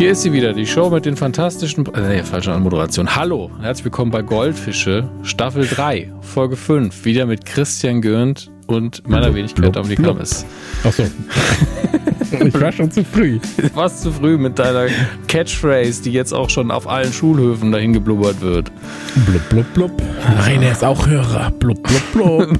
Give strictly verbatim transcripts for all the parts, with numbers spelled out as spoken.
Hier ist sie wieder, die Show mit den fantastischen... Äh, nee, falsche Anmoderation. Hallo, herzlich willkommen bei Goldfische, Staffel drei, Folge fünf. Wieder mit Christian Gürnt und meiner blub, Wenigkeit Dominik Hammes. Achso. Ich war schon zu früh. Du warst zu früh mit deiner Catchphrase, die jetzt auch schon auf allen Schulhöfen dahin geblubbert wird. Blub, blub, blub. Nein, er ist auch Hörer. Blub, blub, blub.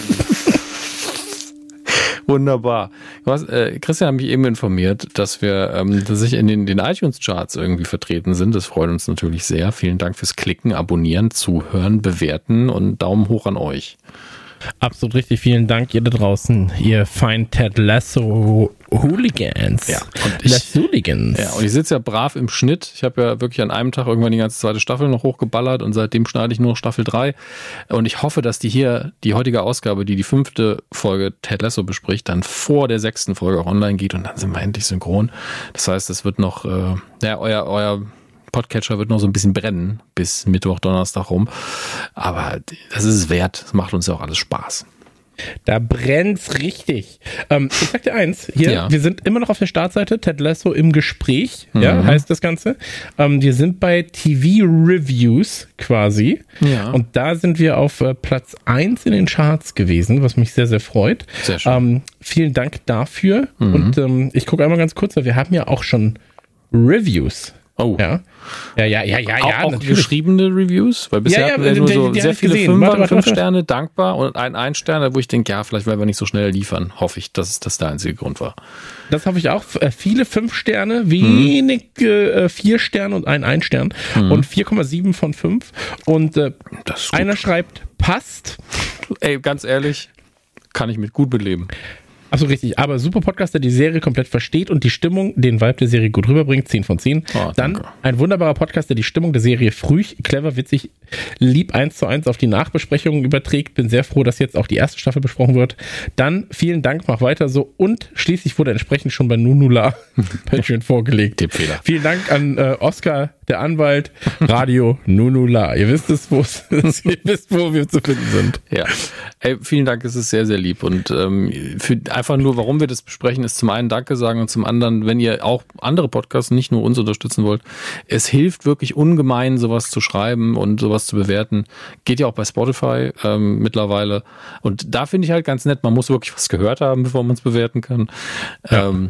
Wunderbar. Was, äh, Christian hat mich eben informiert, dass wir ähm, dass ich in den, den iTunes-Charts irgendwie vertreten sind. Das freut uns natürlich sehr. Vielen Dank fürs Klicken, Abonnieren, Zuhören, Bewerten und Daumen hoch an euch. Absolut richtig. Vielen Dank, ihr da draußen, ihr feinen Ted Lasso Hooligans. Ja, und ich, Lasso-Hooligans. Ja, und ich sitze ja brav im Schnitt. Ich habe ja wirklich an einem Tag irgendwann die ganze zweite Staffel noch hochgeballert und seitdem schneide ich nur noch Staffel drei. Und ich hoffe, dass die hier, die heutige Ausgabe, die die fünfte Folge Ted Lasso bespricht, dann vor der sechsten Folge auch online geht und dann sind wir endlich synchron. Das heißt, es wird noch, äh, ja, euer, euer Podcatcher wird noch so ein bisschen brennen bis Mittwoch, Donnerstag rum. Aber das ist es wert. Das macht uns ja auch alles Spaß. Da brennt's richtig. Ähm, ich sag dir eins, hier, ja. Wir sind immer noch auf der Startseite, Ted Lasso im Gespräch, mhm. ja, heißt das Ganze. Ähm, wir sind bei T V-Reviews quasi. Ja. Und da sind wir auf äh, Platz eins in den Charts gewesen, was mich sehr, sehr freut. Sehr schön. Ähm, vielen Dank dafür. Mhm. Und ähm, ich gucke einmal ganz kurz, weil wir haben ja auch schon Reviews. Oh. Ja, ja, ja, ja, ja. Auch, ja, auch geschriebene Reviews? Weil bisher ja, ja, hatten wir nur so die, die sehr viele gesehen. Fünfer, warte, warte, fünf warte. Sterne, dankbar und ein Ein-Sterne, wo ich denke, ja, vielleicht weil wir nicht so schnell liefern, hoffe ich, dass das der einzige Grund war. Das habe ich auch. Äh, viele fünf Sterne, wenige äh, vier Sterne und ein Ein-Stern mhm. und vier Komma sieben von fünf. Und äh, einer schreibt, passt. Ey, ganz ehrlich, kann ich mit gut beleben. Achso, richtig. Aber super Podcast, der die Serie komplett versteht und die Stimmung, den Vibe der Serie gut rüberbringt. zehn von zehn. Oh, Dann ein wunderbarer Podcast, der die Stimmung der Serie früh, clever, witzig, lieb eins zu eins auf die Nachbesprechungen überträgt. Bin sehr froh, dass jetzt auch die erste Staffel besprochen wird. Dann vielen Dank, mach weiter so. Und schließlich wurde entsprechend schon bei Nunula Patreon vorgelegt. Tippfehler. Vielen Dank an äh, Oskar, der Anwalt, Radio Nunula. Ihr wisst es, wo ihr wisst, wo wir zu finden sind. Ja. Ey, vielen Dank, es ist sehr, sehr lieb. Und ähm, für einfach nur, warum wir das besprechen, ist zum einen Danke sagen und zum anderen, wenn ihr auch andere Podcasts, nicht nur uns unterstützen wollt, es hilft wirklich ungemein, sowas zu schreiben und sowas zu bewerten. Geht ja auch bei Spotify ähm, mittlerweile. Und da finde ich halt ganz nett, man muss wirklich was gehört haben, bevor man es bewerten kann. Ja. Ähm,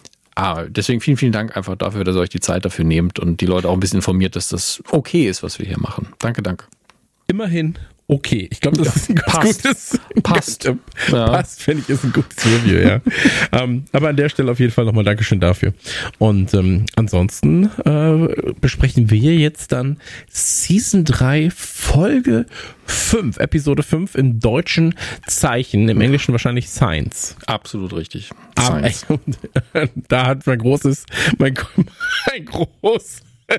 ah, deswegen vielen, vielen Dank einfach dafür, dass ihr euch die Zeit dafür nehmt und die Leute auch ein bisschen informiert, dass das okay ist, was wir hier machen. Danke, danke. Immerhin. Okay, ich glaube, das ja, ist ein ganz passt. gutes. Passt. Ganz, äh, ja. Passt, finde ich, ist ein gutes Review, ja. ähm, aber an der Stelle auf jeden Fall nochmal Dankeschön dafür. Und ähm, ansonsten äh, besprechen wir jetzt dann Season drei, Folge fünf, Episode fünf im deutschen Zeichen, im Englischen wahrscheinlich Science. Absolut richtig. Aber, Science. Ey, da hat mein großes, mein, mein groß.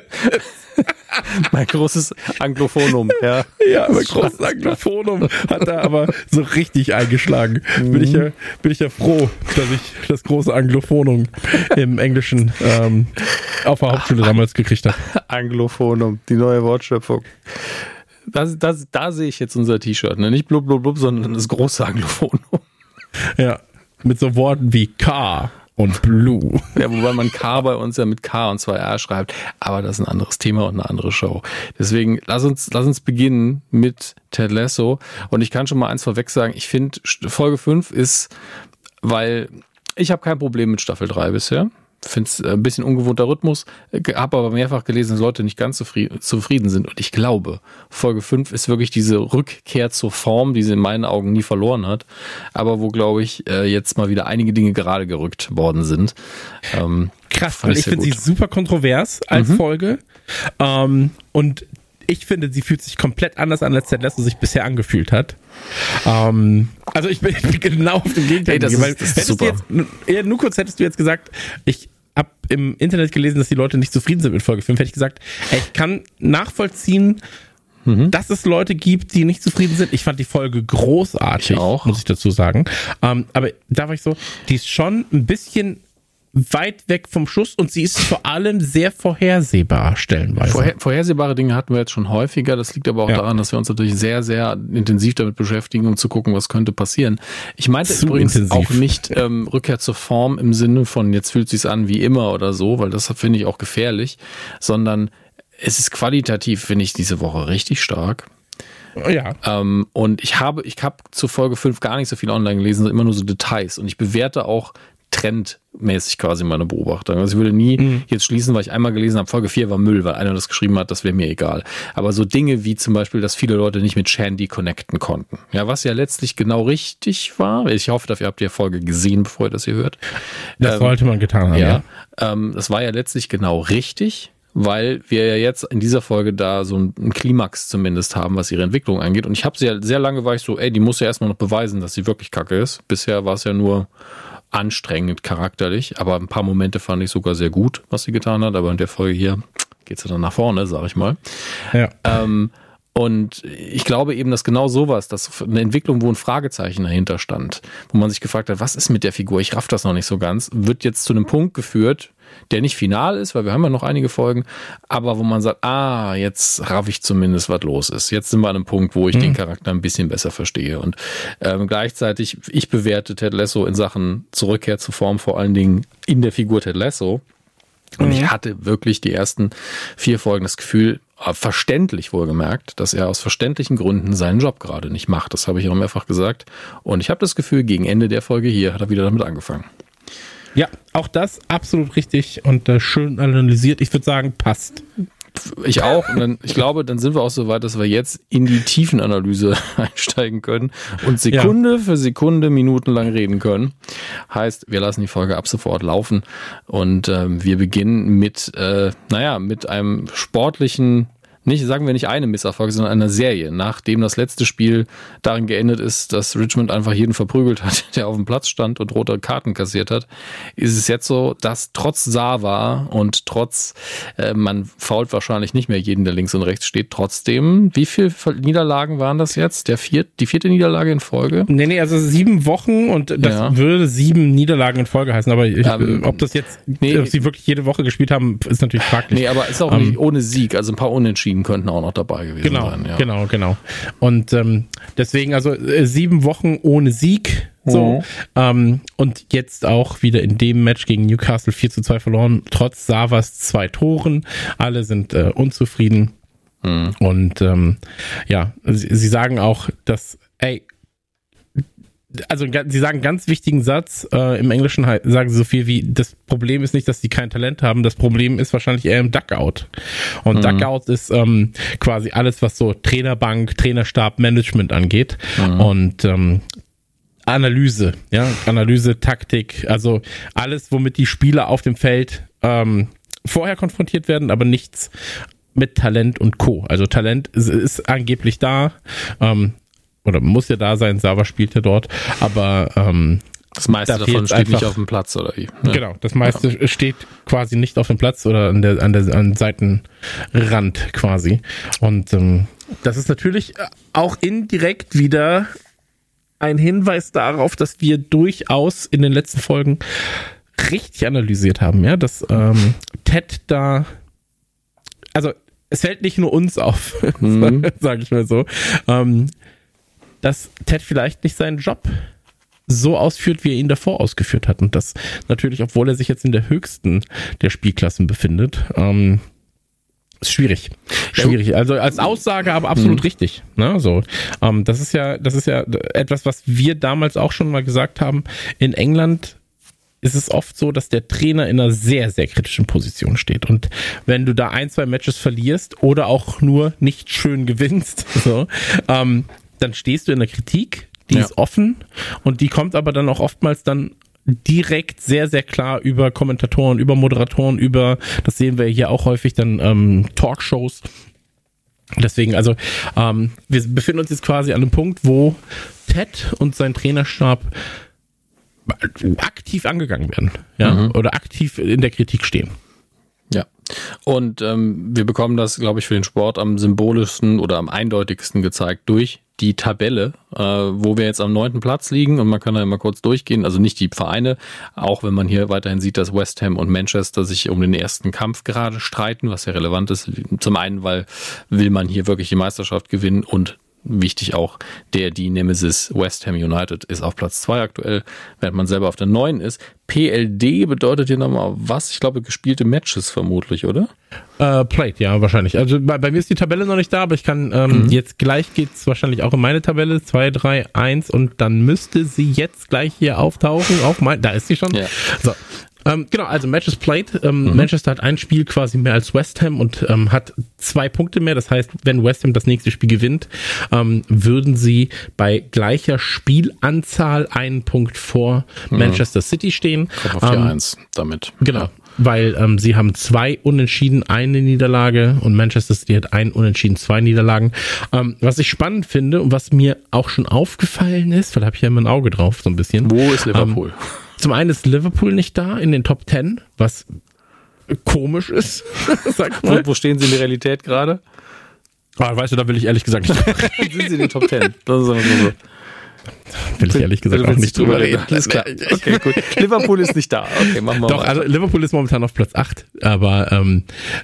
Mein großes Anglophonum, ja. Ja, mein großes Anglophonum hat da aber so richtig eingeschlagen. Mhm. Bin ich ja, bin ich ja froh, dass ich das große Anglophonum im Englischen ähm, auf der Hauptschule damals gekriegt habe. Anglophonum, die neue Wortschöpfung. Das, das, da sehe ich jetzt unser T-Shirt, ne? Nicht blub blub blub, sondern das große Anglophonum. Ja, mit so Worten wie K und Blue. Ja, wobei man K bei uns ja mit K und zwei R schreibt, aber das ist ein anderes Thema und eine andere Show. Deswegen lass uns, lass uns beginnen mit Ted Lasso. Und ich kann schon mal eins vorweg sagen, ich finde Folge fünf ist, weil ich habe kein Problem mit Staffel drei bisher. Finde es ein bisschen ungewohnter Rhythmus, habe aber mehrfach gelesen, dass Leute nicht ganz zufrieden sind. Und ich glaube, Folge fünf ist wirklich diese Rückkehr zur Form, die sie in meinen Augen nie verloren hat, aber wo, glaube ich, jetzt mal wieder einige Dinge gerade gerückt worden sind. Ähm, Krass, weil ich finde sie super kontrovers als mhm. Folge. Ähm, und ich finde, sie fühlt sich komplett anders an, als Ted Lasso sich bisher angefühlt hat. Ähm, also ich bin, ich bin genau auf dem Gegenteil. Hey, das weil ist, das ist super. Jetzt, ja, nur kurz hättest du jetzt gesagt, ich habe im Internet gelesen, dass die Leute nicht zufrieden sind mit Folge fünf. Hätte ich gesagt, ey, ich kann nachvollziehen, mhm. dass es Leute gibt, die nicht zufrieden sind. Ich fand die Folge großartig, ich auch. muss ich dazu sagen. Ähm, aber da war ich so, die ist schon ein bisschen weit weg vom Schuss und sie ist vor allem sehr vorhersehbar stellenweise. Vorher, vorhersehbare Dinge hatten wir jetzt schon häufiger. Das liegt aber auch ja. daran, dass wir uns natürlich sehr, sehr intensiv damit beschäftigen, um zu gucken, was könnte passieren. Ich meinte zu übrigens intensiv. auch nicht ähm, Rückkehr zur Form im Sinne von jetzt fühlt sich's an wie immer oder so, weil das finde ich auch gefährlich, sondern es ist qualitativ, finde ich, diese Woche richtig stark. Ja. Ähm, und ich habe, ich habe zu Folge fünf gar nicht so viel online gelesen, sondern immer nur so Details. Und ich bewerte auch trendmäßig quasi meine Beobachtung. Also ich würde nie mhm. jetzt schließen, weil ich einmal gelesen habe, Folge vier war Müll, weil einer das geschrieben hat, das wäre mir egal. Aber so Dinge wie zum Beispiel, dass viele Leute nicht mit Shandy connecten konnten. Ja, was ja letztlich genau richtig war. Ich hoffe, dafür habt ihr die Folge gesehen, bevor ihr das hier hört. Das ähm, sollte man getan haben, ja. ja. Ähm, das war ja letztlich genau richtig, weil wir ja jetzt in dieser Folge da so einen Klimax zumindest haben, was ihre Entwicklung angeht. Und ich habe sie ja sehr lange war ich so, ey, die muss ja erstmal noch beweisen, dass sie wirklich kacke ist. Bisher war es ja nur anstrengend charakterlich, aber ein paar Momente fand ich sogar sehr gut, was sie getan hat. Aber in der Folge hier geht's ja dann nach vorne, sag ich mal. Ja. Ähm, und ich glaube eben, dass genau sowas, dass eine Entwicklung, wo ein Fragezeichen dahinter stand, wo man sich gefragt hat, was ist mit der Figur? Ich raff das noch nicht so ganz, wird jetzt zu einem Punkt geführt, der nicht final ist, weil wir haben ja noch einige Folgen, aber wo man sagt, ah, jetzt raff ich zumindest, was los ist. Jetzt sind wir an einem Punkt, wo ich mhm. den Charakter ein bisschen besser verstehe. Und ähm, gleichzeitig, ich bewerte Ted Lasso in Sachen Zurückkehr zur Form vor allen Dingen in der Figur Ted Lasso. Und mhm. ich hatte wirklich die ersten vier Folgen das Gefühl, verständlich wohlgemerkt, dass er aus verständlichen Gründen seinen Job gerade nicht macht. Das habe ich auch mehrfach gesagt. Und ich habe das Gefühl, gegen Ende der Folge hier hat er wieder damit angefangen. Ja, auch das absolut richtig und äh, schön analysiert. Ich würde sagen, passt. Ich auch. Und dann, ich glaube, dann sind wir auch so weit, dass wir jetzt in die Tiefenanalyse einsteigen können und Sekunde ja. für Sekunde minutenlang reden können. Heißt, wir lassen die Folge ab sofort laufen und ähm, wir beginnen mit, äh, naja, mit einem sportlichen, nicht, sagen wir nicht eine Misserfolg, sondern einer Serie. Nachdem das letzte Spiel darin geendet ist, dass Richmond einfach jeden verprügelt hat, der auf dem Platz stand und rote Karten kassiert hat, ist es jetzt so, dass trotz Sava und trotz, äh, man fault wahrscheinlich nicht mehr jeden, der links und rechts steht, trotzdem, wie viele Niederlagen waren das jetzt? Der viert, die vierte Niederlage in Folge? Nee, nee, also sieben Wochen und das ja. würde sieben Niederlagen in Folge heißen, aber ich, ähm, ob das jetzt, nee, ob sie wirklich jede Woche gespielt haben, ist natürlich fraglich. Nee, aber ist auch ähm, nicht ohne Sieg, also ein paar Unentschieden könnten auch noch dabei gewesen genau, sein. Ja. Genau, genau. Und ähm, deswegen also äh, sieben Wochen ohne Sieg. So. Mhm. Ähm, und jetzt auch wieder in dem Match gegen Newcastle vier zu zwei verloren, trotz Savas zwei Toren. Alle sind äh, unzufrieden. Mhm. Und ähm, ja, sie, sie sagen auch, dass, ey, also sie sagen einen ganz wichtigen Satz, äh, im Englischen halt, sagen sie so viel wie, das Problem ist nicht, dass sie kein Talent haben, das Problem ist wahrscheinlich eher im Duckout. Und mhm. Duckout ist ähm, quasi alles, was so Trainerbank, Trainerstab, Management angeht. Mhm. Und ähm, Analyse, ja, Analyse, Taktik, also alles, womit die Spieler auf dem Feld ähm, vorher konfrontiert werden, aber nichts mit Talent und Co. Also Talent ist, ist angeblich da, ähm, oder muss ja da sein, Sava spielt ja dort, aber ähm, das meiste da davon steht einfach nicht auf dem Platz, oder wie? Ja. Genau, das meiste ja. steht quasi nicht auf dem Platz oder an der an der an Seitenrand quasi. Und ähm, das ist natürlich auch indirekt wieder ein Hinweis darauf, dass wir durchaus in den letzten Folgen richtig analysiert haben, ja, dass ähm, Ted da, also es fällt nicht nur uns auf, mhm. sage ich mal so, ähm, dass Ted vielleicht nicht seinen Job so ausführt, wie er ihn davor ausgeführt hat. Und das natürlich, obwohl er sich jetzt in der höchsten der Spielklassen befindet, ähm, ist schwierig. Schwierig. Also als Aussage aber absolut mhm. richtig. Ne? So, ähm, das ist ja, das ist ja etwas, was wir damals auch schon mal gesagt haben. In England ist es oft so, dass der Trainer in einer sehr, sehr kritischen Position steht. Und wenn du da ein, zwei Matches verlierst oder auch nur nicht schön gewinnst, so, ähm, dann stehst du in der Kritik, die ja. ist offen und die kommt aber dann auch oftmals dann direkt sehr, sehr klar über Kommentatoren, über Moderatoren, über, das sehen wir hier auch häufig, dann ähm, Talkshows. Deswegen, also ähm, wir befinden uns jetzt quasi an einem Punkt, wo Ted und sein Trainerstab aktiv angegangen werden, ja, mhm. oder aktiv in der Kritik stehen. Ja, Und ähm, wir bekommen das, glaube ich, für den Sport am symbolischsten oder am eindeutigsten gezeigt durch die Tabelle, äh, wo wir jetzt am neunten Platz liegen, und man kann da immer kurz durchgehen, also nicht die Vereine, auch wenn man hier weiterhin sieht, dass West Ham und Manchester sich um den ersten Kampf gerade streiten, was ja relevant ist. Zum einen, weil will man hier wirklich die Meisterschaft gewinnen, und wichtig auch, der die Nemesis West Ham United ist auf Platz zwei aktuell, während man selber auf der neun ist. P L D bedeutet hier nochmal was? Ich glaube, gespielte Matches vermutlich, oder? Äh, played, ja, wahrscheinlich. Also bei, bei mir ist die Tabelle noch nicht da, aber ich kann, ähm, mhm. jetzt gleich geht's wahrscheinlich auch in meine Tabelle, zwei, drei, eins, und dann müsste sie jetzt gleich hier auftauchen, auf mein, da ist sie schon. Ja. So. Ähm, genau, also Matches played. Ähm, mhm. Manchester hat ein Spiel quasi mehr als West Ham und ähm, hat zwei Punkte mehr. Das heißt, wenn West Ham das nächste Spiel gewinnt, ähm, würden sie bei gleicher Spielanzahl einen Punkt vor mhm. Manchester City stehen. Kommt auf die ähm, eins damit. Genau. Ja. Weil ähm, sie haben zwei Unentschieden, eine Niederlage, und Manchester City hat ein Unentschieden, zwei Niederlagen. Ähm, was ich spannend finde und was mir auch schon aufgefallen ist, weil da habe ich ja immer ein Auge drauf, so ein bisschen. Wo ist Liverpool? Ähm, Zum einen ist Liverpool nicht da in den Top Ten, was komisch ist, sag mal. Wo, wo stehen sie in der Realität gerade? Ah, weißt du, da will ich ehrlich gesagt nicht drüber reden. Sind sie in den Top Ten? Das ist einfach so. Will ich ehrlich gesagt auch nicht drüber reden. Alles klar. Okay, gut. Liverpool ist nicht da. Okay, machen wir Doch, mal. Also Liverpool ist momentan auf Platz acht, aber ähm,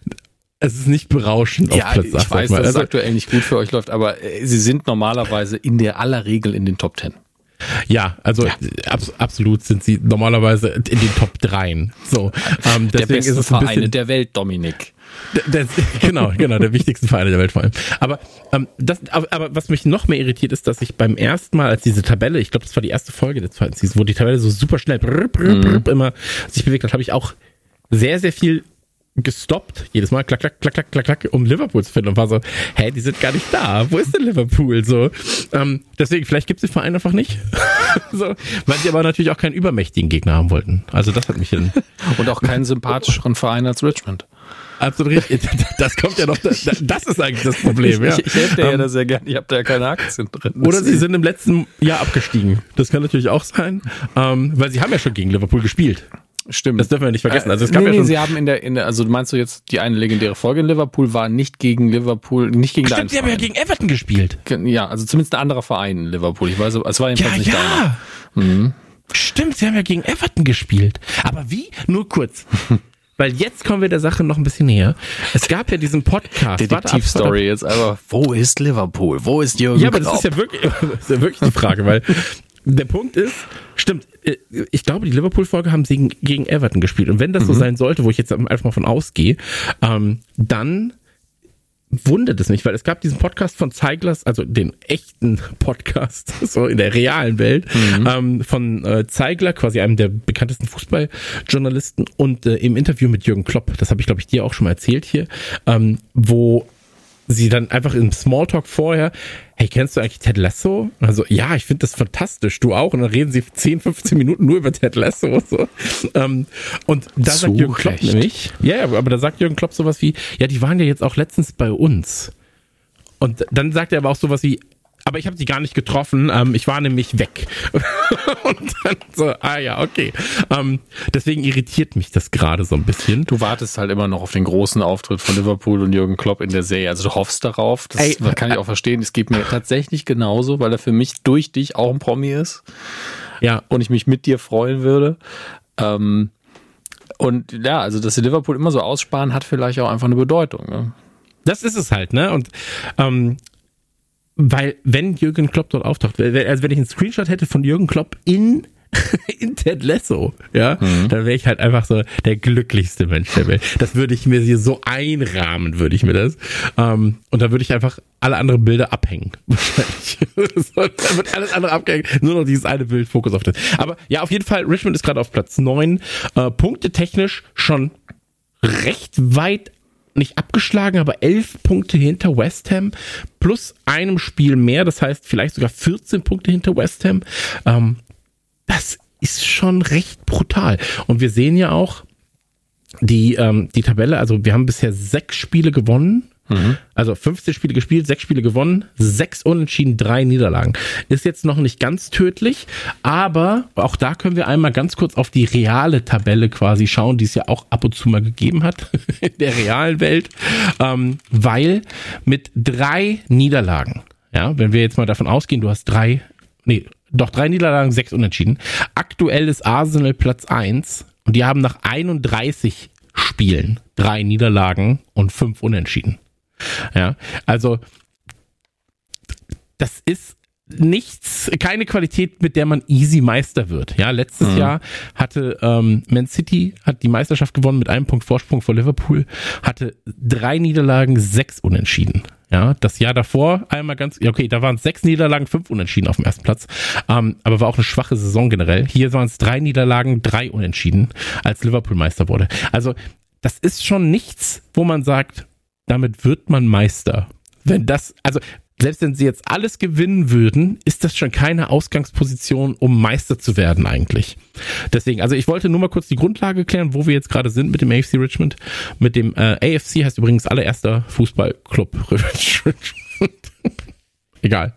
es ist nicht berauschend auf ja, Platz acht. Ich weiß, dass es aktuell nicht gut für euch läuft, aber sie sind normalerweise in der aller Regel in den Top Ten. Ja, also ja. Ab, absolut sind sie normalerweise in den Top dreien. So, ähm, der beste Vereine der Welt, Dominik. Der, der, genau, genau, der wichtigsten Vereine der Welt vor allem. Aber, ähm, das, aber, aber was mich noch mehr irritiert ist, dass ich beim ersten Mal, als diese Tabelle, ich glaube, das war die erste Folge der zweiten Season, wo die Tabelle so super schnell brr, brr, brr, mhm. immer sich bewegt hat, habe ich auch sehr, sehr viel gestoppt, jedes Mal klack, klack, klack, klack, klack, klack, um Liverpool zu finden, und war so, hä, die sind gar nicht da, wo ist denn Liverpool? So, ähm, deswegen, vielleicht gibt es den Verein einfach nicht. So, weil sie aber natürlich auch keinen übermächtigen Gegner haben wollten. Also das hat mich dann... Und auch keinen sympathischeren Verein als Richmond. Absolut richtig. Das kommt ja noch, das ist eigentlich das Problem. Ja. Ich, ich helfe dir um, ja da sehr gerne, ich habe da ja keine Aktien drin. Oder sie sind im letzten Jahr abgestiegen. Das kann natürlich auch sein, ähm, weil sie haben ja schon gegen Liverpool gespielt. Stimmt. Das dürfen wir nicht vergessen. Also es nee, gab nee, ja schon sie haben in der, in der, also meinst du jetzt, die eine legendäre Folge in Liverpool war nicht gegen Liverpool, nicht gegen Stimmt, sie haben ja gegen Everton gespielt. Ja, also zumindest ein anderer Verein in Liverpool. Ich weiß, es war jedenfalls ja, nicht ja. deiner. Mhm. Stimmt, sie haben ja gegen Everton gespielt. Aber wie? Nur kurz. Weil jetzt kommen wir der Sache noch ein bisschen näher. Es gab ja diesen Podcast. Detektivstory jetzt einfach. Wo ist Liverpool? Wo ist Jürgen Ja, aber das ist ja wirklich, das ist ja wirklich die Frage, weil der Punkt ist, stimmt, ich glaube, die Liverpool-Folge haben sie gegen Everton gespielt. Und wenn das so mhm. sein sollte, wo ich jetzt einfach mal von ausgehe, ähm, dann wundert es mich, weil es gab diesen Podcast von Zeiglers, also den echten Podcast, so in der realen Welt, mhm. ähm, von äh, Zeigler, quasi einem der bekanntesten Fußballjournalisten, und äh, im Interview mit Jürgen Klopp, das habe ich, glaube ich, dir auch schon mal erzählt hier, ähm, wo sie dann einfach im Smalltalk vorher, hey, kennst du eigentlich Ted Lasso? Also, ja, ich finde das fantastisch, du auch. Und dann reden sie zehn, fünfzehn Minuten nur über Ted Lasso und so. Ähm, und da sagt Jürgen Klopp nämlich, ja, yeah, aber da sagt Jürgen Klopp sowas wie, ja, die waren ja jetzt auch letztens bei uns. Und dann sagt er aber auch sowas wie, aber ich habe sie gar nicht getroffen, ähm, ich war nämlich weg. Und dann so, ah ja, okay. Ähm, deswegen irritiert mich das gerade so ein bisschen. Du wartest halt immer noch auf den großen Auftritt von Liverpool und Jürgen Klopp in der Serie. Also du hoffst darauf, das Ey, kann ich auch verstehen. Es geht mir tatsächlich genauso, weil er für mich durch dich auch ein Promi ist. Ja. Und ich mich mit dir freuen würde. Ähm, und ja, also dass sie Liverpool immer so aussparen, hat vielleicht auch einfach eine Bedeutung. Ne? Das ist es halt, ne? Und ähm, weil, wenn Jürgen Klopp dort auftaucht, also wenn ich einen Screenshot hätte von Jürgen Klopp in, in Ted Lasso, ja, mhm. dann wäre ich halt einfach so der glücklichste Mensch der Welt. Das würde ich mir hier so einrahmen, würde ich mir das. Um, und da würde ich einfach alle anderen Bilder abhängen. Wahrscheinlich. So, da wird alles andere abgehängt. Nur noch dieses eine Bild, Fokus auf das. Aber ja, auf jeden Fall, Richmond ist gerade auf Platz neun. Äh, Punkte technisch schon recht weit nicht abgeschlagen, aber elf Punkte hinter West Ham, plus einem Spiel mehr, das heißt vielleicht sogar vierzehn Punkte hinter West Ham. Ähm, das ist schon recht brutal. Und wir sehen ja auch die, ähm, die Tabelle, also wir haben bisher sechs Spiele gewonnen Mhm. Also fünfzehn Spiele gespielt, sechs Spiele gewonnen, sechs Unentschieden, drei Niederlagen. Ist jetzt noch nicht ganz tödlich, aber auch da können wir einmal ganz kurz auf die reale Tabelle quasi schauen, die es ja auch ab und zu mal gegeben hat in der realen Welt, ähm, weil mit drei Niederlagen, ja, wenn wir jetzt mal davon ausgehen, du hast drei, nee, doch drei Niederlagen, sechs Unentschieden. Aktuell ist Arsenal Platz eins und die haben nach einunddreißig Spielen drei Niederlagen und fünf Unentschieden. Ja, also das ist nichts, keine Qualität, mit der man easy Meister wird. Ja, letztes mhm. Jahr hatte ähm, Man City hat die Meisterschaft gewonnen mit einem Punkt Vorsprung vor Liverpool, hatte drei Niederlagen, sechs Unentschieden. Ja, das Jahr davor einmal ganz, okay, da waren es sechs Niederlagen, fünf Unentschieden auf dem ersten Platz, ähm, aber war auch eine schwache Saison generell. Hier waren es drei Niederlagen, drei Unentschieden, als Liverpool Meister wurde. Also das ist schon nichts, wo man sagt, damit wird man Meister. Wenn das, also selbst wenn sie jetzt alles gewinnen würden, ist das schon keine Ausgangsposition, um Meister zu werden eigentlich. Deswegen, also ich wollte nur mal kurz die Grundlage klären, wo wir jetzt gerade sind mit dem A F C Richmond. Mit dem äh, A F C heißt übrigens allererster Fußballclub Richmond. Egal.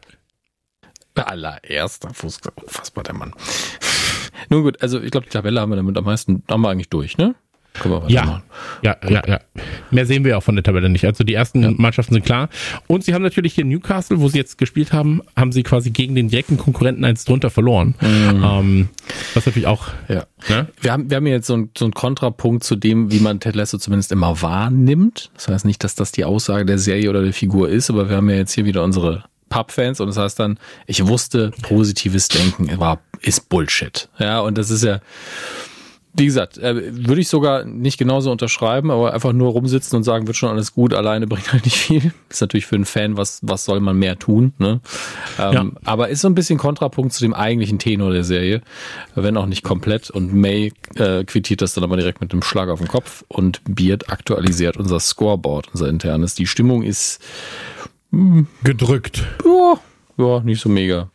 Allererster Fußball. Unfassbar, der Mann. Nun gut, also ich glaube, die Tabelle haben wir damit am meisten, haben wir eigentlich durch, ne? Ja, ja, ja, ja. Mehr sehen wir auch von der Tabelle nicht. Also die ersten ja. Mannschaften sind klar. Und sie haben natürlich hier Newcastle, wo sie jetzt gespielt haben, haben sie quasi gegen den direkten Konkurrenten eins drunter verloren. Mhm. Ähm, was natürlich auch... Ja. Ne? Wir haben, wir haben jetzt so einen so einen Kontrapunkt zu dem, wie man Ted Lasso zumindest immer wahrnimmt. Das heißt nicht, dass das die Aussage der Serie oder der Figur ist, aber wir haben ja jetzt hier wieder unsere Pub-Fans und das heißt dann, ich wusste, positives Denken war ist Bullshit. Ja, und das ist ja... Wie gesagt, äh, würde ich sogar nicht genauso unterschreiben, aber einfach nur rumsitzen und sagen, wird schon alles gut, alleine bringt halt nicht viel. Ist natürlich für einen Fan, was was soll man mehr tun, ne? Ähm, ja. Aber ist so ein bisschen Kontrapunkt zu dem eigentlichen Tenor der Serie, wenn auch nicht komplett. Und May äh, quittiert das dann aber direkt mit einem Schlag auf den Kopf und Beard aktualisiert unser Scoreboard, unser internes. Die Stimmung ist mh, gedrückt. Ja, ja, nicht so mega.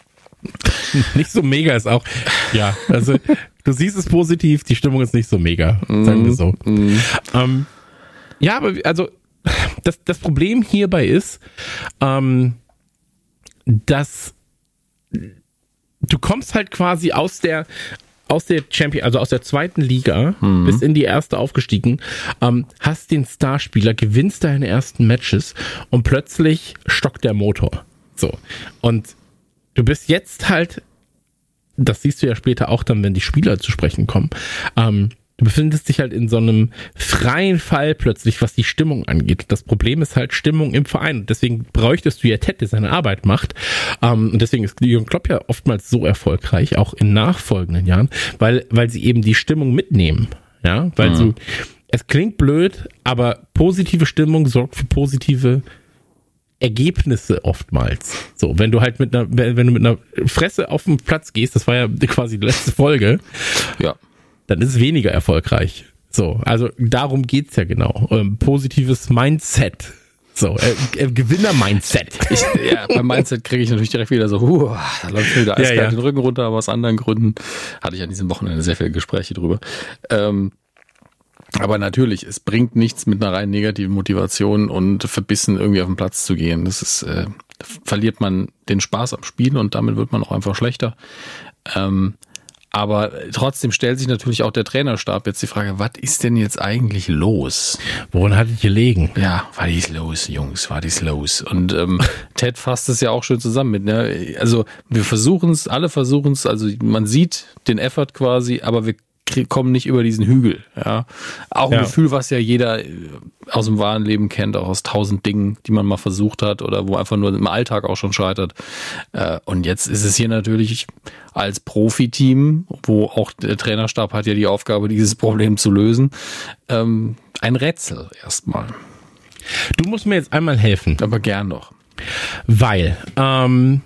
Nicht so mega ist auch, ja, also du siehst es positiv, die Stimmung ist nicht so mega, sagen wir so. Mm. Ähm, ja, aber also das, das Problem hierbei ist, ähm, dass du kommst halt quasi aus der aus der Champion, also aus der zweiten Liga, mhm. bis in die erste aufgestiegen, ähm, hast den Starspieler, gewinnst deine ersten Matches und plötzlich stockt der Motor. So. Und du bist jetzt halt, das siehst du ja später auch dann, wenn die Spieler zu sprechen kommen, ähm, du befindest dich halt in so einem freien Fall plötzlich, was die Stimmung angeht. Das Problem ist halt Stimmung im Verein. Und deswegen bräuchtest du ja Ted, der seine Arbeit macht. Ähm, und deswegen ist Jürgen Klopp ja oftmals so erfolgreich, auch in nachfolgenden Jahren, weil, weil sie eben die Stimmung mitnehmen. Ja, weil mhm. so, es klingt blöd, aber positive Stimmung sorgt für positive Ergebnisse oftmals. So, wenn du halt mit einer, wenn du mit einer Fresse auf den Platz gehst, das war ja quasi die letzte Folge, ja, dann ist es weniger erfolgreich. So, also darum geht's ja genau. Ähm, positives Mindset. So, äh, äh, Gewinner-Mindset. Ich, ja, beim Mindset kriege ich natürlich direkt wieder so, huh, da läuft mir wieder eiskalt ja, ja. den Rücken runter, aber aus anderen Gründen hatte ich an diesem Wochenende sehr viele Gespräche drüber. Ähm, Aber natürlich, es bringt nichts mit einer rein negativen Motivation und verbissen irgendwie auf den Platz zu gehen. Das ist, äh, verliert man den Spaß am Spiel und damit wird man auch einfach schlechter. Ähm, aber trotzdem stellt sich natürlich auch der Trainerstab jetzt die Frage, was ist denn jetzt eigentlich los? Woran hat es gelegen? Ja, was ist los, Jungs, was ist los? Und ähm, Ted fasst es ja auch schön zusammen mit, ne? Also wir versuchen es, alle versuchen es, also man sieht den Effort quasi, aber wir kommen nicht über diesen Hügel. Ja, auch ein ja. Gefühl, was ja jeder aus dem wahren Leben kennt, auch aus tausend Dingen, die man mal versucht hat oder wo einfach nur im Alltag auch schon scheitert. Und jetzt ist es hier natürlich als Profiteam, wo auch der Trainerstab hat ja die Aufgabe, dieses Problem zu lösen, ein Rätsel erstmal. Du musst mir jetzt einmal helfen. Aber gern doch. Weil, ähm,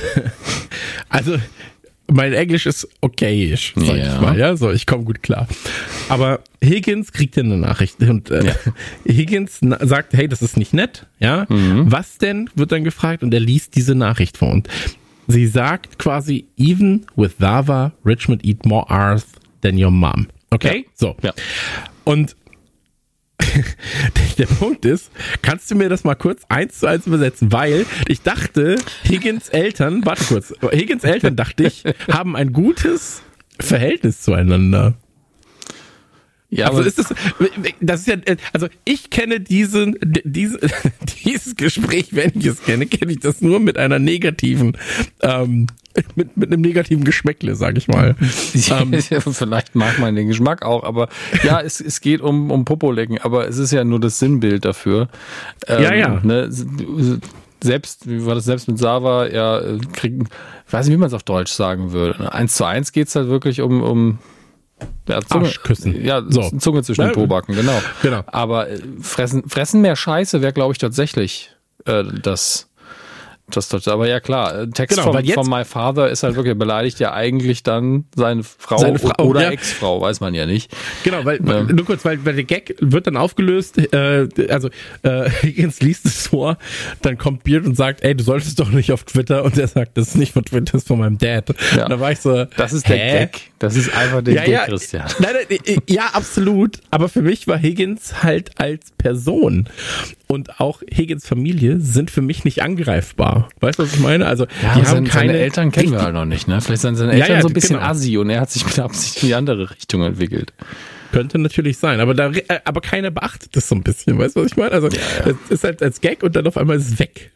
also mein Englisch ist okayisch, sag ja. ich mal, ja, so, ich komme gut klar. Aber Higgins kriegt ja eine Nachricht und äh, ja. Higgins na- sagt, hey, das ist nicht nett, ja. Mhm. Was denn, wird dann gefragt und er liest diese Nachricht vor und sie sagt quasi, even with Vava, Richmond eat more R's than your mom. Okay? Ja. So. Ja. Und der Punkt ist, kannst du mir das mal kurz eins zu eins übersetzen, weil ich dachte, Higgins Eltern, warte kurz, Higgins Eltern, dachte ich, haben ein gutes Verhältnis zueinander. Ja, also ist das, das ist ja, also ich kenne diesen, diese, dieses Gespräch, wenn ich es kenne, kenne ich das nur mit einer negativen, ähm, mit, mit einem negativen Geschmäckle, sag ich mal. ähm, Vielleicht mag man den Geschmack auch, aber ja, es, es geht um, um Popolecken, aber es ist ja nur das Sinnbild dafür. Ähm, ja, ja. Ne, selbst, wie war das selbst mit Sava, ja, kriegen, ich weiß nicht, wie man es auf Deutsch sagen würde. Eins zu eins geht's halt wirklich um, um, ja, Zunge, Arschküssen. Ja, so. Zunge zwischen den Pobacken, genau. genau. Aber äh, fressen, fressen mehr Scheiße wäre, glaube ich, tatsächlich äh, das, das, das. Aber ja, klar, Text genau, von, von My Father ist halt wirklich, beleidigt ja eigentlich dann seine Frau, seine Frau oder ja. Ex-Frau, weiß man ja nicht. Genau, weil, ja. nur kurz, weil, weil der Gag wird dann aufgelöst, äh, also äh, Higgins liest es vor, dann kommt Beard und sagt, ey, du solltest doch nicht auf Twitter, und er sagt, das ist nicht von Twitter, das ist von meinem Dad. Ja. Und da war ich so, das ist der hä? Gag, das ist einfach der ja, Gag, ja, Christian. Nein, nein, ja, absolut, aber für mich war Higgins halt als Person und auch Higgins Familie sind für mich nicht angreifbar. Weißt du, was ich meine? Also, ja, die haben seine, keine seine Eltern kennen wir halt noch nicht, ne? Vielleicht sind seine Eltern ja, ja, so ein bisschen genau. assi und er hat sich mit Absicht in die andere Richtung entwickelt. Könnte natürlich sein, aber da, aber keiner beachtet das so ein bisschen, weißt du, was ich meine? Also, ja, ja. es ist halt als Gag und dann auf einmal ist es weg.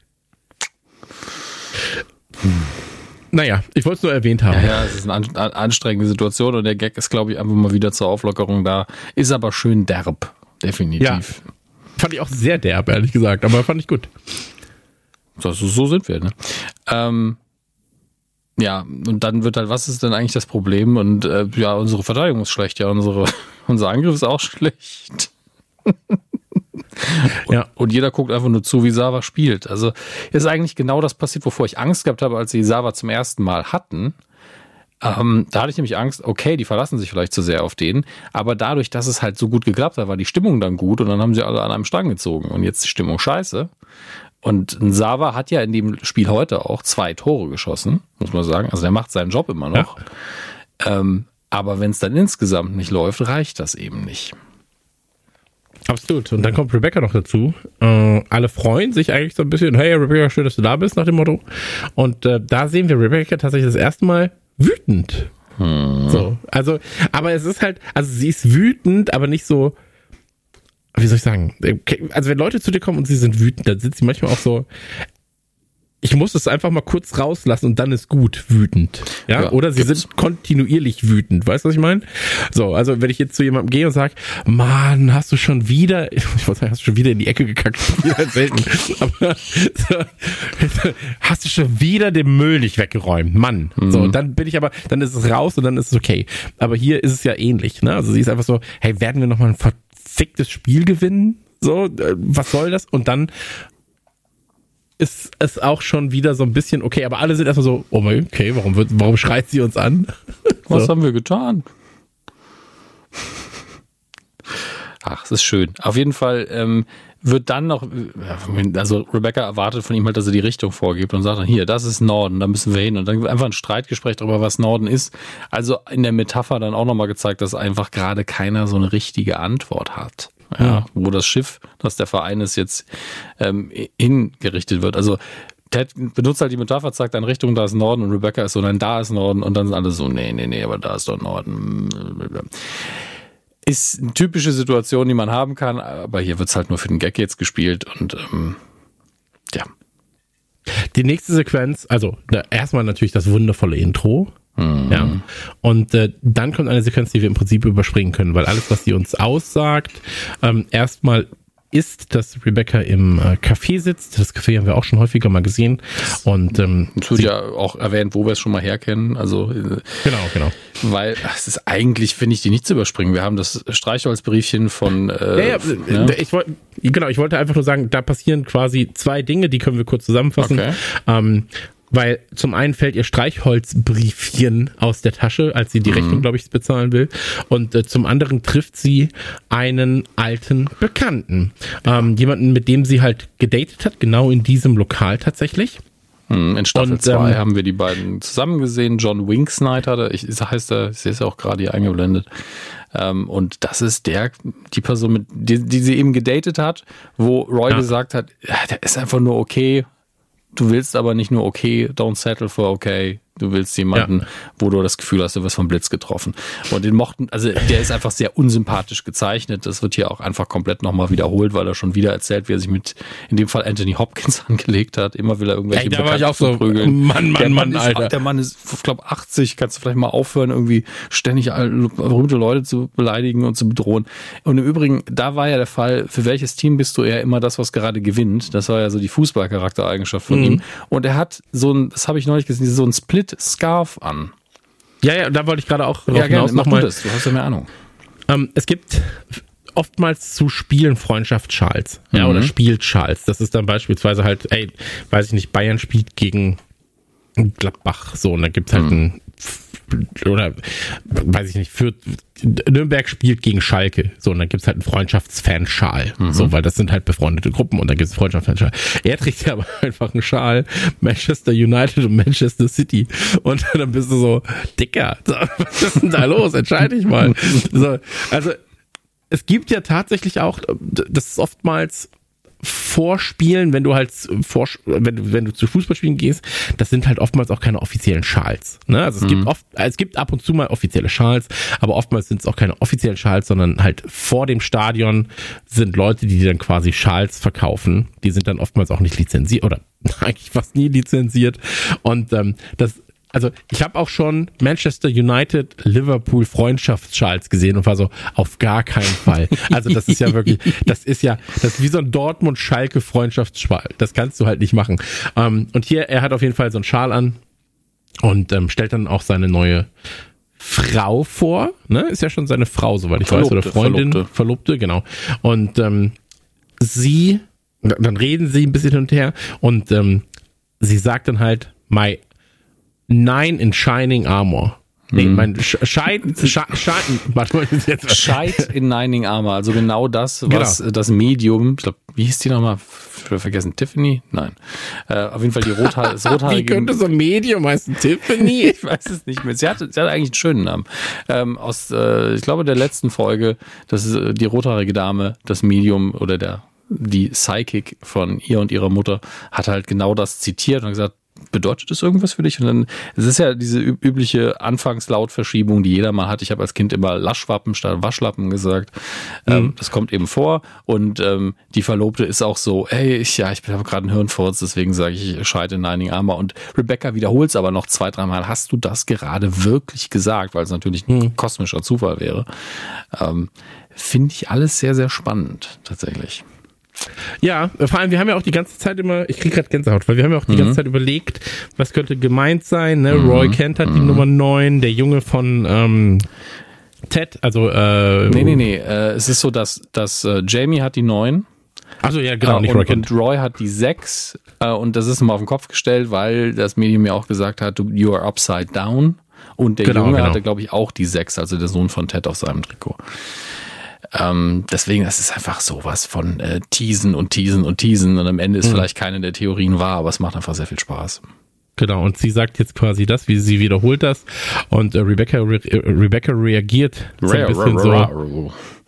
Hm. Naja, ich wollte es nur erwähnt haben. Ja, ja, es ist eine an, anstrengende Situation und der Gag ist, glaube ich, einfach mal wieder zur Auflockerung da. Ist aber schön derb, definitiv. Ja, fand ich auch sehr derb, ehrlich gesagt, aber fand ich gut. So, so sind wir, ne? Ähm, ja, und dann wird halt, was ist denn eigentlich das Problem? Und äh, ja, unsere Verteidigung ist schlecht, ja, unsere, unser Angriff ist auch schlecht. Und, ja. und jeder guckt einfach nur zu, wie Sava spielt. Also ist eigentlich genau das passiert, wovor ich Angst gehabt habe, als sie Sava zum ersten Mal hatten. Ähm, da hatte ich nämlich Angst, okay, die verlassen sich vielleicht zu sehr auf den, aber dadurch, dass es halt so gut geklappt hat, war die Stimmung dann gut und dann haben sie alle an einem Strang gezogen und jetzt ist die Stimmung scheiße. Und ein Sava hat ja in dem Spiel heute auch zwei Tore geschossen, muss man sagen. Also der macht seinen Job immer noch. Ja. Ähm, aber wenn es dann insgesamt nicht läuft, reicht das eben nicht. Absolut. Und dann kommt Rebecca noch dazu. Äh, alle freuen sich eigentlich so ein bisschen. Hey, Rebecca, schön, dass du da bist, nach dem Motto. Und äh, da sehen wir Rebecca tatsächlich das erste Mal wütend. Hm. So, also, aber es ist halt, also sie ist wütend, aber nicht so, wie soll ich sagen? Also wenn Leute zu dir kommen und sie sind wütend, dann sind sie manchmal auch so, ich muss es einfach mal kurz rauslassen und dann ist gut wütend. Ja, ja, oder sie gibt's. Sind kontinuierlich wütend. Weißt du, was ich meine? So, also wenn ich jetzt zu jemandem gehe und sage, Mann, hast du schon wieder, ich wollte sagen, hast du schon wieder in die Ecke gekackt? Wieder selten. Aber so, hast du schon wieder den Müll nicht weggeräumt? Mann. Mhm. So, dann bin ich aber, dann ist es raus und dann ist es okay. Aber hier ist es ja ähnlich, ne? Also sie ist einfach so, hey, werden wir nochmal ein verficktes Spiel gewinnen? So, was soll das? Und dann ist es auch schon wieder so ein bisschen okay, aber alle sind erstmal so, oh mein, okay, warum wird, warum schreit sie uns an? Was so. haben wir getan? Ach, es ist schön. Auf jeden Fall ähm, wird dann noch, also Rebecca erwartet von ihm halt, dass er die Richtung vorgibt und sagt dann, hier, das ist Norden, da müssen wir hin. Und dann wird einfach ein Streitgespräch darüber, was Norden ist. Also in der Metapher dann auch nochmal gezeigt, dass einfach gerade keiner so eine richtige Antwort hat. Ja, ja. Wo das Schiff, das der Verein ist, jetzt ähm, hingerichtet wird. Also Ted benutzt halt die Metapher, zeigt dann Richtung, da ist Norden und Rebecca ist so, nein, da ist Norden und dann sind alle so, nee, nee, nee, aber da ist doch Norden. Ist eine typische Situation, die man haben kann, aber hier wird's halt nur für den Gag jetzt gespielt und ähm, ja. Die nächste Sequenz, also da, erstmal natürlich das wundervolle Intro. Mhm. Ja. Und äh, dann kommt eine Sequenz, die wir im Prinzip überspringen können, weil alles, was sie uns aussagt, ähm, erstmal ist, dass Rebecca im äh, Café sitzt. Das Café haben wir auch schon häufiger mal gesehen. Und ähm, es wird ja auch erwähnt, wo wir es schon mal herkennen. Also äh, genau, genau. Weil es ist eigentlich, finde ich, die nicht zu überspringen. Wir haben das Streichholzbriefchen von äh, ja, ja, ne? ich wollte genau, ich wollte einfach nur sagen, da passieren quasi zwei Dinge, die können wir kurz zusammenfassen. Okay. Ähm, Weil zum einen fällt ihr Streichholzbriefchen aus der Tasche, als sie die mhm. Rechnung, glaube ich, bezahlen will. Und äh, zum anderen trifft sie einen alten Bekannten. Ähm, jemanden, mit dem sie halt gedatet hat, genau in diesem Lokal tatsächlich. In Staffel zwei ähm, haben wir die beiden zusammen gesehen. John Winksnight, ich, heißt er, ich sehe es ja auch gerade hier eingeblendet. Ähm, und das ist der, die Person, mit, die, die sie eben gedatet hat, wo Roy ja. gesagt hat, ja, der ist einfach nur okay. Du willst aber nicht nur okay, don't settle for okay. Du willst jemanden, ja. wo du das Gefühl hast, du wirst vom Blitz getroffen. Und den mochten, also der ist einfach sehr unsympathisch gezeichnet. Das wird hier auch einfach komplett nochmal wiederholt, weil er schon wieder erzählt, wie er sich mit, in dem Fall Anthony Hopkins angelegt hat. Immer will er irgendwelche Ey, da war ich auch so, prügeln. Mann, Mann, der Mann, Mann, ist, Alter. Der Mann ist, ich glaube, achtzig. Kannst du vielleicht mal aufhören, irgendwie ständig berühmte Leute zu beleidigen und zu bedrohen. Und im Übrigen, da war ja der Fall, für welches Team bist du eher immer das, was gerade gewinnt. Das war ja so die Fußballcharaktereigenschaft von mhm. ihm. Und er hat so ein, das habe ich neulich gesehen, so ein Split-Scarf an. Ja, ja, da wollte ich gerade auch ja, hinaus noch mal. Du, das, du hast ja mehr Ahnung. Ähm, es gibt oftmals zu Spielen Freundschaftsschals, ja, mhm. oder Spielschals. Das ist dann beispielsweise halt, ey, weiß ich nicht, Bayern spielt gegen Gladbach, so, und da gibt's halt mhm. ein, oder, weiß ich nicht, für Nürnberg spielt gegen Schalke, so, und dann gibt's halt einen Freundschaftsfanschal, mhm. so, weil das sind halt befreundete Gruppen, und dann gibt's einen Freundschaftsfanschal. Er trägt ja aber einfach einen Schal, Manchester United und Manchester City, und dann bist du so, Dicker, so, was ist denn da los? Entscheide ich mal. So, also, es gibt ja tatsächlich auch, das ist oftmals Vorspielen, wenn du halt vor, wenn du, wenn du zu Fußballspielen gehst, das sind halt oftmals auch keine offiziellen Schals. Ne? Also es mhm. gibt oft, es gibt ab und zu mal offizielle Schals, aber oftmals sind es auch keine offiziellen Schals, sondern halt vor dem Stadion sind Leute, die dann quasi Schals verkaufen. Die sind dann oftmals auch nicht lizenziert oder eigentlich fast nie lizenziert. Und ähm, das Also ich habe auch schon Manchester United Liverpool Freundschaftsschals gesehen und war so, auf gar keinen Fall. Also das ist ja wirklich, das ist ja, das ist wie so ein Dortmund-Schalke Freundschaftsschal. Das kannst du halt nicht machen. Ähm, und hier, er hat auf jeden Fall so einen Schal an und ähm, stellt dann auch seine neue Frau vor. Ne? Ist ja schon seine Frau, soweit ich Verlobte, weiß, oder Freundin. Verlobte, Verlobte genau. Und ähm, sie, dann reden sie ein bisschen hin und her und ähm, sie sagt dann halt, my Nine in Shining Armor. Nee, hm. mein Scheid, Scheid, warte mal, jetzt Scheid in Shining Armor, also genau das, was genau. das Medium, ich glaube, wie hieß die nochmal? Vergessen, Tiffany? Nein. Äh, auf jeden Fall die rothaarige. Das rothaarige wie könnte so ein Medium heißen? Tiffany? Ich weiß es nicht mehr. Sie hatte, sie hatte eigentlich einen schönen Namen. Ähm, aus, äh, ich glaube, der letzten Folge, das ist äh, die rothaarige Dame, das Medium oder der die Psychic von ihr und ihrer Mutter, hat halt genau das zitiert und gesagt, bedeutet das irgendwas für dich? Und dann, es ist ja diese übliche Anfangslautverschiebung, die jeder mal hat. Ich habe als Kind immer Laschwappen statt Waschlappen gesagt. Mhm. Ähm, das kommt eben vor. Und ähm, die Verlobte ist auch so, ey, ich, ja, ich habe gerade einen Hirnfurz, deswegen sage ich, ich scheide in Shining Armor. Und Rebecca wiederholt es aber noch zwei, dreimal. Hast du das gerade wirklich gesagt? Weil es natürlich ein mhm. kosmischer Zufall wäre. Ähm, finde ich alles sehr, sehr spannend, tatsächlich. Ja, vor allem, wir haben ja auch die ganze Zeit immer, ich kriege gerade Gänsehaut, weil wir haben ja auch die mhm. ganze Zeit überlegt, was könnte gemeint sein, ne? Mhm. Roy Kent hat mhm. die Nummer neun, der Junge von ähm, Ted, also äh, Nee, nee, nee, äh, es ist so, dass, dass äh, Jamie hat die neun. Achso, ja, genau, äh, nicht und, Roy Kent. Und Roy hat die sechs äh, und das ist mal auf den Kopf gestellt, weil das Medium ja auch gesagt hat, you are upside down und der genau, Junge genau. hatte, glaube ich, auch die sechs, also der Sohn von Ted auf seinem Trikot. Ähm, deswegen, das ist einfach sowas von äh, Teasen und Teasen und Teasen und am Ende ist mhm. vielleicht keine der Theorien wahr, aber es macht einfach sehr viel Spaß. Genau, und sie sagt jetzt quasi das, wie sie wiederholt das und äh, Rebecca, Re- Rebecca reagiert ein bisschen so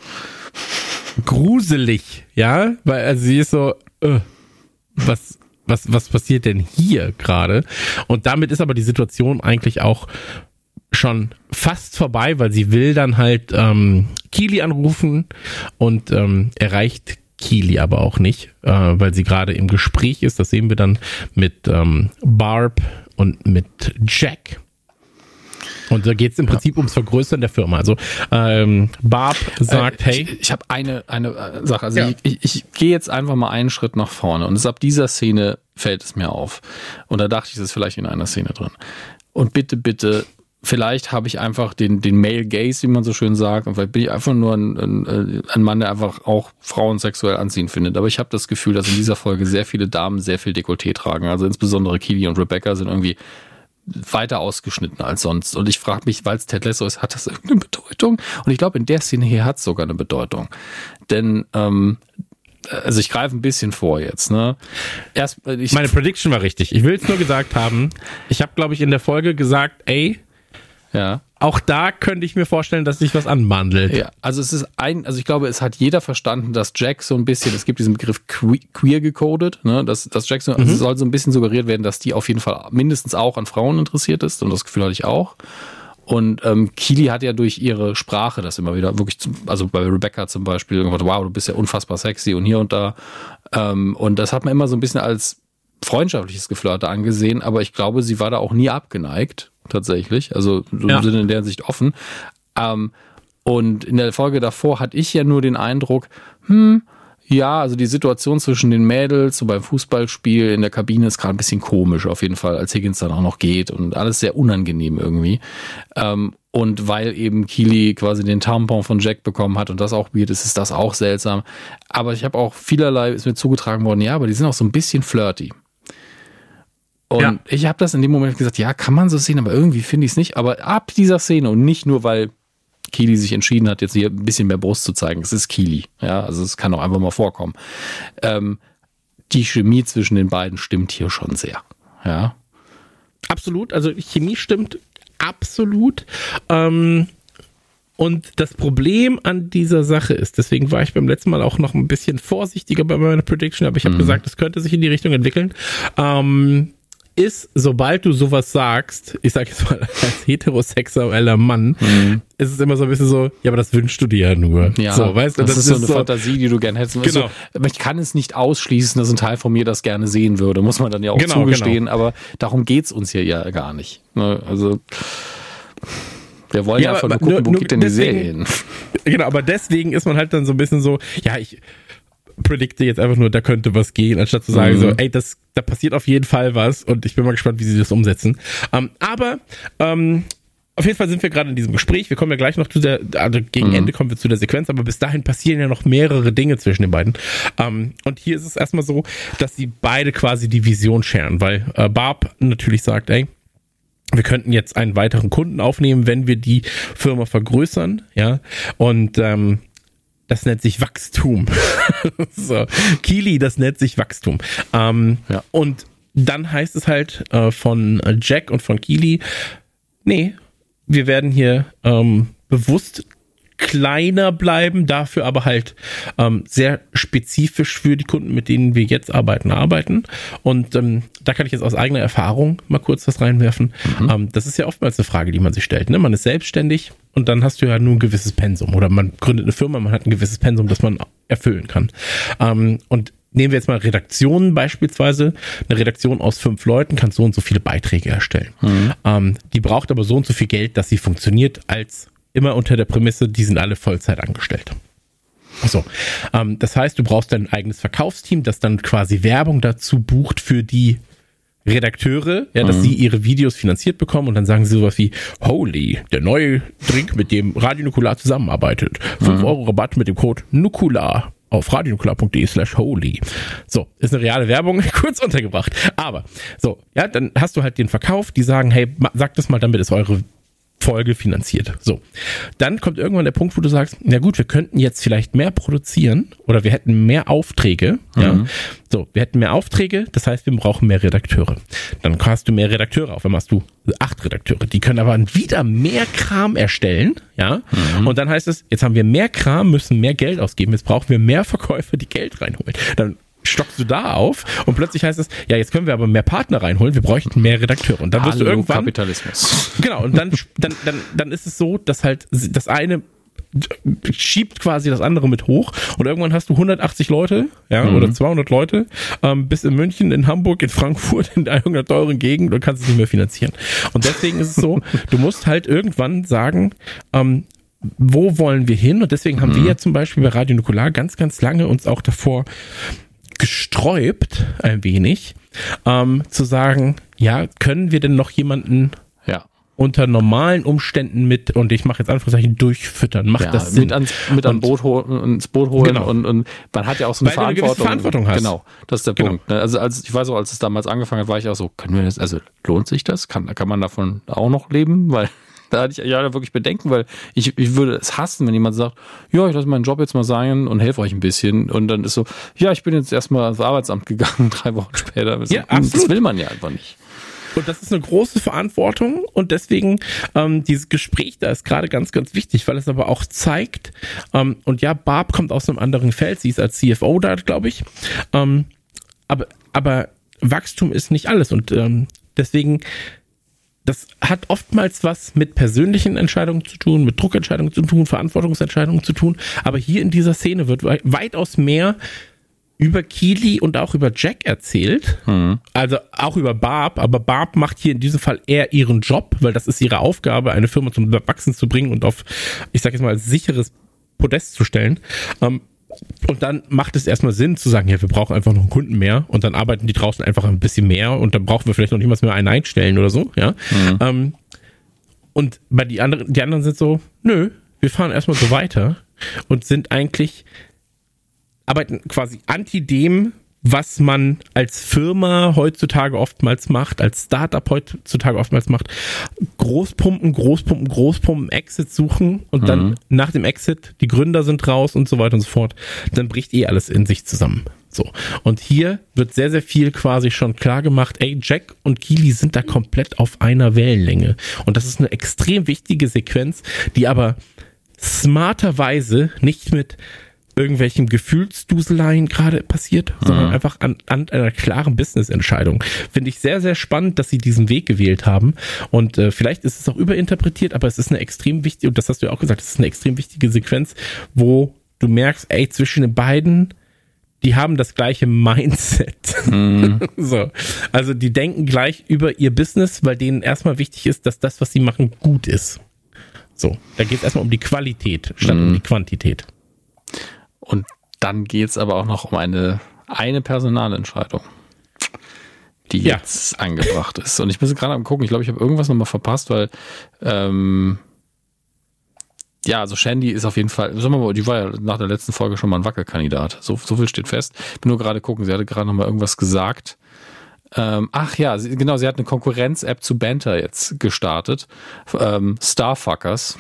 gruselig, ja, weil also sie ist so, äh, was, was, was passiert denn hier gerade? Und damit ist aber die Situation eigentlich auch schon fast vorbei, weil sie will dann halt ähm, Keely anrufen und ähm, erreicht Keely aber auch nicht, äh, weil sie gerade im Gespräch ist. Das sehen wir dann mit ähm, Barb und mit Jack. Und da geht es im Prinzip ja. ums Vergrößern der Firma. Also ähm, Barb sagt, äh, ich, hey. Ich habe eine, eine Sache. Also ja. ich, ich, ich gehe jetzt einfach mal einen Schritt nach vorne und es ab dieser Szene fällt es mir auf. Und da dachte ich, das ist vielleicht in einer Szene drin. Und bitte, bitte, vielleicht habe ich einfach den, den Male Gaze, wie man so schön sagt, und vielleicht bin ich einfach nur ein, ein, ein Mann, der einfach auch Frauen sexuell anziehend findet. Aber ich habe das Gefühl, dass in dieser Folge sehr viele Damen sehr viel Dekolleté tragen. Also insbesondere Keely und Rebecca sind irgendwie weiter ausgeschnitten als sonst. Und ich frage mich, weil es Ted Lasso ist, hat das irgendeine Bedeutung? Und ich glaube, in der Szene hier hat es sogar eine Bedeutung. Denn ähm, also ich greife ein bisschen vor jetzt, ne? Erst, ich, Meine Prediction war richtig. Ich will es nur gesagt haben. Ich habe, glaube ich, in der Folge gesagt, ey, ja. Auch da könnte ich mir vorstellen, dass sich was anwandelt. Ja, also es ist ein, also ich glaube, es hat jeder verstanden, dass Jack so ein bisschen, es gibt diesen Begriff que- queer gecodet, ne, dass, dass Jack so, mhm. also soll so ein bisschen suggeriert werden, dass die auf jeden Fall mindestens auch an Frauen interessiert ist, und das Gefühl hatte ich auch. Und ähm, Keely hat ja durch ihre Sprache das immer wieder wirklich, zum, also bei Rebecca zum Beispiel, gesagt, wow, du bist ja unfassbar sexy und hier und da. Ähm, und das hat man immer so ein bisschen als freundschaftliches Geflirte angesehen, aber ich glaube, sie war da auch nie abgeneigt, tatsächlich. Also so ja. im Sinne in der Hinsicht offen. Ähm, und in der Folge davor hatte ich ja nur den Eindruck, hm, ja, also die Situation zwischen den Mädels, so beim Fußballspiel in der Kabine ist gerade ein bisschen komisch auf jeden Fall, als Higgins dann auch noch geht und alles sehr unangenehm irgendwie. Ähm, und weil eben Keely quasi den Tampon von Jack bekommen hat und das auch weird ist, ist das auch seltsam. Aber ich habe auch vielerlei, ist mir zugetragen worden, ja, aber die sind auch so ein bisschen flirty. Und ja. ich habe das in dem Moment gesagt, ja, kann man so sehen, aber irgendwie finde ich es nicht. Aber ab dieser Szene und nicht nur, weil Keely sich entschieden hat, jetzt hier ein bisschen mehr Brust zu zeigen. Es ist Keely, ja, also es kann auch einfach mal vorkommen. Ähm, die Chemie zwischen den beiden stimmt hier schon sehr, ja. Absolut, also Chemie stimmt absolut. Ähm, und das Problem an dieser Sache ist, deswegen war ich beim letzten Mal auch noch ein bisschen vorsichtiger bei meiner Prediction, aber ich habe mhm. gesagt, es könnte sich in die Richtung entwickeln. Ähm, ist, sobald du sowas sagst, ich sag jetzt mal als heterosexueller Mann, mhm. ist es immer so ein bisschen so, ja, aber das wünschst du dir ja nur. Ja, so, weißt du, das, das ist so eine so Fantasie, die du gerne hättest. Genau. Also, ich kann es nicht ausschließen, dass ein Teil von mir das gerne sehen würde, muss man dann ja auch genau, zugestehen, genau. aber darum geht's uns hier ja gar nicht. Ne? Also wir wollen ja, ja von gucken, nur, wo nur geht denn deswegen, die Serie hin? Genau, aber deswegen ist man halt dann so ein bisschen so, ja, ich predikte jetzt einfach nur, da könnte was gehen, anstatt zu sagen, mhm. so, ey, das, da passiert auf jeden Fall was und ich bin mal gespannt, wie sie das umsetzen. Ähm, aber ähm, auf jeden Fall sind wir gerade in diesem Gespräch. Wir kommen ja gleich noch zu der, also gegen mhm. Ende kommen wir zu der Sequenz, aber bis dahin passieren ja noch mehrere Dinge zwischen den beiden. Ähm, und hier ist es erstmal so, dass sie beide quasi die Vision scheren, weil äh, Barb natürlich sagt, ey, wir könnten jetzt einen weiteren Kunden aufnehmen, wenn wir die Firma vergrößern, ja, und ähm, das nennt sich Wachstum. so. Keely, das nennt sich Wachstum. Ähm, ja. Und dann heißt es halt äh, von Jack und von Keely, nee, wir werden hier ähm, bewusst kleiner bleiben, dafür aber halt ähm, sehr spezifisch für die Kunden, mit denen wir jetzt arbeiten, arbeiten. Und ähm, da kann ich jetzt aus eigener Erfahrung mal kurz was reinwerfen. Mhm. Ähm, das ist ja oftmals eine Frage, die man sich stellt. Ne? Man ist selbstständig und dann hast du ja nur ein gewisses Pensum. Oder man gründet eine Firma, man hat ein gewisses Pensum, das man erfüllen kann. Ähm, und nehmen wir jetzt mal Redaktionen beispielsweise. Eine Redaktion aus fünf Leuten kann so und so viele Beiträge erstellen. Mhm. Ähm, die braucht aber so und so viel Geld, dass sie funktioniert, als immer unter der Prämisse, die sind alle Vollzeit angestellt. So, ähm, das heißt, du brauchst dein eigenes Verkaufsteam, das dann quasi Werbung dazu bucht für die Redakteure, ja, dass mhm. sie ihre Videos finanziert bekommen und dann sagen sie sowas wie, holy, der neue Drink, mit dem Radio Nukular zusammenarbeitet. fünf Euro Rabatt mit dem Code Nukular auf radionukular.de slash holy. So, ist eine reale Werbung, kurz untergebracht. Aber, so, ja, dann hast du halt den Verkauf, die sagen, hey, sagt das mal, damit ist eure Folge finanziert. So. Dann kommt irgendwann der Punkt, wo du sagst, na gut, wir könnten jetzt vielleicht mehr produzieren oder wir hätten mehr Aufträge. Mhm. Ja. So, wir hätten mehr Aufträge, das heißt, wir brauchen mehr Redakteure. Dann hast du mehr Redakteure, auf einmal hast du acht Redakteure. Die können aber wieder mehr Kram erstellen, ja. Mhm. Und dann heißt es, jetzt haben wir mehr Kram, müssen mehr Geld ausgeben, jetzt brauchen wir mehr Verkäufer, die Geld reinholen. Dann stockst du da auf und plötzlich heißt es, ja, jetzt können wir aber mehr Partner reinholen, wir bräuchten mehr Redakteure. Und dann wirst Hallo, du irgendwann... Kapitalismus. Genau, und dann, dann, dann, dann ist es so, dass halt das eine schiebt quasi das andere mit hoch und irgendwann hast du hundertachtzig Leute, ja, mhm. oder zweihundert Leute, ähm, bis in München, in Hamburg, in Frankfurt, in einer teuren Gegend und kannst es nicht mehr finanzieren. Und deswegen ist es so, du musst halt irgendwann sagen, ähm, wo wollen wir hin? Und deswegen haben mhm. wir ja zum Beispiel bei Radio Nukular ganz, ganz lange uns auch davor gesträubt, ein wenig, ähm, zu sagen, ja, können wir denn noch jemanden ja. unter normalen Umständen mit, und ich mache jetzt Anführungszeichen, durchfüttern, macht ja, das Sinn? Mit, ans, mit an Boot holen, ins Boot holen genau. und, und man hat ja auch so eine Weil Verantwortung. Du eine Verantwortung hast. Genau, das ist der genau. Punkt. Also als ich weiß auch, als es damals angefangen hat, war ich auch so, können wir das, also lohnt sich das? Kann, kann man davon auch noch leben? Weil Da hatte ich ja wirklich Bedenken, weil ich, ich würde es hassen, wenn jemand sagt, ja, ich lasse meinen Job jetzt mal sein und helfe euch ein bisschen. Und dann ist so, ja, ich bin jetzt erstmal ins Arbeitsamt gegangen, drei Wochen später. Ja, so, absolut. Das will man ja einfach nicht. Und das ist eine große Verantwortung und deswegen ähm, dieses Gespräch da ist gerade ganz, ganz wichtig, weil es aber auch zeigt, ähm, und ja, Barb kommt aus einem anderen Feld, sie ist als C F O da, glaube ich, ähm, aber, aber Wachstum ist nicht alles und ähm, deswegen, das hat oftmals was mit persönlichen Entscheidungen zu tun, mit Druckentscheidungen zu tun, Verantwortungsentscheidungen zu tun, aber hier in dieser Szene wird wei- weitaus mehr über Keely und auch über Jack erzählt, mhm. also auch über Barb, aber Barb macht hier in diesem Fall eher ihren Job, weil das ist ihre Aufgabe, eine Firma zum Wachsen zu bringen und auf, ich sag jetzt mal, sicheres Podest zu stellen. Ähm, und dann macht es erstmal Sinn zu sagen, ja, wir brauchen einfach noch einen Kunden mehr und dann arbeiten die draußen einfach ein bisschen mehr und dann brauchen wir vielleicht noch niemals mehr einen einstellen oder so, ja. Mhm. Ähm, und bei die anderen, die anderen sind so, nö, wir fahren erstmal so weiter und sind eigentlich arbeiten quasi anti dem, was man als Firma heutzutage oftmals macht, als Startup heutzutage oftmals macht. Großpumpen, Großpumpen, Großpumpen, Exit suchen und mhm. dann nach dem Exit, die Gründer sind raus und so weiter und so fort. Dann bricht eh alles in sich zusammen. So. Und hier wird sehr, sehr viel quasi schon klar gemacht, ey, Jack und Keely sind da komplett auf einer Wellenlänge. Und das ist eine extrem wichtige Sequenz, die aber smarterweise nicht mit irgendwelchen Gefühlsduseleien gerade passiert, mhm. sondern einfach an, an einer klaren Business-Entscheidung. Finde ich sehr, sehr spannend, dass sie diesen Weg gewählt haben und äh, vielleicht ist es auch überinterpretiert, aber es ist eine extrem wichtige, und das hast du ja auch gesagt, es ist eine extrem wichtige Sequenz, wo du merkst, ey, zwischen den beiden, die haben das gleiche Mindset. Mhm. So. Also die denken gleich über ihr Business, weil denen erstmal wichtig ist, dass das, was sie machen, gut ist. So, da geht es erstmal um die Qualität statt mhm. um die Quantität. Und dann geht es aber auch noch um eine, eine Personalentscheidung, die ja. jetzt angebracht ist. Und ich bin gerade am gucken, ich glaube, ich habe irgendwas nochmal verpasst, weil ähm, ja, also Shandy ist auf jeden Fall, sagen wir mal, die war ja nach der letzten Folge schon mal ein Wackelkandidat. So, so viel steht fest. Ich bin nur gerade gucken, sie hatte gerade nochmal irgendwas gesagt. Ähm, ach ja, sie, genau, sie hat eine Konkurrenz-App zu Banter jetzt gestartet. Ähm, Starfuckers.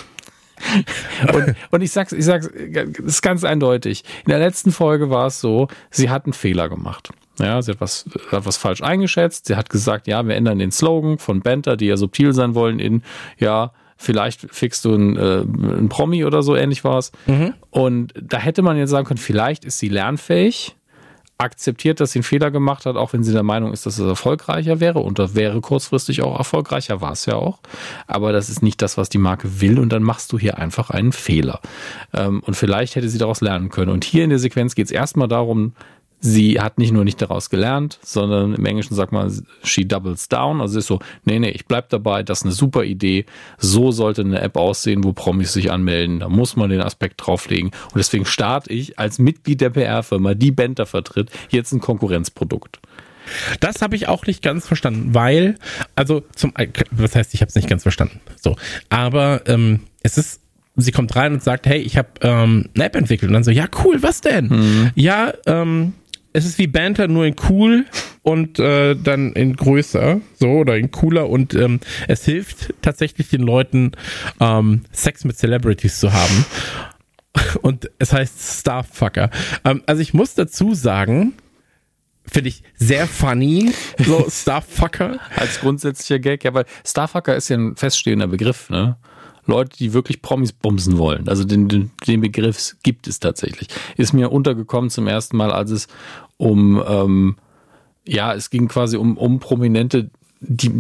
und, und ich sag's, ich sag's, das ist ganz eindeutig. In der letzten Folge war es so, sie hat einen Fehler gemacht. Ja, sie hat was, hat was falsch eingeschätzt. Sie hat gesagt, ja, wir ändern den Slogan von Banter, die ja subtil sein wollen, in, ja, vielleicht fixst du einen, äh, einen Promi oder so, ähnlich war es. Mhm. Und da hätte man jetzt sagen können, vielleicht ist sie lernfähig, akzeptiert, dass sie einen Fehler gemacht hat, auch wenn sie der Meinung ist, dass es erfolgreicher wäre, und das wäre kurzfristig auch erfolgreicher, war es ja auch. Aber das ist nicht das, was die Marke will, und dann machst du hier einfach einen Fehler. Und vielleicht hätte sie daraus lernen können. Und hier in der Sequenz geht es erstmal darum, sie hat nicht nur nicht daraus gelernt, sondern im Englischen sagt man, she doubles down. Also ist so, nee, nee, ich bleib dabei, das ist eine super Idee. So sollte eine App aussehen, wo Promis sich anmelden. Da muss man den Aspekt drauflegen. Und deswegen starte ich als Mitglied der P R-Firma, die Banter vertritt, jetzt ein Konkurrenzprodukt. Das habe ich auch nicht ganz verstanden, weil, also zum, was heißt, ich habe es nicht ganz verstanden. So, aber ähm, es ist, sie kommt rein und sagt, hey, ich habe ähm, eine App entwickelt. Und dann so, ja, cool, was denn? Mhm. Ja, ähm, es ist wie Banter, nur in cool und äh, dann in größer, so, oder in cooler, und ähm, es hilft tatsächlich den Leuten, ähm, Sex mit Celebrities zu haben. Und es heißt Starfucker. Ähm, also ich muss dazu sagen, finde ich sehr funny, so Starfucker. Als grundsätzlicher Gag, ja, weil Starfucker ist ja ein feststehender Begriff, ne? Leute, die wirklich Promis bumsen wollen. Also den, den, den Begriff gibt es tatsächlich. Ist mir untergekommen zum ersten Mal, als es um, ähm, ja, es ging quasi um, um Prominente, die,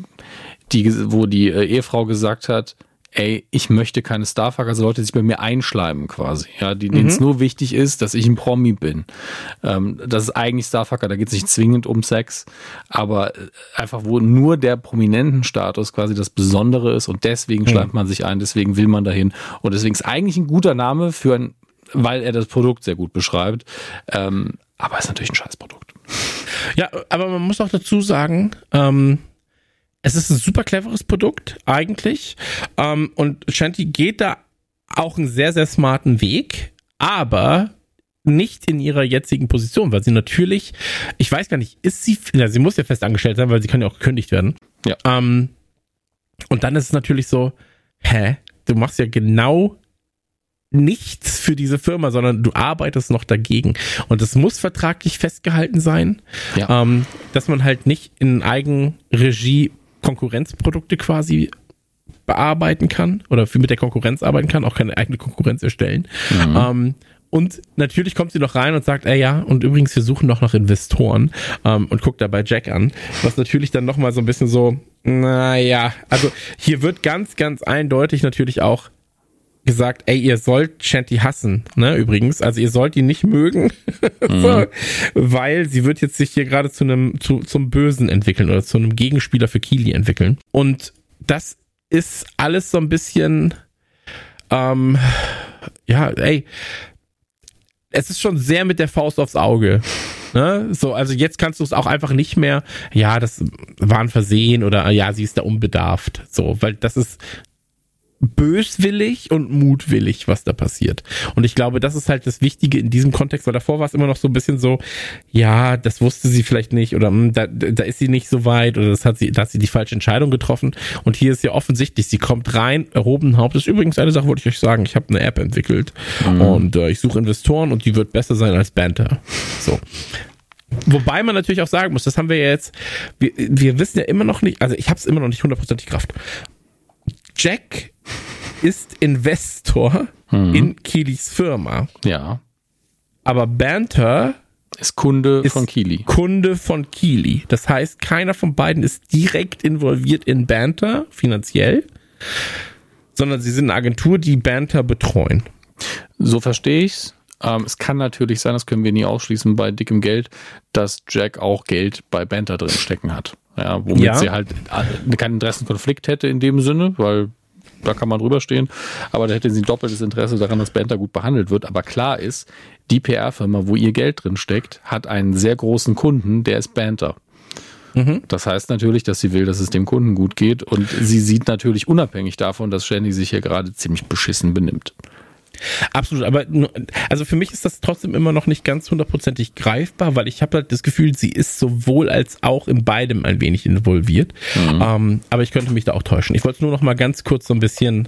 die, wo die äh, Ehefrau gesagt hat, ey, ich möchte keine Starfucker, also Leute, die sich bei mir einschleimen quasi, ja, die, denen es mhm. nur wichtig ist, dass ich ein Promi bin. Ähm, das ist eigentlich Starfucker, da geht es nicht zwingend um Sex, aber einfach, wo nur der Prominentenstatus quasi das Besondere ist, und deswegen mhm. schleimt man sich ein, deswegen will man dahin, und deswegen ist eigentlich ein guter Name für ein, weil er das Produkt sehr gut beschreibt, ähm, aber ist natürlich ein Scheißprodukt. Ja, aber man muss auch dazu sagen, ähm, es ist ein super cleveres Produkt, eigentlich. Ähm, und Shanty geht da auch einen sehr, sehr smarten Weg, aber nicht in ihrer jetzigen Position, weil sie natürlich, ich weiß gar nicht, ist sie, ja, sie muss ja fest angestellt sein, weil sie kann ja auch gekündigt werden. Ja. Ähm, Und dann ist es natürlich so, hä? Du machst ja genau nichts für diese Firma, sondern du arbeitest noch dagegen. Und es muss vertraglich festgehalten sein, ja. ähm, dass man halt nicht in Eigenregie Konkurrenzprodukte quasi bearbeiten kann oder mit der Konkurrenz arbeiten kann, auch keine eigene Konkurrenz erstellen. Mhm. Ähm, und natürlich kommt sie noch rein und sagt, ey ja, und übrigens, wir suchen noch nach Investoren ähm, und guckt dabei Jack an, was natürlich dann nochmal so ein bisschen so, naja, also hier wird ganz, ganz eindeutig natürlich auch gesagt, ey, ihr sollt Shanti hassen, ne, übrigens, also ihr sollt ihn nicht mögen, mhm. so, weil sie wird jetzt sich hier gerade zu einem, zu, zum Bösen entwickeln oder zu einem Gegenspieler für Keely entwickeln. Und das ist alles so ein bisschen, ähm, ja, ey, es ist schon sehr mit der Faust aufs Auge. Ne? So, also jetzt kannst du es auch einfach nicht mehr, ja, das war ein Versehen oder ja, sie ist da unbedarft. So, weil das ist böswillig und mutwillig, was da passiert. Und ich glaube, das ist halt das Wichtige in diesem Kontext, weil davor war es immer noch so ein bisschen so, ja, das wusste sie vielleicht nicht oder mh, da, da ist sie nicht so weit oder das hat sie, da hat sie die falsche Entscheidung getroffen. Und hier ist ja offensichtlich, sie kommt rein, erhobenen Hauptes. Übrigens, eine Sache wollte ich euch sagen, ich habe eine App entwickelt mhm. und äh, ich suche Investoren und die wird besser sein als Banter. So. Wobei man natürlich auch sagen muss, das haben wir ja jetzt, wir, wir wissen ja immer noch nicht, also ich habe es immer noch nicht hundertprozentig Kraft. Jack ist Investor mhm. in Keelys Firma. Ja. Aber Banter ist Kunde ist von Keely. Kunde von Keely. Das heißt, keiner von beiden ist direkt involviert in Banter, finanziell, sondern sie sind eine Agentur, die Banter betreuen. So verstehe ich's. Ähm, es kann natürlich sein, das können wir nie ausschließen bei dickem Geld, dass Jack auch Geld bei Banter drin stecken hat. Ja, womit ja. sie halt keinen Interessenkonflikt hätte in dem Sinne, weil da kann man drüber stehen, aber da hätte sie ein doppeltes Interesse daran, dass Banter gut behandelt wird. Aber klar ist, die P R-Firma, wo ihr Geld drin steckt, hat einen sehr großen Kunden, der ist Banter. Mhm. Das heißt natürlich, dass sie will, dass es dem Kunden gut geht und sie sieht natürlich unabhängig davon, dass Shandy sich hier gerade ziemlich beschissen benimmt. Absolut, aber also für mich ist das trotzdem immer noch nicht ganz hundertprozentig greifbar, weil ich habe halt das Gefühl, sie ist sowohl als auch in beidem ein wenig involviert. Mhm. Ähm, aber ich könnte mich da auch täuschen. Ich wollte nur noch mal ganz kurz so ein bisschen,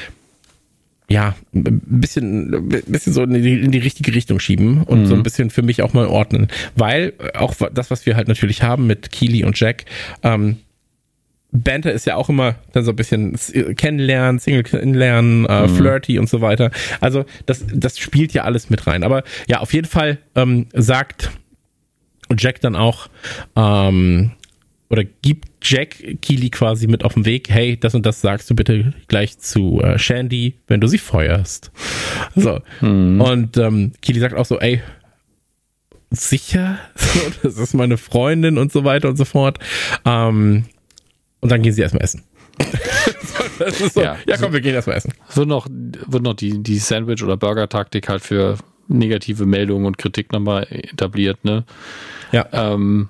ja, ein bisschen, ein bisschen so in die, in die richtige Richtung schieben und mhm. so ein bisschen für mich auch mal ordnen. Weil auch das, was wir halt natürlich haben mit Keely und Jack, ähm, Banter ist ja auch immer dann so ein bisschen kennenlernen, Single kennenlernen, äh, mhm. flirty und so weiter. Also das, das spielt ja alles mit rein. Aber ja, auf jeden Fall ähm, sagt Jack dann auch, ähm, oder gibt Jack Keely quasi mit auf den Weg, hey, das und das sagst du bitte gleich zu äh, Shandy, wenn du sie feuerst. So. Mhm. Und ähm, Keely sagt auch so, ey, sicher? Das ist meine Freundin und so weiter und so fort. Ähm, Und dann gehen sie erstmal essen. Das ist so, ja, ja, komm, wir gehen erstmal essen. Wird noch, wird noch die, die Sandwich- oder Burger-Taktik halt für negative Meldungen und Kritik nochmal etabliert, ne? Ja. Ähm,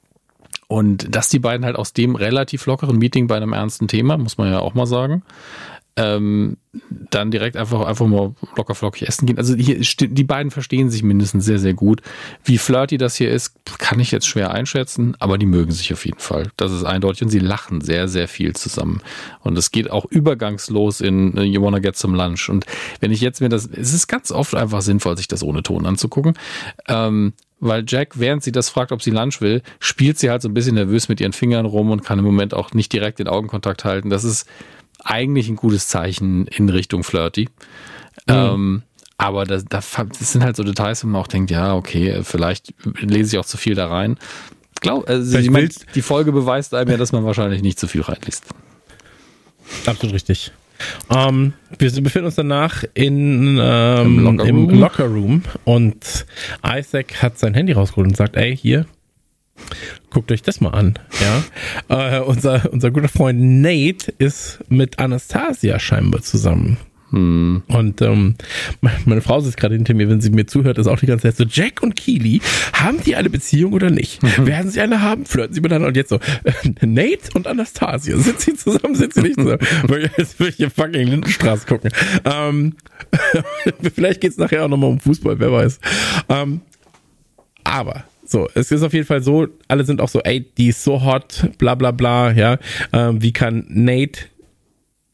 und dass die beiden halt aus dem relativ lockeren Meeting bei einem ernsten Thema, muss man ja auch mal sagen, ähm, dann direkt einfach, einfach mal locker flockig essen gehen. Also hier, die beiden verstehen sich mindestens sehr, sehr gut. Wie flirty das hier ist, kann ich jetzt schwer einschätzen, aber die mögen sich auf jeden Fall. Das ist eindeutig und sie lachen sehr, sehr viel zusammen. Und es geht auch übergangslos in uh, You Wanna Get Some Lunch. Und wenn ich jetzt mir das, es ist ganz oft einfach sinnvoll, sich das ohne Ton anzugucken, ähm, weil Jack, während sie das fragt, ob sie Lunch will, spielt sie halt so ein bisschen nervös mit ihren Fingern rum und kann im Moment auch nicht direkt den Augenkontakt halten. Das ist eigentlich ein gutes Zeichen in Richtung Flirty. Mhm. Ähm, aber das, das sind halt so Details, wo man auch denkt, ja, okay, vielleicht lese ich auch zu viel da rein. Glaub, also ich mein, die Folge beweist einem ja, dass man wahrscheinlich nicht zu viel reinliest. Absolut richtig. Um, wir befinden uns danach in, ähm, Im, Locker im Locker Room und Isaac hat sein Handy rausgeholt und sagt, ey, hier, guckt euch das mal an. Ja, äh, unser, unser guter Freund Nate ist mit Anastasia scheinbar zusammen. Hm. Und ähm, meine Frau sitzt gerade hinter mir, wenn sie mir zuhört, ist auch die ganze Zeit so, Jack und Keely, haben die eine Beziehung oder nicht? Mhm. Werden sie eine haben? Flirten sie miteinander? Und jetzt so, äh, Nate und Anastasia, sind sie zusammen, sind sie nicht zusammen? Jetzt will ich hier fucking Lindenstraße gucken. Ähm, vielleicht geht's nachher auch nochmal um Fußball, wer weiß. Ähm, aber so, es ist auf jeden Fall so, alle sind auch so, ey, die ist so hot, bla bla bla, ja. Ähm, wie kann Nate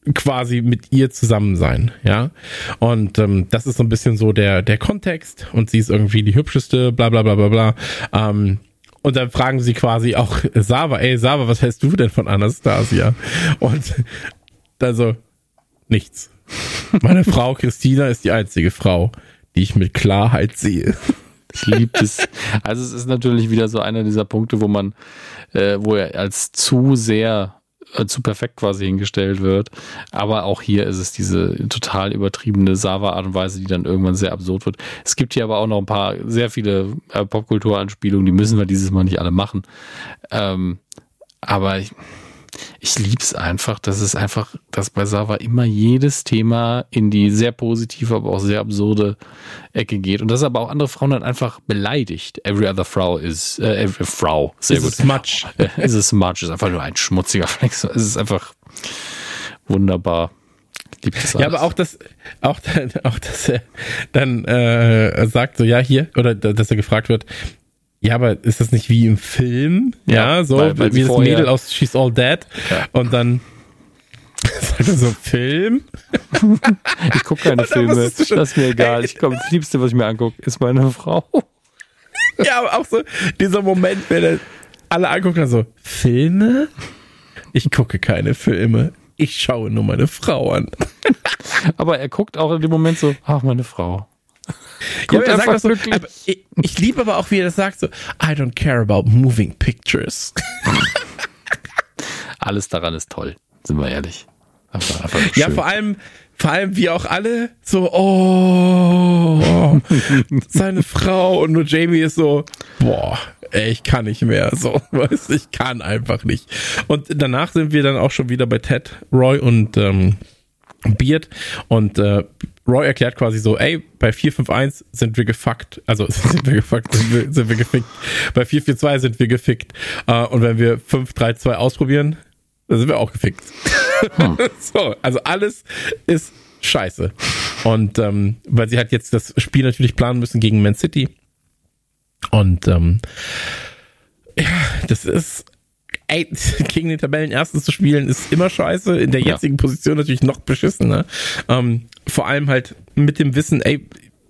quasi mit ihr zusammen sein, ja. Und ähm, das ist so ein bisschen so der, der Kontext und sie ist irgendwie die hübscheste, bla bla bla bla bla. Ähm, und dann fragen sie quasi auch Sava, ey Sava, was hältst du denn von Anastasia? Und dann so, nichts. Meine Frau Christina ist die einzige Frau, die ich mit Klarheit sehe. Ich liebe es. Also es ist natürlich wieder so einer dieser Punkte, wo man, äh, wo er als zu sehr, äh, zu perfekt quasi hingestellt wird. Aber auch hier ist es diese total übertriebene Sava-Art und Weise, die dann irgendwann sehr absurd wird. Es gibt hier aber auch noch ein paar, sehr viele äh, Popkulturanspielungen, die müssen wir dieses Mal nicht alle machen. Ähm, aber ich, ich liebe es einfach, dass es einfach, dass bei Sava immer jedes Thema in die sehr positive, aber auch sehr absurde Ecke geht. Und dass aber auch andere Frauen dann einfach beleidigt. Every other Frau is, äh, every Frau. Sehr ist gut. Es Smudge. Ist es Smudge. Ist einfach nur ein schmutziger Flex. Es ist einfach wunderbar. Lieb das alles. Ja, aber auch das, auch, auch dass er dann äh, sagt so, ja, hier, oder dass er gefragt wird, ja, aber ist das nicht wie im Film? Ja, ja so, weil, weil wie das vorher... Mädel aus She's All Dead. Ja. Und dann sagt er so, Film? Ich gucke keine Filme, das ist mir egal. Ich glaube, das Liebste, was ich mir angucke, ist meine Frau. Ja, aber auch so dieser Moment, wenn er alle anguckt und so, Filme? Ich gucke keine Filme. Ich schaue nur meine Frau an. Aber er guckt auch in dem Moment so, ach, meine Frau. Ja, er sagt das so, aber ich, ich liebe aber auch, wie er das sagt, so, I don't care about moving pictures. Alles daran ist toll, sind wir ehrlich. Einfach, einfach so ja, vor allem, vor allem wie auch alle so, oh, seine Frau und nur Jamie ist so, boah, ey, ich kann nicht mehr, so, weißt, ich kann einfach nicht. Und danach sind wir dann auch schon wieder bei Ted, Roy und ähm, Beard und äh, Roy erklärt quasi so, ey, bei vier fünf eins sind wir gefuckt, also sind wir gefuckt, sind wir, sind wir gefickt, bei vier vier zwei sind wir gefickt uh, und wenn wir fünf drei zwei ausprobieren, dann sind wir auch gefickt. Hm. So, also alles ist scheiße. Und ähm, weil sie halt jetzt das Spiel natürlich planen müssen gegen Man City und ähm, ja, das ist ey, gegen den Tabellenersten zu spielen ist immer scheiße, in der jetzigen ja. Position natürlich noch beschissener. Ähm, vor allem halt mit dem Wissen, ey,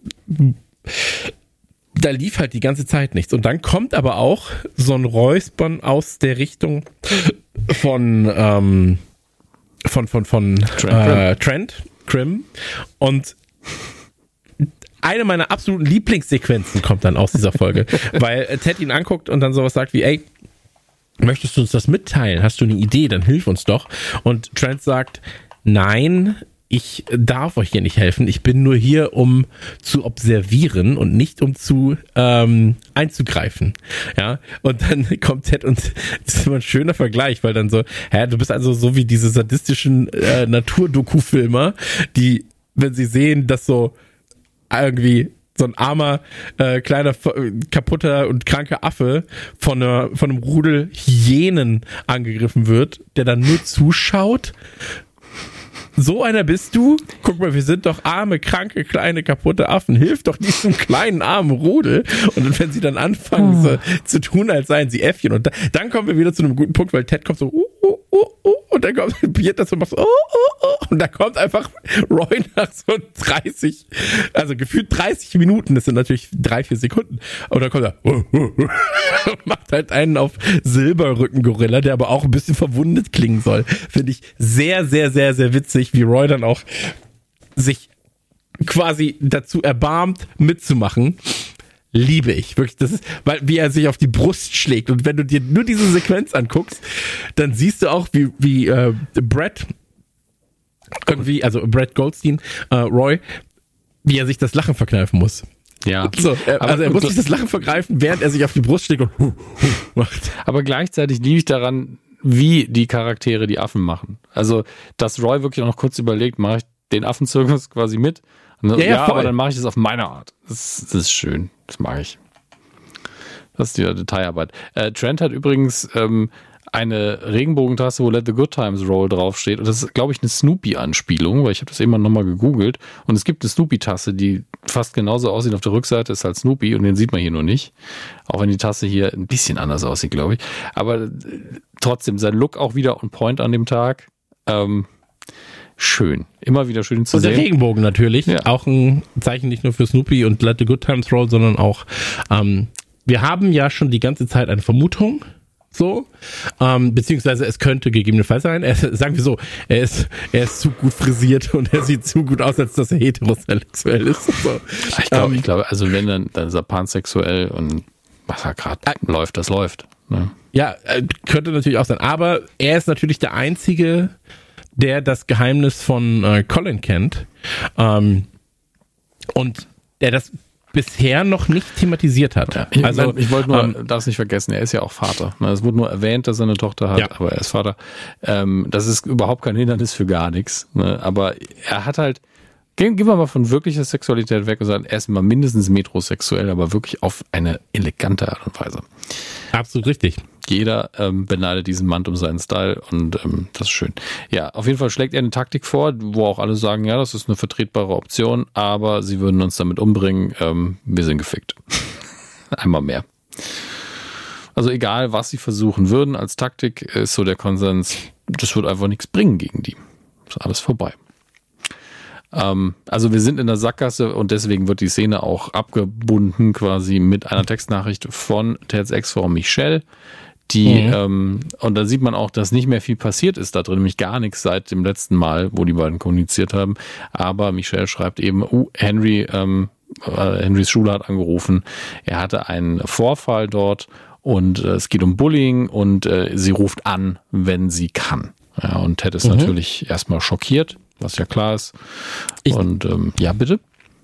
da lief halt die ganze Zeit nichts. Und dann kommt aber auch so ein Räuspern aus der Richtung von ähm, von von von Trent, äh, Trent Krim und eine meiner absoluten Lieblingssequenzen kommt dann aus dieser Folge, weil Ted ihn anguckt und dann sowas sagt wie, ey, möchtest du uns das mitteilen? Hast du eine Idee? Dann hilf uns doch. Und Trent sagt, nein, ich darf euch hier nicht helfen. Ich bin nur hier, um zu observieren und nicht um zu ähm, einzugreifen. Ja. Und dann kommt Ted und das ist immer ein schöner Vergleich, weil dann so, hä, du bist also so wie diese sadistischen äh, Naturdoku-Filmer, die, wenn sie sehen, dass so irgendwie so ein armer, äh, kleiner, kaputter und kranker Affe von, einer, von einem Rudel Hyänen angegriffen wird, der dann nur zuschaut. So einer bist du? Guck mal, wir sind doch arme, kranke, kleine, kaputte Affen. Hilf doch diesem kleinen, armen Rudel. Und dann, wenn sie dann anfangen oh. so, zu tun, als seien sie Äffchen. Und da, dann kommen wir wieder zu einem guten Punkt, weil Ted kommt so, uh, uh, uh, uh, und dann kommt Beard das und macht so, oh, oh, oh, und da kommt einfach Roy nach so dreißig, also gefühlt dreißig Minuten, das sind natürlich drei, vier Sekunden, und dann kommt er, oh, oh, oh, macht halt einen auf Silberrücken-Gorilla, der aber auch ein bisschen verwundet klingen soll. Finde ich sehr, sehr, sehr, sehr witzig, wie Roy dann auch sich quasi dazu erbarmt, mitzumachen. Liebe ich, wirklich, das ist, weil, wie er sich auf die Brust schlägt, und wenn du dir nur diese Sequenz anguckst, dann siehst du auch, wie, wie äh, Brett irgendwie, also Brett Goldstein, äh, Roy, wie er sich das Lachen verkneifen muss. Ja. So, er, also er muss sich das Lachen vergreifen, während er sich auf die Brust schlägt und hu, hu, macht. Aber gleichzeitig liebe ich daran, wie die Charaktere die Affen machen. Also, dass Roy wirklich auch noch kurz überlegt, mache ich den Affenzirkus quasi mit? Und dann, ja, ja, ja aber dann mache ich das auf meine Art. Das, das ist schön. Das mag ich. Das ist die Detailarbeit. Äh, Trent hat übrigens ähm, eine Regenbogentasse, wo Let the Good Times Roll draufsteht. Und das ist, glaube ich, eine Snoopy-Anspielung, weil ich habe das eben nochmal gegoogelt. Und es gibt eine Snoopy-Tasse, die fast genauso aussieht. Auf der Rückseite ist halt Snoopy und den sieht man hier nur nicht. Auch wenn die Tasse hier ein bisschen anders aussieht, glaube ich. Aber äh, trotzdem, sein Look auch wieder on point an dem Tag. Ähm, schön. Immer wieder schön zu und sehen. Und der Regenbogen natürlich. Ja. Auch ein Zeichen nicht nur für Snoopy und Let the Good Times Roll, sondern auch, ähm, wir haben ja schon die ganze Zeit eine Vermutung, so, ähm, beziehungsweise es könnte gegebenenfalls sein, er, sagen wir so, er ist, er ist zu gut frisiert und er sieht zu gut aus, als dass er heterosexuell ist. So. Ich glaube, ähm, ich glaube, also wenn dann, dann ist er pansexuell und was er gerade äh, läuft, das läuft. Ne? Ja, könnte natürlich auch sein, aber er ist natürlich der Einzige, der das Geheimnis von äh, Colin kennt, ähm, und der das bisher noch nicht thematisiert hat. Ja, ich, also ich wollte nur, ähm, darf es nicht vergessen, er ist ja auch Vater. Es wurde nur erwähnt, dass er eine Tochter hat, ja. aber er ist Vater. Ähm, das ist überhaupt kein Hindernis für gar nichts. Ne? Aber er hat halt, gehen, gehen wir mal von wirklicher Sexualität weg und sagen, er ist mal mindestens metrosexuell, aber wirklich auf eine elegante Art und Weise. Absolut richtig. Jeder ähm, beneidet diesen Mann um seinen Style und ähm, das ist schön. Ja, auf jeden Fall schlägt er eine Taktik vor, wo auch alle sagen, ja, das ist eine vertretbare Option, aber sie würden uns damit umbringen. Ähm, wir sind gefickt. Einmal mehr. Also egal, was sie versuchen würden als Taktik, ist so der Konsens, das wird einfach nichts bringen gegen die. Ist alles vorbei. Ähm, also wir sind in der Sackgasse und deswegen wird die Szene auch abgebunden quasi mit einer Textnachricht von Teds Ex-Frau Michelle. Die, mhm. ähm, und da sieht man auch, dass nicht mehr viel passiert ist da drin, nämlich gar nichts seit dem letzten Mal, wo die beiden kommuniziert haben. Aber Michelle schreibt eben, uh, Henry, ähm, äh, Henrys Schule hat angerufen, er hatte einen Vorfall dort und äh, es geht um Bullying und äh, sie ruft an, wenn sie kann. Ja, und Ted ist mhm. natürlich erstmal schockiert, was ja klar ist. Ich und ähm, ja, bitte?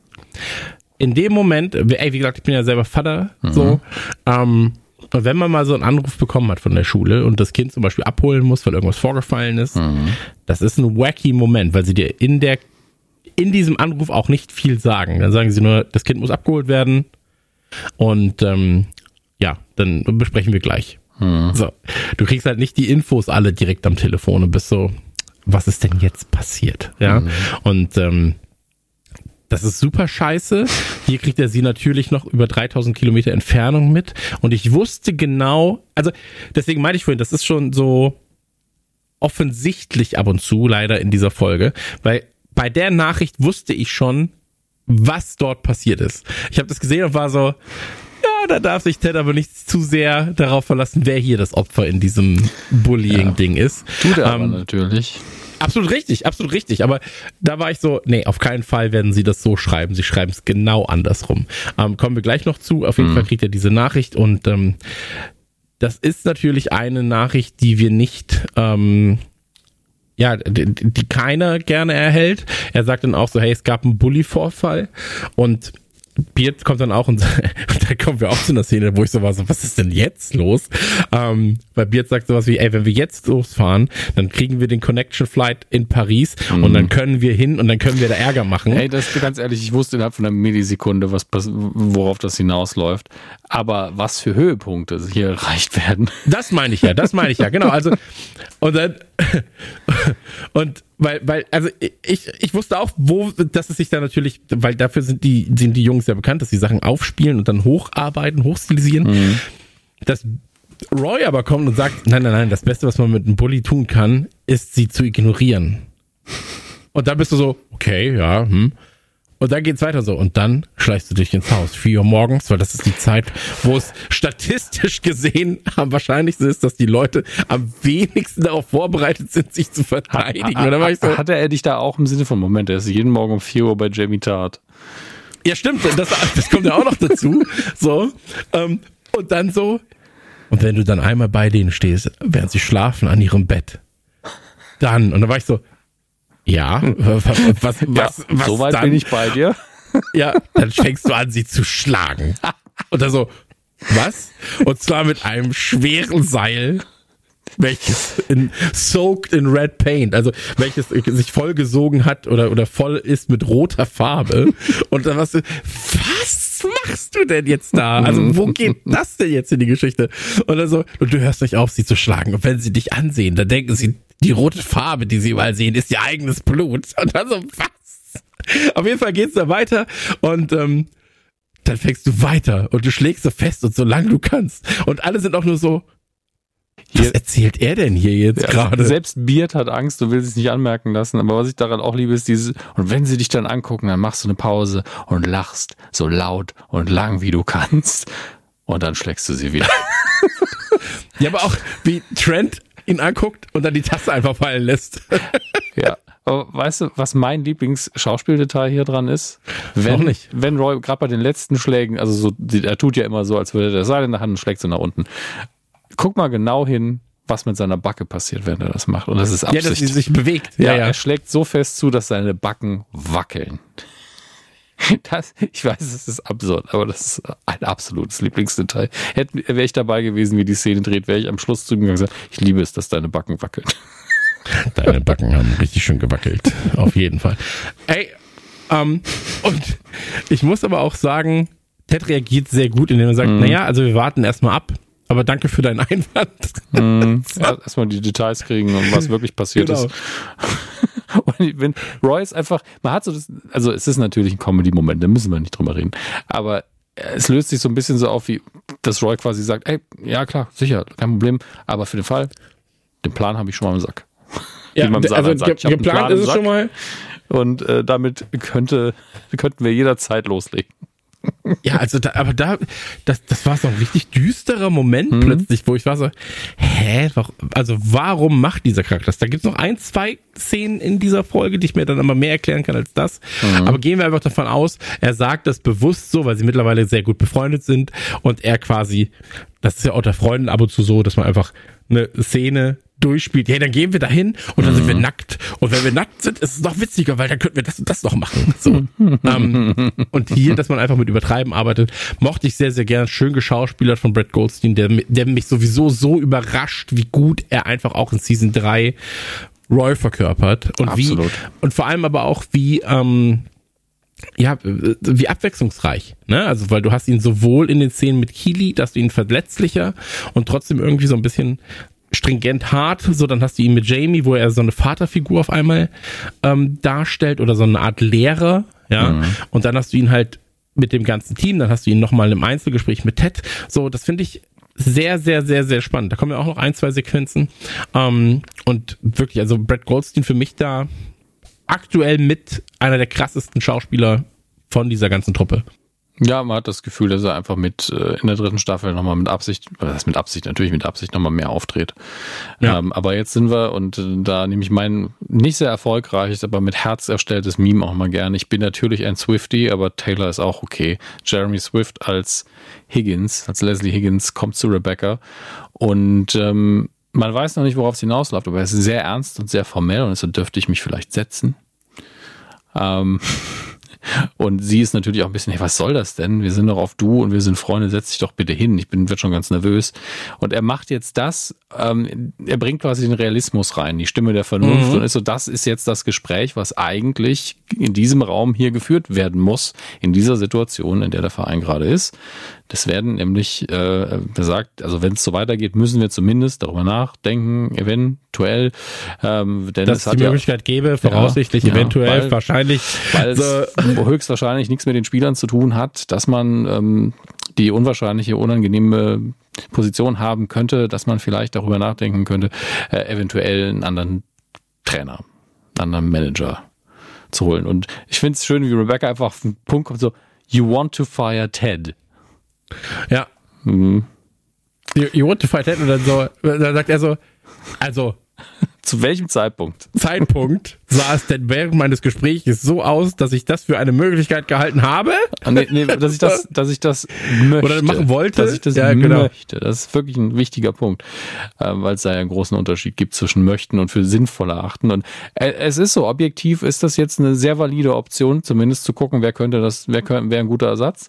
In dem Moment, ey, wie gesagt, ich bin ja selber Vater, mhm. so, ähm, und wenn man mal so einen Anruf bekommen hat von der Schule und das Kind zum Beispiel abholen muss, weil irgendwas vorgefallen ist, mhm. das ist ein wacky Moment, weil sie dir in der in diesem Anruf auch nicht viel sagen. Dann sagen sie nur, das Kind muss abgeholt werden und ähm, ja, dann besprechen wir gleich. Mhm. So, du kriegst halt nicht die Infos alle direkt am Telefon und bist so, was ist denn jetzt passiert? Ja, mhm. und ähm, das ist super scheiße. Hier kriegt er sie natürlich noch über dreitausend Kilometer Entfernung mit. Und ich wusste genau, also deswegen meinte ich vorhin, das ist schon so offensichtlich ab und zu leider in dieser Folge, weil bei der Nachricht wusste ich schon, was dort passiert ist. Ich habe das gesehen und war so, ja, da darf sich Ted aber nicht zu sehr darauf verlassen, wer hier das Opfer in diesem Bullying-Ding ja. ist. Tut er ähm, aber natürlich. Absolut richtig, absolut richtig. Aber da war ich so, nee, auf keinen Fall werden sie das so schreiben. Sie schreiben es genau andersrum. Ähm, kommen wir gleich noch zu. Auf jeden mhm. Fall kriegt er diese Nachricht und ähm, das ist natürlich eine Nachricht, die wir nicht, ähm, ja, die, die keiner gerne erhält. Er sagt dann auch so, hey, es gab einen Bully-Vorfall und Beard kommt dann auch und da kommen wir auch zu einer Szene, wo ich so war, so, was ist denn jetzt los? Ähm, weil Beard sagt sowas wie, ey, wenn wir jetzt losfahren, dann kriegen wir den Connection Flight in Paris mhm. und dann können wir hin und dann können wir da Ärger machen. Ey, das ganz ehrlich, ich wusste innerhalb von einer Millisekunde, was, worauf das hinausläuft. Aber was für Höhepunkte hier erreicht werden. Das meine ich ja, das meine ich ja, genau. Also, und dann, und weil, weil, also ich, ich wusste auch, wo, dass es sich da natürlich, weil dafür sind die, sind die Jungs ja bekannt, dass sie Sachen aufspielen und dann hocharbeiten, hochstilisieren. Mhm. Dass Roy aber kommt und sagt, nein, nein, nein, das Beste, was man mit einem Bully tun kann, ist, sie zu ignorieren. Und dann bist du so, okay, ja, hm. Und dann geht's weiter so. Und dann schleichst du dich ins Haus. vier Uhr morgens, weil das ist die Zeit, wo es statistisch gesehen am wahrscheinlichsten ist, dass die Leute am wenigsten darauf vorbereitet sind, sich zu verteidigen. Hat, Oder war ich so? Hatte er dich da auch im Sinne von, Moment, er ist jeden Morgen um vier Uhr bei Jamie Tart. Ja, stimmt. Das, das kommt ja auch noch dazu. So. Ähm, und dann so. Und wenn du dann einmal bei denen stehst, während sie schlafen an ihrem Bett, dann. Und dann war ich so, ja, was, was, ja, was, was so weit dann? bin ich bei dir. Ja, dann fängst du an, sie zu schlagen. Und dann so, was? Und zwar mit einem schweren Seil, welches in, soaked in red paint, also welches sich vollgesogen hat oder, oder voll ist mit roter Farbe. Und dann warst du, was machst du denn jetzt da? Also wo geht das denn jetzt in die Geschichte? Und dann so, und du hörst nicht auf, sie zu schlagen. Und wenn sie dich ansehen, dann denken sie, die rote Farbe, die sie überall sehen, ist ihr eigenes Blut. Und dann so, was? Auf jeden Fall geht's da weiter und ähm, dann fängst du weiter und du schlägst so fest und so lang du kannst. Und alle sind auch nur so, Was erzählt er denn hier jetzt ja, gerade? Selbst Beard hat Angst, du willst es nicht anmerken lassen, aber was ich daran auch liebe, ist dieses, und wenn sie dich dann angucken, dann machst du eine Pause und lachst so laut und lang, wie du kannst, und dann schlägst du sie wieder. Ja, aber auch wie Trent ihn anguckt und dann die Tasse einfach fallen lässt. Ja. Aber weißt du, was mein Lieblingsschauspieldetail hier dran ist? Wenn, Noch nicht. Wenn Roy gerade bei den letzten Schlägen, also so, er tut ja immer so, als würde er das Seil in der Hand und schlägt so nach unten. Guck mal genau hin, was mit seiner Backe passiert, wenn er das macht. Und das ist Absicht. Ja, dass sie sich bewegt. Ja, ja, ja, er schlägt so fest zu, dass seine Backen wackeln. Das, ich weiß, es ist absurd, aber das ist ein absolutes Lieblingsdetail. Wäre ich dabei gewesen, wie die Szene dreht, wäre ich am Schluss zu ihm gesagt, ich liebe es, dass deine Backen wackeln. Deine Backen haben richtig schön gewackelt. Auf jeden Fall. Ey, ähm, und ich muss aber auch sagen, Ted reagiert sehr gut, indem er sagt, mm. naja, also wir warten erstmal ab. Aber danke für deinen Einwand. Mm, ja, erstmal die Details kriegen und was wirklich passiert genau. ist. Und wenn Roy ist einfach, man hat so das, also es ist natürlich ein Comedy-Moment, da müssen wir nicht drüber reden. Aber es löst sich so ein bisschen so auf, wie dass Roy quasi sagt, ey, ja klar, sicher, kein Problem, aber für den Fall, den Plan habe ich schon mal im Sack. Ja, also sagt, ge- geplant ist es schon mal. Und äh, damit könnte, könnten wir jederzeit loslegen. Ja, also da, aber da, das, das war so ein richtig düsterer Moment mhm. plötzlich, wo ich war so, hä, warum, also warum macht dieser Charakter das? Da gibt es noch ein, zwei Szenen in dieser Folge, die ich mir dann aber mehr erklären kann als das. Mhm. Aber gehen wir einfach davon aus, er sagt das bewusst so, weil sie mittlerweile sehr gut befreundet sind und er quasi, das ist ja unter Freunden ab und zu so, dass man einfach eine Szene durchspielt, ja, dann gehen wir dahin und dann mhm. sind wir nackt. Und wenn wir nackt sind, ist es noch witziger, weil dann könnten wir das und das noch machen. So. ähm, und hier, dass man einfach mit Übertreiben arbeitet, mochte ich sehr, sehr gern. Schön geschauspielert von Brett Goldstein, der, der mich sowieso so überrascht, wie gut er einfach auch in Season drei Roy verkörpert. Und Absolut. wie, und vor allem aber auch wie, ähm, ja, wie abwechslungsreich, ne? Also, weil du hast ihn sowohl in den Szenen mit Keely, dass du ihn verletzlicher und trotzdem irgendwie so ein bisschen stringent hart, so dann hast du ihn mit Jamie, wo er so eine Vaterfigur auf einmal ähm, darstellt oder so eine Art Lehrer, ja, mhm. und dann hast du ihn halt mit dem ganzen Team, dann hast du ihn nochmal im Einzelgespräch mit Ted, so, das finde ich sehr, sehr, sehr, sehr spannend. Da kommen ja auch noch ein, zwei Sequenzen ähm, und wirklich, also Brett Goldstein für mich da aktuell mit einer der krassesten Schauspieler von dieser ganzen Truppe. Ja, man hat das Gefühl, dass er einfach mit äh, in der dritten Staffel nochmal mit Absicht, das ist mit Absicht, natürlich mit Absicht nochmal mehr auftritt. Ja. Ähm, aber jetzt sind wir, und äh, da nehme ich mein nicht sehr erfolgreiches, aber mit Herz erstelltes Meme auch mal gerne. Ich bin natürlich ein Swiftie, aber Taylor ist auch okay. Jeremy Swift als Higgins, als Leslie Higgins, kommt zu Rebecca und ähm, man weiß noch nicht, worauf es hinausläuft, aber es ist sehr ernst und sehr formell und so dürfte ich mich vielleicht setzen. Ähm... Und sie ist natürlich auch ein bisschen, hey, was soll das denn? Wir sind doch auf Du und wir sind Freunde, setz dich doch bitte hin. Ich bin wird schon ganz nervös. Und er macht jetzt das, ähm, er bringt quasi den Realismus rein, die Stimme der Vernunft mhm. und ist so, das ist jetzt das Gespräch, was eigentlich in diesem Raum hier geführt werden muss, in dieser Situation, in der der Verein gerade ist. Das werden nämlich äh, gesagt, also wenn es so weitergeht, müssen wir zumindest darüber nachdenken, eventuell. Ähm, denn dass es die Möglichkeit ja, gäbe, voraussichtlich, ja, eventuell, ja, weil, wahrscheinlich. Weil es so höchstwahrscheinlich nichts mit den Spielern zu tun hat, dass man ähm, die unwahrscheinliche, unangenehme Position haben könnte, dass man vielleicht darüber nachdenken könnte, äh, eventuell einen anderen Trainer, einen anderen Manager zu holen. Und ich finde es schön, wie Rebecca einfach auf den Punkt kommt, so, you want to fire Ted. Ja. Mhm. You, you want to fight Ted? Und dann so, dann sagt er so, also. Zu welchem Zeitpunkt? Zeitpunkt sah es denn während meines Gesprächs so aus, dass ich das für eine Möglichkeit gehalten habe? Nee, nee, dass ich das, dass ich das möchte. Oder machen wollte. Dass ich das ja, genau. möchte. Das ist wirklich ein wichtiger Punkt. Weil es da ja einen großen Unterschied gibt zwischen möchten und für sinnvoll erachten. Und es ist so, objektiv ist das jetzt eine sehr valide Option, zumindest zu gucken, wer könnte das, wer könnte, wäre ein guter Ersatz.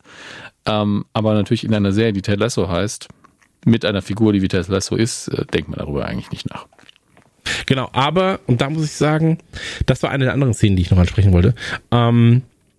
Aber natürlich in einer Serie, die Ted Lasso heißt, mit einer Figur, die wie Ted Lasso ist, denkt man darüber eigentlich nicht nach. Genau, aber, und da muss ich sagen, das war eine der anderen Szenen, die ich noch ansprechen wollte, ähm,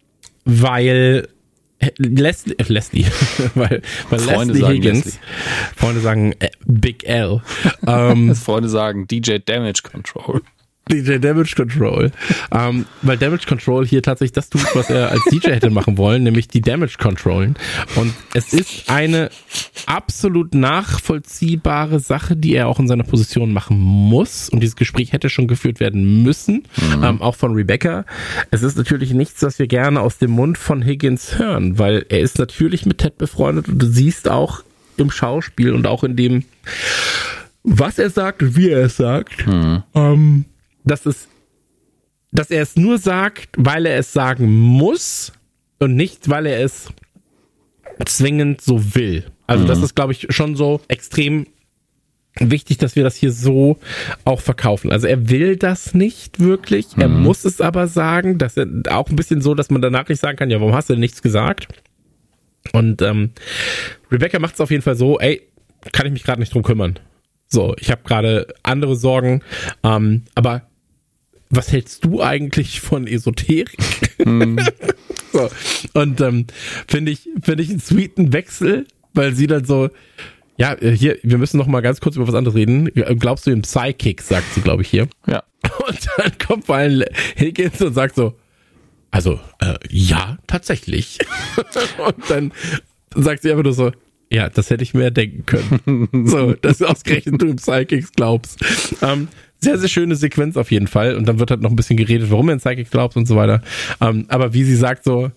weil Leslie, äh, Leslie, weil, weil Freunde Leslie Higgins, Leslie. Freunde sagen äh, Big L, ähm, Freunde sagen D J Damage Control. D J Damage Control. Ähm, weil Damage Control hier tatsächlich das tut, was er als D J hätte machen wollen, nämlich die Damage Controllen. Und es ist eine absolut nachvollziehbare Sache, die er auch in seiner Position machen muss. Und dieses Gespräch hätte schon geführt werden müssen, mhm. ähm, auch von Rebecca. Es ist natürlich nichts, was wir gerne aus dem Mund von Higgins hören, weil er ist natürlich mit Ted befreundet und du siehst auch im Schauspiel und auch in dem, was er sagt und wie er es sagt, mhm. ähm, dass es, dass er es nur sagt, weil er es sagen muss und nicht, weil er es zwingend so will. Also mhm. das ist, glaube ich, schon so extrem wichtig, dass wir das hier so auch verkaufen. Also er will das nicht wirklich, mhm. er muss es aber sagen, dass er auch ein bisschen so, dass man danach nicht sagen kann, ja, warum hast du denn nichts gesagt? Und ähm, Rebecca macht es auf jeden Fall so, ey, kann ich mich gerade nicht drum kümmern. So, ich habe gerade andere Sorgen, ähm, aber was hältst du eigentlich von Esoterik? Hm. So. Und ähm, finde ich, finde ich einen sweeten Wechsel, weil sie dann so, ja, hier, wir müssen noch mal ganz kurz über was anderes reden. Glaubst du in Psychic, sagt sie, glaube ich, hier. Ja. Und dann kommt mal ein Higgins und sagt so, also, äh, ja, tatsächlich. Und dann sagt sie einfach nur so, ja, das hätte ich mir denken können. So, dass ausgerechnet du im Psychics glaubst. Ähm, sehr, sehr schöne Sequenz auf jeden Fall. Und dann wird halt noch ein bisschen geredet, warum er in Psychics glaubt und so weiter. Ähm, aber wie sie sagt so,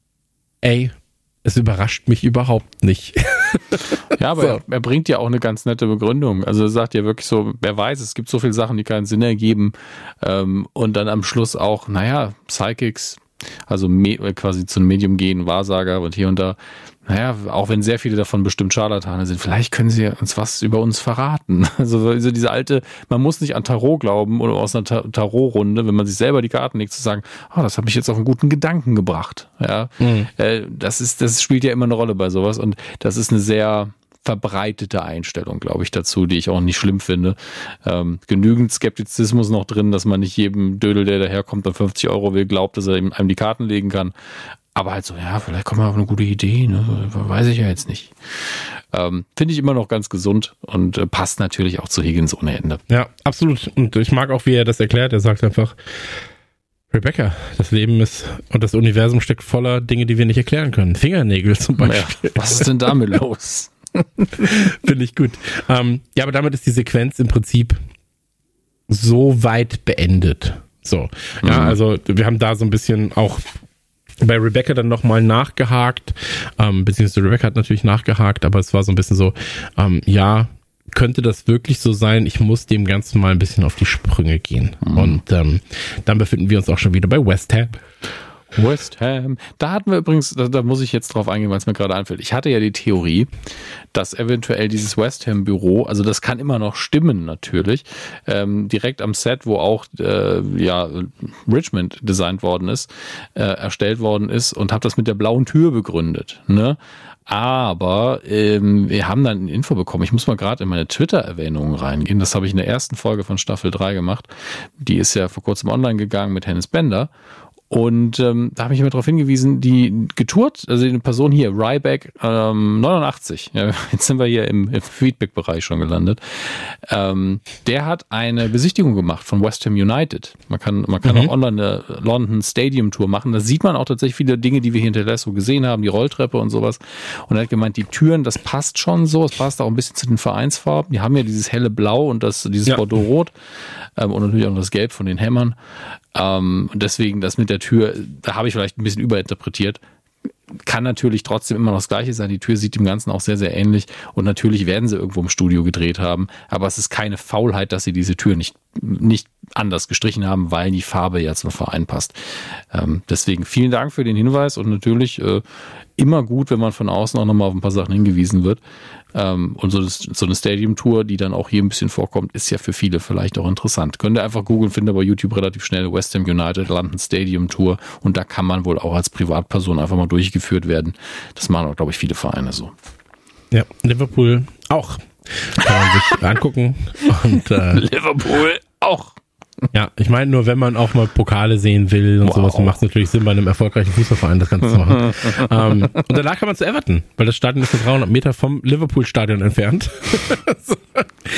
ey, es überrascht mich überhaupt nicht. Ja, aber so. er, er bringt ja auch eine ganz nette Begründung. Also er sagt ja wirklich so, wer weiß, es gibt so viele Sachen, die keinen Sinn ergeben. Ähm, und dann am Schluss auch, naja, Psychics, also me- quasi zu einem Medium gehen, Wahrsager und hier und da. Naja, auch wenn sehr viele davon bestimmt Scharlatane sind, vielleicht können sie uns was über uns verraten. Also, also diese alte, man muss nicht an Tarot glauben oder aus einer Tarot-Runde, wenn man sich selber die Karten legt, zu sagen, oh, das hat mich jetzt auf einen guten Gedanken gebracht. Ja, mhm. äh, das ist, das spielt ja immer eine Rolle bei sowas und das ist eine sehr verbreitete Einstellung, glaube ich, dazu, die ich auch nicht schlimm finde. Ähm, genügend Skeptizismus noch drin, dass man nicht jedem Dödel, der daherkommt und fünfzig Euro will, glaubt, dass er einem die Karten legen kann. Aber halt so, ja, vielleicht kommt man auf eine gute Idee, ne? Weiß ich ja jetzt nicht. Ähm, finde ich immer noch ganz gesund und äh, passt natürlich auch zu Higgins ohne Ende. Ja, absolut. Und ich mag auch, wie er das erklärt. Er sagt einfach, Rebecca, das Leben ist und das Universum steckt voller Dinge, die wir nicht erklären können. Fingernägel zum Beispiel. Ja, was ist denn damit los? Finde ich gut. Ähm, ja, aber damit ist die Sequenz im Prinzip so weit beendet. So, ja, mhm. also wir haben da so ein bisschen auch bei Rebecca dann nochmal nachgehakt, ähm, beziehungsweise Rebecca hat natürlich nachgehakt, aber es war so ein bisschen so, ähm, ja, könnte das wirklich so sein? Ich muss dem Ganzen mal ein bisschen auf die Sprünge gehen. Mhm. Und ähm, dann befinden wir uns auch schon wieder bei West Ham. West Ham. Da hatten wir übrigens, da, da muss ich jetzt drauf eingehen, weil es mir gerade einfällt. Ich hatte ja die Theorie, dass eventuell dieses West Ham Büro, also das kann immer noch stimmen natürlich, ähm, direkt am Set, wo auch äh, ja Richmond designt worden ist, äh, erstellt worden ist und habe das mit der blauen Tür begründet, ne? Aber ähm, wir haben dann eine Info bekommen. Ich muss mal gerade in meine Twitter-Erwähnungen reingehen. Das habe ich in der ersten Folge von Staffel drei gemacht. Die ist ja vor kurzem online gegangen mit Hennis Bender. Und ähm, da habe ich immer darauf hingewiesen, die getourt, also die Person hier, Ryback ähm, neunundachtzig, ja, jetzt sind wir hier im, im Feedback-Bereich schon gelandet, ähm, der hat eine Besichtigung gemacht von West Ham United. Man kann, man kann mhm. auch online eine London Stadium Tour machen. Da sieht man auch tatsächlich viele Dinge, die wir hier in Telesso gesehen haben, die Rolltreppe und sowas. Und er hat gemeint, die Türen, das passt schon so, es passt auch ein bisschen zu den Vereinsfarben. Die haben ja dieses helle Blau und das dieses ja. Bordeaux-Rot ähm, und natürlich auch das Gelb von den Hämmern. Ähm, und deswegen das mit der Tür, da habe ich vielleicht ein bisschen überinterpretiert. Kann natürlich trotzdem immer noch das Gleiche sein. Die Tür sieht dem Ganzen auch sehr, sehr ähnlich. Und natürlich werden sie irgendwo im Studio gedreht haben. Aber es ist keine Faulheit, dass sie diese Tür nicht, nicht anders gestrichen haben, weil die Farbe ja zum Verein passt. Ähm, deswegen vielen Dank für den Hinweis und natürlich äh, immer gut, wenn man von außen auch nochmal auf ein paar Sachen hingewiesen wird. Ähm, und so, das, so eine Stadium-Tour, die dann auch hier ein bisschen vorkommt, ist ja für viele vielleicht auch interessant. Könnt ihr einfach googeln, findet bei YouTube relativ schnell West Ham United London Stadium Tour und da kann man wohl auch als Privatperson einfach mal durchgeführt werden. Das machen auch, glaube ich, viele Vereine so. Ja, Liverpool auch. Kann man sich angucken. Und, äh, Liverpool auch. Ja, ich meine nur, wenn man auch mal Pokale sehen will und wow. sowas, macht es natürlich Sinn, bei einem erfolgreichen Fußballverein das Ganze zu machen. ähm, und danach kann man zu Everton, weil das Stadion ist nur dreihundert Meter vom Liverpool-Stadion entfernt.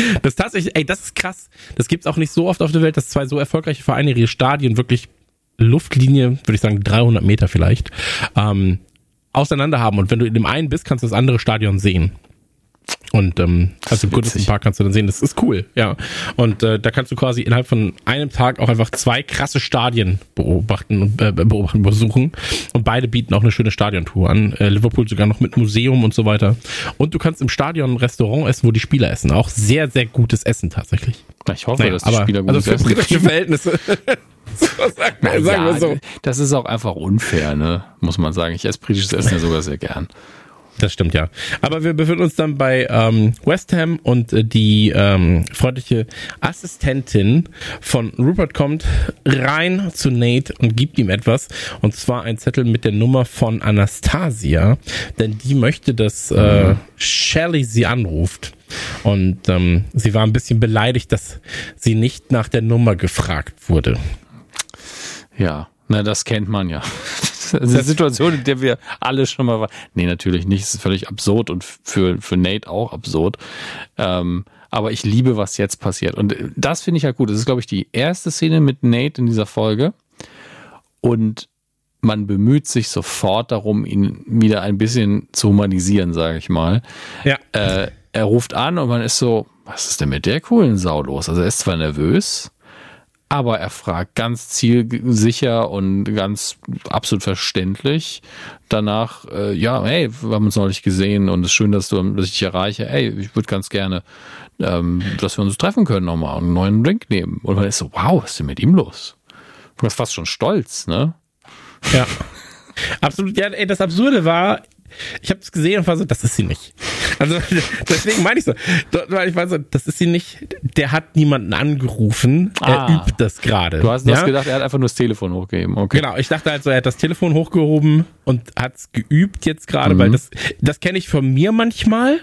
Das tatsächlich, ey, das ist krass. Das gibt's auch nicht so oft auf der Welt, dass zwei so erfolgreiche Vereine ihre Stadien wirklich Luftlinie, würde ich sagen dreihundert Meter vielleicht, ähm, auseinander haben. Und wenn du in dem einen bist, kannst du das andere Stadion sehen. Und ähm, also im Goodison Park kannst du dann sehen, das ist cool, ja. Und äh, da kannst du quasi innerhalb von einem Tag auch einfach zwei krasse Stadien beobachten und äh, beobachten, besuchen. Und beide bieten auch eine schöne Stadiontour an. Äh, Liverpool sogar noch mit Museum und so weiter. Und du kannst im Stadion ein Restaurant essen, wo die Spieler essen. Auch sehr, sehr gutes Essen tatsächlich. Ich hoffe, naja, dass die aber, Spieler gutes also für Essen britische Verhältnisse. So, sagen wir, sagen wir so. Das ist auch einfach unfair, ne? Muss man sagen. Ich esse britisches Essen ja sogar sehr gern. Das stimmt, ja. Aber wir befinden uns dann bei ähm, West Ham und äh, die ähm, freundliche Assistentin von Rupert kommt rein zu Nate und gibt ihm etwas. Und zwar ein Zettel mit der Nummer von Anastasia. Denn die möchte, dass äh, Shelley sie anruft. Und ähm, sie war ein bisschen beleidigt, dass sie nicht nach der Nummer gefragt wurde. Ja, na, das kennt man ja. Das ist eine Situation, in der wir alle schon mal waren. Nee, natürlich nicht. Es ist völlig absurd und für, für Nate auch absurd. Ähm, aber ich liebe, was jetzt passiert. Und das finde ich halt gut. Das ist, glaube ich, die erste Szene mit Nate in dieser Folge. Und man bemüht sich sofort darum, ihn wieder ein bisschen zu humanisieren, sage ich mal. Ja. Äh, er ruft an und man ist so, was ist denn mit der coolen Sau los? Also er ist zwar nervös, aber er fragt ganz zielsicher und ganz absolut verständlich danach, äh, ja, hey, wir haben uns neulich gesehen und es ist schön, dass du, dass ich dich erreiche. Hey, ich würde ganz gerne, ähm, dass wir uns treffen können nochmal und einen neuen Drink nehmen. Und man ist so, wow, was ist denn mit ihm los? Du warst fast schon stolz, ne? Ja. Absolut. Ja, ey, das Absurde war, ich habe es gesehen und war so, das ist sie nicht. Also deswegen meine ich so, weil ich war so, das ist sie nicht. Der hat niemanden angerufen, er ah, übt das gerade. Du hast, ja? hast gedacht, er hat einfach nur das Telefon hochgegeben. Okay. Genau, ich dachte halt so, er hat das Telefon hochgehoben und hat es geübt jetzt gerade, mhm. weil das, das kenne ich von mir manchmal.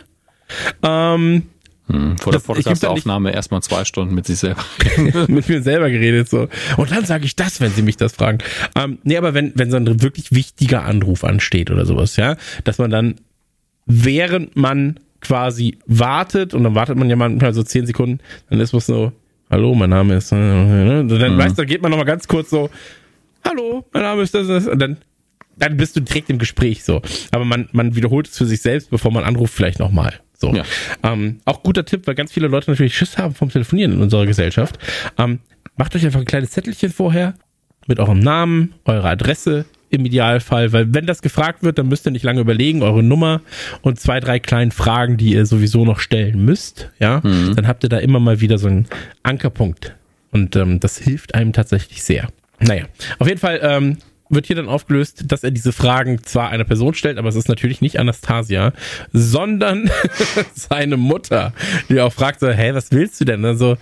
Ähm, Hm, vor der Podcast-Aufnahme erstmal zwei Stunden mit sich selber mit mir selber geredet so. Und dann sage ich das, wenn sie mich das fragen. Ähm, nee, aber wenn, wenn so ein wirklich wichtiger Anruf ansteht oder sowas, ja, dass man dann, während man quasi wartet, und dann wartet man ja manchmal so zehn Sekunden, dann ist was so, hallo, mein Name ist, dann mhm. weißt du, dann geht man nochmal ganz kurz so, hallo, mein Name ist das, das, und dann, dann bist du direkt im Gespräch so. Aber man, man wiederholt es für sich selbst, bevor man anruft, vielleicht nochmal. So. Ja. Ähm, auch guter Tipp, weil ganz viele Leute natürlich Schiss haben vom Telefonieren in unserer Gesellschaft. Ähm, macht euch einfach ein kleines Zettelchen vorher mit eurem Namen, eurer Adresse im Idealfall, weil wenn das gefragt wird, dann müsst ihr nicht lange überlegen, eure Nummer und zwei, drei kleinen Fragen, die ihr sowieso noch stellen müsst, ja, mhm. dann habt ihr da immer mal wieder so einen Ankerpunkt und ähm, das hilft einem tatsächlich sehr. Naja, auf jeden Fall ähm, wird hier dann aufgelöst, dass er diese Fragen zwar einer Person stellt, aber es ist natürlich nicht Anastasia, sondern seine Mutter, die auch fragt so, hey, was willst du denn? Also,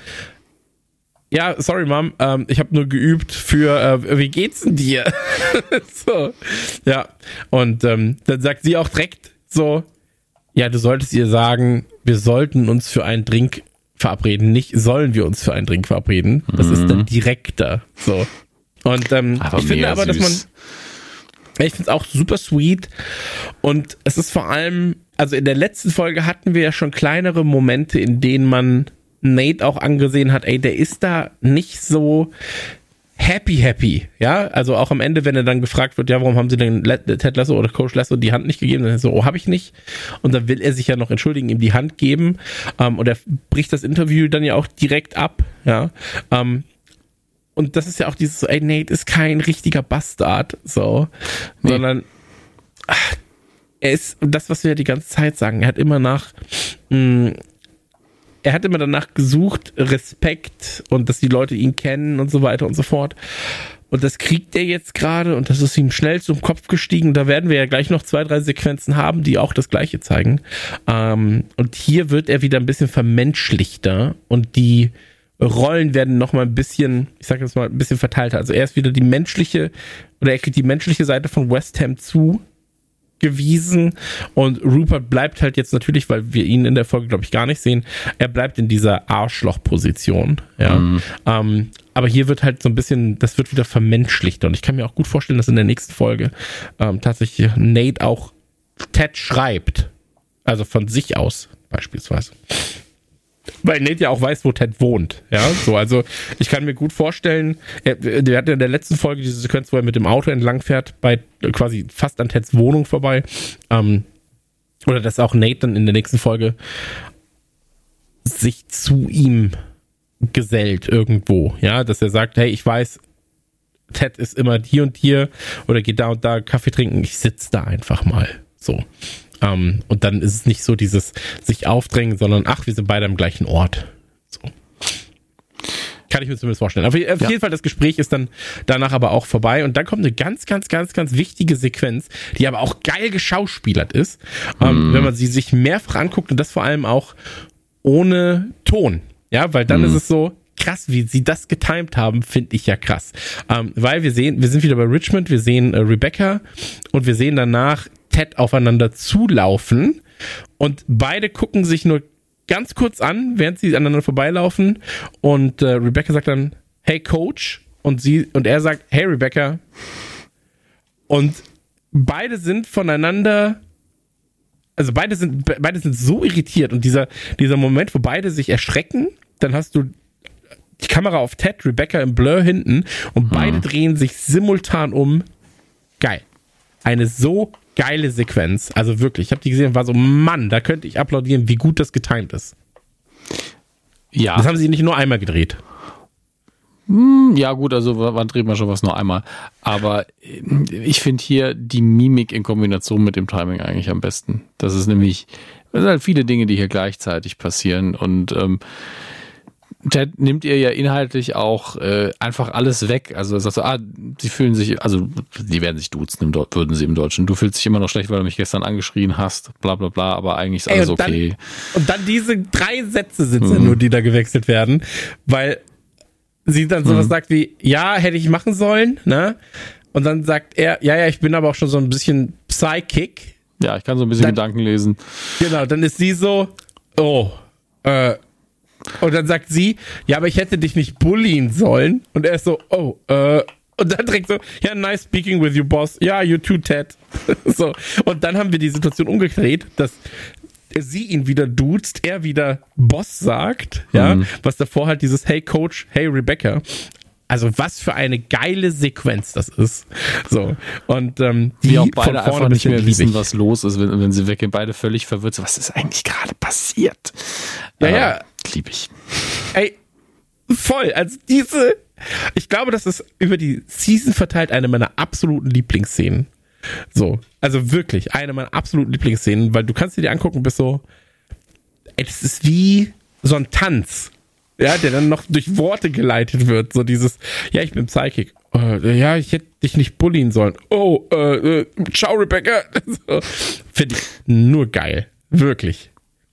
ja, sorry Mom, ähm, ich habe nur geübt für, äh, wie geht's denn dir? So, ja, und ähm, dann sagt sie auch direkt so, ja, du solltest ihr sagen, wir sollten uns für einen Drink verabreden, nicht sollen wir uns für einen Drink verabreden. Das mhm. ist dann direkter, so. Und ähm, ich finde aber, süß. dass man, ich finde es auch super sweet und es ist vor allem, also in der letzten Folge hatten wir ja schon kleinere Momente, in denen man Nate auch angesehen hat, ey, der ist da nicht so happy happy, ja, also auch am Ende, wenn er dann gefragt wird, ja, warum haben sie denn Ted Lasso oder Coach Lasso die Hand nicht gegeben, dann ist er so, oh, habe ich nicht, und dann will er sich ja noch entschuldigen, ihm die Hand geben, ähm, und er bricht das Interview dann ja auch direkt ab, ja, ähm, und das ist ja auch dieses so, ey, Nate ist kein richtiger Bastard, so, nee. sondern ach, er ist, das, was wir ja die ganze Zeit sagen, er hat immer nach, mh, er hat immer danach gesucht, Respekt und dass die Leute ihn kennen und so weiter und so fort. Und das kriegt er jetzt gerade und das ist ihm schnell zum Kopf gestiegen. Da werden wir ja gleich noch zwei, drei Sequenzen haben, die auch das Gleiche zeigen. Ähm, und hier wird er wieder ein bisschen vermenschlichter und die Rollen werden noch mal ein bisschen, ich sag jetzt mal, ein bisschen verteilter. Also er ist wieder die menschliche, oder er kriegt die menschliche Seite von West Ham zugewiesen und Rupert bleibt halt jetzt natürlich, weil wir ihn in der Folge, glaube ich, gar nicht sehen, er bleibt in dieser Arschloch-Position, ja. Mhm. Ähm, aber hier wird halt so ein bisschen, das wird wieder vermenschlichter und ich kann mir auch gut vorstellen, dass in der nächsten Folge ähm, tatsächlich Nate auch Ted schreibt. Also von sich aus beispielsweise. weil Nate ja auch weiß, wo Ted wohnt. Ja, so, also ich kann mir gut vorstellen, er, der hat in der letzten Folge diese Sequenz, wo er mit dem Auto entlang fährt, bei quasi fast an Teds Wohnung vorbei. Ähm, oder dass auch Nate dann in der nächsten Folge sich zu ihm gesellt irgendwo. Ja, dass er sagt, hey, ich weiß, Ted ist immer hier und hier oder geht da und da Kaffee trinken, ich sitze da einfach mal. So. Um, und dann ist es nicht so dieses sich aufdrängen, sondern ach, wir sind beide am gleichen Ort. So. Kann ich mir zumindest vorstellen. Auf, auf ja. jeden Fall, das Gespräch ist dann danach aber auch vorbei und dann kommt eine ganz, ganz, ganz, ganz wichtige Sequenz, die aber auch geil geschauspielert ist, um, mm. wenn man sie sich mehrfach anguckt und das vor allem auch ohne Ton. Ja, weil dann mm. ist es so, krass, wie sie das getimed haben, finde ich ja krass. Um, weil wir sehen, wir sind wieder bei Richmond, wir sehen äh, Rebecca und wir sehen danach Ted aufeinander zulaufen und beide gucken sich nur ganz kurz an, während sie aneinander vorbeilaufen und äh, Rebecca sagt dann, hey Coach, und sie und er sagt, hey Rebecca, und beide sind voneinander, also beide sind beide sind so irritiert und dieser dieser Moment, wo beide sich erschrecken, dann hast du die Kamera auf Ted, Rebecca im Blur hinten und beide hm. drehen sich simultan um. Geil. Eine so geile Sequenz. Also wirklich, ich habe die gesehen und war so, Mann, da könnte ich applaudieren, wie gut das getimed ist. Ja. Das haben sie nicht nur einmal gedreht. Ja gut, also wann dreht man schon was nur einmal? Aber ich finde hier die Mimik in Kombination mit dem Timing eigentlich am besten. Das ist nämlich, das sind halt viele Dinge, die hier gleichzeitig passieren und ähm, Ted nimmt ihr ja inhaltlich auch äh, einfach alles weg. Also er sagt so, ah, sie fühlen sich, also die werden sich duzen, im Do- würden sie im Deutschen. Du fühlst dich immer noch schlecht, weil du mich gestern angeschrien hast, bla bla bla, aber eigentlich ist alles Ey, und okay. Dann, und dann diese drei Sätze sind es ja nur, die da gewechselt werden, weil sie dann sowas mhm. sagt wie, ja, hätte ich machen sollen, ne? Und dann sagt er, ja, ja, ich bin aber auch schon so ein bisschen psychic. Ja, ich kann so ein bisschen dann, Gedanken lesen. Genau, dann ist sie so, oh, äh, und dann sagt sie, ja, aber ich hätte dich nicht bullien sollen. Und er ist so, oh, äh, und dann direkt so, ja, nice speaking with you, boss. Ja, you too, Ted. So. Und dann haben wir die Situation umgedreht, dass sie ihn wieder duzt, er wieder Boss sagt, ja, mhm. was davor halt dieses Hey Coach, hey Rebecca. Also was für eine geile Sequenz das ist. So. Und ähm, die wie auch beide von vorne einfach nicht mehr liebig. wissen, was los ist, wenn, wenn sie weggehen. Beide völlig verwirrt. So, was ist eigentlich gerade passiert? Ja, äh, ja. Lieb ich. Ey, voll. Also diese, ich glaube, das ist über die Season verteilt eine meiner absoluten Lieblingsszenen. So. Also wirklich eine meiner absoluten Lieblingsszenen, weil du kannst dir die angucken und bist so, ey, das ist wie so ein Tanz. Ja, der dann noch durch Worte geleitet wird. So dieses, ja, ich bin Psychic. Äh, ja, ich hätte dich nicht bullien sollen. Oh, äh, äh ciao, Rebecca. So. Finde ich nur geil. Wirklich.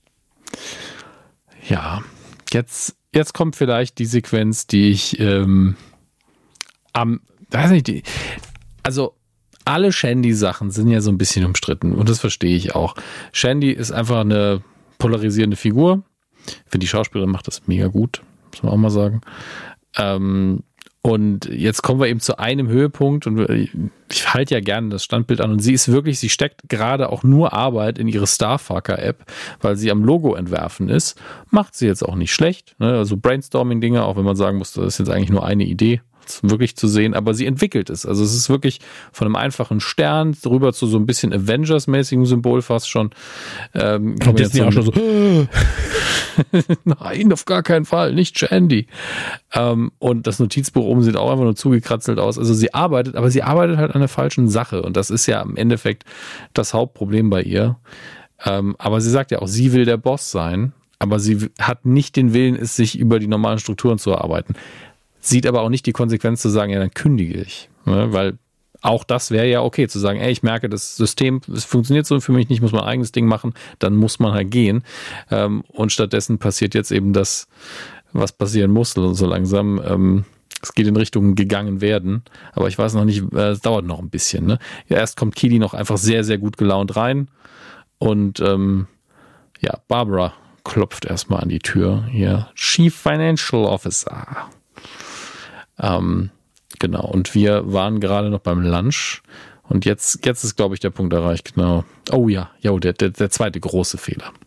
Ja, jetzt, jetzt kommt vielleicht die Sequenz, die ich ähm, am, weiß nicht, die, also alle Shandy-Sachen sind ja so ein bisschen umstritten und das verstehe ich auch. Shandy ist einfach eine polarisierende Figur. Ich finde, die Schauspielerin macht das mega gut, muss man auch mal sagen. Ähm, und jetzt kommen wir eben zu einem Höhepunkt und ich halte ja gerne das Standbild an und sie ist wirklich, sie steckt gerade auch nur Arbeit in ihre Starfucker-App, weil sie am Logo entwerfen ist. Macht sie jetzt auch nicht schlecht, ne? Also Brainstorming-Dinge, auch wenn man sagen muss, das ist jetzt eigentlich nur eine Idee, wirklich zu sehen, aber sie entwickelt es. Also es ist wirklich von einem einfachen Stern rüber zu so ein bisschen Avengers-mäßigem Symbol fast schon. Ähm, und Disney auch schon so, nein, auf gar keinen Fall, nicht Shandy. Ähm, und das Notizbuch oben sieht auch einfach nur zugekratzelt aus. Also sie arbeitet, aber sie arbeitet halt an der falschen Sache und das ist ja im Endeffekt das Hauptproblem bei ihr. Ähm, aber sie sagt ja auch, sie will der Boss sein, aber sie hat nicht den Willen, es sich über die normalen Strukturen zu erarbeiten. Sieht aber auch nicht die Konsequenz zu sagen, ja, dann kündige ich. Ne? Weil auch das wäre ja okay, zu sagen, ey, ich merke, das System, es funktioniert so für mich nicht, ich muss mein eigenes Ding machen, dann muss man halt gehen. Ähm, und stattdessen passiert jetzt eben das, was passieren muss, so langsam. Ähm, es geht in Richtung gegangen werden, aber ich weiß noch nicht, äh, es dauert noch ein bisschen. Ne? Ja, erst kommt Keely noch einfach sehr, sehr gut gelaunt rein und ähm, ja, Barbara klopft erstmal an die Tür. Hier, Chief Financial Officer. Ähm, genau, und wir waren gerade noch beim Lunch und jetzt, jetzt ist, glaube ich, der Punkt erreicht, genau. Oh ja, ja, der, der, der zweite große Fehler.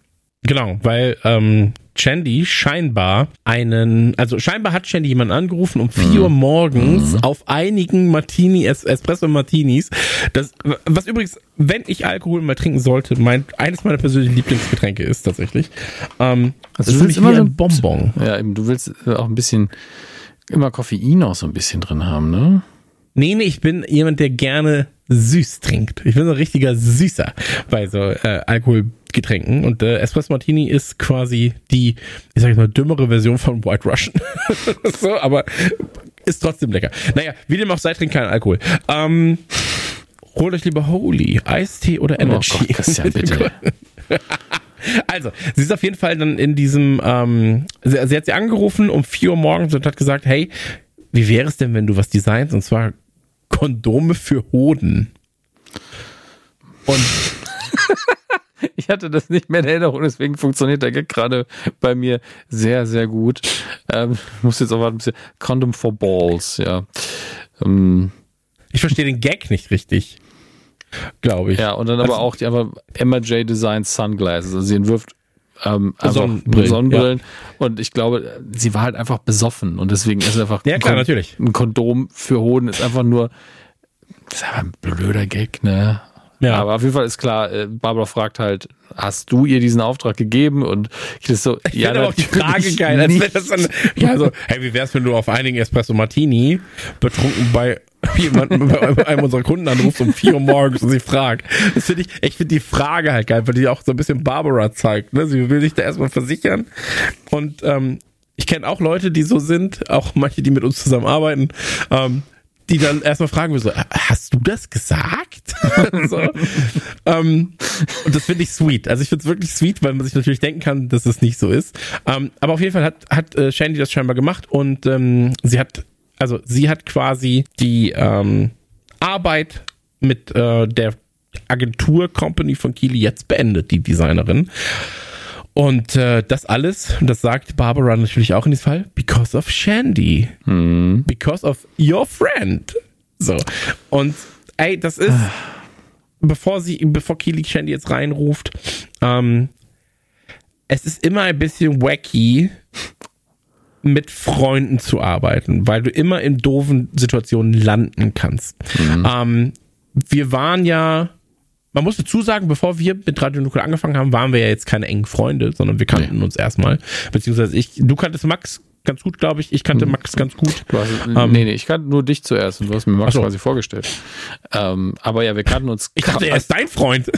Genau, weil ähm, Shandy scheinbar einen, also scheinbar hat Shandy jemanden angerufen um vier Uhr morgens mhm. auf einigen Martini, es, Espresso Martinis. Das, was übrigens, wenn ich Alkohol mal trinken sollte, mein, eines meiner persönlichen Lieblingsgetränke ist tatsächlich. Ähm, also das du willst ist immer wie so ein Bonbon. Ja, eben, du willst auch ein bisschen, immer Koffein auch so ein bisschen drin haben, ne? Nee, nee, ich bin jemand, der gerne süß trinkt. Ich bin so ein richtiger Süßer bei so äh, Alkoholgetränken. Und äh, Espresso Martini ist quasi die, ich sag jetzt mal, dümmere Version von White Russian. So, aber ist trotzdem lecker. Naja, wie dem auch sei, trinkt keinen Alkohol. Ähm, holt euch lieber Holy, Eistee oder Energy. Oh Gott, Christian, bitte. Also, sie ist auf jeden Fall dann in diesem, ähm, sie, sie hat sie angerufen um vier Uhr morgens und hat gesagt, hey, wie wäre es denn, wenn du was designst? Und zwar Kondome für Hoden. Und ich hatte das nicht mehr in Erinnerung, deswegen funktioniert der Gag gerade bei mir sehr, sehr gut. Ähm, ich muss jetzt auch mal ein bisschen Condom for Balls, ja. Ähm, ich verstehe den Gag nicht richtig, glaube ich. Ja, und dann aber also, auch die aber Emma J. Designs Sunglasses. Also sie entwirft ähm, einfach Sonnenbrillen, Sonnenbrillen. Ja. Und ich glaube, sie war halt einfach besoffen und deswegen ist einfach ja, klar, ein, natürlich. ein Kondom für Hoden ist einfach nur, das ist einfach ein blöder Gag, ne? Ja. Aber auf jeden Fall ist klar, Barbara fragt halt, hast du ihr diesen Auftrag gegeben? Und ich das so, ich ja, finde aber auch die Frage geil, als wäre das dann, ja, so, hey, wie wär's, wenn du auf einigen Espresso Martini betrunken bei jemandem, bei einem unserer Kunden anrufst um vier Uhr morgens und sie fragt. Das finde ich, ich finde die Frage halt geil, weil die auch so ein bisschen Barbara zeigt, ne? Sie will sich da erstmal versichern und, ähm, ich kenne auch Leute, die so sind, auch manche, die mit uns zusammenarbeiten, ähm, die dann erstmal fragen wir so, hast du das gesagt? So. ähm, und das finde ich sweet. Also ich finde es wirklich sweet, weil man sich natürlich denken kann, dass es nicht so ist. Ähm, aber auf jeden Fall hat, hat äh, Shandy das scheinbar gemacht und ähm, sie hat, also sie hat quasi die ähm, Arbeit mit äh, der Agentur-Company von Keely jetzt beendet, die Designerin. Und äh, das alles, das sagt Barbara natürlich auch in diesem Fall, because of Shandy. Hm. Because of your friend. So. Und ey, das ist, bevor sie, bevor Keely Shandy jetzt reinruft, ähm, es ist immer ein bisschen wacky, mit Freunden zu arbeiten, weil du immer in doofen Situationen landen kannst. Mhm. Ähm, wir waren ja Man muss dazu sagen, bevor wir mit Radio Nukular angefangen haben, waren wir ja jetzt keine engen Freunde, sondern wir kannten nee. uns erstmal. Beziehungsweise ich, du kanntest Max ganz gut, glaube ich. Ich kannte Max ganz gut. Du hast, ähm, nee, nee, ich kannte nur dich zuerst und du hast mir Max so. quasi vorgestellt. Ähm, aber ja, wir kannten uns. Ich dachte, er ist dein Freund.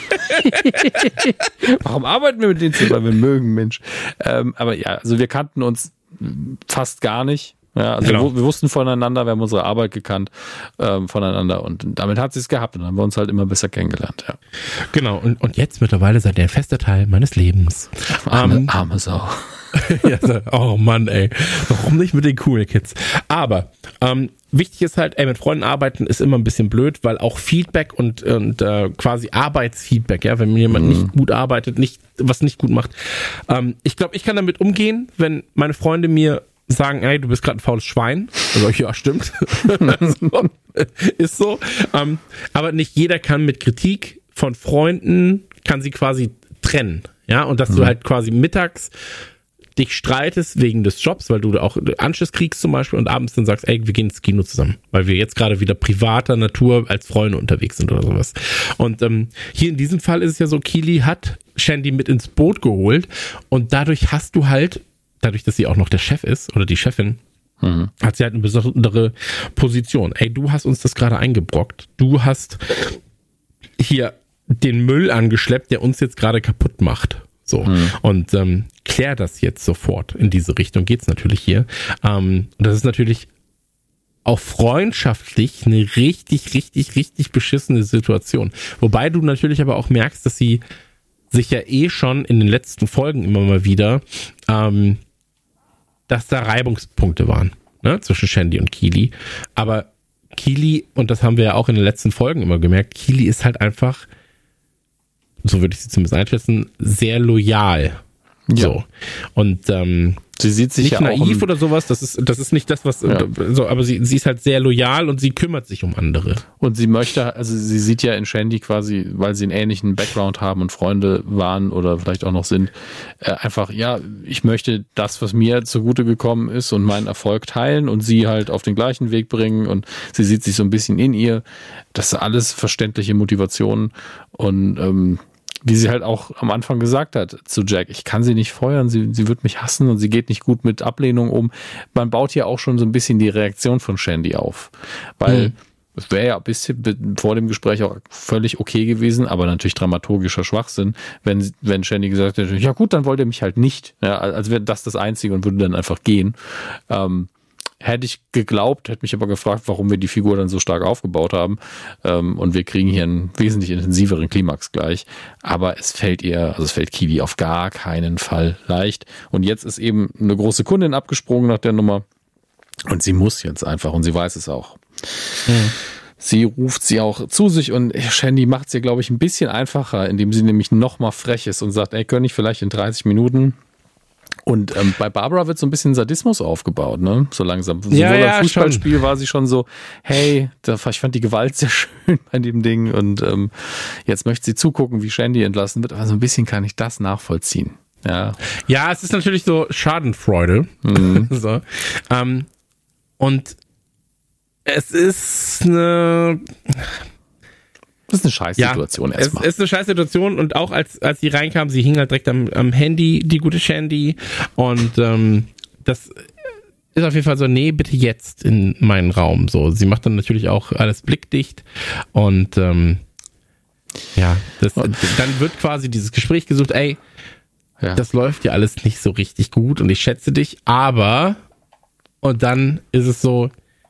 Warum arbeiten wir mit denen zusammen? Weil wir mögen, Mensch. Ähm, aber ja, also wir kannten uns fast gar nicht. Ja, also genau. wir, wir wussten voneinander, wir haben unsere Arbeit gekannt ähm, voneinander und damit hat sie es gehabt und dann haben wir uns halt immer besser kennengelernt. Ja. Genau, und, und jetzt mittlerweile seid ihr ein fester Teil meines Lebens. Arme, um, arme Sau. Ja, so, oh Mann, ey. Warum nicht mit den Cool Kids? Aber ähm, wichtig ist halt, ey, mit Freunden arbeiten ist immer ein bisschen blöd, weil auch Feedback und, und äh, quasi Arbeitsfeedback, ja, wenn mir jemand mhm. nicht gut arbeitet, nicht was nicht gut macht. Ähm, ich glaube, ich kann damit umgehen, wenn meine Freunde mir sagen, ey, du bist gerade ein faules Schwein. Also, ja, stimmt. So, ist so. Ähm, aber nicht jeder kann mit Kritik von Freunden, kann sie quasi trennen. Ja, und dass mhm. du halt quasi mittags dich streitest wegen des Jobs, weil du auch Anschluss kriegst zum Beispiel und abends dann sagst, ey, wir gehen ins Kino zusammen, weil wir jetzt gerade wieder privater Natur als Freunde unterwegs sind oder sowas. Und ähm, hier in diesem Fall ist es ja so, Keely hat Shandy mit ins Boot geholt und dadurch hast du halt dadurch, dass sie auch noch der Chef ist oder die Chefin, mhm. hat sie halt eine besondere Position. Ey, du hast uns das gerade eingebrockt. Du hast hier den Müll angeschleppt, der uns jetzt gerade kaputt macht. So. Mhm. Und ähm, klär das jetzt sofort. In diese Richtung geht's natürlich hier. Ähm, und das ist natürlich auch freundschaftlich eine richtig, richtig, richtig beschissene Situation. Wobei du natürlich aber auch merkst, dass sie sich ja eh schon in den letzten Folgen immer mal wieder ähm, dass da Reibungspunkte waren, ne, zwischen Shandy und Keely. Aber Keely, und das haben wir ja auch in den letzten Folgen immer gemerkt, Keely ist halt einfach, so würde ich sie zumindest einschätzen, sehr loyal. Ja. So. Und ähm, sie sieht sich nicht ja naiv auch im, oder sowas, das ist, das ist nicht das, was, ja. so, aber sie, sie ist halt sehr loyal und sie kümmert sich um andere. Und sie möchte, also sie sieht ja in Shandy quasi, weil sie einen ähnlichen Background haben und Freunde waren oder vielleicht auch noch sind, äh, einfach, ja, ich möchte das, was mir zugute gekommen ist und meinen Erfolg teilen und sie halt auf den gleichen Weg bringen und sie sieht sich so ein bisschen in ihr. Das ist alles verständliche Motivationen und ähm, wie sie halt auch am Anfang gesagt hat zu Jack, ich kann sie nicht feuern, sie, sie wird mich hassen und sie geht nicht gut mit Ablehnung um. Man baut hier auch schon so ein bisschen die Reaktion von Shandy auf. Weil mhm. es wäre ja ein bisschen vor dem Gespräch auch völlig okay gewesen, aber natürlich dramaturgischer Schwachsinn, wenn, wenn Shandy gesagt hätte, ja gut, dann wollt ihr mich halt nicht. Ja, als wäre das das Einzige und würde dann einfach gehen. Ähm, Hätte ich geglaubt, hätte mich aber gefragt, warum wir die Figur dann so stark aufgebaut haben. Ähm, und wir kriegen hier einen wesentlich intensiveren Klimax gleich. Aber es fällt ihr, also es fällt Kiwi auf gar keinen Fall leicht. Und jetzt ist eben eine große Kundin abgesprungen nach der Nummer. Und sie muss jetzt einfach und sie weiß es auch. Mhm. Sie ruft sie auch zu sich und Shandy macht es ihr, glaube ich, ein bisschen einfacher, indem sie nämlich nochmal frech ist und sagt, ey, könnte ich vielleicht in dreißig Minuten... Und ähm, bei Barbara wird so ein bisschen Sadismus aufgebaut, ne? So langsam. Sowohl ja, ja, beim Fußballspiel schon. war sie schon so, hey, ich fand die Gewalt sehr schön bei dem Ding und ähm, jetzt möchte sie zugucken, wie Shandy entlassen wird. Aber so ein bisschen kann ich das nachvollziehen. Ja, ja, es ist natürlich so Schadenfreude. Mhm. so. Ähm, und es ist eine... Das ist eine Scheißsituation ja, erstmal. Es ist eine Scheißsituation und auch als, als sie reinkam, sie hing halt direkt am, am Handy, die gute Shandy. Und ähm, das ist auf jeden Fall so, nee, bitte jetzt in meinen Raum. So, sie macht dann natürlich auch alles blickdicht und ähm, ja, das, dann wird quasi dieses Gespräch gesucht, ey, ja. das läuft ja alles nicht so richtig gut und ich schätze dich, aber und dann ist es so,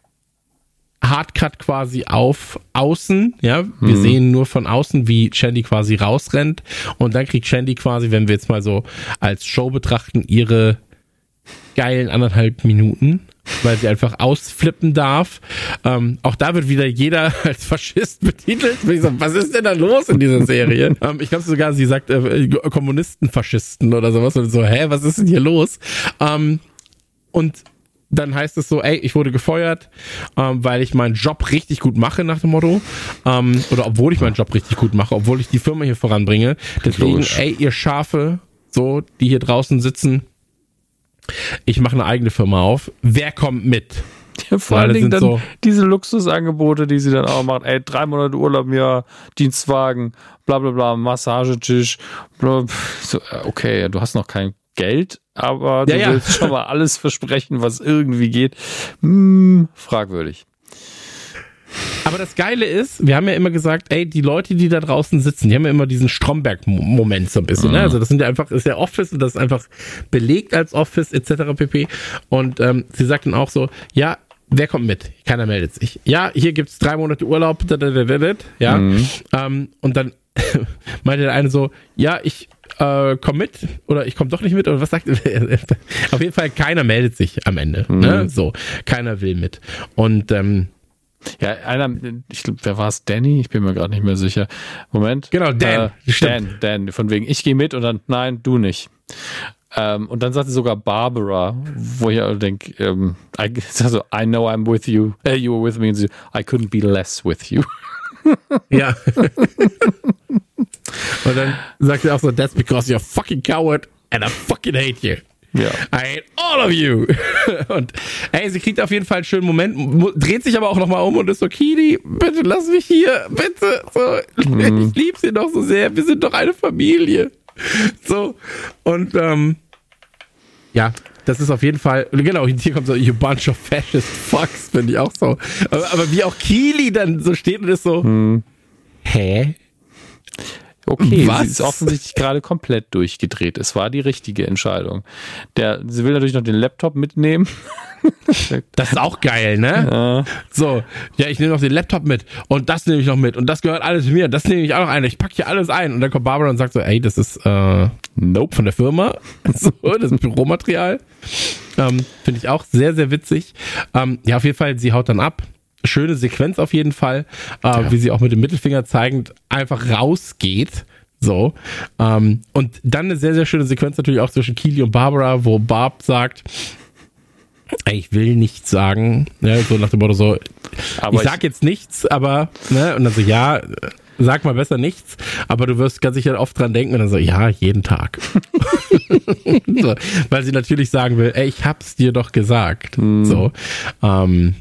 Hardcut quasi auf außen, ja, wir mhm. sehen nur von außen, wie Shandy quasi rausrennt und dann kriegt Shandy quasi, wenn wir jetzt mal so als Show betrachten, ihre geilen anderthalb Minuten, weil sie einfach ausflippen darf. Ähm, auch da wird wieder jeder als Faschist betitelt. Ich so, was ist denn da los in dieser Serie? ähm, ich glaube sogar, sie sagt äh, Kommunisten-Faschisten oder sowas und so, hä, was ist denn hier los? Ähm, und dann heißt es so, ey, ich wurde gefeuert, ähm, weil ich meinen Job richtig gut mache, nach dem Motto. Ähm, oder obwohl ich meinen Job richtig gut mache, obwohl ich die Firma hier voranbringe. Deswegen, Logisch. ey, ihr Schafe, so, die hier draußen sitzen, ich mache eine eigene Firma auf. Wer kommt mit? Ja, vor allen Dingen dann so diese Luxusangebote, die sie dann auch macht. Ey, drei Monate Urlaub im Jahr, Dienstwagen, bla bla bla, Massagetisch. Bla, so, okay, du hast noch kein Geld, aber du ja, willst ja. schon mal alles versprechen, was irgendwie geht. Hm, fragwürdig. Aber das Geile ist, wir haben ja immer gesagt, ey, die Leute, die da draußen sitzen, die haben ja immer diesen Stromberg-Moment so ein bisschen. Mhm. Ne? Also das sind ja einfach, ist ja Office und das ist einfach belegt als Office et cetera pp. Und ähm, sie sagten auch so, ja, wer kommt mit? Keiner meldet sich. Ja, hier gibt's drei Monate Urlaub, ja. Mhm. Ähm, und dann meinte der eine so, ja, ich äh, komm mit oder ich komme doch nicht mit oder was sagt er? Auf jeden Fall, keiner meldet sich am Ende. Mhm. Ne? So, keiner will mit. Und ähm, ja, einer, ich glaube, wer war es? Danny? Ich bin mir gerade nicht mehr sicher. Moment. Genau, Dan. Äh, Dan, Dan, von wegen, ich gehe mit und dann, nein, du nicht. Ähm, und dann sagte sogar Barbara, wo ich auch denke, ähm, I, also, I know I'm with you, uh, you were with me, and so, I couldn't be less with you. Ja. Und dann sagt er auch so, that's because you're a fucking coward and I fucking hate you. Ja. I hate all of you. Und ey, sie kriegt auf jeden Fall einen schönen Moment, dreht sich aber auch nochmal um und ist so, Kini, bitte lass mich hier, bitte. So, mhm. Ich liebe sie doch so sehr, wir sind doch eine Familie. So, und ähm, ja, das ist auf jeden Fall, genau, hier kommt so, you bunch of fascist fucks, finde ich auch so. Aber, aber wie auch Keely dann so steht und ist so, hm. hä? Okay, was? Sie ist offensichtlich gerade komplett durchgedreht. Es war die richtige Entscheidung. Der, sie will natürlich noch den Laptop mitnehmen. Das ist auch geil, ne? Ja. So, ja, ich nehme noch den Laptop mit und das nehme ich noch mit und das gehört alles mir, das nehme ich auch noch ein, ich packe hier alles ein und dann kommt Barbara und sagt so, ey, das ist äh, nope von der Firma, so, das ist Büromaterial. Ähm, finde ich auch sehr, sehr witzig. Ähm, ja, auf jeden Fall, sie haut dann ab. Schöne Sequenz auf jeden Fall, äh, ja. wie sie auch mit dem Mittelfinger zeigend einfach rausgeht. So. Ähm, und dann eine sehr, sehr schöne Sequenz natürlich auch zwischen Keely und Barbara, wo Barb sagt, ich will nichts sagen, ne, so nach dem Motto so, aber ich sag ich, jetzt nichts, aber, ne, und dann so, ja, sag mal besser nichts, aber du wirst ganz sicher oft dran denken und dann so, ja, jeden Tag. So, weil sie natürlich sagen will, ey, ich hab's dir doch gesagt. Hm. So, ähm,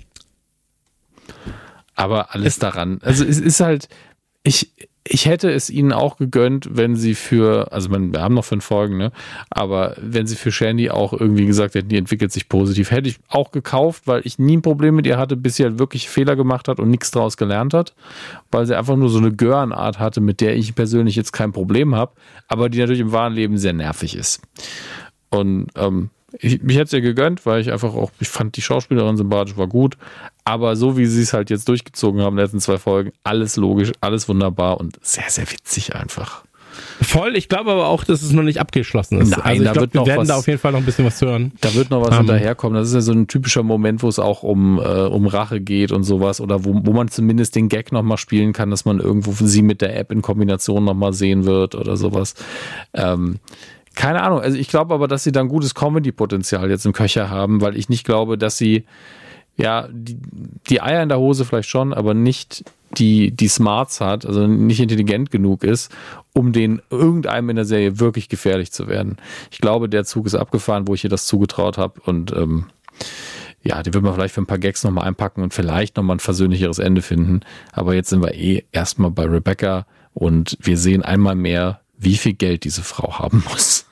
aber alles daran, also es ist halt, ich, ich hätte es ihnen auch gegönnt, wenn sie für, also man, wir haben noch fünf Folgen, ne? Aber wenn sie für Shandy auch irgendwie gesagt hätten, die entwickelt sich positiv, hätte ich auch gekauft, weil ich nie ein Problem mit ihr hatte, bis sie halt wirklich Fehler gemacht hat und nichts draus gelernt hat, weil sie einfach nur so eine Görenart hatte, mit der ich persönlich jetzt kein Problem habe, aber die natürlich im wahren Leben sehr nervig ist. Und ähm, ich, mich hätte es ihr gegönnt, weil ich einfach auch, ich fand die Schauspielerin sympathisch, war gut, aber so wie sie es halt jetzt durchgezogen haben in den letzten zwei Folgen, alles logisch, alles wunderbar und sehr, sehr witzig einfach. Voll, ich glaube aber auch, dass es noch nicht abgeschlossen ist. Nein, also ich da glaub, wird wir noch werden was, da auf jeden Fall noch ein bisschen was hören. Da wird noch was um, hinterherkommen. Das ist ja so ein typischer Moment, wo es auch um, äh, um Rache geht und sowas oder wo, wo man zumindest den Gag nochmal spielen kann, dass man irgendwo sie mit der App in Kombination nochmal sehen wird oder sowas. Ähm, Keine Ahnung, also ich glaube aber, dass sie dann gutes Comedy-Potenzial jetzt im Köcher haben, weil ich nicht glaube, dass sie, ja, die, die Eier in der Hose vielleicht schon, aber nicht die, die Smarts hat, also nicht intelligent genug ist, um den irgendeinem in der Serie wirklich gefährlich zu werden. Ich glaube, der Zug ist abgefahren, wo ich ihr das zugetraut habe und ähm, ja, die wird man vielleicht für ein paar Gags nochmal einpacken und vielleicht nochmal ein versöhnlicheres Ende finden, aber jetzt sind wir eh erstmal bei Rebecca und wir sehen einmal mehr, wie viel Geld diese Frau haben muss.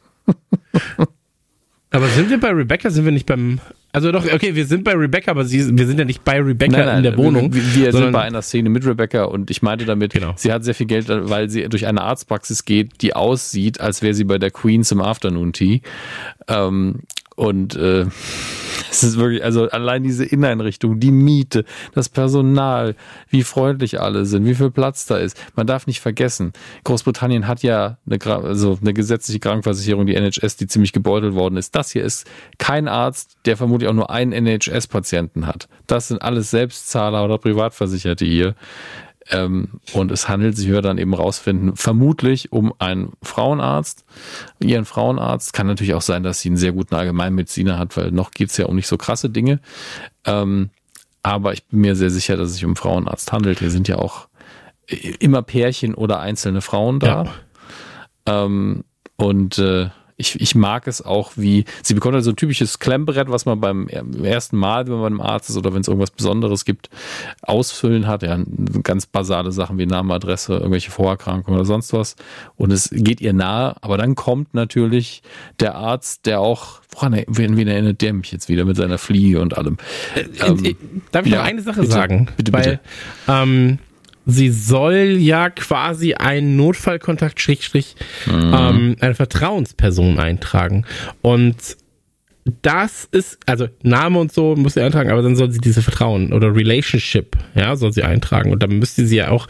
Aber sind wir bei Rebecca, sind wir nicht beim, also doch, okay, wir sind bei Rebecca, aber sie, wir sind ja nicht bei Rebecca nein, nein, in der Wohnung. Wir, wir sind bei einer Szene mit Rebecca und ich meinte damit, genau. Sie hat sehr viel Geld, weil sie durch eine Arztpraxis geht, die aussieht, als wäre sie bei der Queen zum Afternoon Tea. Ähm, und äh, es ist wirklich, also allein diese Inneneinrichtung, die Miete, das Personal, wie freundlich alle sind, wie viel Platz da ist. Man darf nicht vergessen, Großbritannien hat ja eine, also eine gesetzliche Krankenversicherung, die N H S, die ziemlich gebeutelt worden ist. Das hier ist kein Arzt, der vermutlich auch nur einen N H S-Patienten hat. Das sind alles Selbstzahler oder Privatversicherte hier. Ähm, und es handelt sich, wir dann eben rausfinden, vermutlich um einen Frauenarzt, ihren Frauenarzt. Kann natürlich auch sein, dass sie einen sehr guten Allgemeinmediziner hat, weil noch geht es ja um nicht so krasse Dinge. Ähm, aber ich bin mir sehr sicher, dass es sich um einen Frauenarzt handelt. Hier sind ja auch immer Pärchen oder einzelne Frauen da. Ja. Ähm, und äh, Ich, ich mag es auch, wie, sie bekommt halt so ein typisches Klemmbrett, was man beim ersten Mal, wenn man beim Arzt ist oder wenn es irgendwas Besonderes gibt, ausfüllen hat. Ja, ganz basale Sachen wie Name, Adresse, irgendwelche Vorerkrankungen oder sonst was. Und es geht ihr nahe, aber dann kommt natürlich der Arzt, der auch, woran wen erinnert der mich jetzt wieder mit seiner Fliege und allem. Äh, ähm, äh, darf ich ja, noch eine Sache bitte, sagen? Bitte, Weil, bitte. Ähm, sie soll ja quasi einen Notfallkontakt, Schrägstrich, mhm. ähm, eine Vertrauensperson eintragen. Und das ist, also Name und so muss sie eintragen, aber dann soll sie diese Vertrauen oder Relationship, ja, soll sie eintragen. Und dann müsste sie ja auch,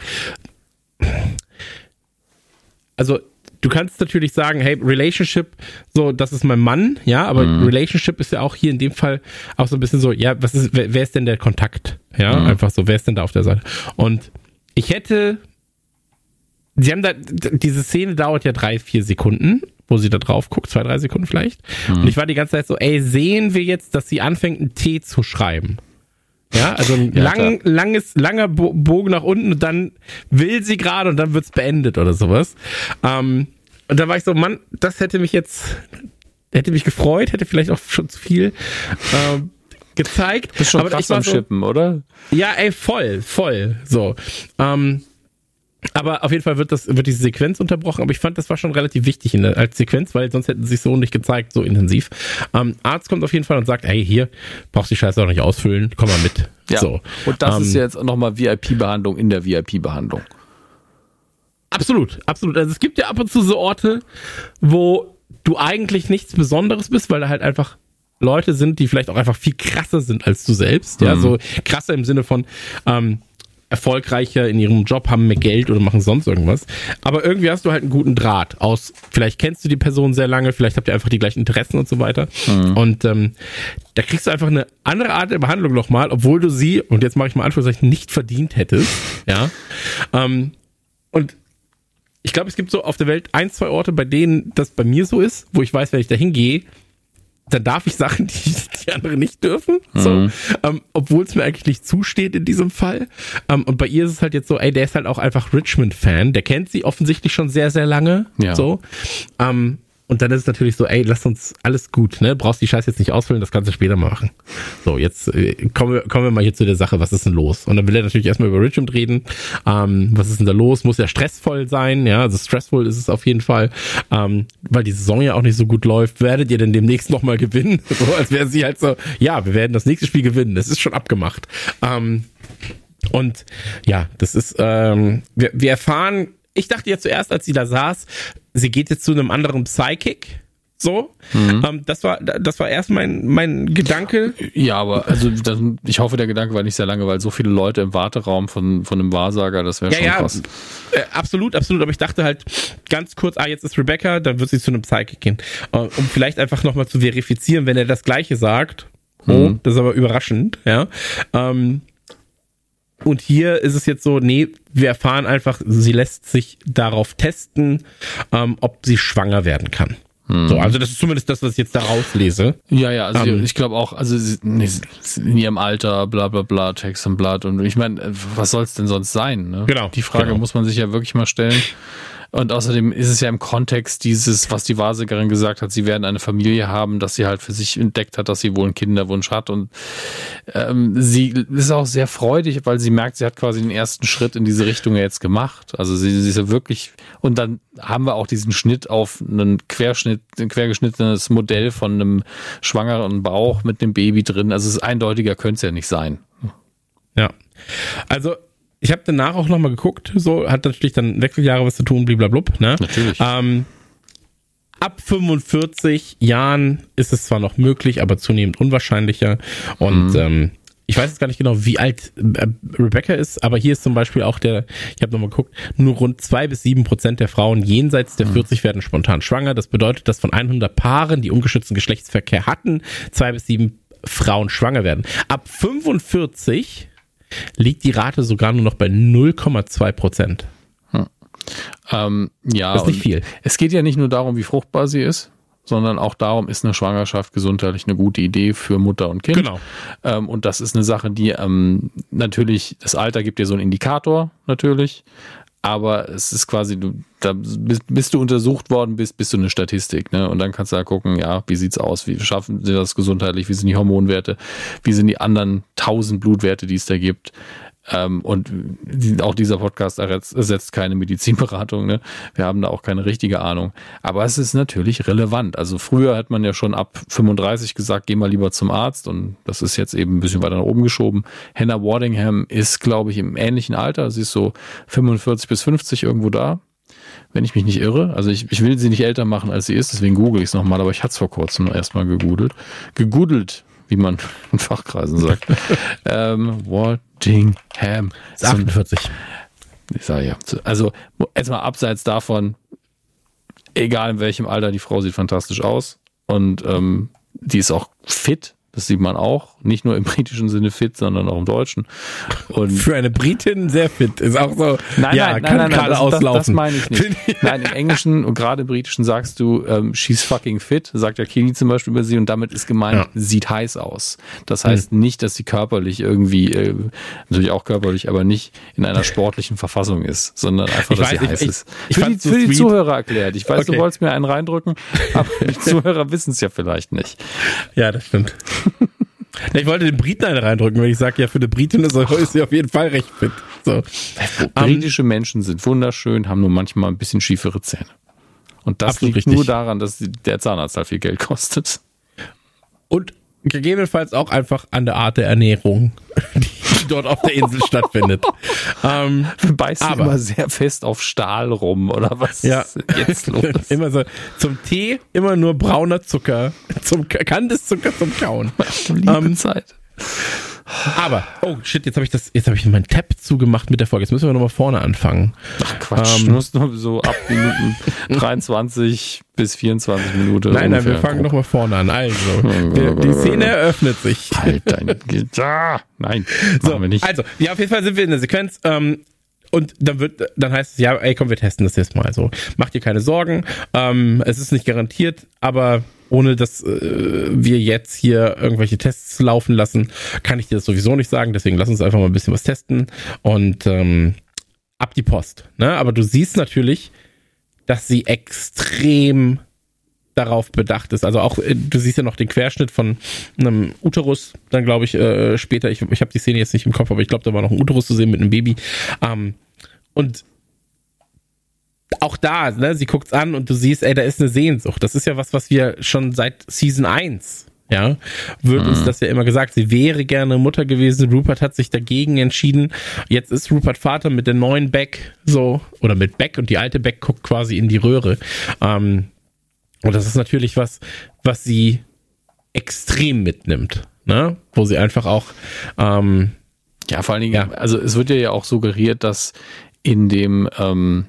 also du kannst natürlich sagen, hey, Relationship, so, das ist mein Mann, ja, aber mhm. Relationship ist ja auch hier in dem Fall auch so ein bisschen so, ja, was ist, wer, wer ist denn der Kontakt? Ja, mhm. einfach so, wer ist denn da auf der Seite? Und ich hätte, sie haben da, diese Szene dauert ja drei, vier Sekunden, wo sie da drauf guckt, zwei, drei Sekunden vielleicht. Mhm. Und ich war die ganze Zeit so, ey, sehen wir jetzt, dass sie anfängt, einen T zu schreiben? Ja, also ein ja, lang, langes, langer Bogen nach unten und dann will sie gerade und dann wird's beendet oder sowas. Ähm, und da war ich so, Mann, das hätte mich jetzt, hätte mich gefreut, hätte vielleicht auch schon zu viel, ähm, gezeigt. Das ist schon aber krass ich war am so, Schippen, oder? Ja, ey, voll, voll, so. Ähm, aber auf jeden Fall wird das, wird diese Sequenz unterbrochen, aber ich fand, das war schon relativ wichtig in der, als Sequenz, weil sonst hätten sie sich so nicht gezeigt, so intensiv. Ähm, Arzt kommt auf jeden Fall und sagt, hey, hier, brauchst die Scheiße auch nicht ausfüllen, komm mal mit. Ja, so. Und das ähm, ist jetzt nochmal V I P-Behandlung in der V I P-Behandlung. Absolut, absolut. Also es gibt ja ab und zu so Orte, wo du eigentlich nichts Besonderes bist, weil da halt einfach Leute sind, die vielleicht auch einfach viel krasser sind als du selbst. Ja, mhm. so krasser im Sinne von ähm, erfolgreicher in ihrem Job, haben mehr Geld oder machen sonst irgendwas. Aber irgendwie hast du halt einen guten Draht aus, vielleicht kennst du die Person sehr lange, vielleicht habt ihr einfach die gleichen Interessen und so weiter. Mhm. Und ähm, da kriegst du einfach eine andere Art der Behandlung nochmal, obwohl du sie, und jetzt mache ich mal Anführungszeichen, nicht verdient hättest. Ja. Ähm, und ich glaube, es gibt so auf der Welt ein, zwei Orte, bei denen das bei mir so ist, wo ich weiß, wenn ich da hingehe, dann darf ich Sachen, die die anderen nicht dürfen, so, Mhm. ähm, obwohl es mir eigentlich nicht zusteht in diesem Fall. Ähm, und bei ihr ist es halt jetzt so, ey, der ist halt auch einfach Richmond-Fan, der kennt sie offensichtlich schon sehr, sehr lange, Ja. so. Ähm, und dann ist es natürlich so, ey, lass uns, alles gut, ne, brauchst die Scheiße jetzt nicht ausfüllen, das kannst du später mal machen. So, jetzt äh, kommen, wir, kommen wir mal hier zu der Sache, was ist denn los? Und dann will er natürlich erstmal über Richmond reden, ähm, was ist denn da los? Muss ja stressvoll sein, ja, also stressvoll ist es auf jeden Fall, ähm, weil die Saison ja auch nicht so gut läuft. Werdet ihr denn demnächst nochmal gewinnen? So, als wäre sie halt so, ja, wir werden das nächste Spiel gewinnen, das ist schon abgemacht. Ähm, und ja, das ist, ähm, wir, wir erfahren, ich dachte ja zuerst, als sie da saß, sie geht jetzt zu einem anderen Psychic, so. Mhm. Ähm, das war, das war erst mein, mein Gedanke. Ja, aber also das, ich hoffe, der Gedanke war nicht sehr lange, weil so viele Leute im Warteraum von, von einem Wahrsager, das wäre Ja, schon ja, krass. äh, absolut, absolut. Aber ich dachte halt ganz kurz, ah, jetzt ist Rebecca, dann wird sie zu einem Psychic gehen. Äh, um vielleicht einfach nochmal zu verifizieren, wenn er das Gleiche sagt. Oh, Mhm. das ist aber überraschend, ja. Ähm, Und hier ist es jetzt so, nee, wir erfahren einfach, sie lässt sich darauf testen, ähm, ob sie schwanger werden kann. Hm. So, also das ist zumindest das, was ich jetzt da rauslese. Ja, ja, also Ähm. ich glaube auch, also sie- nee, sie- in ihrem Alter, bla bla bla, Text und Blatt und ich meine, was soll es denn sonst sein? Ne? Genau, Die Frage genau. muss man sich ja wirklich mal stellen. Und außerdem ist es ja im Kontext dieses, was die Wahrsagerin gesagt hat, sie werden eine Familie haben, dass sie halt für sich entdeckt hat, dass sie wohl einen Kinderwunsch hat. Und ähm, sie ist auch sehr freudig, weil sie merkt, sie hat quasi den ersten Schritt in diese Richtung ja jetzt gemacht. Also sie, sie ist ja wirklich, und dann haben wir auch diesen Schnitt auf einen Querschnitt, ein quergeschnittenes Modell von einem schwangeren Bauch mit einem Baby drin. Also es ist eindeutiger, könnte es ja nicht sein. Ja. Also, ich habe danach auch nochmal geguckt, so, hat natürlich dann Wechseljahre was zu tun, bliblablub, ne? Natürlich. Ähm, ab fünfundvierzig Jahren ist es zwar noch möglich, aber zunehmend unwahrscheinlicher. Und Mhm. ähm, ich weiß jetzt gar nicht genau, wie alt äh, Rebecca ist, aber hier ist zum Beispiel auch der, ich habe nochmal geguckt, nur rund zwei bis sieben Prozent der Frauen jenseits der vierzig werden spontan schwanger. Das bedeutet, dass von hundert Paaren, die ungeschützten Geschlechtsverkehr hatten, zwei bis sieben Frauen schwanger werden. Ab fünfundvierzig liegt die Rate sogar nur noch bei null Komma zwei Prozent. Ähm, ja, Das ist nicht und viel. Es geht ja nicht nur darum, wie fruchtbar sie ist, sondern auch darum, ist eine Schwangerschaft gesundheitlich eine gute Idee für Mutter und Kind. Genau. Ähm, und das ist eine Sache, die ähm, natürlich, das Alter gibt dir so einen Indikator natürlich, aber es ist quasi, du, da bist, bis du untersucht worden bist, bist du eine Statistik, ne? Und dann kannst du da gucken, ja, wie sieht's aus, wie schaffen sie das gesundheitlich, wie sind die Hormonwerte, wie sind die anderen tausend Blutwerte, die es da gibt. Ähm, und die, auch dieser Podcast ersetzt, ersetzt keine Medizinberatung, ne? Wir haben da auch keine richtige Ahnung. Aber es ist natürlich relevant. Also früher hat man ja schon ab fünfunddreißig gesagt, geh mal lieber zum Arzt, und das ist jetzt eben ein bisschen weiter nach oben geschoben. Hannah Waddingham ist, glaube ich, im ähnlichen Alter. Sie ist so fünfundvierzig bis fünfzig irgendwo da, wenn ich mich nicht irre. Also ich, ich will sie nicht älter machen, als sie ist, deswegen google ich es nochmal, aber ich hatte es vor kurzem erstmal gegoogelt. Gegoogelt, wie man in Fachkreisen sagt. ähm, Waddingham. Das ist achtundvierzig. Ich sage ja. Also erstmal abseits davon, egal in welchem Alter, die Frau sieht fantastisch aus. Und ähm, die ist auch fit. Das sieht man auch. Nicht nur im britischen Sinne fit, sondern auch im deutschen. Und Für eine Britin sehr fit. Ist auch so, Nein, ja, nein, kann nein, nein, gerade das, auslaufen. Das, das meine ich nicht. Nein, im Englischen und gerade im Britischen sagst du, ähm, she's fucking fit, sagt ja Kini zum Beispiel über sie, und damit ist gemeint, Ja. sieht heiß aus. Das heißt mhm. nicht, dass sie körperlich irgendwie, äh, natürlich auch körperlich, aber nicht in einer sportlichen Verfassung ist, sondern einfach, Ich dass weiß, sie ich- heiß ich- ist. ich für die, fand's so für die sweet. Zuhörer erklärt. Ich weiß, Okay. du wolltest mir einen reindrücken, aber die Zuhörer wissen es ja vielleicht nicht. Ja, das stimmt. Ich wollte den Briten eine reindrücken, wenn ich sage, ja, für eine Britin ist, er- ist sie auf jeden Fall recht fit. So. Britische Menschen sind wunderschön, haben nur manchmal ein bisschen schiefere Zähne. Und das Absolut liegt richtig. nur daran, dass die- der Zahnarzt halt viel Geld kostet. Und gegebenenfalls auch einfach an der Art der Ernährung, die dort auf der Insel stattfindet. Ähm, Beißt Aber- immer sehr fest auf Stahl rum, oder was Ja. ist denn jetzt los? immer so, zum Tee immer nur brauner Zucker, zum Kandiszucker zum Kauen. Liebe Ähm, Zeit. Aber, oh shit, jetzt habe ich das, jetzt habe ich meinen Tab zugemacht mit der Folge. Jetzt müssen wir nochmal vorne anfangen. Ach Quatsch, Ähm, du musst nur so ab Minuten dreiundzwanzig bis vierundzwanzig Minuten. Nein, nein, wir ungefähr. fangen nochmal vorne an. Also, der, die Szene eröffnet sich. Halt dein Gitarre. Nein, machen So, wir nicht. also, ja, auf jeden Fall sind wir in der Sequenz. Ähm, und dann wird, dann heißt es, ja, ey, komm, wir testen das jetzt mal so. Mach dir keine Sorgen, ähm, es ist nicht garantiert, aber ohne dass äh, wir jetzt hier irgendwelche Tests laufen lassen, kann ich dir das sowieso nicht sagen, deswegen lass uns einfach mal ein bisschen was testen und ähm, ab die Post. Ne? Aber du siehst natürlich, dass sie extrem darauf bedacht ist. Also auch, du siehst ja noch den Querschnitt von einem Uterus, dann glaube ich äh, später, ich, ich habe die Szene jetzt nicht im Kopf, aber ich glaube, da war noch ein Uterus zu sehen mit einem Baby. Ähm, und auch da, ne, sie guckt's an und du siehst, ey, da ist eine Sehnsucht. Das ist ja was, was wir schon seit Season eins, ja, wird mhm. uns das ja immer gesagt. Sie wäre gerne Mutter gewesen. Rupert hat sich dagegen entschieden. Jetzt ist Rupert Vater mit der neuen Beck so, oder mit Beck und die alte Beck guckt quasi in die Röhre. Ähm, Und das ist natürlich was, was sie extrem mitnimmt, ne? Wo sie einfach auch ähm, ja, vor allen Dingen, ja. also es wird ja auch suggeriert, dass in dem ähm,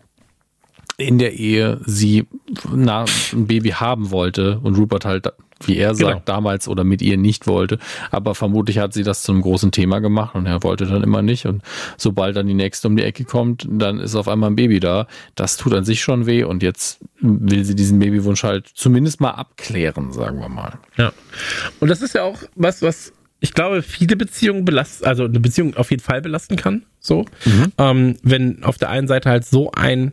in der Ehe sie na, ein Baby haben wollte und Rupert halt, wie er sagt, genau. damals oder mit ihr nicht wollte. Aber vermutlich hat sie das zu einem großen Thema gemacht und er wollte dann immer nicht. Und sobald dann die nächste um die Ecke kommt, dann ist auf einmal ein Baby da. Das tut an sich schon weh und jetzt will sie diesen Babywunsch halt zumindest mal abklären, sagen wir mal. Ja. Und das ist ja auch was, was ich glaube, viele Beziehungen belasten, also eine Beziehung auf jeden Fall belasten kann. So. Mhm. Ähm, wenn auf der einen Seite halt so ein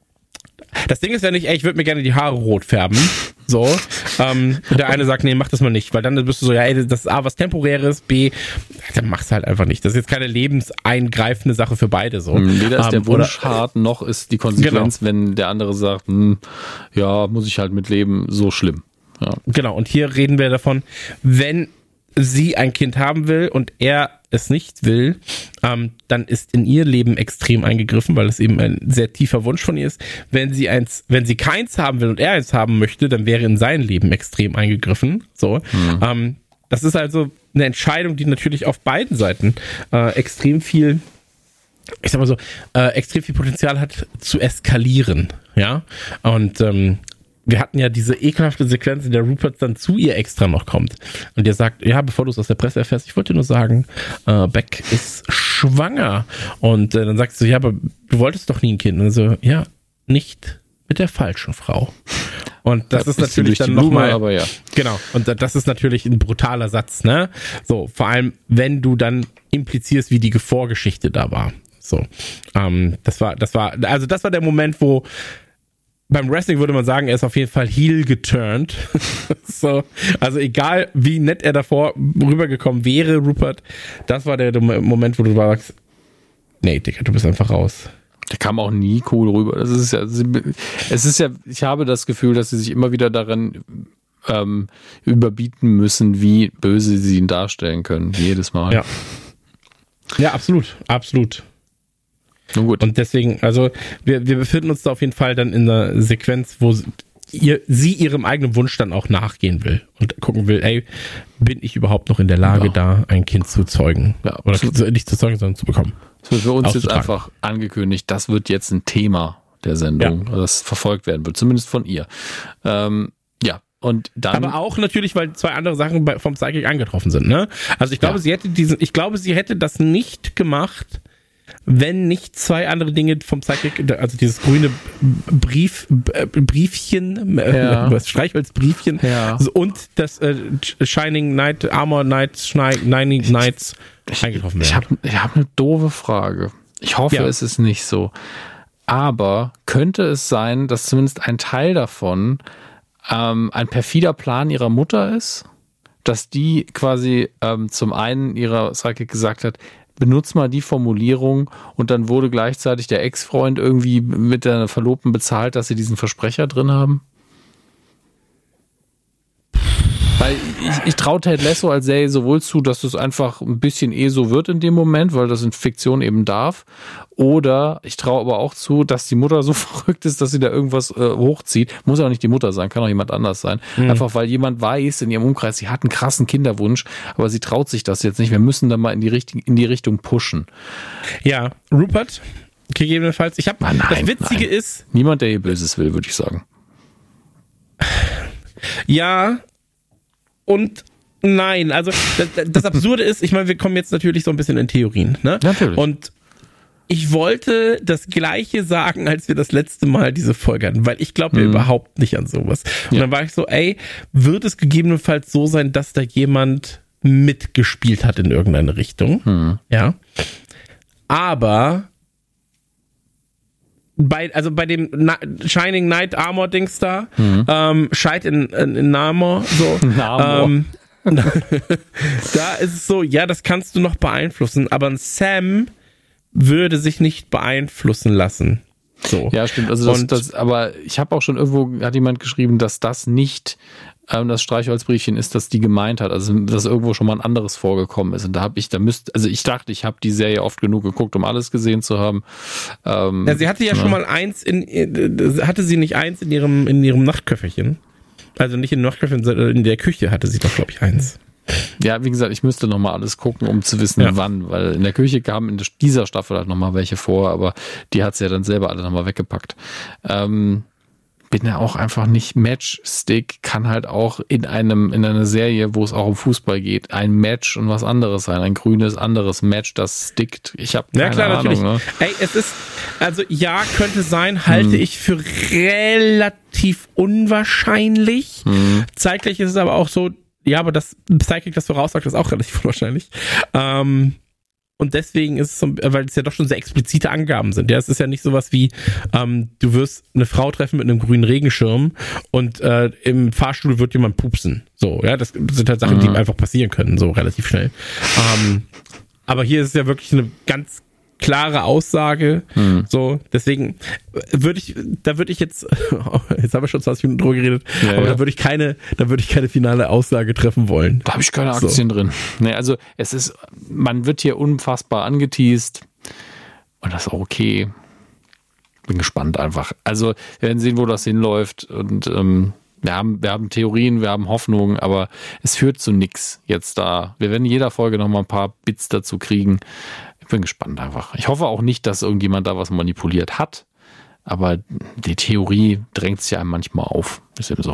Das Ding ist ja nicht, ey, ich würde mir gerne die Haare rot färben. So. Ähm, und der eine sagt, nee, mach das mal nicht. Weil dann bist du so, ja, ey, das ist A, was Temporäres, B, dann mach's halt einfach nicht. Das ist jetzt keine lebenseingreifende Sache für beide. So. Weder ist der Wunsch oder, hart, noch ist die Konsequenz, genau. wenn der andere sagt, hm, ja, muss ich halt mitleben, so schlimm. Ja. Genau, und hier reden wir davon, wenn sie ein Kind haben will und er es nicht will, ähm, dann ist in ihr Leben extrem eingegriffen, weil es eben ein sehr tiefer Wunsch von ihr ist. Wenn sie eins, wenn sie keins haben will und er eins haben möchte, dann wäre in sein Leben extrem eingegriffen. So, mhm. ähm, das ist also eine Entscheidung, die natürlich auf beiden Seiten äh, extrem viel, ich sag mal so, äh, extrem viel Potenzial hat zu eskalieren. Ja, und ähm, wir hatten ja diese ekelhafte Sequenz, in der Rupert dann zu ihr extra noch kommt. Und der sagt, ja, bevor du es aus der Presse erfährst, ich wollte dir nur sagen, äh, Beck ist schwanger. Und äh, dann sagst du, ja, aber du wolltest doch nie ein Kind. Und so, ja, nicht mit der falschen Frau. Und das ja, ist natürlich dann nochmal, aber ja. Genau. Und das ist natürlich ein brutaler Satz, ne? So, vor allem, wenn du dann implizierst, wie die Vorgeschichte da war. So, ähm, das war, das war, also das war der Moment, wo beim Wrestling würde man sagen, er ist auf jeden Fall heel geturnt. So, also egal, wie nett er davor rübergekommen wäre, Rupert, das war der Moment, wo du sagst, nee, Digga, du bist einfach raus. Der kam auch nie cool rüber. Das ist ja, es ist ja, ich habe das Gefühl, dass sie sich immer wieder daran ähm, überbieten müssen, wie böse sie ihn darstellen können. Jedes Mal. Ja. Ja, absolut, absolut. Nun gut. Und deswegen, also wir, wir befinden uns da auf jeden Fall dann in einer Sequenz, wo ihr, sie ihrem eigenen Wunsch dann auch nachgehen will und gucken will, ey, bin ich überhaupt noch in der Lage, ja. da ein Kind zu zeugen? Ja, oder zu, nicht zu zeugen, sondern zu bekommen. Das wird für uns jetzt einfach angekündigt, das wird jetzt ein Thema der Sendung, ja. das verfolgt werden wird, zumindest von ihr. Ähm, ja. Und dann, aber auch natürlich, weil zwei andere Sachen bei, vom Psychic angetroffen sind, ne? Also ich glaube, ja. sie hätte diesen, ich glaube, sie hätte das nicht gemacht, wenn nicht zwei andere Dinge vom Psychic, also dieses grüne Brief, Briefchen, ja. äh, Streichholzbriefchen ja. und das äh, Shining Knight, Armor Knights, Shining Knights eingetroffen werden. Ich habe ich hab eine doofe Frage. Ich hoffe, ja. es ist nicht so. Aber könnte es sein, dass zumindest ein Teil davon ähm, ein perfider Plan ihrer Mutter ist? Dass die quasi ähm, zum einen ihrer Psychic gesagt hat, benutz mal die Formulierung und dann wurde gleichzeitig der Ex-Freund irgendwie mit der Verlobten bezahlt, dass sie diesen Versprecher drin haben? Weil ich, ich traue Ted Lasso als Serie sowohl zu, dass es einfach ein bisschen eh so wird in dem Moment, weil das in Fiktion eben darf, oder ich traue aber auch zu, dass die Mutter so verrückt ist, dass sie da irgendwas äh, hochzieht. Muss ja auch nicht die Mutter sein, kann auch jemand anders sein. Mhm. Einfach weil jemand weiß in ihrem Umkreis, sie hat einen krassen Kinderwunsch, aber sie traut sich das jetzt nicht. Wir müssen da mal in die, Richtung, in die Richtung pushen. Ja, Rupert, gegebenenfalls. Ich habe das Witzige nein. ist... Niemand, der ihr Böses will, würde ich sagen. Ja... Und nein, also das, das Absurde ist, ich meine, wir kommen jetzt natürlich so ein bisschen in Theorien, ne? Natürlich. Und ich wollte das Gleiche sagen, als wir das letzte Mal diese Folge hatten, weil ich glaube ja Mhm. überhaupt nicht an sowas. Und Ja. dann war ich so, ey, wird es gegebenenfalls so sein, dass da jemand mitgespielt hat in irgendeine Richtung? Mhm. Ja. Aber bei, also bei dem Na- Shining Knight Armor Dings da, Mhm. ähm, Scheit in, in, in Namor, so, Namor. ähm, da ist es so, ja, das kannst du noch beeinflussen, aber ein Sam würde sich nicht beeinflussen lassen. So. Ja, stimmt. Also das, Und- das, aber ich habe auch schon irgendwo, hat jemand geschrieben, dass das nicht ähm, das Streichholzbriefchen ist, das die gemeint hat. Also dass irgendwo schon mal ein anderes vorgekommen ist. Und da habe ich, da müsste, also ich dachte, ich habe die Serie oft genug geguckt, um alles gesehen zu haben. Ähm, Ja, sie hatte ja, ja. schon mal eins in, äh, hatte sie nicht eins in ihrem, in ihrem Nachtköfferchen? Also nicht in Nachtköfferchen, sondern in der Küche hatte sie doch, glaube ich, eins. Ja, wie gesagt, ich müsste noch mal alles gucken, um zu wissen, Ja. wann, weil in der Küche kamen in dieser Staffel halt noch mal welche vor, aber die hat sie ja dann selber alle noch mal weggepackt. Ähm, bin ja auch einfach nicht Matchstick, kann halt auch in einem in einer Serie, wo es auch um Fußball geht, ein Match und was anderes sein, ein grünes anderes Match, das stickt. Ich habe keine Ja, klar, Ahnung. natürlich. Ne? Ey, es ist, also ja, könnte sein, halte Hm. ich für relativ unwahrscheinlich. Hm. Zeitgleich ist es aber auch so, ja, aber das Psychic, das voraussagt, ist auch relativ unwahrscheinlich. Ähm, und deswegen ist es so, weil es ja doch schon sehr explizite Angaben sind. Ja, es ist ja nicht sowas wie, ähm, du wirst eine Frau treffen mit einem grünen Regenschirm und äh, im Fahrstuhl wird jemand pupsen. So, ja, das sind halt Sachen, Mhm. die einfach passieren können, so relativ schnell. Ähm, aber hier ist es ja wirklich eine ganz klare Aussage. Hm. So, deswegen würde ich, da würde ich jetzt, jetzt haben wir schon zwanzig Minuten drüber geredet, Ja, aber ja. da würde ich keine, da würde ich keine finale Aussage treffen wollen. Da habe ich keine So. Aktien drin. Nee, also es ist, man wird hier unfassbar angeteased und das ist auch okay. Bin gespannt einfach. Also wir werden sehen, wo das hinläuft und ähm, wir haben, wir haben Theorien, wir haben Hoffnungen, aber es führt zu nichts jetzt da. Wir werden in jeder Folge noch mal ein paar Bits dazu kriegen. Ich bin gespannt einfach. Ich hoffe auch nicht, dass irgendjemand da was manipuliert hat, aber die Theorie drängt sich einem manchmal auf. Ist eben so.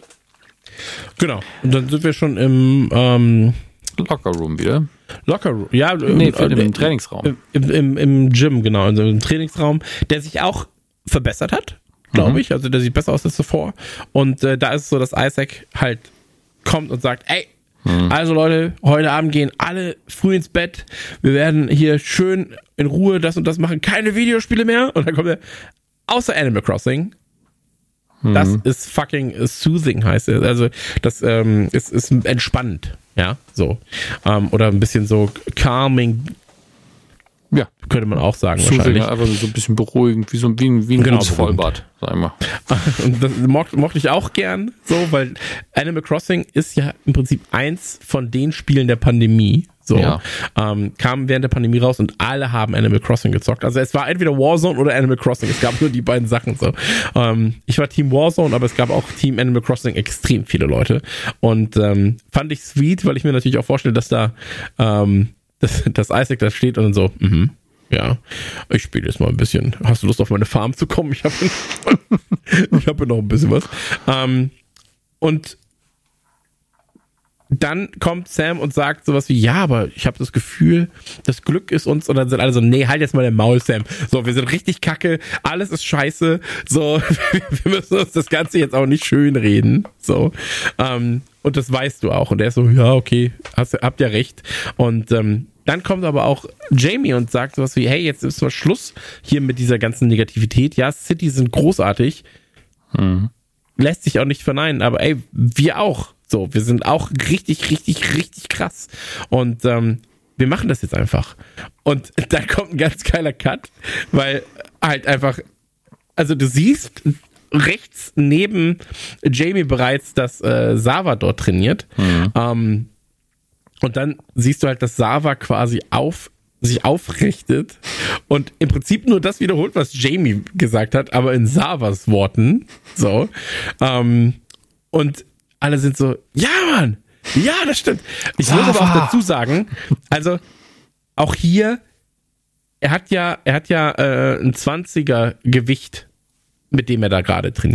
Genau. Und dann sind wir schon im ähm, Lockerroom wieder. Lockerroom. Ja, Nee, für äh, den Trainingsraum. Im, im, Im Gym, genau, also im Trainingsraum, der sich auch verbessert hat, glaube Mhm. ich. Also der sieht besser aus als zuvor. Und äh, da ist es so, dass Isaac halt kommt und sagt, ey, Mhm. also Leute, heute Abend gehen alle früh ins Bett. Wir werden hier schön in Ruhe das und das machen. Keine Videospiele mehr. Und dann kommt er, außer Animal Crossing. Das Mhm. ist fucking soothing, heißt es. Also das ähm, ist, ist entspannend. Ja, so. Ähm, oder ein bisschen so calming, Ja, könnte man auch sagen Soothing, wahrscheinlich. einfach so ein bisschen beruhigend, wie so ein, wie ein, wie ein Genau, gutes Vollbad, sag ich mal. Und das mochte, mochte ich auch gern, so, weil Animal Crossing ist ja im Prinzip eins von den Spielen der Pandemie. So, Ja. ähm, kam während der Pandemie raus und alle haben Animal Crossing gezockt. Also es war entweder Warzone oder Animal Crossing. Es gab nur die beiden Sachen so. Ähm, ich war Team Warzone, aber es gab auch Team Animal Crossing extrem viele Leute. Und ähm, fand ich sweet, weil ich mir natürlich auch vorstelle, dass da ähm, dass, dass Isaac da steht und dann so, mhm. Ja, ich spiele jetzt mal ein bisschen. Hast du Lust, auf meine Farm zu kommen? Ich habe ich habe noch ein bisschen was. Ähm, und dann kommt Sam und sagt sowas wie, ja, aber ich habe das Gefühl, das Glück ist uns. Und dann sind alle so, nee, halt jetzt mal den Maul, Sam. So, wir sind richtig kacke, alles ist scheiße. So, wir müssen uns das Ganze jetzt auch nicht schön reden. So, ähm, und das weißt du auch. Und er ist so, ja, okay, hast, habt ja recht. Und ähm, dann kommt aber auch Jamie und sagt sowas wie, hey, jetzt ist mal Schluss hier mit dieser ganzen Negativität. Ja, City sind großartig. Mhm. Lässt sich auch nicht verneinen, aber ey, wir auch. So, wir sind auch richtig, richtig, richtig krass. Und ähm, wir machen das jetzt einfach. Und dann kommt ein ganz geiler Cut, weil halt einfach, also du siehst rechts neben Jamie bereits, dass äh, Sava dort trainiert. Mhm. Ähm, und dann siehst du halt, dass Sava quasi auf sich aufrichtet und im Prinzip nur das wiederholt, was Jamie gesagt hat, aber in Savas Worten. So. Ähm, und alle sind so, ja, Mann, ja, das stimmt. Ich muss aber auch dazu sagen, also auch hier, er hat ja, er hat ja äh, ein zwanziger Gewicht, mit dem er da gerade trainiert.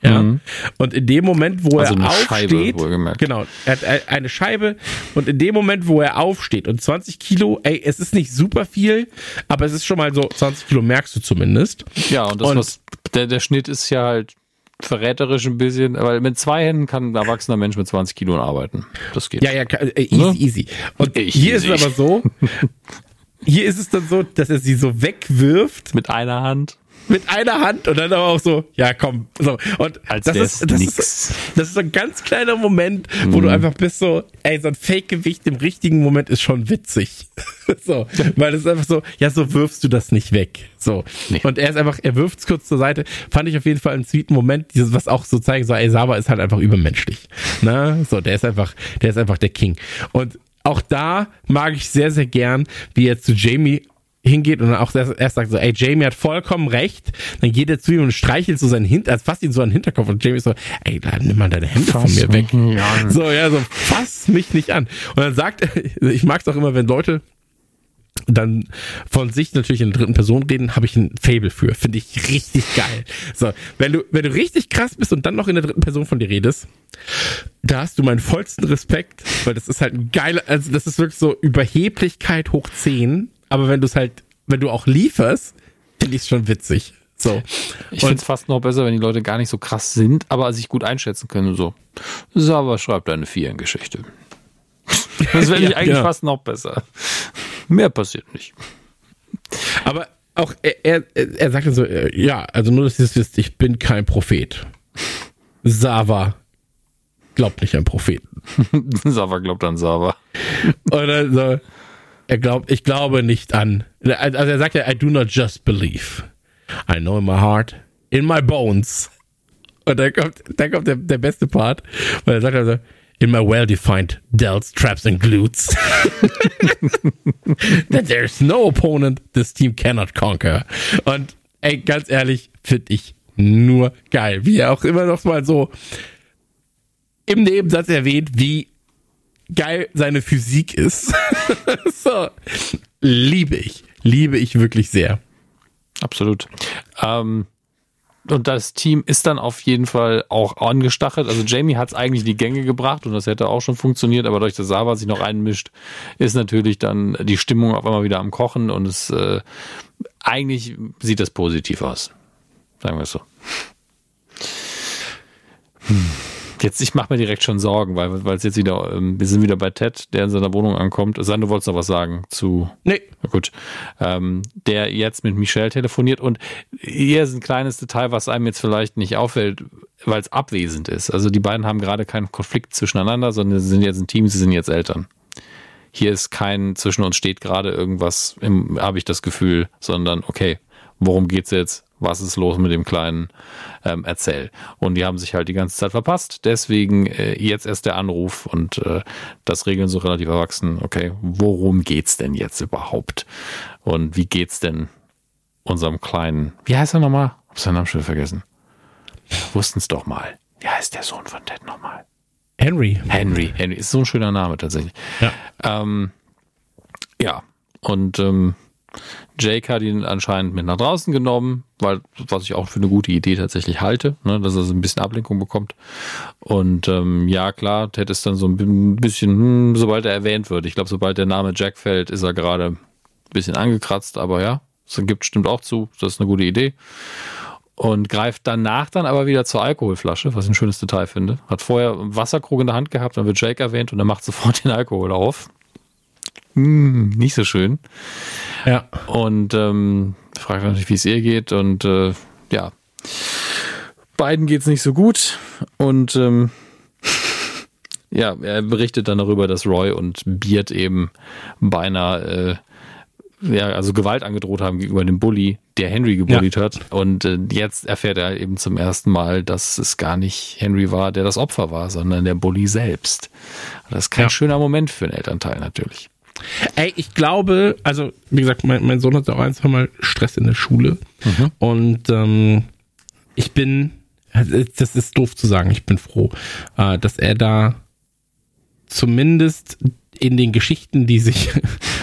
Ja. Mhm. Und in dem Moment, wo also er eine aufsteht, Scheibe, wohlgemerkt. genau, er hat eine Scheibe und in dem Moment, wo er aufsteht und zwanzig Kilo, ey, es ist nicht super viel, aber es ist schon mal so, zwanzig Kilo merkst du zumindest. Ja, und das, Und- was, der, der Schnitt ist ja halt verräterisch ein bisschen, weil mit zwei Händen kann ein erwachsener Mensch mit zwanzig Kilo arbeiten. Das geht. Ja, ja, äh, easy, Ne? easy. Und Ich hier easy. ist es aber so, hier ist es dann so, dass er sie so wegwirft Mit einer Hand. mit einer Hand und dann aber auch so, ja komm, so. Und Als das wär's ist, das nix. ist, das ist so ein ganz kleiner Moment, wo Mhm. du einfach bist so, ey, so ein Fake-Gewicht im richtigen Moment ist schon witzig. So, weil es ist einfach so, ja, so wirfst du das nicht weg. So. Nee. Und er ist einfach, er wirft es kurz zur Seite. Fand ich auf jeden Fall einen sweeten Moment, dieses, was auch so zeigen soll, ey, Sava ist halt einfach übermenschlich. Na, so, der ist einfach, der ist einfach der King. Und auch da mag ich sehr, sehr gern, wie er zu Jamie hingeht und dann auch erst, erst sagt so, ey, Jamie hat vollkommen recht. Dann geht er zu ihm und streichelt so seinen Hinterkopf, also fasst ihn so an den Hinterkopf und Jamie ist so, ey, nimm mal deine Hände von mir weg. Ja. So, ja, so, fass mich nicht an. Und dann sagt er, ich mag es auch immer, wenn Leute dann von sich natürlich in der dritten Person reden, habe ich ein Fable für. Finde ich richtig geil. So, wenn du, wenn du richtig krass bist und dann noch in der dritten Person von dir redest, da hast du meinen vollsten Respekt, weil das ist halt ein geiler, also das ist wirklich so Überheblichkeit hoch zehn, aber wenn du es halt, wenn du auch lieferst, finde ich es schon witzig. So. Ich finde es fast noch besser, wenn die Leute gar nicht so krass sind, aber sich gut einschätzen können. So, Sava schreibt eine Vieren-Geschichte. Das wäre Ja, eigentlich genau. fast noch besser. Mehr passiert nicht. Aber auch er, er, er sagt dann so, äh, ja, also nur, dass ihr es wisst, ich bin kein Prophet. Sava glaubt nicht an Propheten. Sava glaubt an Sava. Oder so, er glaubt, ich glaube nicht an, also er sagt ja, I do not just believe. I know in my heart, in my bones. Und dann kommt, dann kommt der, der beste Part, weil er sagt also, in my well-defined delts, traps and glutes. That there's no opponent this team cannot conquer. Und ey, ganz ehrlich, finde ich nur geil. Wie er auch immer noch mal so im Nebensatz erwähnt, wie geil seine Physik ist. So, liebe ich. Liebe ich wirklich sehr. Absolut. Ähm, und das Team ist dann auf jeden Fall auch angestachelt. Also Jamie hat es eigentlich in die Gänge gebracht und das hätte auch schon funktioniert, aber durch das Sava sich noch einmischt, ist natürlich dann die Stimmung auf einmal wieder am Kochen und es äh, eigentlich sieht das positiv aus. Sagen wir es so. Hm. Jetzt, ich mache mir direkt schon Sorgen, weil weil es jetzt wieder, ähm, wir sind wieder bei Ted, der in seiner Wohnung ankommt. Es sei denn, du wolltest noch was sagen zu. Nee. Na gut. Ähm, der jetzt mit Michelle telefoniert und hier ist ein kleines Detail, was einem jetzt vielleicht nicht auffällt, weil es abwesend ist. Also die beiden haben gerade keinen Konflikt zwischeneinander, sondern sie sind jetzt ein Team, sie sind jetzt Eltern. Hier ist kein, zwischen uns steht gerade irgendwas, habe ich das Gefühl, sondern okay, worum geht's jetzt? Was ist los mit dem Kleinen? Ähm, erzähl. Und die haben sich halt die ganze Zeit verpasst. Deswegen äh, jetzt erst der Anruf und äh, das regeln so relativ erwachsen. Okay, worum geht's denn jetzt überhaupt? Und wie geht's denn unserem Kleinen? Wie heißt er nochmal? Hab seinen Namen schon vergessen. Wussten's doch mal. Wie heißt der Sohn von Ted nochmal? Henry. Henry. Henry ist so ein schöner Name tatsächlich. Ja. Ähm, ja. Und ähm, Jake hat ihn anscheinend mit nach draußen genommen, weil, was ich auch für eine gute Idee tatsächlich halte, ne, dass er so ein bisschen Ablenkung bekommt. Und ähm, ja, klar, Ted ist dann so ein bisschen, hm, sobald er erwähnt wird. Ich glaube, sobald der Name Jack fällt, ist er gerade ein bisschen angekratzt, aber ja, das gibt stimmt auch zu, das ist eine gute Idee. Und greift danach dann aber wieder zur Alkoholflasche, was ich ein schönes Detail finde. Hat vorher einen Wasserkrug in der Hand gehabt, dann wird Jake erwähnt und er macht sofort den Alkohol auf. Hm, nicht so schön. Ja. Und ähm, fragt natürlich, wie es ihr geht. Und äh, ja, beiden geht's nicht so gut. Und ähm, ja, er berichtet dann darüber, dass Roy und Beard eben beinahe äh, ja, also Gewalt angedroht haben gegenüber dem Bully, der Henry gebullied ja. hat. Und äh, jetzt erfährt er eben zum ersten Mal, dass es gar nicht Henry war, der das Opfer war, sondern der Bully selbst. Das ist kein ja. schöner Moment für einen Elternteil natürlich. Ey, ich glaube, also wie gesagt, mein, mein Sohn hatte auch ein, zwei Mal Stress in der Schule mhm. und ähm, ich bin, das ist doof zu sagen, ich bin froh, äh, dass er da zumindest in den Geschichten, die sich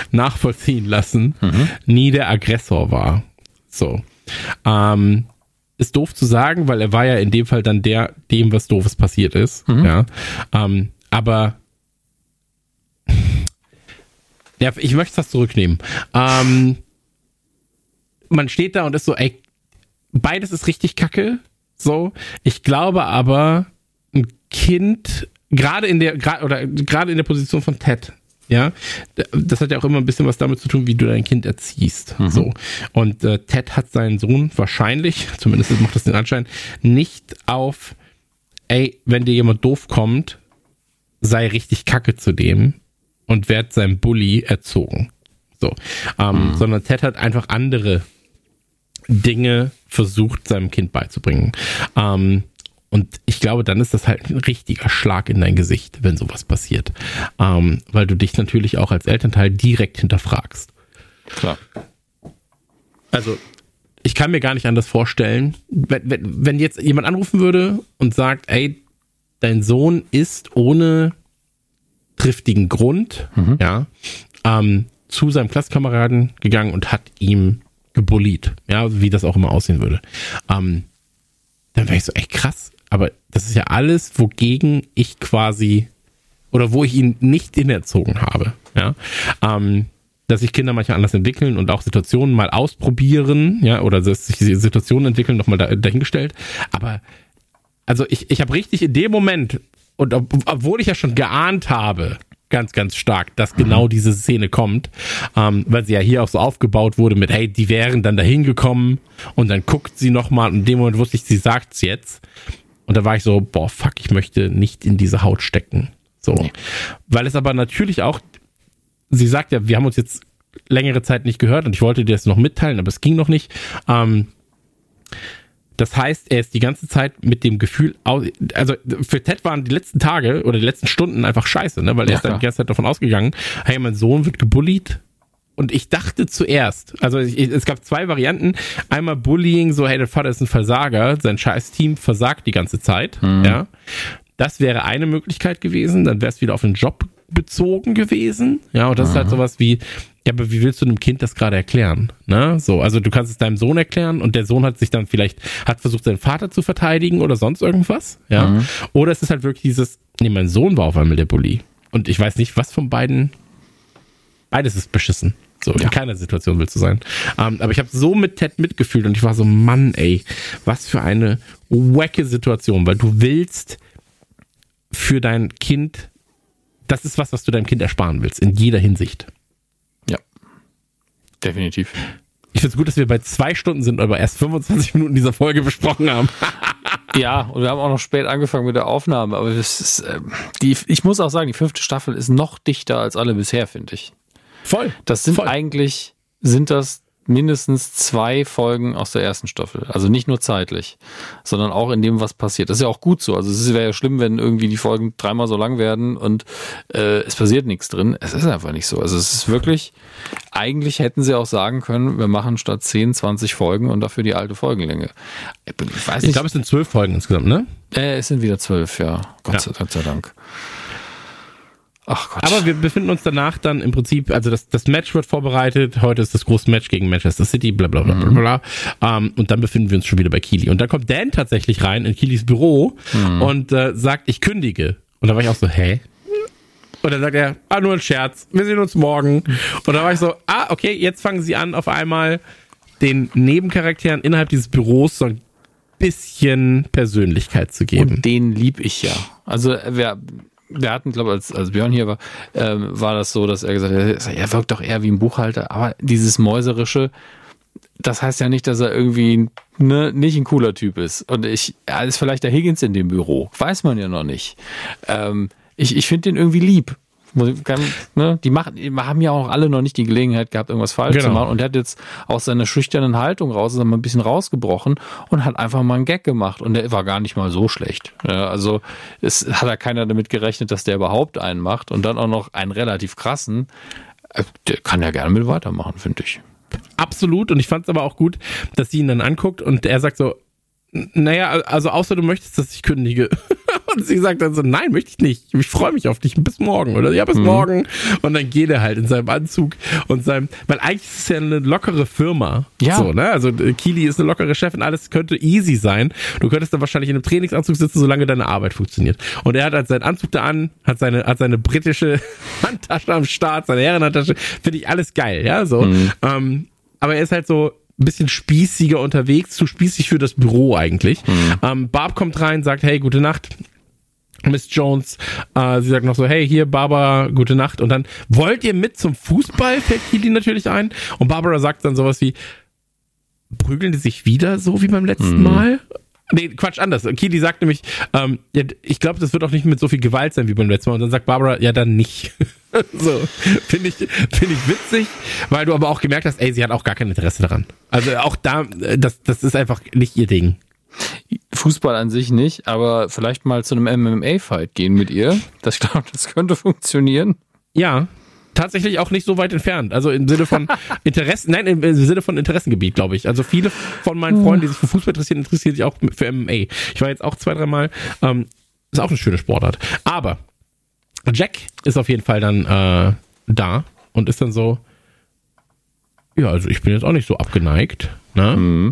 nachvollziehen lassen, mhm. nie der Aggressor war. So. Ähm, ist doof zu sagen, weil er war ja in dem Fall dann der, dem was Doofes passiert ist. Mhm. Ja, ähm, aber ja, ich möchte das zurücknehmen. Ähm, man steht da und ist so, ey, beides ist richtig kacke. So, ich glaube aber, ein Kind, gerade in der, gra- oder gerade in der Position von Ted, ja, das hat ja auch immer ein bisschen was damit zu tun, wie du dein Kind erziehst. Mhm. So. Und äh, Ted hat seinen Sohn wahrscheinlich, zumindest macht das den Anschein, nicht auf, ey, wenn dir jemand doof kommt, sei richtig kacke zu dem und werd seinem Bully erzogen. So. Ähm, mhm. Sondern Ted hat einfach andere Dinge versucht, seinem Kind beizubringen. Ähm, und ich glaube, dann ist das halt ein richtiger Schlag in dein Gesicht, wenn sowas passiert. Ähm, weil du dich natürlich auch als Elternteil direkt hinterfragst. Klar. Also, ich kann mir gar nicht anders vorstellen, wenn, wenn, wenn jetzt jemand anrufen würde und sagt, ey, dein Sohn ist ohne triftigen Grund, mhm. ja, ähm, zu seinem Klassenkameraden gegangen und hat ihm gebullied, ja, wie das auch immer aussehen würde. Ähm, dann wäre ich so, echt krass, aber das ist ja alles, wogegen ich quasi, oder wo ich ihn nicht inerzogen habe, ja, ähm, dass sich Kinder manchmal anders entwickeln und auch Situationen mal ausprobieren, ja, oder dass sich Situationen entwickeln, nochmal da, dahingestellt, aber also ich, ich habe richtig in dem Moment, und ob, obwohl ich ja schon geahnt habe, ganz, ganz stark, dass genau mhm. diese Szene kommt, ähm, weil sie ja hier auch so aufgebaut wurde mit, hey, die wären dann dahin gekommen und dann guckt sie nochmal und in dem Moment wusste ich, sie sagt's jetzt. Und da war ich so, boah, fuck, ich möchte nicht in diese Haut stecken. So. Nee. Weil es aber natürlich auch, sie sagt ja, wir haben uns jetzt längere Zeit nicht gehört und ich wollte dir das noch mitteilen, aber es ging noch nicht. Ähm, Das heißt, er ist die ganze Zeit mit dem Gefühl, also für Ted waren die letzten Tage oder die letzten Stunden einfach scheiße, ne? Weil er ja, ist dann die ganze Zeit davon ausgegangen, hey, mein Sohn wird gebullied. Und ich dachte zuerst, also ich, es gab zwei Varianten. Einmal Bullying, so hey, der Vater ist ein Versager, sein scheiß Team versagt die ganze Zeit. Mhm. Ja, das wäre eine Möglichkeit gewesen. Dann wäre es wieder auf den Job bezogen gewesen. Ja, und das mhm. ist halt sowas wie, ja, aber wie willst du einem Kind das gerade erklären? Ne? So, also du kannst es deinem Sohn erklären und der Sohn hat sich dann vielleicht, hat versucht, seinen Vater zu verteidigen oder sonst irgendwas. Ja. Mhm. Oder es ist halt wirklich dieses, nee, mein Sohn war auf einmal der Bully. Und ich weiß nicht, was von beiden, beides ist beschissen. So, ja. In keiner Situation willst du sein. Um, aber ich habe so mit Ted mitgefühlt und ich war so, Mann, ey, was für eine wacke Situation, weil du willst für dein Kind, das ist was, was du deinem Kind ersparen willst, in jeder Hinsicht. Ja, definitiv. Ich finde es gut, dass wir bei zwei Stunden sind, aber erst fünfundzwanzig Minuten dieser Folge besprochen haben. Ja, und wir haben auch noch spät angefangen mit der Aufnahme, aber das ist, äh, die, ich muss auch sagen, die fünfte Staffel ist noch dichter als alle bisher, finde ich. Voll. Das sind voll. eigentlich, sind das mindestens zwei Folgen aus der ersten Staffel. Also nicht nur zeitlich, sondern auch in dem, was passiert. Das ist ja auch gut so. Also es wäre ja schlimm, wenn irgendwie die Folgen dreimal so lang werden und äh, es passiert nichts drin. Es ist einfach nicht so. Also es ist wirklich, eigentlich hätten sie auch sagen können, wir machen statt zehn, zwanzig Folgen und dafür die alte Folgenlänge. Ich weiß nicht. Ich glaube, es sind zwölf Folgen insgesamt, ne? Äh, es sind wieder zwölf, ja. Gott, ja. sei, Gott sei Dank. Ach Gott. Aber wir befinden uns danach dann im Prinzip, also das, das Match wird vorbereitet, heute ist das große Match gegen Manchester City, bla bla bla bla bla. Um, und dann befinden wir uns schon wieder bei Keely. Und dann kommt Dan tatsächlich rein in Keelys Büro mhm. und äh, sagt, ich kündige. Und da war ich auch so, hä? Und dann sagt er, ah, nur ein Scherz, wir sehen uns morgen. Und da war ich so, ah, okay, jetzt fangen sie an, auf einmal den Nebencharakteren innerhalb dieses Büros so ein bisschen Persönlichkeit zu geben. Und den lieb ich ja. Also wer... Wir hatten, glaube ich, als, als Björn hier war, ähm, war das so, dass er gesagt hat, er wirkt doch eher wie ein Buchhalter, aber dieses Mäuserische, das heißt ja nicht, dass er irgendwie ne, nicht ein cooler Typ ist. Und ich, er ist vielleicht der Higgins in dem Büro, weiß man ja noch nicht. Ähm, ich ich finde den irgendwie lieb. Ne? Die, machen, die haben ja auch alle noch nicht die Gelegenheit gehabt, irgendwas falsch genau. zu machen. Und er hat jetzt aus seiner schüchternen Haltung raus, ist er mal ein bisschen rausgebrochen und hat einfach mal einen Gag gemacht. Und der war gar nicht mal so schlecht. Ja, also es hat ja keiner damit gerechnet, dass der überhaupt einen macht. Und dann auch noch einen relativ krassen. Der kann ja gerne mit weitermachen, finde ich. Absolut. Und ich fand es aber auch gut, dass sie ihn dann anguckt und er sagt so, naja, also außer du möchtest, dass ich kündige. Und sie sagt dann so, nein, möchte ich nicht. Ich freue mich auf dich. Bis morgen. Oder ja, bis mhm. morgen. Und dann geht er halt in seinem Anzug und seinem, weil eigentlich ist es ja eine lockere Firma. Ja. So, ne? Also Keely ist eine lockere Chefin, alles könnte easy sein. Du könntest dann wahrscheinlich in einem Trainingsanzug sitzen, solange deine Arbeit funktioniert. Und er hat halt seinen Anzug da an, hat seine, hat seine britische Handtasche am Start, seine Herrenhandtasche. Finde ich alles geil, ja, so. Mhm. Ähm, aber er ist halt so ein bisschen spießiger unterwegs, zu spießig für das Büro eigentlich. Mhm. Ähm, Barb kommt rein, sagt, hey, gute Nacht. Miss Jones, äh, sie sagt noch so, hey, hier, Barbara, gute Nacht. Und dann, wollt ihr mit zum Fußball? Fällt Keely natürlich ein. Und Barbara sagt dann sowas wie, prügeln die sich wieder so wie beim letzten mhm. Mal? Nee, Quatsch, anders. Keely sagt nämlich, ähm, ja, ich glaube, das wird auch nicht mit so viel Gewalt sein wie beim letzten Mal. Und dann sagt Barbara, ja, dann nicht. So, finde ich, finde ich witzig, weil du aber auch gemerkt hast, ey, sie hat auch gar kein Interesse daran. Also auch da, das, das ist einfach nicht ihr Ding. Fußball an sich nicht, aber vielleicht mal zu einem M M A-Fight gehen mit ihr. Das, ich glaube, das könnte funktionieren. Ja, tatsächlich auch nicht so weit entfernt. Also im Sinne von Interessen, nein, im Sinne von Interessengebiet, glaube ich. Also viele von meinen Freunden, die sich für Fußball interessieren, interessieren sich auch für M M A. Ich war jetzt auch zwei, dreimal. Ähm, ist auch eine schöne Sportart. Aber Jack ist auf jeden Fall dann äh, da und ist dann so, ja, also ich bin jetzt auch nicht so abgeneigt, ne? Mhm.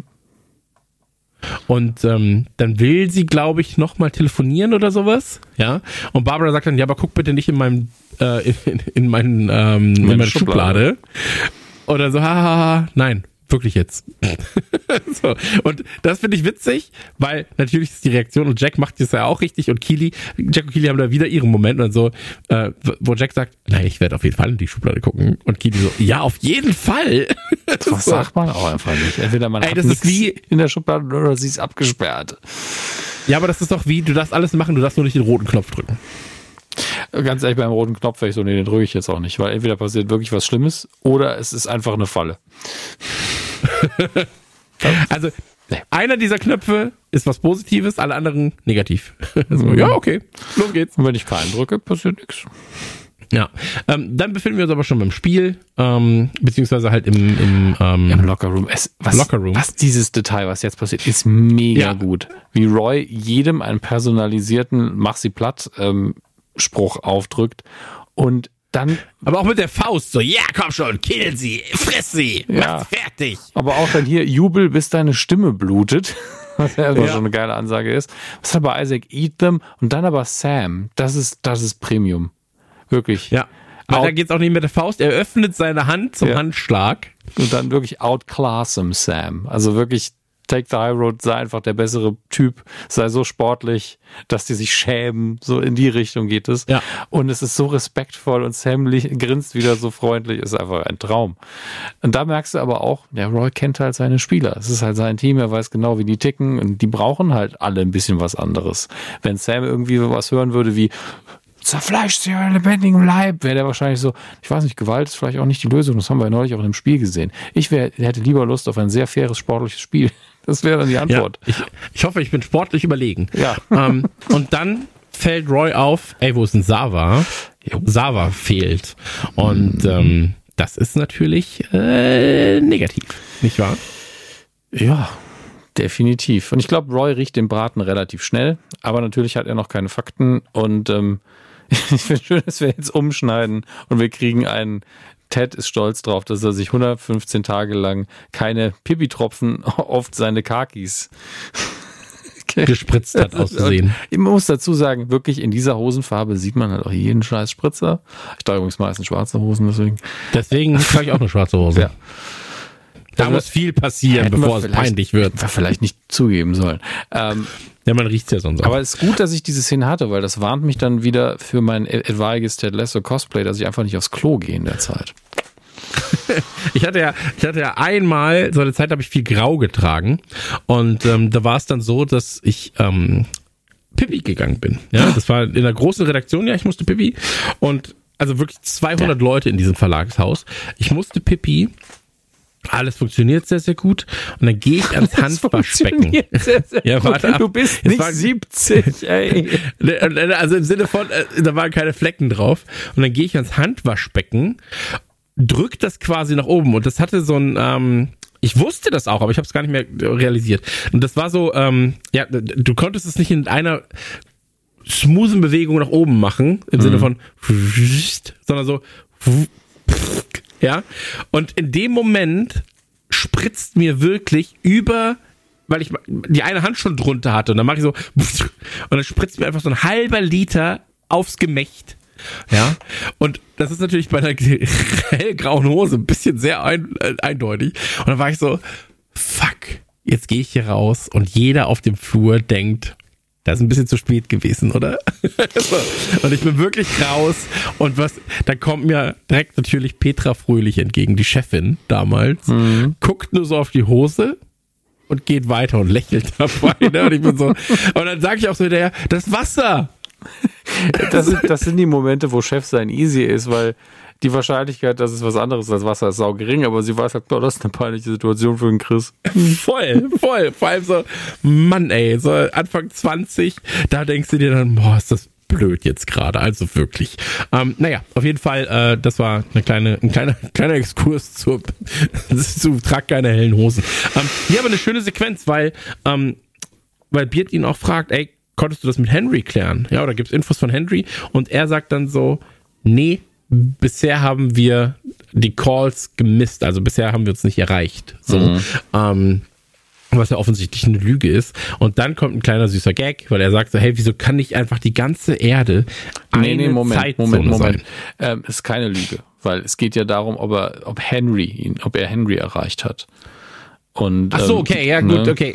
Und ähm, dann will sie, glaube ich, nochmal telefonieren oder sowas. Ja. Und Barbara sagt dann, ja, aber guck bitte nicht in meinem äh, in, in, meinen, ähm, in meine Schublade. Schublade. Oder so, haha, nein, wirklich jetzt. So. Und das finde ich witzig, weil natürlich ist die Reaktion, und Jack macht das ja auch richtig, und Keely, Jack und Keely haben da wieder ihren Moment und so, äh, wo Jack sagt, nein, ich werde auf jeden Fall in die Schublade gucken. Und Keely so, ja, auf jeden Fall. Das so. Sagt man auch einfach nicht. Entweder man Ey, hat das ist wie in der Schublade oder sie ist abgesperrt. Ja, aber das ist doch wie, du darfst alles machen, du darfst nur nicht den roten Knopf drücken. Ganz ehrlich, beim roten Knopf wäre ich so, nee, den drücke ich jetzt auch nicht, weil entweder passiert wirklich was Schlimmes oder es ist einfach eine Falle. Also, einer dieser Knöpfe ist was Positives, alle anderen negativ. So, mhm. Ja, okay, los geht's. Und wenn ich keinen drücke, passiert nichts. Ja, ähm, dann befinden wir uns aber schon beim Spiel, ähm, beziehungsweise halt im, im, ähm, im Lockerroom. Es, was, Lockerroom. Was dieses Detail, was jetzt passiert, ist mega ja. gut. Wie Roy jedem einen personalisierten Mach sie platt ähm, Spruch aufdrückt und dann... Aber auch mit der Faust so, ja, komm schon, kill sie, friss sie, ja. mach's fertig. Aber auch dann hier, jubel, bis deine Stimme blutet. Was ja, ja schon eine geile Ansage ist. Was hat aber Isaac, eat them und dann aber Sam. Das ist, das ist Premium. Wirklich. Ja. Aber da geht's auch nicht mit der Faust. Er öffnet seine Hand zum ja. Handschlag. Und dann wirklich outclass him, Sam. Also wirklich take the high road, sei einfach der bessere Typ, sei so sportlich, dass die sich schämen. So in die Richtung geht es. Ja. Und es ist so respektvoll und Sam grinst wieder so freundlich. Ist einfach ein Traum. Und da merkst du aber auch, der Roy kennt halt seine Spieler. Es ist halt sein Team, er weiß genau, wie die ticken. Und die brauchen halt alle ein bisschen was anderes. Wenn Sam irgendwie was hören würde wie zerfleischt sie euren lebendigen Leib, wäre der wahrscheinlich so, ich weiß nicht, Gewalt ist vielleicht auch nicht die Lösung, das haben wir ja neulich auch in einem Spiel gesehen. Ich wär, hätte lieber Lust auf ein sehr faires, sportliches Spiel. Das wäre dann die Antwort. Ja, ich, ich hoffe, ich bin sportlich überlegen. Ja. Ähm, und dann fällt Roy auf, ey, wo ist denn Sava? Sava fehlt. Und ähm, das ist natürlich äh, negativ, nicht wahr? Ja, definitiv. Und ich glaube, Roy riecht den Braten relativ schnell, aber natürlich hat er noch keine Fakten und ähm, ich finde schön, dass wir jetzt umschneiden und wir kriegen einen, Ted ist stolz drauf, dass er sich hundertfünfzehn Tage lang keine Pipi-Tropfen auf seine Kakis gespritzt hat, auszusehen. Ich muss dazu sagen, wirklich in dieser Hosenfarbe sieht man halt auch jeden scheiß Spritzer. Ich trage übrigens meistens schwarze Hosen, deswegen. Deswegen trage ich auch eine schwarze Hose. Ja. Da also, muss viel passieren, bevor es peinlich wird. Wir vielleicht nicht zugeben sollen. Ähm, ja, man riecht's ja sonst auch. Aber es ist gut, dass ich diese Szene hatte, weil das warnt mich dann wieder für mein etwaiges Ted Lasso Cosplay, dass ich einfach nicht aufs Klo gehe in der Zeit. Ich hatte ja, ich hatte ja einmal, so eine Zeit habe ich viel Grau getragen und ähm, da war es dann so, dass ich ähm, Pipi gegangen bin. Ja, das war in der großen Redaktion, ja, ich musste Pipi und also wirklich zweihundert ja. Leute in diesem Verlagshaus. Ich musste Pipi. Alles funktioniert sehr, sehr gut. Und dann gehe ich ans Handwaschbecken. Sehr, sehr ja, warte ab. Du bist nicht war, siebzig, ey. Also im Sinne von, da waren keine Flecken drauf. Und dann gehe ich ans Handwaschbecken, drück das quasi nach oben. Und das hatte so ein, ähm, ich wusste das auch, aber ich habe es gar nicht mehr realisiert. Und das war so, ähm, ja, du konntest es nicht in einer smoothen Bewegungen nach oben machen, im mhm. Sinne von sondern so ja, und in dem Moment spritzt mir wirklich über, weil ich die eine Hand schon drunter hatte und dann mache ich so und dann spritzt mir einfach so ein halber Liter aufs Gemächt. Ja, und das ist natürlich bei einer hellgrauen Hose ein bisschen sehr ein, äh, eindeutig. Und dann war ich so, fuck, jetzt gehe ich hier raus und jeder auf dem Flur denkt, das ist ein bisschen zu spät gewesen, oder? So. Und ich bin wirklich raus und was, da kommt mir direkt natürlich Petra Fröhlich entgegen, die Chefin damals, mhm. guckt nur so auf die Hose und geht weiter und lächelt dabei. Ne? Und ich bin so, und dann sage ich auch so hinterher, das Wasser! Das sind, das sind die Momente, wo Chef sein easy ist, weil die Wahrscheinlichkeit, dass es was anderes als Wasser ist, sau gering, aber sie weiß halt, oh, das ist eine peinliche Situation für den Chris. Voll, voll. Vor allem so, Mann ey, so Anfang zwanzig, da denkst du dir dann, boah, ist das blöd jetzt gerade, also wirklich. Ähm, naja, auf jeden Fall, äh, das war eine kleine, ein kleiner, kleiner Exkurs zu, zu trag keine hellen Hosen. Ähm, hier aber eine schöne Sequenz, weil, ähm, weil Beard ihn auch fragt, ey, konntest du das mit Henry klären? Ja, oder gibt's Infos von Henry? Und er sagt dann so, nee, bisher haben wir die Calls gemisst, also bisher haben wir uns nicht erreicht. So, mhm. ähm, was ja offensichtlich eine Lüge ist. Und dann kommt ein kleiner süßer Gag, weil er sagt so, hey, wieso kann nicht einfach die ganze Erde eine nee, nee, Moment, Zeitzone Moment, Moment. sein? Ähm, ist keine Lüge, weil es geht ja darum, ob er, ob Henry ihn, ob er Henry erreicht hat. Und, ach so, okay, ähm, ja, gut, ne? okay.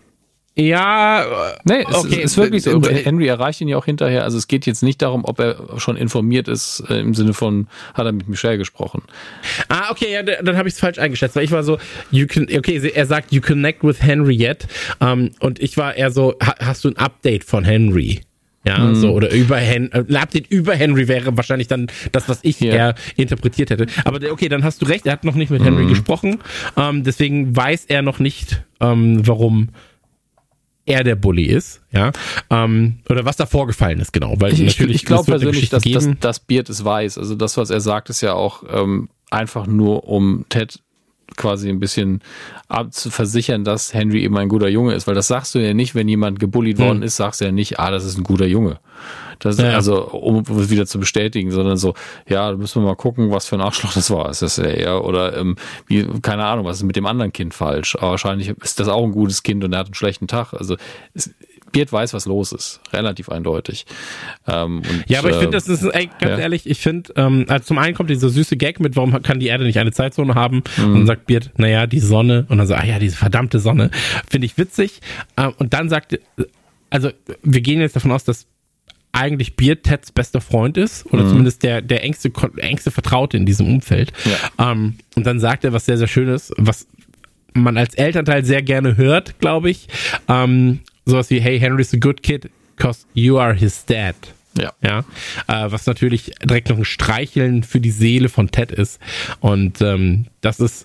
Ja, nee, es okay. ist, ist wirklich so. Henry erreicht ihn ja auch hinterher. Also es geht jetzt nicht darum, ob er schon informiert ist, äh, im Sinne von, hat er mit Michelle gesprochen. Ah, okay, ja, dann habe ich es falsch eingeschätzt, weil ich war so, you can, okay, er sagt, you connect with Henry yet, um, und ich war eher so, hast du ein Update von Henry? Ja, mhm. so, oder über Hen- ein Update über Henry wäre wahrscheinlich dann das, was ich yeah. eher interpretiert hätte. Aber okay, dann hast du recht, er hat noch nicht mit Henry mhm. gesprochen, um, deswegen weiß er noch nicht, um, warum er der Bully ist, ja, ähm, oder was da vorgefallen ist, genau, weil ich, natürlich ich glaube persönlich, dass, dass, dass Beard es weiß, also das, was er sagt, ist ja auch ähm, einfach nur, um Ted quasi ein bisschen zu versichern, dass Henry eben ein guter Junge ist, weil das sagst du ja nicht, wenn jemand gebullied hm. worden ist, sagst du ja nicht, ah, das ist ein guter Junge. Das ja. Also, um es wieder zu bestätigen, sondern so, ja, da müssen wir mal gucken, was für ein Arschloch das war. Ist das ja eher, oder ähm, wie, keine Ahnung, was ist mit dem anderen Kind falsch? Aber wahrscheinlich ist das auch ein gutes Kind und er hat einen schlechten Tag. Also es, Beard weiß, was los ist. Relativ eindeutig. Ähm, und, ja, aber ich finde, das ist, ey, ganz ja. ehrlich, ich finde, ähm, also zum einen kommt dieser süße Gag mit, warum kann die Erde nicht eine Zeitzone haben? Mhm. Und dann sagt Beard, naja, die Sonne. Und dann so, ah ja, diese verdammte Sonne. Finde ich witzig. Ähm, und dann sagt, also wir gehen jetzt davon aus, dass eigentlich Beard Teds bester Freund ist, oder mhm. zumindest der, der engste, engste Vertraute in diesem Umfeld. Ja. Ähm, und dann sagt er was sehr, sehr Schönes, was man als Elternteil sehr gerne hört, glaube ich. Ähm, sowas wie, hey, Henry's a good kid, cause you are his dad. Ja. Ja. Äh, was natürlich direkt noch ein Streicheln für die Seele von Ted ist. Und ähm, das ist,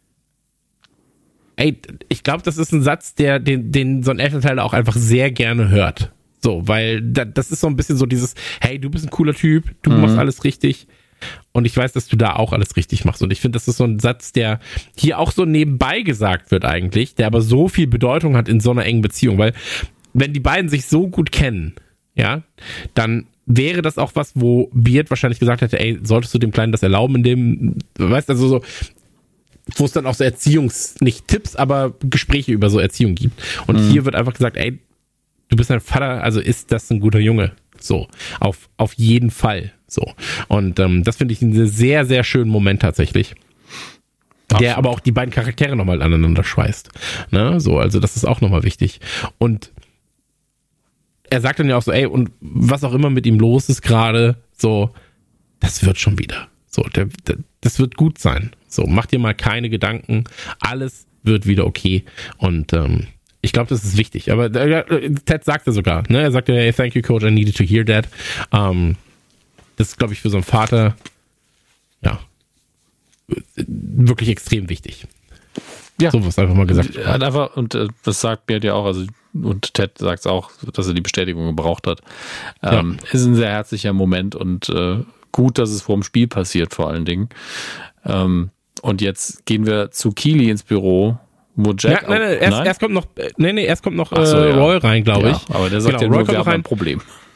ey, ich glaube, das ist ein Satz, der den, den so ein Elternteil auch einfach sehr gerne hört. So, weil da, das ist so ein bisschen so dieses, hey, du bist ein cooler Typ, du mhm. machst alles richtig und ich weiß, dass du da auch alles richtig machst. Und ich finde, das ist so ein Satz, der hier auch so nebenbei gesagt wird eigentlich, der aber so viel Bedeutung hat in so einer engen Beziehung, weil wenn die beiden sich so gut kennen, ja, dann wäre das auch was, wo Beard wahrscheinlich gesagt hätte, ey, solltest du dem Kleinen das erlauben, in dem, weißt du, also so, wo es dann auch so Erziehungs-, nicht Tipps, aber Gespräche über so Erziehung gibt. Und mhm. hier wird einfach gesagt, ey, du bist ein Vater, also ist das ein guter Junge. So, auf, auf jeden Fall. So. Und ähm, das finde ich einen sehr, sehr schönen Moment tatsächlich. Absolut. Der aber auch die beiden Charaktere nochmal aneinander schweißt. Ne? So, also das ist auch nochmal wichtig. Und er sagt dann ja auch so, ey, und was auch immer mit ihm los ist gerade, so, das wird schon wieder. So, der, der, das wird gut sein. So, mach dir mal keine Gedanken. Alles wird wieder okay. Und ähm, ich glaube, das ist wichtig. Aber äh, Ted sagte sogar, ne? Er sagte, hey, thank you, Coach, I needed to hear that. Ähm, das ist, glaube ich, für so einen Vater, ja, wirklich extrem wichtig. Ja. So was einfach mal gesagt. Er hat einfach, und äh, das sagt Beard ja auch, also, und Ted sagt es auch, dass er die Bestätigung gebraucht hat. Ähm, ja. Ist ein sehr herzlicher Moment und äh, gut, dass es vor dem Spiel passiert, vor allen Dingen. Ähm, und jetzt gehen wir zu Keely ins Büro, wo Jack. Ja, nein, nein, erst, erst kommt noch, nee, nee, erst kommt noch äh, so, ja. Roy rein, glaube ich. Ja, aber der sagt genau, ja nur, Roy wir haben rein. ein Problem.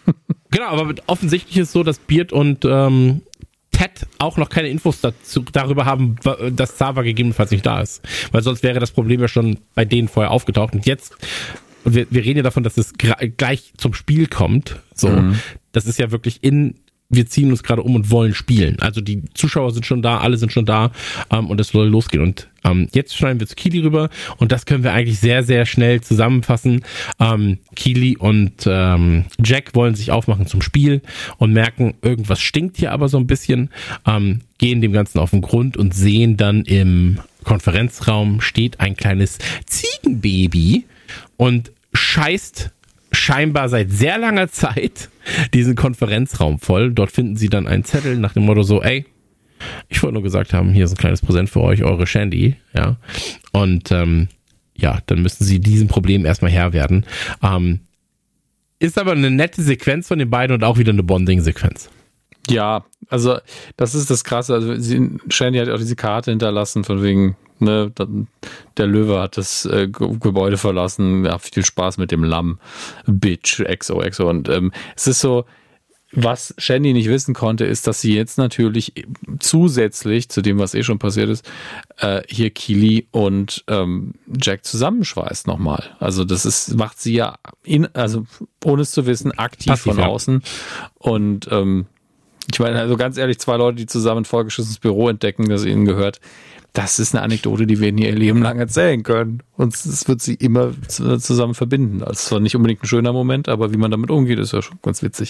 Genau, aber offensichtlich ist es so, dass Beard und ähm, Ted auch noch keine Infos dazu, darüber haben, dass Xaver gegebenenfalls nicht da ist. Weil sonst wäre das Problem ja schon bei denen vorher aufgetaucht. Und jetzt, und wir, wir reden ja davon, dass es gra- gleich zum Spiel kommt. So, mhm. Das ist ja wirklich in, wir ziehen uns gerade um und wollen spielen. Also die Zuschauer sind schon da, alle sind schon da ähm, und es soll losgehen. Und ähm, jetzt schneiden wir zu Keely rüber und das können wir eigentlich sehr, sehr schnell zusammenfassen. Ähm, Keely und ähm, Jack wollen sich aufmachen zum Spiel und merken, irgendwas stinkt hier aber so ein bisschen, ähm, gehen dem Ganzen auf den Grund und sehen dann im Konferenzraum steht ein kleines Ziegenbaby und scheißt scheinbar seit sehr langer Zeit diesen Konferenzraum voll. Dort finden sie dann einen Zettel nach dem Motto so, ey, ich wollte nur gesagt haben, hier ist ein kleines Präsent für euch, eure Shandy, ja. Und ähm, ja, dann müssen sie diesem Problem erstmal Herr werden. Ähm, ist aber eine nette Sequenz von den beiden und auch wieder eine Bonding-Sequenz. Ja, also das ist das Krasse. Also sie, Shandy hat auch diese Karte hinterlassen, von wegen, ne, der Löwe hat das äh, Gebäude verlassen. Ja, viel Spaß mit dem Lamm. Bitch, X O X O. Und ähm, es ist so, was Shandy nicht wissen konnte, ist, dass sie jetzt natürlich zusätzlich zu dem, was eh schon passiert ist, äh, hier Keely und ähm, Jack zusammenschweißt nochmal. Also das ist, macht sie ja, in, also ohne es zu wissen, aktiv Passiv, von ja. außen. Und ähm, ich meine, also ganz ehrlich, zwei Leute, die zusammen ein vollgeschissenes Büro entdecken, das ihnen gehört, das ist eine Anekdote, die wir ihnen ihr Leben lang erzählen können. Und es wird sie immer zusammen verbinden. Also zwar nicht unbedingt ein schöner Moment, aber wie man damit umgeht, ist ja schon ganz witzig.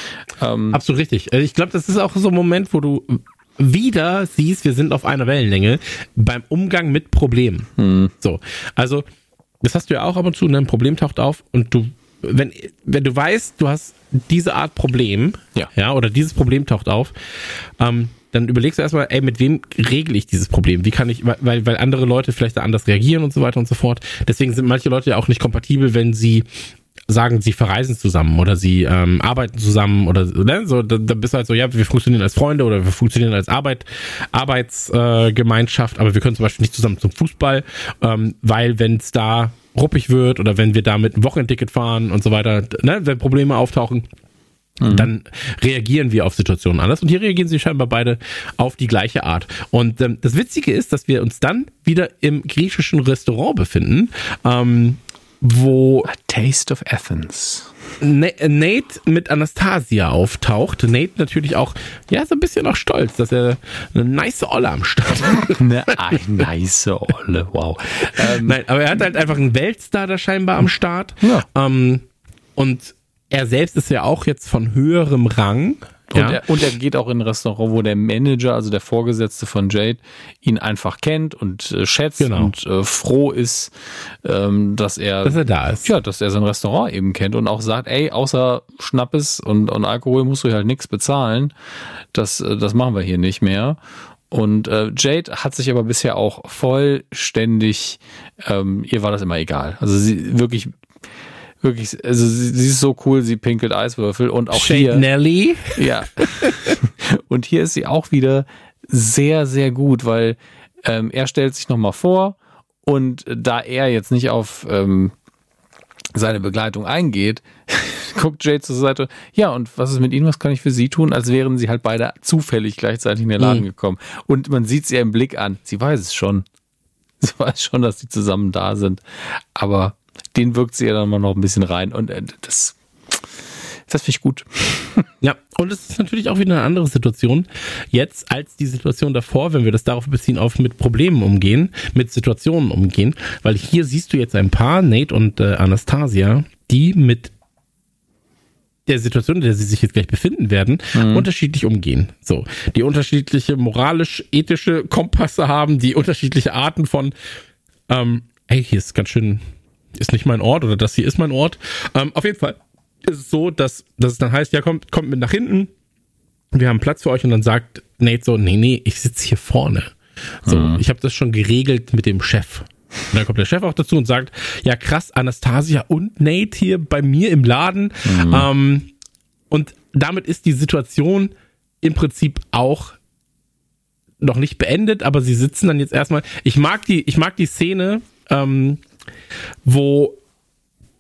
Ähm Absolut richtig. Ich glaube, das ist auch so ein Moment, wo du wieder siehst, wir sind auf einer Wellenlänge beim Umgang mit Problemen. Hm. So, also das hast du ja auch ab und zu, ein Problem taucht auf und du Wenn, wenn du weißt, du hast diese Art Problem, ja, ja oder dieses Problem taucht auf, ähm, dann überlegst du erstmal, ey, mit wem regle ich dieses Problem? Wie kann ich, weil, weil andere Leute vielleicht da anders reagieren und so weiter und so fort. Deswegen sind manche Leute ja auch nicht kompatibel, wenn sie sagen, sie verreisen zusammen oder sie ähm, arbeiten zusammen oder ne? So, da, da bist du halt so, ja, wir funktionieren als Freunde oder wir funktionieren als Arbeit, Arbeitsgemeinschaft, äh, aber wir können zum Beispiel nicht zusammen zum Fußball, ähm, weil wenn es da ruppig wird oder wenn wir da mit einem Wochenendticket fahren und so weiter, ne, wenn Probleme auftauchen, mhm. dann reagieren wir auf Situationen anders. Und hier reagieren sie scheinbar beide auf die gleiche Art. Und ähm, das Witzige ist, dass wir uns dann wieder im griechischen Restaurant befinden, ähm, wo A Taste of Athens. Nate mit Anastasia auftaucht. Nate natürlich auch, ja, so ein bisschen auch stolz, dass er eine nice Olle am Start hat. Eine nice Olle, wow. Ähm, Nein, aber er hat halt einfach einen Weltstar da scheinbar am Start. Ja. Ähm, und er selbst ist ja auch jetzt von höherem Rang. Und, ja. er, und er geht auch in ein Restaurant, wo der Manager, also der Vorgesetzte von Jade, ihn einfach kennt und äh, schätzt genau. und äh, froh ist, ähm, dass er, dass er da ist. Ja, dass er sein Restaurant eben kennt und auch sagt, ey, außer Schnappes und, und Alkohol musst du halt nichts bezahlen. Das, äh, das machen wir hier nicht mehr. Und äh, Jade hat sich aber bisher auch vollständig, ähm, ihr war das immer egal. Also sie wirklich Wirklich, also sie, sie ist so cool, sie pinkelt Eiswürfel und auch Shade hier. Nelly. Ja. Und hier ist sie auch wieder sehr, sehr gut, weil ähm, er stellt sich nochmal vor und da er jetzt nicht auf ähm, seine Begleitung eingeht, guckt Jade zur Seite, ja, und was ist mit Ihnen, was kann ich für Sie tun? Als wären sie halt beide zufällig gleichzeitig in den Laden mhm. gekommen. Und man sieht es ihr im Blick an, sie weiß es schon. Sie weiß schon, dass sie zusammen da sind, aber den wirkt sie ja dann mal noch ein bisschen rein und äh, das, das finde ich gut. Ja, und es ist natürlich auch wieder eine andere Situation jetzt als die Situation davor, wenn wir das darauf beziehen, auf mit Problemen umgehen, mit Situationen umgehen, weil hier siehst du jetzt ein Paar, Nate und äh, Anastasia, die mit der Situation, in der sie sich jetzt gleich befinden werden, mhm. unterschiedlich umgehen. So, die unterschiedliche moralisch-ethische Kompasse haben, die unterschiedliche Arten von ähm, hey, hier ist ganz schön, ist nicht mein Ort oder das hier ist mein Ort. Ähm, auf jeden Fall ist es so, dass, dass es dann heißt, ja, kommt, kommt mit nach hinten, wir haben Platz für euch und dann sagt Nate so, nee, nee, ich sitze hier vorne. So, mhm. ich habe das schon geregelt mit dem Chef. Und dann kommt der Chef auch dazu und sagt, ja krass, Anastasia und Nate hier bei mir im Laden. Mhm. Ähm, und damit ist die Situation im Prinzip auch noch nicht beendet, aber sie sitzen dann jetzt erstmal, ich mag die, ich mag die Szene, ähm, wo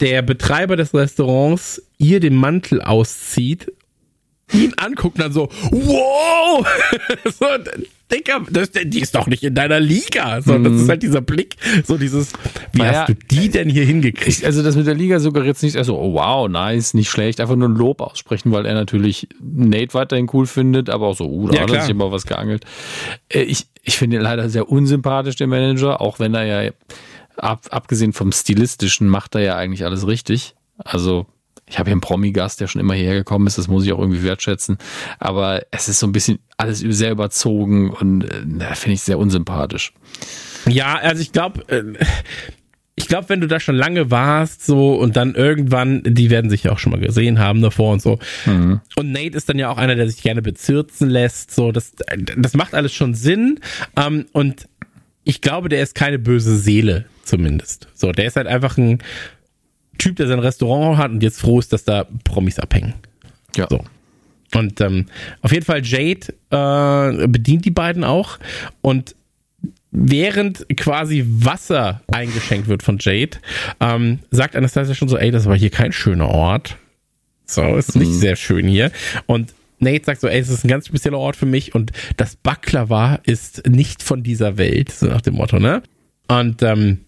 der Betreiber des Restaurants ihr den Mantel auszieht, ihn anguckt und dann so, wow! so, Dicker, das, die ist doch nicht in deiner Liga. So, das ist halt dieser Blick, so dieses, wie naja, hast du die denn hier hingekriegt? Also das mit der Liga sogar jetzt nicht, also oh wow, nice, nicht schlecht, einfach nur ein Lob aussprechen, weil er natürlich Nate weiterhin cool findet, aber auch so, uh, da Ja, hat er sich immer was geangelt. Ich, ich finde ihn leider sehr unsympathisch, der Manager, auch wenn er ja, ab, abgesehen vom Stilistischen, macht er ja eigentlich alles richtig. Also ich habe hier einen Promi-Gast, der schon immer hierher gekommen ist, das muss ich auch irgendwie wertschätzen. Aber es ist so ein bisschen alles sehr überzogen und äh, finde ich sehr unsympathisch. Ja, also ich glaube, äh, ich glaube, wenn du da schon lange warst, so und dann irgendwann, die werden sich ja auch schon mal gesehen haben davor und so. Mhm. Und Nate ist dann ja auch einer, der sich gerne bezirzen lässt. So, das, das macht alles schon Sinn. Ähm, und ich glaube, der ist keine böse Seele, zumindest. So, der ist halt einfach ein Typ, der sein Restaurant hat und jetzt froh ist, dass da Promis abhängen. Ja. So. Und ähm, auf jeden Fall Jade äh, bedient die beiden auch und während quasi Wasser eingeschenkt wird von Jade, ähm, sagt Anastasia schon so, ey, das war hier kein schöner Ort. So, ist nicht mhm. sehr schön hier. Und Nate sagt so, ey, es ist ein ganz spezieller Ort für mich und das Baklava ist nicht von dieser Welt, so nach dem Motto, ne? Und ähm,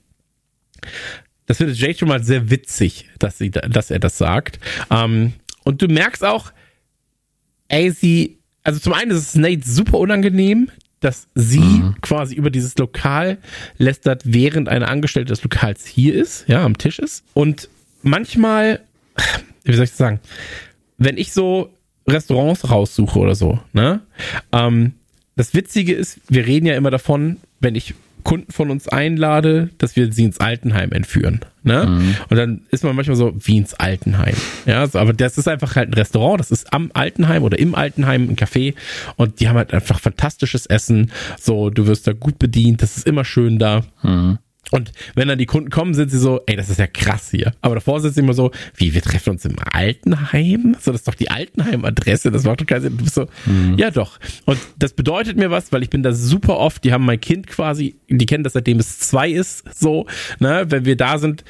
das findet Jade schon mal sehr witzig, dass, sie, dass er das sagt. Ähm, und du merkst auch, ey, sie, also zum einen ist es Nate super unangenehm, dass sie mhm. quasi über dieses Lokal lästert, während eine Angestellte des Lokals hier ist, ja, am Tisch ist. Und manchmal, wie soll ich das sagen, wenn ich so Restaurants raussuche oder so, ne, ähm, das Witzige ist, wir reden ja immer davon, wenn ich Kunden von uns einlade, dass wir sie ins Altenheim entführen. Ne? Mhm. Und dann ist man manchmal so, wie ins Altenheim. Ja, so, aber das ist einfach halt ein Restaurant, das ist am Altenheim oder im Altenheim ein Café und die haben halt einfach fantastisches Essen. So, du wirst da gut bedient, das ist immer schön da. Mhm. Und wenn dann die Kunden kommen, sind sie so, ey, das ist ja krass hier. Aber davor sind sie immer so, wie, wir treffen uns im Altenheim? So, das ist doch die Altenheim-Adresse, das macht doch keinen Sinn. Du bist so, mhm. ja doch. Und das bedeutet mir was, weil ich bin da super oft, die haben mein Kind quasi, die kennen das seitdem es zwei ist, so, ne, wenn wir da sind.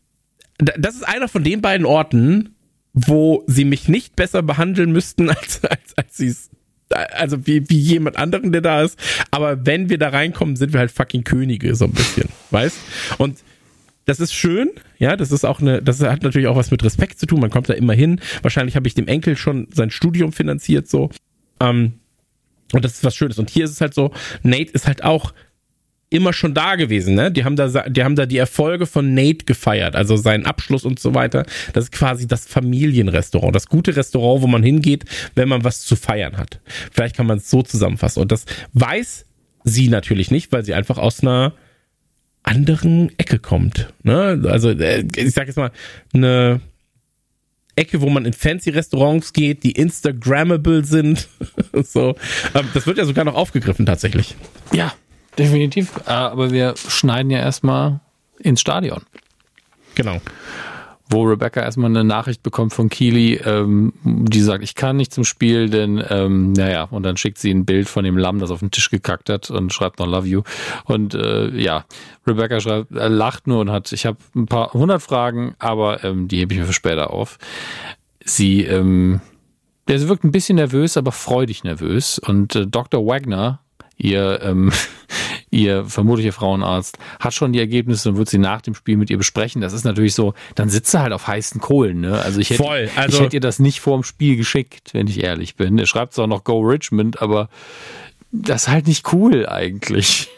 Das ist einer von den beiden Orten, wo sie mich nicht besser behandeln müssten, als, als, als sie es also wie, wie jemand anderen, der da ist. Aber wenn wir da reinkommen, sind wir halt fucking Könige, so ein bisschen, weißt? Und das ist schön, ja, das ist auch eine, das hat natürlich auch was mit Respekt zu tun, man kommt da immer hin. Wahrscheinlich habe ich dem Enkel schon sein Studium finanziert, so. Ähm, und das ist was Schönes. Und hier ist es halt so, Nate ist halt auch immer schon da gewesen, ne? Die haben da, die haben da die Erfolge von Nate gefeiert, also seinen Abschluss und so weiter. Das ist quasi das Familienrestaurant, das gute Restaurant, wo man hingeht, wenn man was zu feiern hat. Vielleicht kann man es so zusammenfassen. Und das weiß sie natürlich nicht, weil sie einfach aus einer anderen Ecke kommt, ne? Also ich sag jetzt mal eine Ecke, wo man in fancy Restaurants geht, die Instagrammable sind. So, das wird ja sogar noch aufgegriffen tatsächlich. Ja. Definitiv, aber wir schneiden ja erstmal ins Stadion. Genau. Wo Rebecca erstmal eine Nachricht bekommt von Keely, ähm, die sagt, ich kann nicht zum Spiel, denn, ähm, naja, und dann schickt sie ein Bild von dem Lamm, das auf den Tisch gekackt hat und schreibt noch Love you. Und äh, ja, Rebecca schreibt, äh, lacht nur und hat, ich habe ein paar hundert Fragen, aber ähm, die hebe ich mir für später auf. Sie, ähm, der sie wirkt ein bisschen nervös, aber freudig nervös. Und äh, Doktor Wagner, ihr, ähm, ihr vermutlicher Frauenarzt, hat schon die Ergebnisse und wird sie nach dem Spiel mit ihr besprechen. Das ist natürlich so, dann sitzt sie halt auf heißen Kohlen, ne? Also ich hätte, Voll, also ich hätte ihr das nicht vor dem Spiel geschickt, wenn ich ehrlich bin. Er schreibt zwar noch Go Richmond, aber das ist halt nicht cool eigentlich.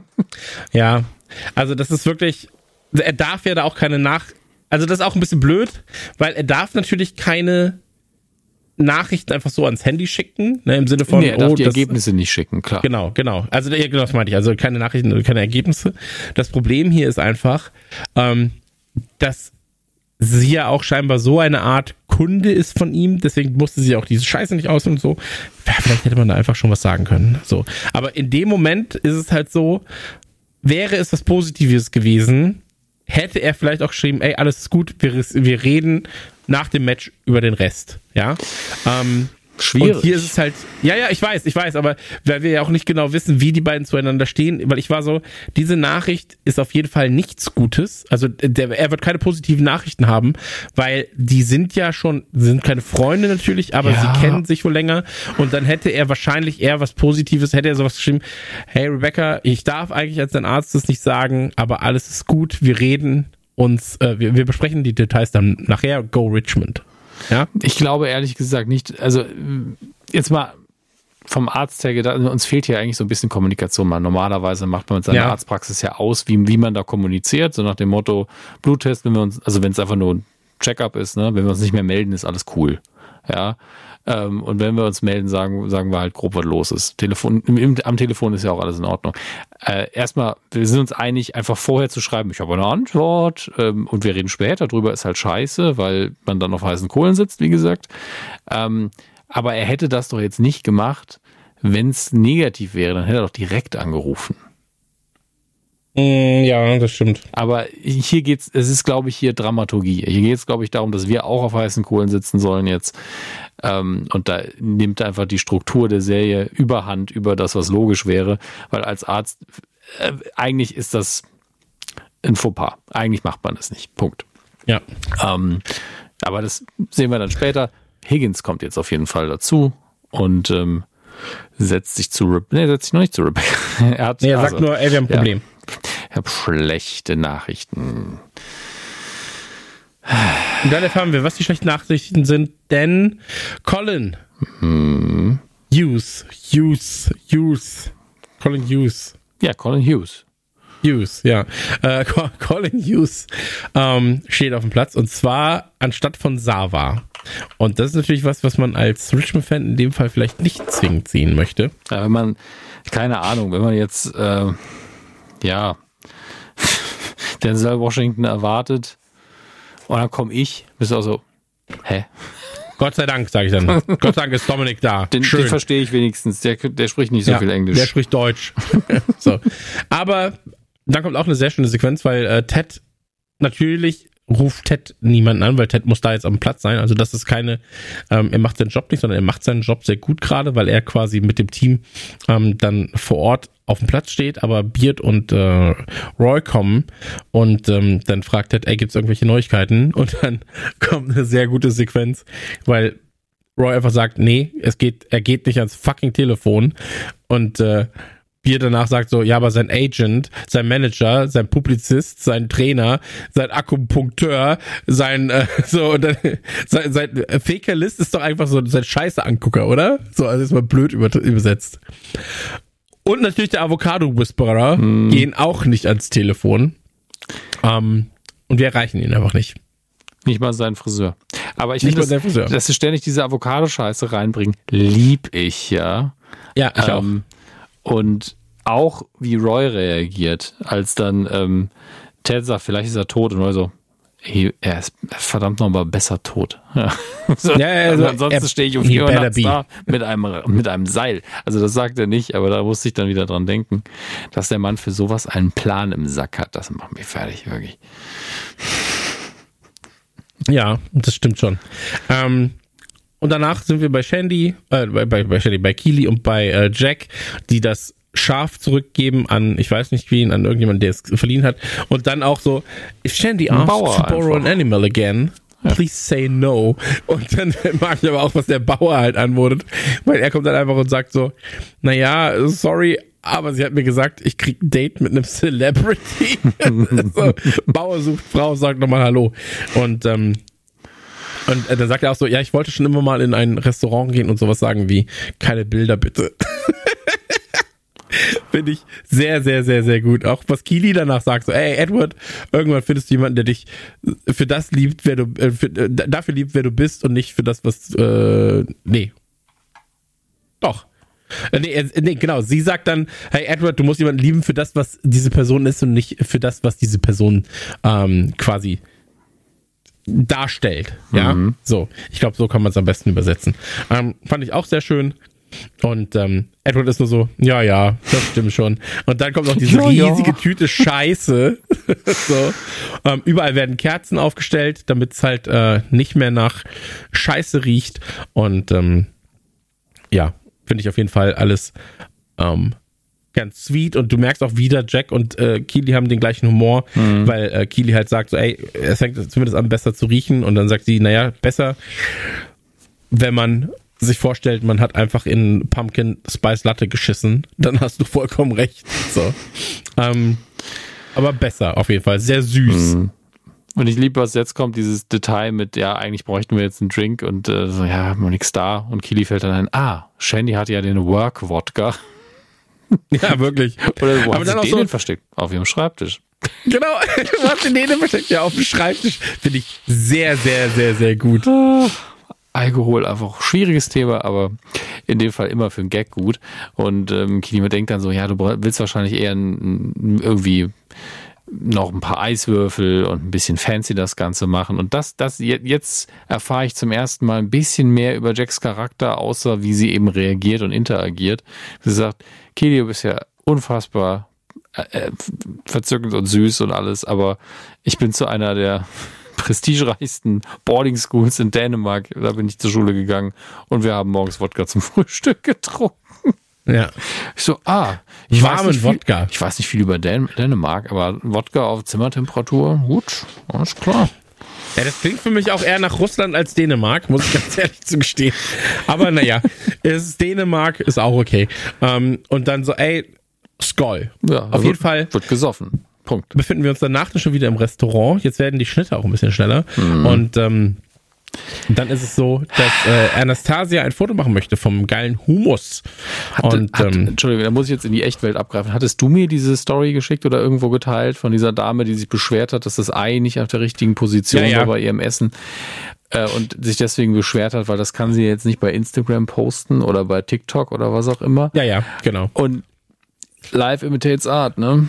Ja, also das ist wirklich, er darf ja da auch keine Nach, also das ist auch ein bisschen blöd, weil er darf natürlich keine Nachrichten einfach so ans Handy schicken, ne, im Sinne von, nee, er darf oh, die das, Ergebnisse nicht schicken, klar. Genau, genau. Also ja, genau, das meinte ich. Also keine Nachrichten, keine Ergebnisse. Das Problem hier ist einfach, ähm, dass sie ja auch scheinbar so eine Art Kunde ist von ihm, deswegen musste sie auch diese Scheiße nicht aus und so. Ja, vielleicht hätte man da einfach schon was sagen können. So. Aber in dem Moment ist es halt so, wäre es was Positives gewesen, hätte er vielleicht auch geschrieben, ey, alles ist gut, wir, wir reden nach dem Match über den Rest, ja. Ähm, Schwierig. Und hier ist es halt, ja, ja, ich weiß, ich weiß, aber weil wir ja auch nicht genau wissen, wie die beiden zueinander stehen, weil ich war so, diese Nachricht ist auf jeden Fall nichts Gutes, also der, er wird keine positiven Nachrichten haben, weil die sind ja schon, sind keine Freunde natürlich, aber ja. sie kennen sich wohl länger und dann hätte er wahrscheinlich eher was Positives, hätte er sowas geschrieben, hey Rebecca, ich darf eigentlich als dein Arzt das nicht sagen, aber alles ist gut, wir reden uns, äh, wir, wir besprechen die Details dann nachher, go Richmond. Ja? Ich glaube ehrlich gesagt nicht, also jetzt mal vom Arzt her gedacht, uns fehlt hier eigentlich so ein bisschen Kommunikation. Man, normalerweise macht man mit seiner ja. Arztpraxis ja aus, wie, wie man da kommuniziert, so nach dem Motto, Bluttest, wenn wir uns, also wenn es einfach nur ein Check-up ist, ne, wenn wir uns nicht mehr melden, ist alles cool. Ja. Ähm, und wenn wir uns melden, sagen, sagen wir halt grob, was los ist. Telefon, im, am Telefon ist ja auch alles in Ordnung. Äh, erstmal, wir sind uns einig, einfach vorher zu schreiben, ich habe eine Antwort, ähm, und wir reden später drüber, ist halt scheiße, weil man dann auf heißen Kohlen sitzt, wie gesagt. Ähm, aber er hätte das doch jetzt nicht gemacht, wenn es negativ wäre, dann hätte er doch direkt angerufen. Ja, das stimmt. Aber hier geht's, es ist, glaube ich, hier Dramaturgie. Hier geht es, glaube ich, darum, dass wir auch auf heißen Kohlen sitzen sollen jetzt. Ähm, und da nimmt einfach die Struktur der Serie Überhand über das, was logisch wäre. Weil als Arzt, äh, eigentlich ist das ein Fauxpas. Eigentlich macht man das nicht. Punkt. Ja. Ähm, aber das sehen wir dann später. Higgins kommt jetzt auf jeden Fall dazu und ähm, setzt sich zu Rebecca. Nee, setzt sich noch nicht zu Rebecca. er hat, nee, er also, sagt nur, ey, wir haben ein Problem. Ja. Ich habe schlechte Nachrichten. Und dann erfahren wir, was die schlechten Nachrichten sind, denn Colin hm. Hughes, Hughes, Hughes, Colin Hughes. Ja, Colin Hughes. Hughes, ja. Äh, Colin Hughes ähm, steht auf dem Platz und zwar anstatt von Sava. Und das ist natürlich was, was man als Richmond-Fan in dem Fall vielleicht nicht zwingend sehen möchte. Ja, wenn man, keine Ahnung, wenn man jetzt, äh, ja, Denzel Washington erwartet und dann komme ich, bist du auch so, hä? Gott sei Dank, sage ich dann. Gott sei Dank ist Dominik da. Den, den verstehe ich wenigstens. Der, der spricht nicht so ja, viel Englisch. Der spricht Deutsch. so. Aber dann kommt auch eine sehr schöne Sequenz, weil äh, Ted natürlich ruft Ted niemanden an, weil Ted muss da jetzt am Platz sein. Also das ist keine, ähm, er macht seinen Job nicht, sondern er macht seinen Job sehr gut gerade, weil er quasi mit dem Team ähm, dann vor Ort auf dem Platz steht, aber Beard und äh, Roy kommen und ähm, dann fragt Ted, ey, gibt's irgendwelche Neuigkeiten? Und dann kommt eine sehr gute Sequenz, weil Roy einfach sagt, nee, es geht, er geht nicht ans fucking Telefon und äh, Beard danach sagt so, ja, aber sein Agent, sein Manager, sein Publizist, sein Trainer, sein Akupunkteur, sein, äh, so, und dann, sein, sein Fakerlist ist doch einfach so sein Scheiße-Angucker, oder? So, also ist mal blöd über, übersetzt. Und natürlich der Avocado-Whisperer mm. gehen auch nicht ans Telefon. Um, und wir erreichen ihn einfach nicht. Nicht mal seinen Friseur. Aber ich finde, das, dass sie ständig diese Avocado-Scheiße reinbringen, lieb ich, ja. Ja, ich ähm, auch. Und auch wie Roy reagiert, als dann ähm, Ted sagt, vielleicht ist er tot, und Roy so, hey, er ist verdammt nochmal besser tot. Ja. so, ja, also, ansonsten stehe ich um vier Uhr nachts da mit einem, mit einem Seil. Also das sagt er nicht, aber da musste ich dann wieder dran denken, dass der Mann für sowas einen Plan im Sack hat. Das macht mich fertig, wirklich. Ja, das stimmt schon. Ähm, und danach sind wir bei Shandy, äh, bei, bei, bei Shandy, bei Keely und bei äh, Jack, die das Schaf zurückgeben an, ich weiß nicht wen, an irgendjemanden, der es verliehen hat. Und dann auch so, if Shandy asks Bauer to borrow einfach. an animal again, please say no. Und dann mag ich aber auch, was der Bauer halt antwortet, weil er kommt dann einfach und sagt so, naja, sorry, aber sie hat mir gesagt, ich krieg ein Date mit einem Celebrity. so, Bauer sucht Frau, sagt nochmal Hallo. Und ähm, und dann sagt er auch so, ja, ich wollte schon immer mal in ein Restaurant gehen und sowas sagen wie, keine Bilder bitte. Finde ich sehr, sehr, sehr, sehr gut. Auch was Keely danach sagt, so, ey, Edward, irgendwann findest du jemanden, der dich für das liebt, wer du, äh, für, äh, dafür liebt, wer du bist und nicht für das, was, äh, nee. Doch. Äh, nee, äh, nee, genau. Sie sagt dann, hey, Edward, du musst jemanden lieben für das, was diese Person ist und nicht für das, was diese Person ähm, quasi darstellt. Ja, mhm. So. Ich glaube, so kann man es am besten übersetzen. Ähm, fand ich auch sehr schön. Und ähm, Edward ist nur so, ja, ja, das stimmt schon. Und dann kommt noch diese ja, riesige ja. Tüte Scheiße. so. ähm, überall werden Kerzen aufgestellt, damit es halt äh, nicht mehr nach Scheiße riecht. Und ähm, ja, finde ich auf jeden Fall alles ähm, ganz sweet und du merkst auch wieder, Jack und äh, Keely haben den gleichen Humor, mhm. weil äh, Keely halt sagt so, ey, es fängt zumindest an, besser zu riechen und dann sagt sie, naja, besser, wenn man sich vorstellt, man hat einfach in Pumpkin Spice Latte geschissen, dann hast du vollkommen recht. So. Ähm, aber besser auf jeden Fall, sehr süß. Mhm. Und ich liebe, was jetzt kommt, dieses Detail mit, ja, eigentlich bräuchten wir jetzt einen Drink und äh, so, ja, haben wir nichts da. Und Keely fällt dann ein, ah, Shandy hatte ja den Work-Wodka. Ja, wirklich. Oder wo aber hat dann sie auch den so denn versteckt? Auf ihrem Schreibtisch. Genau, du hast den Dänen versteckt, ja, auf dem Schreibtisch. Finde ich sehr, sehr, sehr, sehr gut. Alkohol, einfach schwieriges Thema, aber in dem Fall immer für einen Gag gut. Und ähm, Keely denkt dann so, ja, du willst wahrscheinlich eher ein, ein, irgendwie noch ein paar Eiswürfel und ein bisschen fancy das Ganze machen. Und das, das jetzt erfahre ich zum ersten Mal ein bisschen mehr über Jacks Charakter, außer wie sie eben reagiert und interagiert. Sie sagt, Keely, du bist ja unfassbar äh, verzückend und süß und alles, aber ich bin zu einer der prestigereichsten Boarding Schools in Dänemark. Da bin ich zur Schule gegangen und wir haben morgens Wodka zum Frühstück getrunken. Ja. Ich so, ah, ich warmen weiß nicht viel, Wodka. Ich weiß nicht viel über Dän- Dänemark, aber Wodka auf Zimmertemperatur, gut, alles klar. Ja, das klingt für mich auch eher nach Russland als Dänemark, muss ich ganz ehrlich zugestehen. Aber naja, ist Dänemark, ist auch okay. Ähm, und dann so, ey, Skoll. Ja, auf wird, jeden Fall. Wird gesoffen. Punkt. Befinden wir uns danach schon wieder im Restaurant. Jetzt werden die Schnitte auch ein bisschen schneller. Mhm. Und ähm, dann ist es so, dass äh, Anastasia ein Foto machen möchte vom geilen Hummus. Hatte, und, hat, ähm, Entschuldigung, da muss ich jetzt in die Echtwelt abgreifen. Hattest du mir diese Story geschickt oder irgendwo geteilt von dieser Dame, die sich beschwert hat, dass das Ei nicht auf der richtigen Position ja, ja. war bei ihrem Essen äh, und sich deswegen beschwert hat, weil das kann sie jetzt nicht bei Instagram posten oder bei TikTok oder was auch immer. Ja, ja, genau. Und Life imitates Art, ne?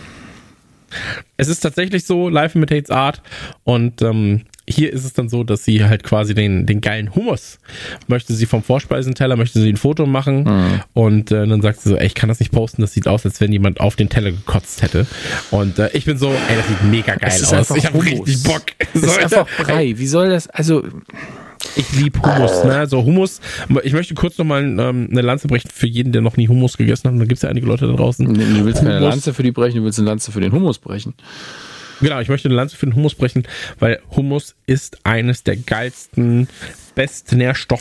Es ist tatsächlich so, Life imitates Art und ähm, hier ist es dann so, dass sie halt quasi den, den geilen Hummus möchte sie vom Vorspeisenteller, möchte sie ein Foto machen mhm. und äh, dann sagt sie so, ey, ich kann das nicht posten, das sieht aus, als wenn jemand auf den Teller gekotzt hätte und äh, ich bin so, ey, das sieht mega geil aus, ich habe richtig Bock. Das ist einfach Brei, wie soll das, also... Ich liebe Hummus, ne? So Hummus. Ich möchte kurz nochmal ähm, eine Lanze brechen für jeden, der noch nie Hummus gegessen hat. Und da gibt es ja einige Leute da draußen. Du willst Hummus. Keine Lanze für die brechen, du willst eine Lanze für den Hummus brechen. Genau, ich möchte eine Lanze für den Hummus brechen, weil Hummus ist eines der geilsten, besten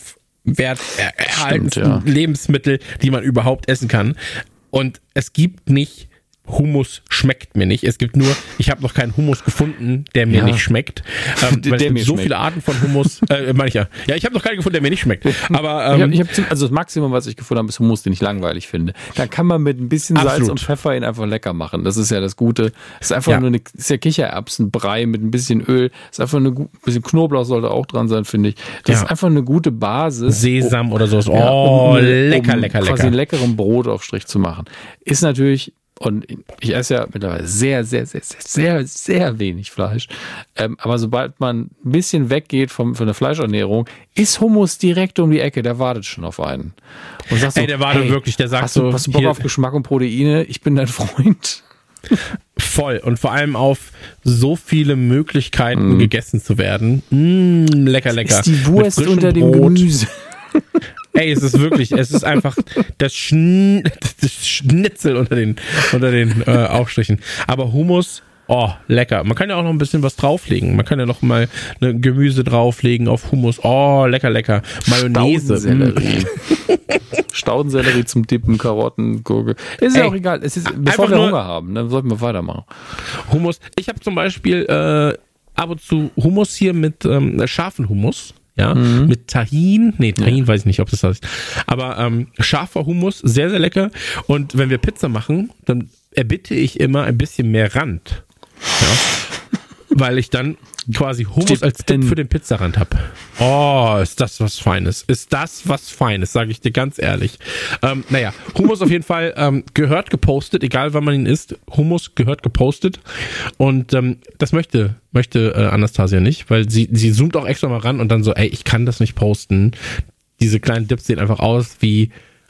nährstoffwerterhaltensten ja. Lebensmittel, die man überhaupt essen kann. Und es gibt nicht Hummus schmeckt mir nicht. Es gibt nur, ich habe noch keinen Hummus gefunden, der mir ja. nicht schmeckt. Ähm, weil der es gibt so schmeckt. Viele Arten von Hummus. Äh, meine ich ja. Ja, ich habe noch keinen gefunden, der mir nicht schmeckt. Aber ähm, ich hab, ich hab, also das Maximum, was ich gefunden habe, ist Hummus, den ich langweilig finde. Dann kann man mit ein bisschen absolut. Salz und Pfeffer ihn einfach lecker machen. Das ist ja das Gute. Es ist einfach ja. nur eine, ist ja Kichererbsenbrei mit ein bisschen Öl. Es ist einfach eine ein bisschen Knoblauch sollte auch dran sein, finde ich. Das ja. ist einfach eine gute Basis. Sesam um, oder sowas. Oh, ja, um, lecker, um lecker, quasi lecker. einen leckeren Brotaufstrich zu machen. Ist natürlich. Und ich esse ja mittlerweile sehr, sehr, sehr, sehr, sehr, sehr wenig Fleisch. Ähm, aber sobald man ein bisschen weggeht vom, von der Fleischernährung, ist Hummus direkt um die Ecke. Der wartet schon auf einen. Und sagt so, ey, der wartet hey, wirklich. Der sagt hast du, so, hast du Bock hier, auf Geschmack und Proteine? Ich bin dein Freund. Voll. Und vor allem auf so viele Möglichkeiten mm. gegessen zu werden. Mm, lecker, lecker. Das ist die Wurst unter dem Brot. Gemüse. Ey, es ist wirklich, es ist einfach das, Schn- das Schnitzel unter den, unter den äh, Aufstrichen. Aber Hummus, oh, lecker. Man kann ja auch noch ein bisschen was drauflegen. Man kann ja noch mal eine Gemüse drauflegen auf Hummus. Oh, lecker, lecker. Mayonnaise. Staudensellerie. Staudensellerie zum Dippen, Karotten, Gurke. Ist ja auch egal. Es ist, bevor wir Hunger haben, dann sollten wir weitermachen. Hummus. Ich habe zum Beispiel äh, ab und zu Hummus hier mit ähm, scharfen Hummus. Ja, mhm. mit Tahin. Nee, Tahin ja. weiß ich nicht, ob das das ist. Aber ähm, scharfer Hummus, sehr, sehr lecker. Und wenn wir Pizza machen, dann erbitte ich immer ein bisschen mehr Rand. Ja. Weil ich dann quasi Hummus Steht als Dip für den Pizzarand habe. Oh, ist das was Feines. Ist das was Feines, sage ich dir ganz ehrlich. Ähm, naja, Hummus auf jeden Fall ähm, gehört gepostet, egal wann man ihn isst. Hummus gehört gepostet. Und ähm, das möchte möchte äh, Anastasia nicht, weil sie sie zoomt auch extra mal ran und dann so, ey, ich kann das nicht posten. Diese kleinen Dips sehen einfach aus wie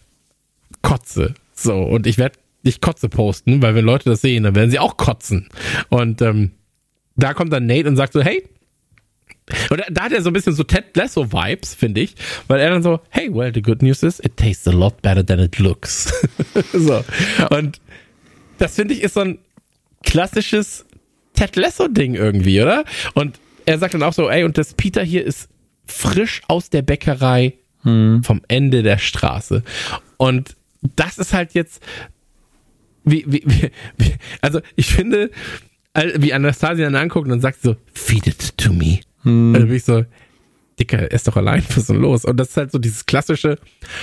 Kotze. So, und ich werde nicht Kotze posten, weil wenn Leute das sehen, dann werden sie auch kotzen. Und ähm, da kommt dann Nate und sagt so, hey, Und da hat er so ein bisschen so Ted Lasso-Vibes, finde ich, weil er dann so, hey, well, the good news is, it tastes a lot better than it looks. so. Ja. Und das, finde ich, ist so ein klassisches Ted Lasso-Ding irgendwie, oder? Und er sagt dann auch so, ey, und das Peter hier ist frisch aus der Bäckerei hm. vom Ende der Straße. Und das ist halt jetzt, wie, wie, wie also ich finde, wie Anastasia dann anguckt und dann sagt sie so, feed it to me. Hm. Dann bin ich so, Dicker, er ist doch allein, was ist denn los? Und das ist halt so dieses klassische,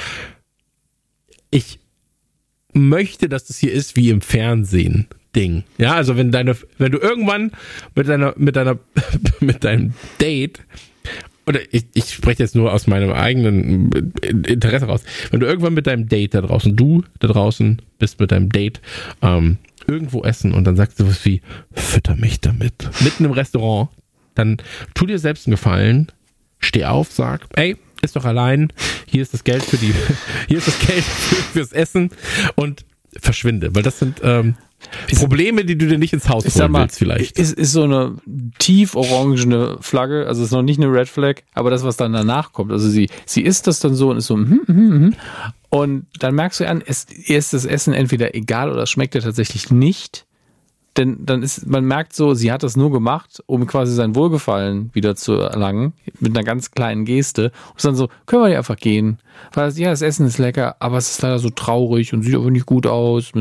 ich möchte, dass das hier ist wie im Fernsehen Ding. Ja, also wenn deine, wenn du irgendwann mit deiner, mit deiner, mit deinem Date, oder ich, ich spreche jetzt nur aus meinem eigenen Interesse raus, wenn du irgendwann mit deinem Date da draußen, du da draußen bist mit deinem Date, ähm, irgendwo essen und dann sagst du was wie, fütter mich damit. Mitten im Restaurant, dann tu dir selbst einen Gefallen, steh auf, sag, ey, ist doch allein, hier ist das Geld für die, hier ist das Geld für, fürs Essen und verschwinde, weil das sind ähm, Probleme, die du dir nicht ins Haus holen willst vielleicht. Ist, ist so eine tief orangene Flagge, also ist noch nicht eine Red Flag, aber das, was dann danach kommt, also sie, sie isst das dann so und ist so, mm, mm, mm, und dann merkst du an, es, ihr ist das Essen entweder egal oder es schmeckt dir tatsächlich nicht. Denn dann ist, man merkt so, sie hat das nur gemacht, um quasi sein Wohlgefallen wieder zu erlangen, mit einer ganz kleinen Geste. Und ist dann so, können wir hier einfach gehen? Weil, ja, das Essen ist lecker, aber es ist leider so traurig und sieht aber nicht gut aus.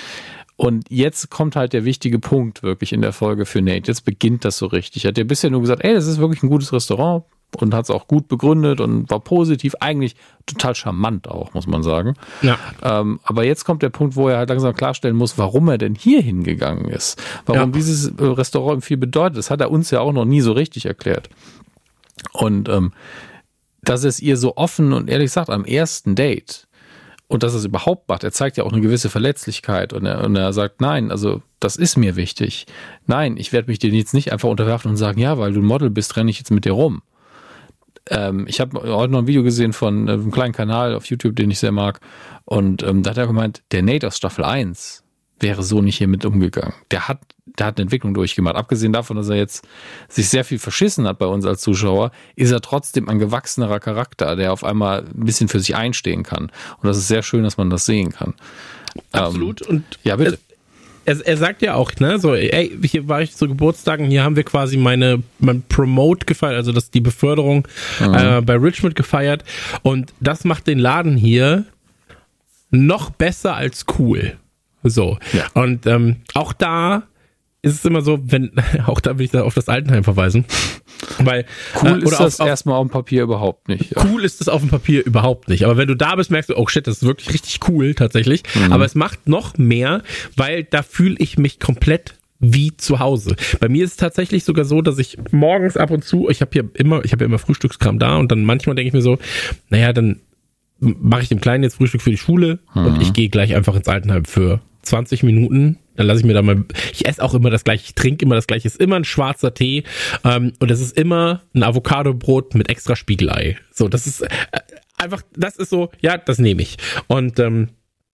Und jetzt kommt halt der wichtige Punkt wirklich in der Folge für Nate. Jetzt beginnt das so richtig. Er hat ja bisher nur gesagt, ey, das ist wirklich ein gutes Restaurant. Und hat es auch gut begründet und war positiv, eigentlich total charmant auch, muss man sagen. Ja. Ähm, aber jetzt kommt der Punkt, wo er halt langsam klarstellen muss, warum er denn hier hingegangen ist. Warum ja. dieses Restaurant ihm viel bedeutet. Das hat er uns ja auch noch nie so richtig erklärt. Und ähm, dass es ihr so offen und ehrlich sagt, am ersten Date, und dass er es überhaupt macht, er zeigt ja auch eine gewisse Verletzlichkeit und er, und er sagt, nein, also das ist mir wichtig. Nein, ich werde mich dir jetzt nicht einfach unterwerfen und sagen, ja, weil du ein Model bist, renne ich jetzt mit dir rum. Ähm, ich habe heute noch ein Video gesehen von äh, einem kleinen Kanal auf YouTube, den ich sehr mag. Und ähm, da hat er gemeint, der Nate aus Staffel eins wäre so nicht hier mit umgegangen. Der hat, der hat eine Entwicklung durchgemacht. Abgesehen davon, dass er jetzt sich sehr viel verschissen hat bei uns als Zuschauer, ist er trotzdem ein gewachsenerer Charakter, der auf einmal ein bisschen für sich einstehen kann. Und das ist sehr schön, dass man das sehen kann. Absolut. Ähm, und ja, bitte. Er, er sagt ja auch, ne, so, ey, hier war ich zu Geburtstagen, hier haben wir quasi meine, mein Promote gefeiert, also das die Beförderung mhm. äh, bei Richmond gefeiert und das macht den Laden hier noch besser als cool. So. Ja. Und ähm, auch da ist es immer so, wenn, auch da will ich da auf das Altenheim verweisen. Weil, cool äh, ist das auf, erstmal auf dem Papier überhaupt nicht. Ja. Cool ist das auf dem Papier überhaupt nicht. Aber wenn du da bist, merkst du, oh shit, das ist wirklich richtig cool tatsächlich. Mhm. Aber es macht noch mehr, weil da fühle ich mich komplett wie zu Hause. Bei mir ist es tatsächlich sogar so, dass ich morgens ab und zu, ich habe hier immer, ich habe ja immer Frühstückskram da und dann manchmal denke ich mir so, naja, dann mache ich dem Kleinen jetzt Frühstück für die Schule mhm. und ich gehe gleich einfach ins Altenheim für zwanzig Minuten, dann lasse ich mir da mal, ich esse auch immer das gleiche, ich trinke immer das gleiche, ist immer ein schwarzer Tee ähm, und das ist immer ein Avocado-Brot mit extra Spiegelei. So, das ist äh, einfach, das ist so, ja, das nehme ich. Und ähm,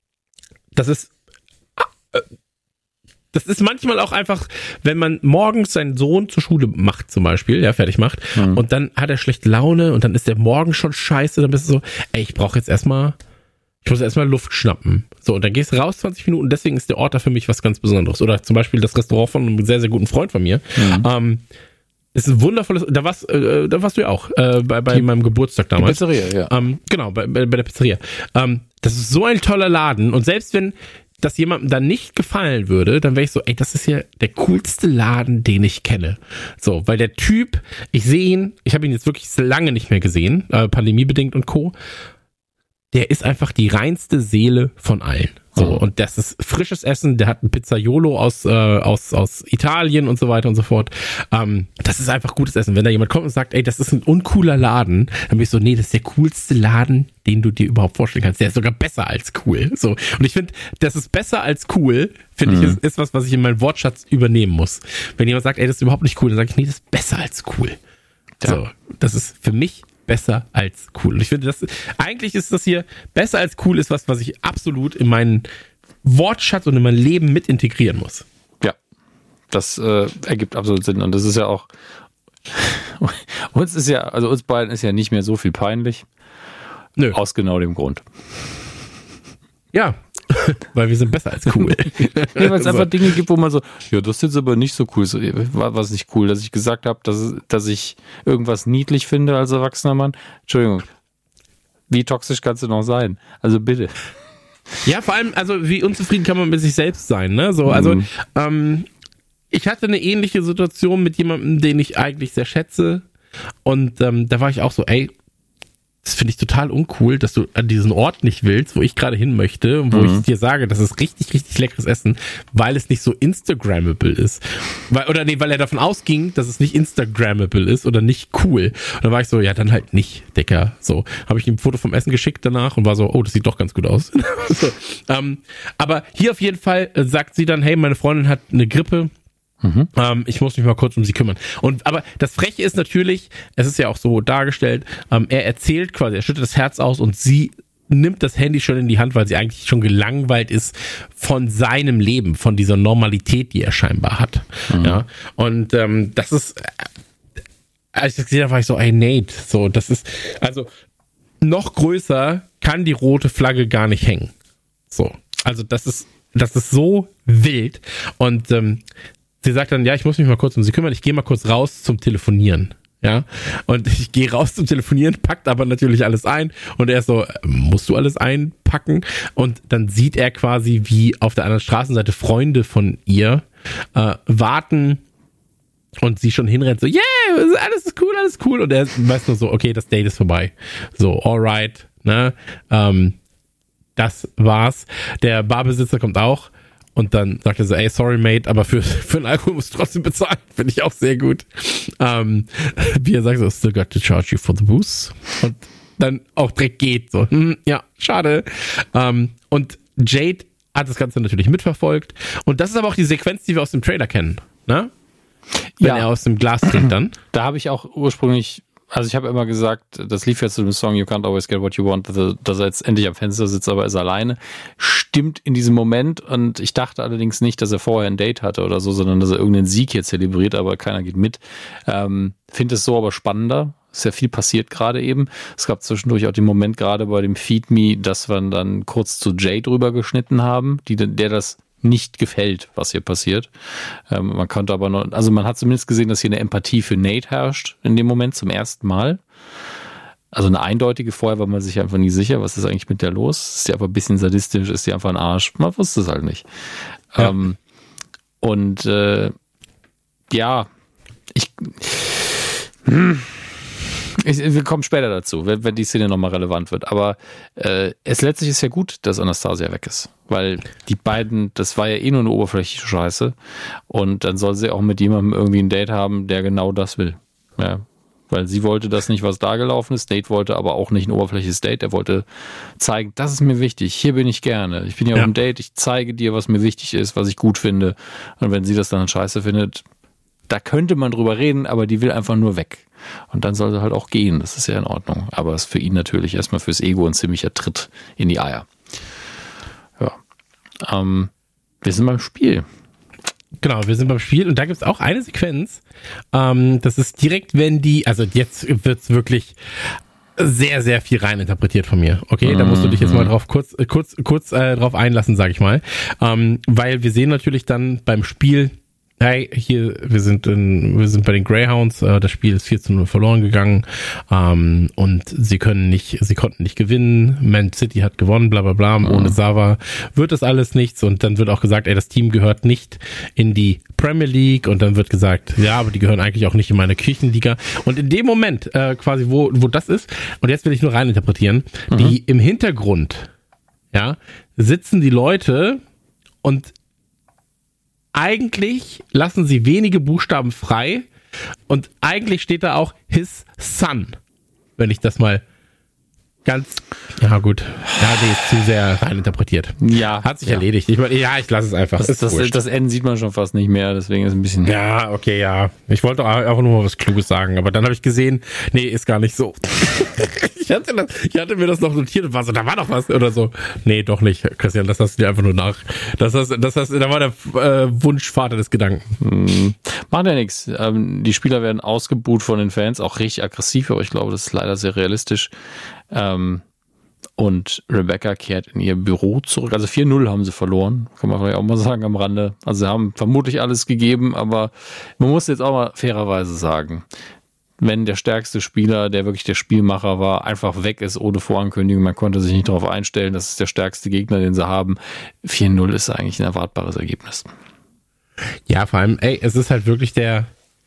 das ist äh, das ist manchmal auch einfach, wenn man morgens seinen Sohn zur Schule macht zum Beispiel, ja, fertig macht mhm. und dann hat er schlechte Laune und dann ist der Morgen schon scheiße, dann bist du so, ey, ich brauche jetzt erstmal Ich muss erstmal Luft schnappen. So, und dann gehst du raus zwanzig Minuten, deswegen ist der Ort da für mich was ganz Besonderes. Oder zum Beispiel das Restaurant von einem sehr, sehr guten Freund von mir. Mhm. Ähm, ist ein wundervolles, da warst, äh, da warst du ja auch, äh, bei, bei meinem Geburtstag damals. Die Pizzeria, ja. Ähm, genau, bei, bei, bei der Pizzeria. Ähm, das ist so ein toller Laden und selbst wenn das jemandem dann nicht gefallen würde, dann wäre ich so, ey, das ist hier der coolste Laden, den ich kenne. So, weil der Typ, ich sehe ihn, ich habe ihn jetzt wirklich lange nicht mehr gesehen, äh, pandemiebedingt und Co., der ist einfach die reinste Seele von allen. So, mhm. und das ist frisches Essen, der hat ein Pizzaiolo aus, äh, aus, aus Italien und so weiter und so fort. Ähm, das ist einfach gutes Essen. Wenn da jemand kommt und sagt, ey, das ist ein uncooler Laden, dann bin ich so, nee, das ist der coolste Laden, den du dir überhaupt vorstellen kannst. Der ist sogar besser als cool. So. Und ich finde, das ist besser als cool, finde mhm. ich, ist, ist was, was ich in meinen Wortschatz übernehmen muss. Wenn jemand sagt, ey, das ist überhaupt nicht cool, dann sage ich, nee, das ist besser als cool. Ja. So, das ist für mich besser als cool. Und ich finde, das eigentlich ist das hier besser als cool ist was, was ich absolut in meinen Wortschatz und in mein Leben mit integrieren muss. Ja, das äh, ergibt absolut Sinn. Und das ist ja auch uns ist ja, also uns beiden ist ja nicht mehr so viel peinlich. Nö. Aus genau dem Grund. Ja, weil wir sind besser als cool. Nee, weil es so. einfach Dinge gibt, wo man so, ja, das ist jetzt aber nicht so cool. So, war was nicht cool, dass ich gesagt habe, dass, dass ich irgendwas niedlich finde als erwachsener Mann. Entschuldigung. Wie toxisch kannst du noch sein? Also bitte. Ja, vor allem, also wie unzufrieden kann man mit sich selbst sein, ne? So, also, mhm. ähm, ich hatte eine ähnliche Situation mit jemandem, den ich eigentlich sehr schätze. Und ähm, da war ich auch so, ey, das finde ich total uncool, dass du an diesen Ort nicht willst, wo ich gerade hin möchte und wo mhm. ich dir sage, das ist richtig, richtig leckeres Essen, weil es nicht so Instagrammable ist. Weil, oder nee, weil er davon ausging, dass es nicht Instagrammable ist oder nicht cool. Und dann war ich so, ja, dann halt nicht, Dicker. So, habe ich ihm ein Foto vom Essen geschickt danach und war so, oh, das sieht doch ganz gut aus. so, ähm, aber hier auf jeden Fall äh, sagt sie dann, hey, meine Freundin hat eine Grippe. Mhm. Ähm, ich muss mich mal kurz um sie kümmern. Und aber das Freche ist natürlich, es ist ja auch so dargestellt, ähm, er erzählt quasi, er schüttet das Herz aus und sie nimmt das Handy schon in die Hand, weil sie eigentlich schon gelangweilt ist von seinem Leben, von dieser Normalität, die er scheinbar hat. Mhm. Ja. Und ähm, das ist, als ich das gesehen habe, war ich so, ey Nate, so, das ist, also noch größer kann die rote Flagge gar nicht hängen. So, also das ist, das ist so wild. Und ähm, sie sagt dann, ja, ich muss mich mal kurz um sie kümmern, ich gehe mal kurz raus zum Telefonieren. Ja, und ich gehe raus zum Telefonieren, packt aber natürlich alles ein und er ist so, musst du alles einpacken? Und dann sieht er quasi, wie auf der anderen Straßenseite Freunde von ihr äh, warten und sie schon hinrennt, so, yeah, alles ist cool, alles ist cool. Und er weiß nur so, okay, das Date ist vorbei. So, alright, ne, ähm, das war's. Der Barbesitzer kommt auch. Und dann sagt er so, ey, sorry, mate, aber für, für einen Alkohol musst du trotzdem bezahlen. Finde ich auch sehr gut. Ähm, wie er sagt so, still got to charge you for the booze. Und dann auch direkt geht. So, hm, ja, schade. Ähm, und Jade hat das Ganze natürlich mitverfolgt. Und das ist aber auch die Sequenz, die wir aus dem Trailer kennen. Ne? Wenn ja. er aus dem Glas trinkt dann. Da habe ich auch ursprünglich... Also ich habe immer gesagt, das lief jetzt zu dem Song You Can't Always Get What You Want, dass er jetzt endlich am Fenster sitzt, aber ist alleine. Stimmt in diesem Moment und ich dachte allerdings nicht, dass er vorher ein Date hatte oder so, sondern dass er irgendeinen Sieg hier zelebriert, aber keiner geht mit. Ähm, finde es so aber spannender. Ist ja viel passiert gerade eben. Es gab zwischendurch auch den Moment gerade bei dem Feed Me, dass wir dann kurz zu Jade rüber geschnitten haben, die, der das nicht gefällt, was hier passiert. Ähm, man konnte aber noch, also man hat zumindest gesehen, dass hier eine Empathie für Nate herrscht in dem Moment zum ersten Mal. Also eine eindeutige, vorher war man sich einfach nie sicher, was ist eigentlich mit der los? Ist die einfach ein bisschen sadistisch, ist die einfach ein Arsch? Man wusste es halt nicht. Ja. Ähm, und äh, ja, ich hm, Ich, wir kommen später dazu, wenn, wenn die Szene nochmal relevant wird. Aber äh, es letztlich ist ja gut, dass Anastasia weg ist. Weil die beiden, das war ja eh nur eine oberflächliche Scheiße. Und dann soll sie auch mit jemandem irgendwie ein Date haben, der genau das will. Ja. Weil sie wollte das nicht, was da gelaufen ist. Nate wollte aber auch nicht ein oberflächliches Date. Er wollte zeigen, das ist mir wichtig. Hier bin ich gerne. Ich bin ja, ja. auf einem Date. Ich zeige dir, was mir wichtig ist, was ich gut finde. Und wenn sie das dann scheiße findet, da könnte man drüber reden, aber die will einfach nur weg. Und dann soll sie halt auch gehen. Das ist ja in Ordnung. Aber es ist für ihn natürlich erstmal fürs Ego ein ziemlicher Tritt in die Eier. Ja. Ähm, wir sind beim Spiel. Genau, wir sind beim Spiel und da gibt es auch eine Sequenz. Ähm, das ist direkt, wenn die, also jetzt wird es wirklich sehr, sehr viel reininterpretiert von mir. Okay, mhm. da musst du dich jetzt mal drauf kurz, kurz, kurz äh, drauf einlassen, sag ich mal. Ähm, weil wir sehen natürlich dann beim Spiel, hey, hier, wir sind in, wir sind bei den Greyhounds, äh, das Spiel ist vier zu null verloren gegangen, ähm, und sie können nicht, sie konnten nicht gewinnen, Man City hat gewonnen, bla bla bla, mhm. ohne Sava wird das alles nichts und dann wird auch gesagt, ey, das Team gehört nicht in die Premier League und dann wird gesagt, ja, aber die gehören eigentlich auch nicht in meine Kirchenliga und in dem Moment, äh, quasi, wo, wo das ist, und jetzt will ich nur reininterpretieren, mhm. die im Hintergrund, ja, sitzen die Leute und eigentlich lassen sie wenige Buchstaben frei und eigentlich steht da auch his son, wenn ich das mal ganz, ja gut, ja, nee, ist zu sehr reininterpretiert. Ja. Hat sich ja. erledigt. Ich, ja, ich lasse es einfach. Das, das, das N sieht man schon fast nicht mehr, deswegen ist es ein bisschen... Ja, okay, ja. Ich wollte auch einfach nur mal was Kluges sagen, aber dann habe ich gesehen, nee, ist gar nicht so. ich, hatte das, ich hatte mir das noch notiert und war so, da war doch was oder so. Nee, doch nicht, Christian, das hast du dir einfach nur nach. Das hast, das hast, da war der äh, Wunschvater des Gedanken. Hm, macht ja nichts. Ähm, die Spieler werden ausgebuht von den Fans, auch richtig aggressiv, aber ich glaube, das ist leider sehr realistisch. Ähm, und Rebecca kehrt in ihr Büro zurück. Also vier null haben sie verloren, kann man vielleicht auch mal sagen am Rande. Also sie haben vermutlich alles gegeben, aber man muss jetzt auch mal fairerweise sagen, wenn der stärkste Spieler, der wirklich der Spielmacher war, einfach weg ist ohne Vorankündigung, man konnte sich nicht darauf einstellen, das ist der stärkste Gegner, den sie haben. vier null ist eigentlich ein erwartbares Ergebnis. Ja, vor allem, ey, es ist halt wirklich der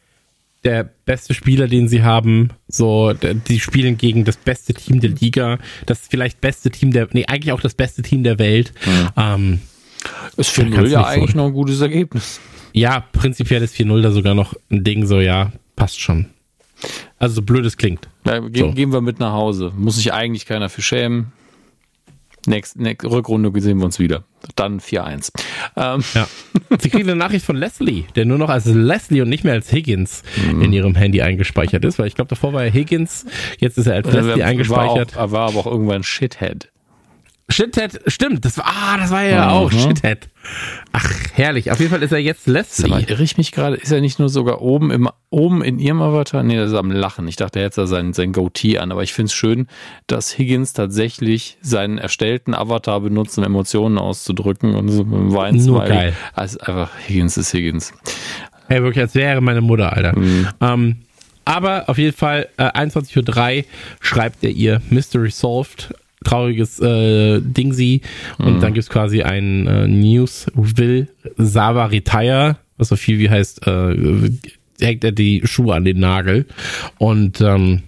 der beste Spieler, den sie haben. So, die spielen gegen das beste Team der Liga, das vielleicht beste Team der, nee, eigentlich auch das beste Team der Welt. Mhm. Ähm, ist vier null ja eigentlich noch ein gutes Ergebnis. Ja, prinzipiell ist vier null da sogar noch ein Ding, so, ja, passt schon. Also so blöd es klingt. Ja, ge- so. Gehen wir mit nach Hause. Muss sich eigentlich keiner für schämen. Nächste, nächste Rückrunde sehen wir uns wieder. Dann vier eins. Ähm. Ja. Sie kriegen eine Nachricht von Leslie, der nur noch als Leslie und nicht mehr als Higgins mhm. in ihrem Handy eingespeichert ist, weil ich glaube, davor war er Higgins, jetzt ist er als Leslie war eingespeichert. Auch, er war aber auch irgendwann Shithead. Shithead, stimmt, das war, ah, das war ja mhm. auch Shithead. Ach, herrlich. Auf jeden Fall ist er jetzt Leslie. Sag mal, irre ich mich gerade, ist er nicht nur sogar oben im, oben in ihrem Avatar? Nee, das ist am Lachen. Ich dachte, er hätte da sein, sein Goatee an, aber ich finde es schön, dass Higgins tatsächlich seinen erstellten Avatar benutzt, um Emotionen auszudrücken und so mit Wein Nur geil. Also einfach, Higgins ist Higgins. Hey, wirklich, als wäre meine Mutter, Alter. Mhm. Ähm, aber auf jeden Fall, äh, einundzwanzig Uhr drei schreibt er ihr Mystery Solved. Trauriges äh, Dingsy und mhm. dann gibt's quasi ein äh, News, will Sava retire, was so viel wie heißt, äh, hängt er die Schuhe an den Nagel und ähm,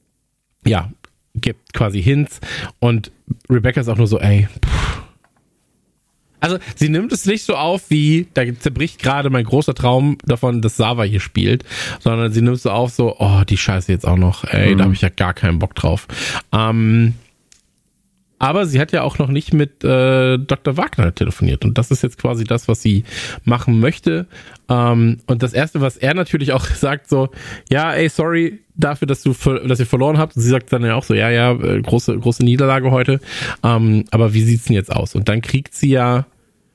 ja, gibt quasi Hints und Rebecca ist auch nur so, ey, pff. Also sie nimmt es nicht so auf wie, da zerbricht gerade mein großer Traum davon, dass Sava hier spielt, sondern sie nimmt es so auf so, oh, die Scheiße jetzt auch noch, ey, mhm. da habe ich ja gar keinen Bock drauf. Ähm, Aber sie hat ja auch noch nicht mit äh, Doktor Wagner telefoniert. Und das ist jetzt quasi das, was sie machen möchte. Ähm, und das Erste, was er natürlich auch sagt, so, ja, ey, sorry dafür, dass du dass ihr verloren habt. Und sie sagt dann ja auch so, ja, ja, große, große Niederlage heute. Ähm, aber wie sieht's denn jetzt aus? Und dann kriegt sie ja,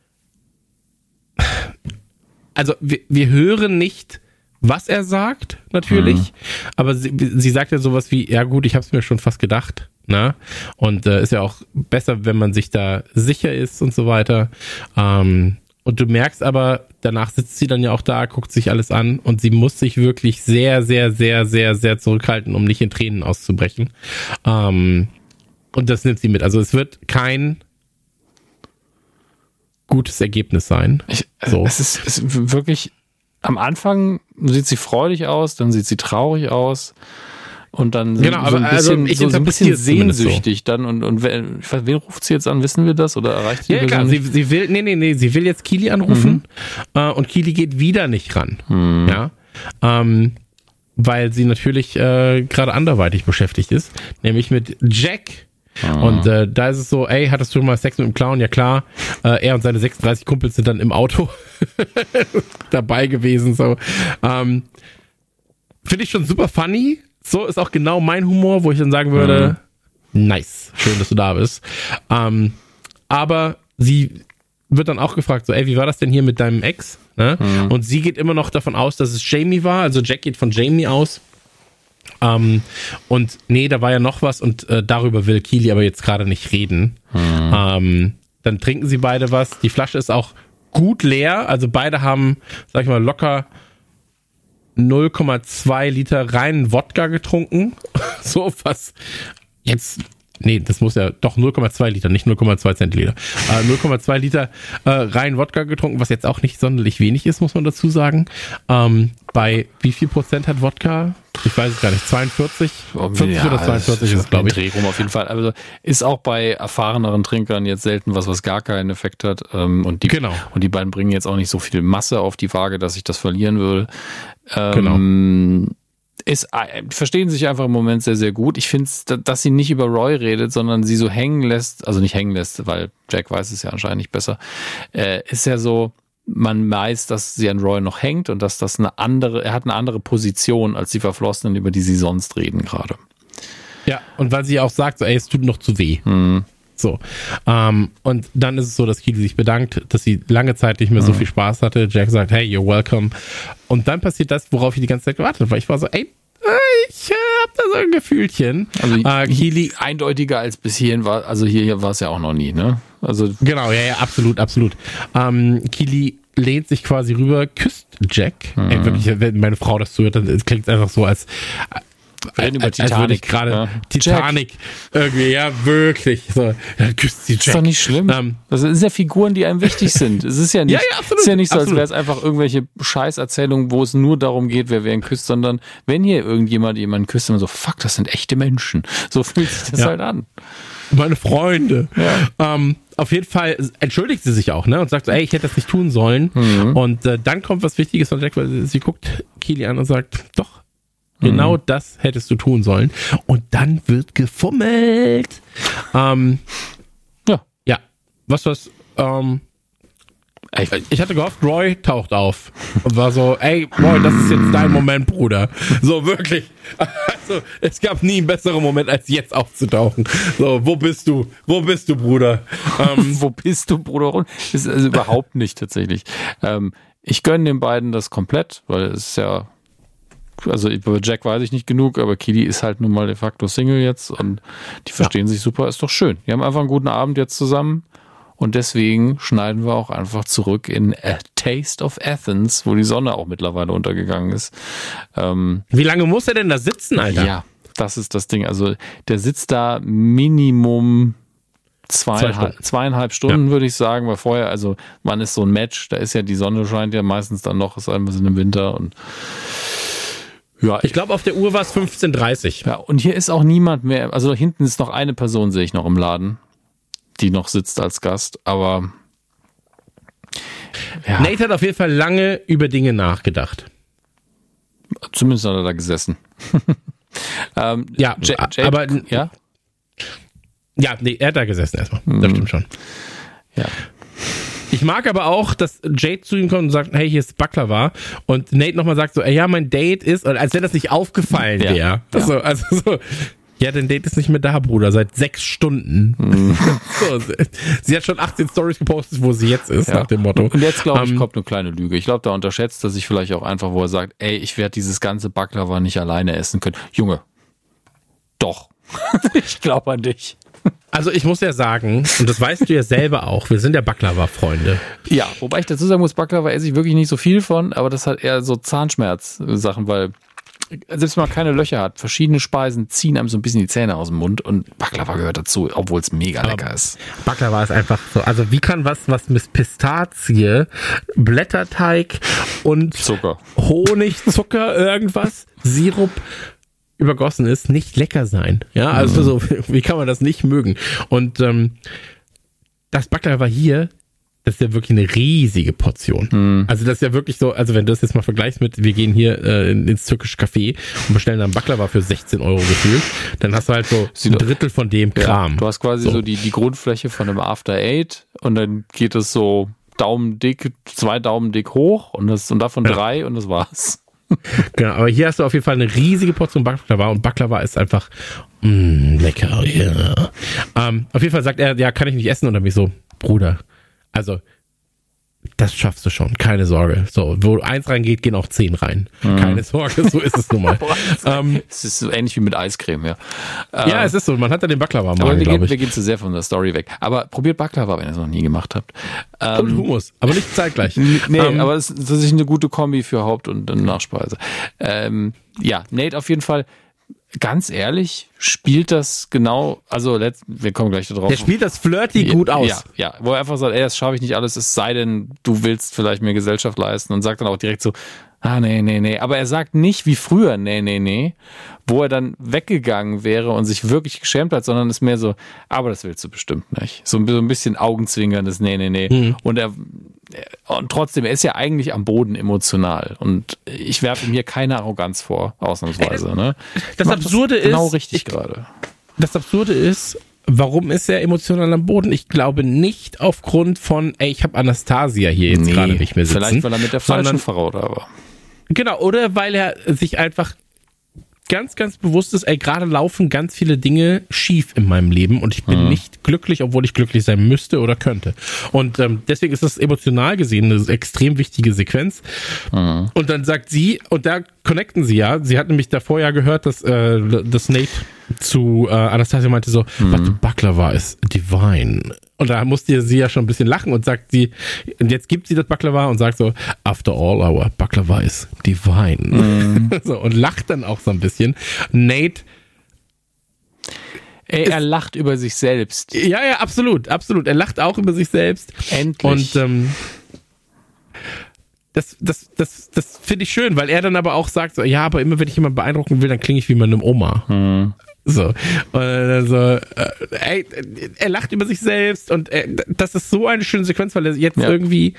also wir, wir hören nicht, was er sagt, natürlich. Mhm. Aber sie, sie sagt ja sowas wie, ja gut, ich habe es mir schon fast gedacht. Na? Und äh, ist ja auch besser, wenn man sich da sicher ist und so weiter. Ähm, und du merkst aber, danach sitzt sie dann ja auch da, guckt sich alles an und sie muss sich wirklich sehr, sehr, sehr, sehr, sehr zurückhalten, um nicht in Tränen auszubrechen. Ähm, und das nimmt sie mit. Also es wird kein gutes Ergebnis sein. Ich, so. Es ist, es ist wirklich, am Anfang sieht sie freudig aus, dann sieht sie traurig aus. Und dann genau, so ein bisschen, also so, so ein bisschen sehnsüchtig so. dann und, und wen, wen ruft sie jetzt an? Wissen wir das oder erreicht sie Ja, klar, sie, sie will, nee, nee, nee, sie will jetzt Keely anrufen mhm. äh, und Keely geht wieder nicht ran. Mhm. Ja, ähm, weil sie natürlich äh, gerade anderweitig beschäftigt ist, nämlich mit Jack. Mhm. Und äh, da ist es so, ey, hattest du mal Sex mit dem Clown? Ja klar. Äh, er und seine sechsunddreißig Kumpels sind dann im Auto dabei gewesen. So, ähm, finde ich schon super funny. So ist auch genau mein Humor, wo ich dann sagen würde, mhm. nice, schön, dass du da bist. Ähm, aber sie wird dann auch gefragt, so, ey, wie war das denn hier mit deinem Ex? Ne? Mhm. Und sie geht immer noch davon aus, dass es Jamie war. Also Jack geht von Jamie aus. Ähm, und nee, da war ja noch was und äh, darüber will Keely aber jetzt gerade nicht reden. Mhm. Ähm, dann trinken sie beide was. Die Flasche ist auch gut leer. Also beide haben, sag ich mal, locker null Komma zwei Liter reinen Wodka getrunken. So was jetzt, nee, das muss ja doch null Komma zwei Liter, nicht null Komma zwei Zentiliter. Äh, null Komma zwei Liter äh, reinen Wodka getrunken, was jetzt auch nicht sonderlich wenig ist, muss man dazu sagen. Ähm, bei wie viel Prozent hat Wodka? Ich weiß es gar nicht. zweiundvierzig? fünfzig ja, oder zweiundvierzig ist es, glaube ich. Dreh rum auf jeden Fall. Also ist auch bei erfahreneren Trinkern jetzt selten was, was gar keinen Effekt hat. Und die, genau. Und die beiden bringen jetzt auch nicht so viel Masse auf die Waage, dass ich das verlieren würde. Genau. Ähm, ist, verstehen sich einfach im Moment sehr, sehr gut. Ich finde es, dass sie nicht über Roy redet, sondern sie so hängen lässt, also nicht hängen lässt, weil Jack weiß es ja anscheinend nicht besser, äh, ist ja so, man weiß, dass sie an Roy noch hängt und dass das eine andere, er hat eine andere Position als die Verflossenen, über die sie sonst reden gerade. Ja, und weil sie auch sagt, so, ey, es tut noch zu weh. Mhm. So. Ähm, und dann ist es so, dass Keely sich bedankt, dass sie lange Zeit nicht mehr so viel Spaß hatte. Jack sagt, hey, you're welcome. Und dann passiert das, worauf ich die ganze Zeit gewartet habe, weil ich war so, ey, ich äh, hab da so ein Gefühlchen. Also äh, Keely, eindeutiger als bis hierhin war, also hier, hier war es ja auch noch nie, ne? Also genau, ja, ja, absolut, absolut. Ähm, Keely lehnt sich quasi rüber, küsst Jack. Mhm. Ey, wirklich, wenn meine Frau das zuhört, dann klingt es einfach so, als Wir reden über als, Titanic. Als würde ich gerade ja. Titanic Jack. Irgendwie, ja, wirklich. So, dann küsst sie Jack. Das ist doch nicht schlimm. Ähm, das sind ja Figuren, die einem wichtig sind. Es ist ja nicht, ja, ja, absolut, ist ja nicht so, als absolut. wäre es einfach irgendwelche Scheißerzählungen, wo es nur darum geht, wer wen küsst, sondern wenn hier irgendjemand jemanden küsst, dann so, fuck, das sind echte Menschen. So fühlt sich das ja. halt an. Meine Freunde. Ja. Ähm, auf jeden Fall entschuldigt sie sich auch, ne? Und sagt so, ey, ich hätte das nicht tun sollen. Mhm. Und äh, dann kommt was Wichtiges von Jack, weil sie, sie guckt Keely an und sagt, doch, genau mhm. das hättest du tun sollen. Und dann wird gefummelt. Ähm, ja. Ja. Was was, ähm, ich hatte gehofft, Roy taucht auf und war so, ey, Roy, das ist jetzt dein Moment, Bruder. So, wirklich. Also, es gab nie einen besseren Moment, als jetzt aufzutauchen. So, wo bist du? Wo bist du, Bruder? Ähm, wo bist du, Bruder? Das ist also überhaupt nicht tatsächlich. Ähm, ich gönne den beiden das komplett, weil es ist ja, also über Jack weiß ich nicht genug, aber Keely ist halt nun mal de facto Single jetzt und die verstehen ja. sich super, ist doch schön. Die haben einfach einen guten Abend jetzt zusammen. Und deswegen schneiden wir auch einfach zurück in A Taste of Athens, wo die Sonne auch mittlerweile untergegangen ist. Ähm, Wie lange muss er denn da sitzen, Alter? Ja, das ist das Ding. Also der sitzt da Minimum zweieinhalb, Zwei zweieinhalb Stunden, ja. würde ich sagen, weil vorher, also wann ist so ein Match? Da ist ja die Sonne scheint ja meistens dann noch, ist einmal im Winter und ja, ich glaube, auf der Uhr war es fünfzehn Uhr dreißig. Ja, und hier ist auch niemand mehr. Also hinten ist noch eine Person, sehe ich noch im Laden, die noch sitzt als Gast, aber ja. Nate hat auf jeden Fall lange über Dinge nachgedacht. Zumindest hat er da gesessen. ähm, ja, J- J- aber ja? Ja, nee, er hat da gesessen erstmal. Das Mhm. stimmt schon. Ja. Ich mag aber auch, dass Jade zu ihm kommt und sagt, hey, hier ist Baklava. Und Nate nochmal sagt so, ey, ja, mein Date ist, als wenn das nicht aufgefallen wäre. Ja. Also, also so, ja, dein Date ist nicht mehr da, Bruder, seit sechs Stunden. Mhm. So, sie, sie hat schon achtzehn Stories gepostet, wo sie jetzt ist, ja. nach dem Motto. Und jetzt, glaube ich, ähm, kommt eine kleine Lüge. Ich glaube, da unterschätzt er sich vielleicht auch einfach, wo er sagt, ey, ich werde dieses ganze Baklava nicht alleine essen können. Junge, doch. Ich glaube an dich. Also ich muss ja sagen, und das weißt du ja selber auch, wir sind ja Baklava-Freunde. Ja, wobei ich dazu sagen muss, Baklava esse ich wirklich nicht so viel von, aber das hat eher so Zahnschmerz-Sachen, weil selbst wenn man keine Löcher hat, verschiedene Speisen ziehen einem so ein bisschen die Zähne aus dem Mund und Baklava gehört dazu, obwohl es mega lecker aber ist. Baklava ist einfach so, also wie kann was, was mit Pistazie, Blätterteig und Zucker, Honig, Zucker, irgendwas, Sirup übergossen ist, nicht lecker sein. Ja, also so, wie kann man das nicht mögen? Und ähm, das Baklava hier, das ist ja wirklich eine riesige Portion. Mhm. Also das ist ja wirklich so, also wenn du das jetzt mal vergleichst mit, wir gehen hier äh, ins türkische Café und bestellen dann Baklava für sechzehn Euro gefühlt, dann hast du halt so ein Drittel von dem Kram. Ja, du hast quasi so, so die, die Grundfläche von einem After Eight und dann geht es so daumendick, zwei Daumen dick hoch und, das, und davon ja. drei und das war's. Genau, aber hier hast du auf jeden Fall eine riesige Portion Baklava und Baklava ist einfach mh, lecker. Yeah. Ähm, auf jeden Fall sagt er, ja, kann ich nicht essen und dann bin ich so, Bruder, also das schaffst du schon, keine Sorge. So, wo eins reingeht, gehen auch zehn rein. Mhm. Keine Sorge, so ist es nun mal. ähm, es ist so ähnlich wie mit Eiscreme, ja. Ja, ähm, es ist so, man hat ja den Baklava mal, glaube ich. Wir gehen zu sehr von der Story weg. Aber probiert Baklava, wenn ihr es noch nie gemacht habt. Ähm, und Hummus, aber nicht zeitgleich. Nee, ähm, aber es ist tatsächlich eine gute Kombi für Haupt- und Nachspeise. Ähm, ja, Nate auf jeden Fall, ganz ehrlich, spielt das genau, also letzt, wir kommen gleich darauf. Der spielt das flirty gut aus. Ja, ja, wo er einfach sagt, ey, das schaffe ich nicht alles, es sei denn, du willst vielleicht mir Gesellschaft leisten und sagt dann auch direkt so, ah, nee, nee, nee. Aber er sagt nicht wie früher, nee, nee, nee, wo er dann weggegangen wäre und sich wirklich geschämt hat, sondern ist mehr so, aber das willst du bestimmt nicht. So ein bisschen augenzwinkerndes, nee, nee, nee. Mhm. Und er, und trotzdem, er ist ja eigentlich am Boden emotional. Und ich werfe ihm hier keine Arroganz vor, ausnahmsweise. Ne? Das Absurde das genau ist, richtig gerade. Das Absurde ist, warum ist er emotional am Boden? Ich glaube nicht aufgrund von, ey, ich habe Anastasia hier jetzt nee, gerade nicht mehr sitzen. Vielleicht, weil er mit der falschen Frau da war. Genau, oder weil er sich einfach ganz, ganz bewusst ist, ey, gerade laufen ganz viele Dinge schief in meinem Leben und ich bin mhm. nicht glücklich, obwohl ich glücklich sein müsste oder könnte. Und ähm, deswegen ist das emotional gesehen eine extrem wichtige Sequenz. Mhm. Und dann sagt sie, und da connecten sie ja, sie hat nämlich davor ja gehört, dass, äh, dass Nate zu äh, Anastasia meinte so, mhm. but the baklava is divine. Und da musste sie ja schon ein bisschen lachen und sagt sie, und jetzt gibt sie das Baklava und sagt so, after all, our Baklava is divine. Mhm. So, und lacht dann auch so ein bisschen. Nate Ey, er lacht über sich selbst. Ja, ja, absolut, absolut. Er lacht auch über sich selbst. Endlich. Und ähm, das, das, das, das finde ich schön, weil er dann aber auch sagt so, ja, aber immer wenn ich jemanden beeindrucken will, dann klinge ich wie meine Oma. Mhm. So, und also, äh, ey, er lacht über sich selbst und er, das ist so eine schöne Sequenz, weil er jetzt ja. irgendwie,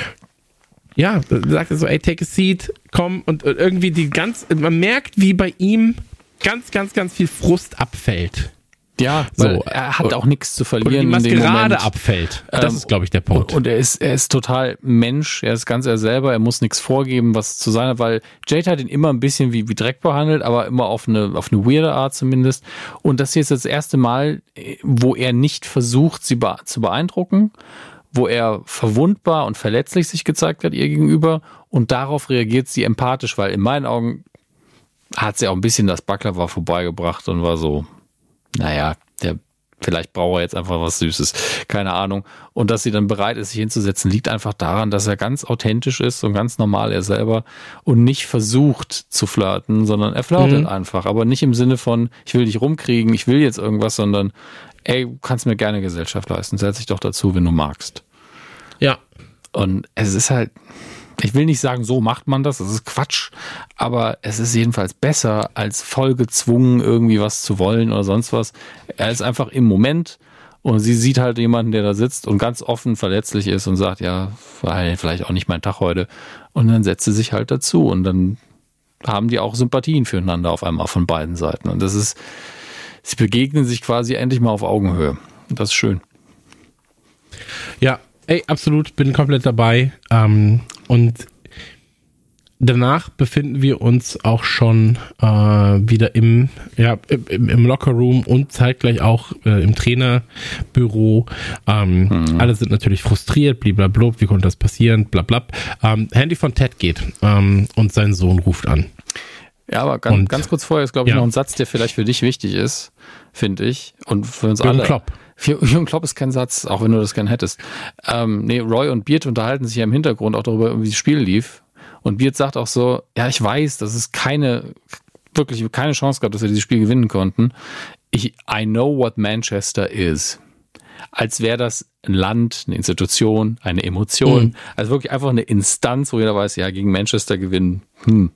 ja, sagt er so, ey, take a seat, komm, und irgendwie die ganz, man merkt, wie bei ihm ganz, ganz, ganz viel Frust abfällt. Ja, weil so, er hat auch nichts zu verlieren. Und die Maskerade abfällt. Das ähm, ist, glaube ich, der Punkt. Und er ist, er ist total Mensch. Er ist ganz er selber. Er muss nichts vorgeben, was zu sein hat, weil Jade hat ihn immer ein bisschen wie, wie Dreck behandelt, aber immer auf eine, auf eine weirde Art zumindest. Und das hier ist das erste Mal, wo er nicht versucht, sie be- zu beeindrucken, wo er verwundbar und verletzlich sich gezeigt hat ihr gegenüber. Und darauf reagiert sie empathisch, weil in meinen Augen hat sie auch ein bisschen das Baklava vorbeigebracht und war so, naja, der, vielleicht braucht er jetzt einfach was Süßes, keine Ahnung. Und dass sie dann bereit ist, sich hinzusetzen, liegt einfach daran, dass er ganz authentisch ist und ganz normal er selber und nicht versucht zu flirten, sondern er flirtet mhm. einfach. Aber nicht im Sinne von, ich will dich rumkriegen, ich will jetzt irgendwas, sondern ey, du kannst mir gerne Gesellschaft leisten, setz dich doch dazu, wenn du magst. Ja. Und es ist halt, ich will nicht sagen, so macht man das, das ist Quatsch, aber es ist jedenfalls besser, als voll gezwungen, irgendwie was zu wollen oder sonst was. Er ist einfach im Moment und sie sieht halt jemanden, der da sitzt und ganz offen verletzlich ist und sagt, ja, war vielleicht auch nicht mein Tag heute. Und dann setzt sie sich halt dazu und dann haben die auch Sympathien füreinander auf einmal von beiden Seiten. Und das ist, sie begegnen sich quasi endlich mal auf Augenhöhe. Und das ist schön. Ja, ey, absolut, bin komplett dabei. Ähm, und danach befinden wir uns auch schon äh, wieder im, ja, im, im Lockerroom und zeitgleich auch äh, im Trainerbüro. Ähm, mhm. Alle sind natürlich frustriert, blablabla, wie konnte das passieren, blablabla. Ähm, Handy von Ted geht ähm, und sein Sohn ruft an. Ja, aber ganz, und, ganz kurz vorher ist, glaube ich, ja. noch ein Satz, der vielleicht für dich wichtig ist, finde ich. Und für uns Jürgen alle. Klopp. Für Jürgen Klopp ist kein Satz, auch wenn du das gern hättest. Ähm, nee, Roy und Beard unterhalten sich ja im Hintergrund auch darüber, wie das Spiel lief. Und Beard sagt auch so, ja, ich weiß, dass es keine, wirklich keine Chance gab, dass wir dieses Spiel gewinnen konnten. Ich, I know what Manchester is. Als wäre das ein Land, eine Institution, eine Emotion. Mhm. Also wirklich einfach eine Instanz, wo jeder weiß, ja, gegen Manchester gewinnen, hm.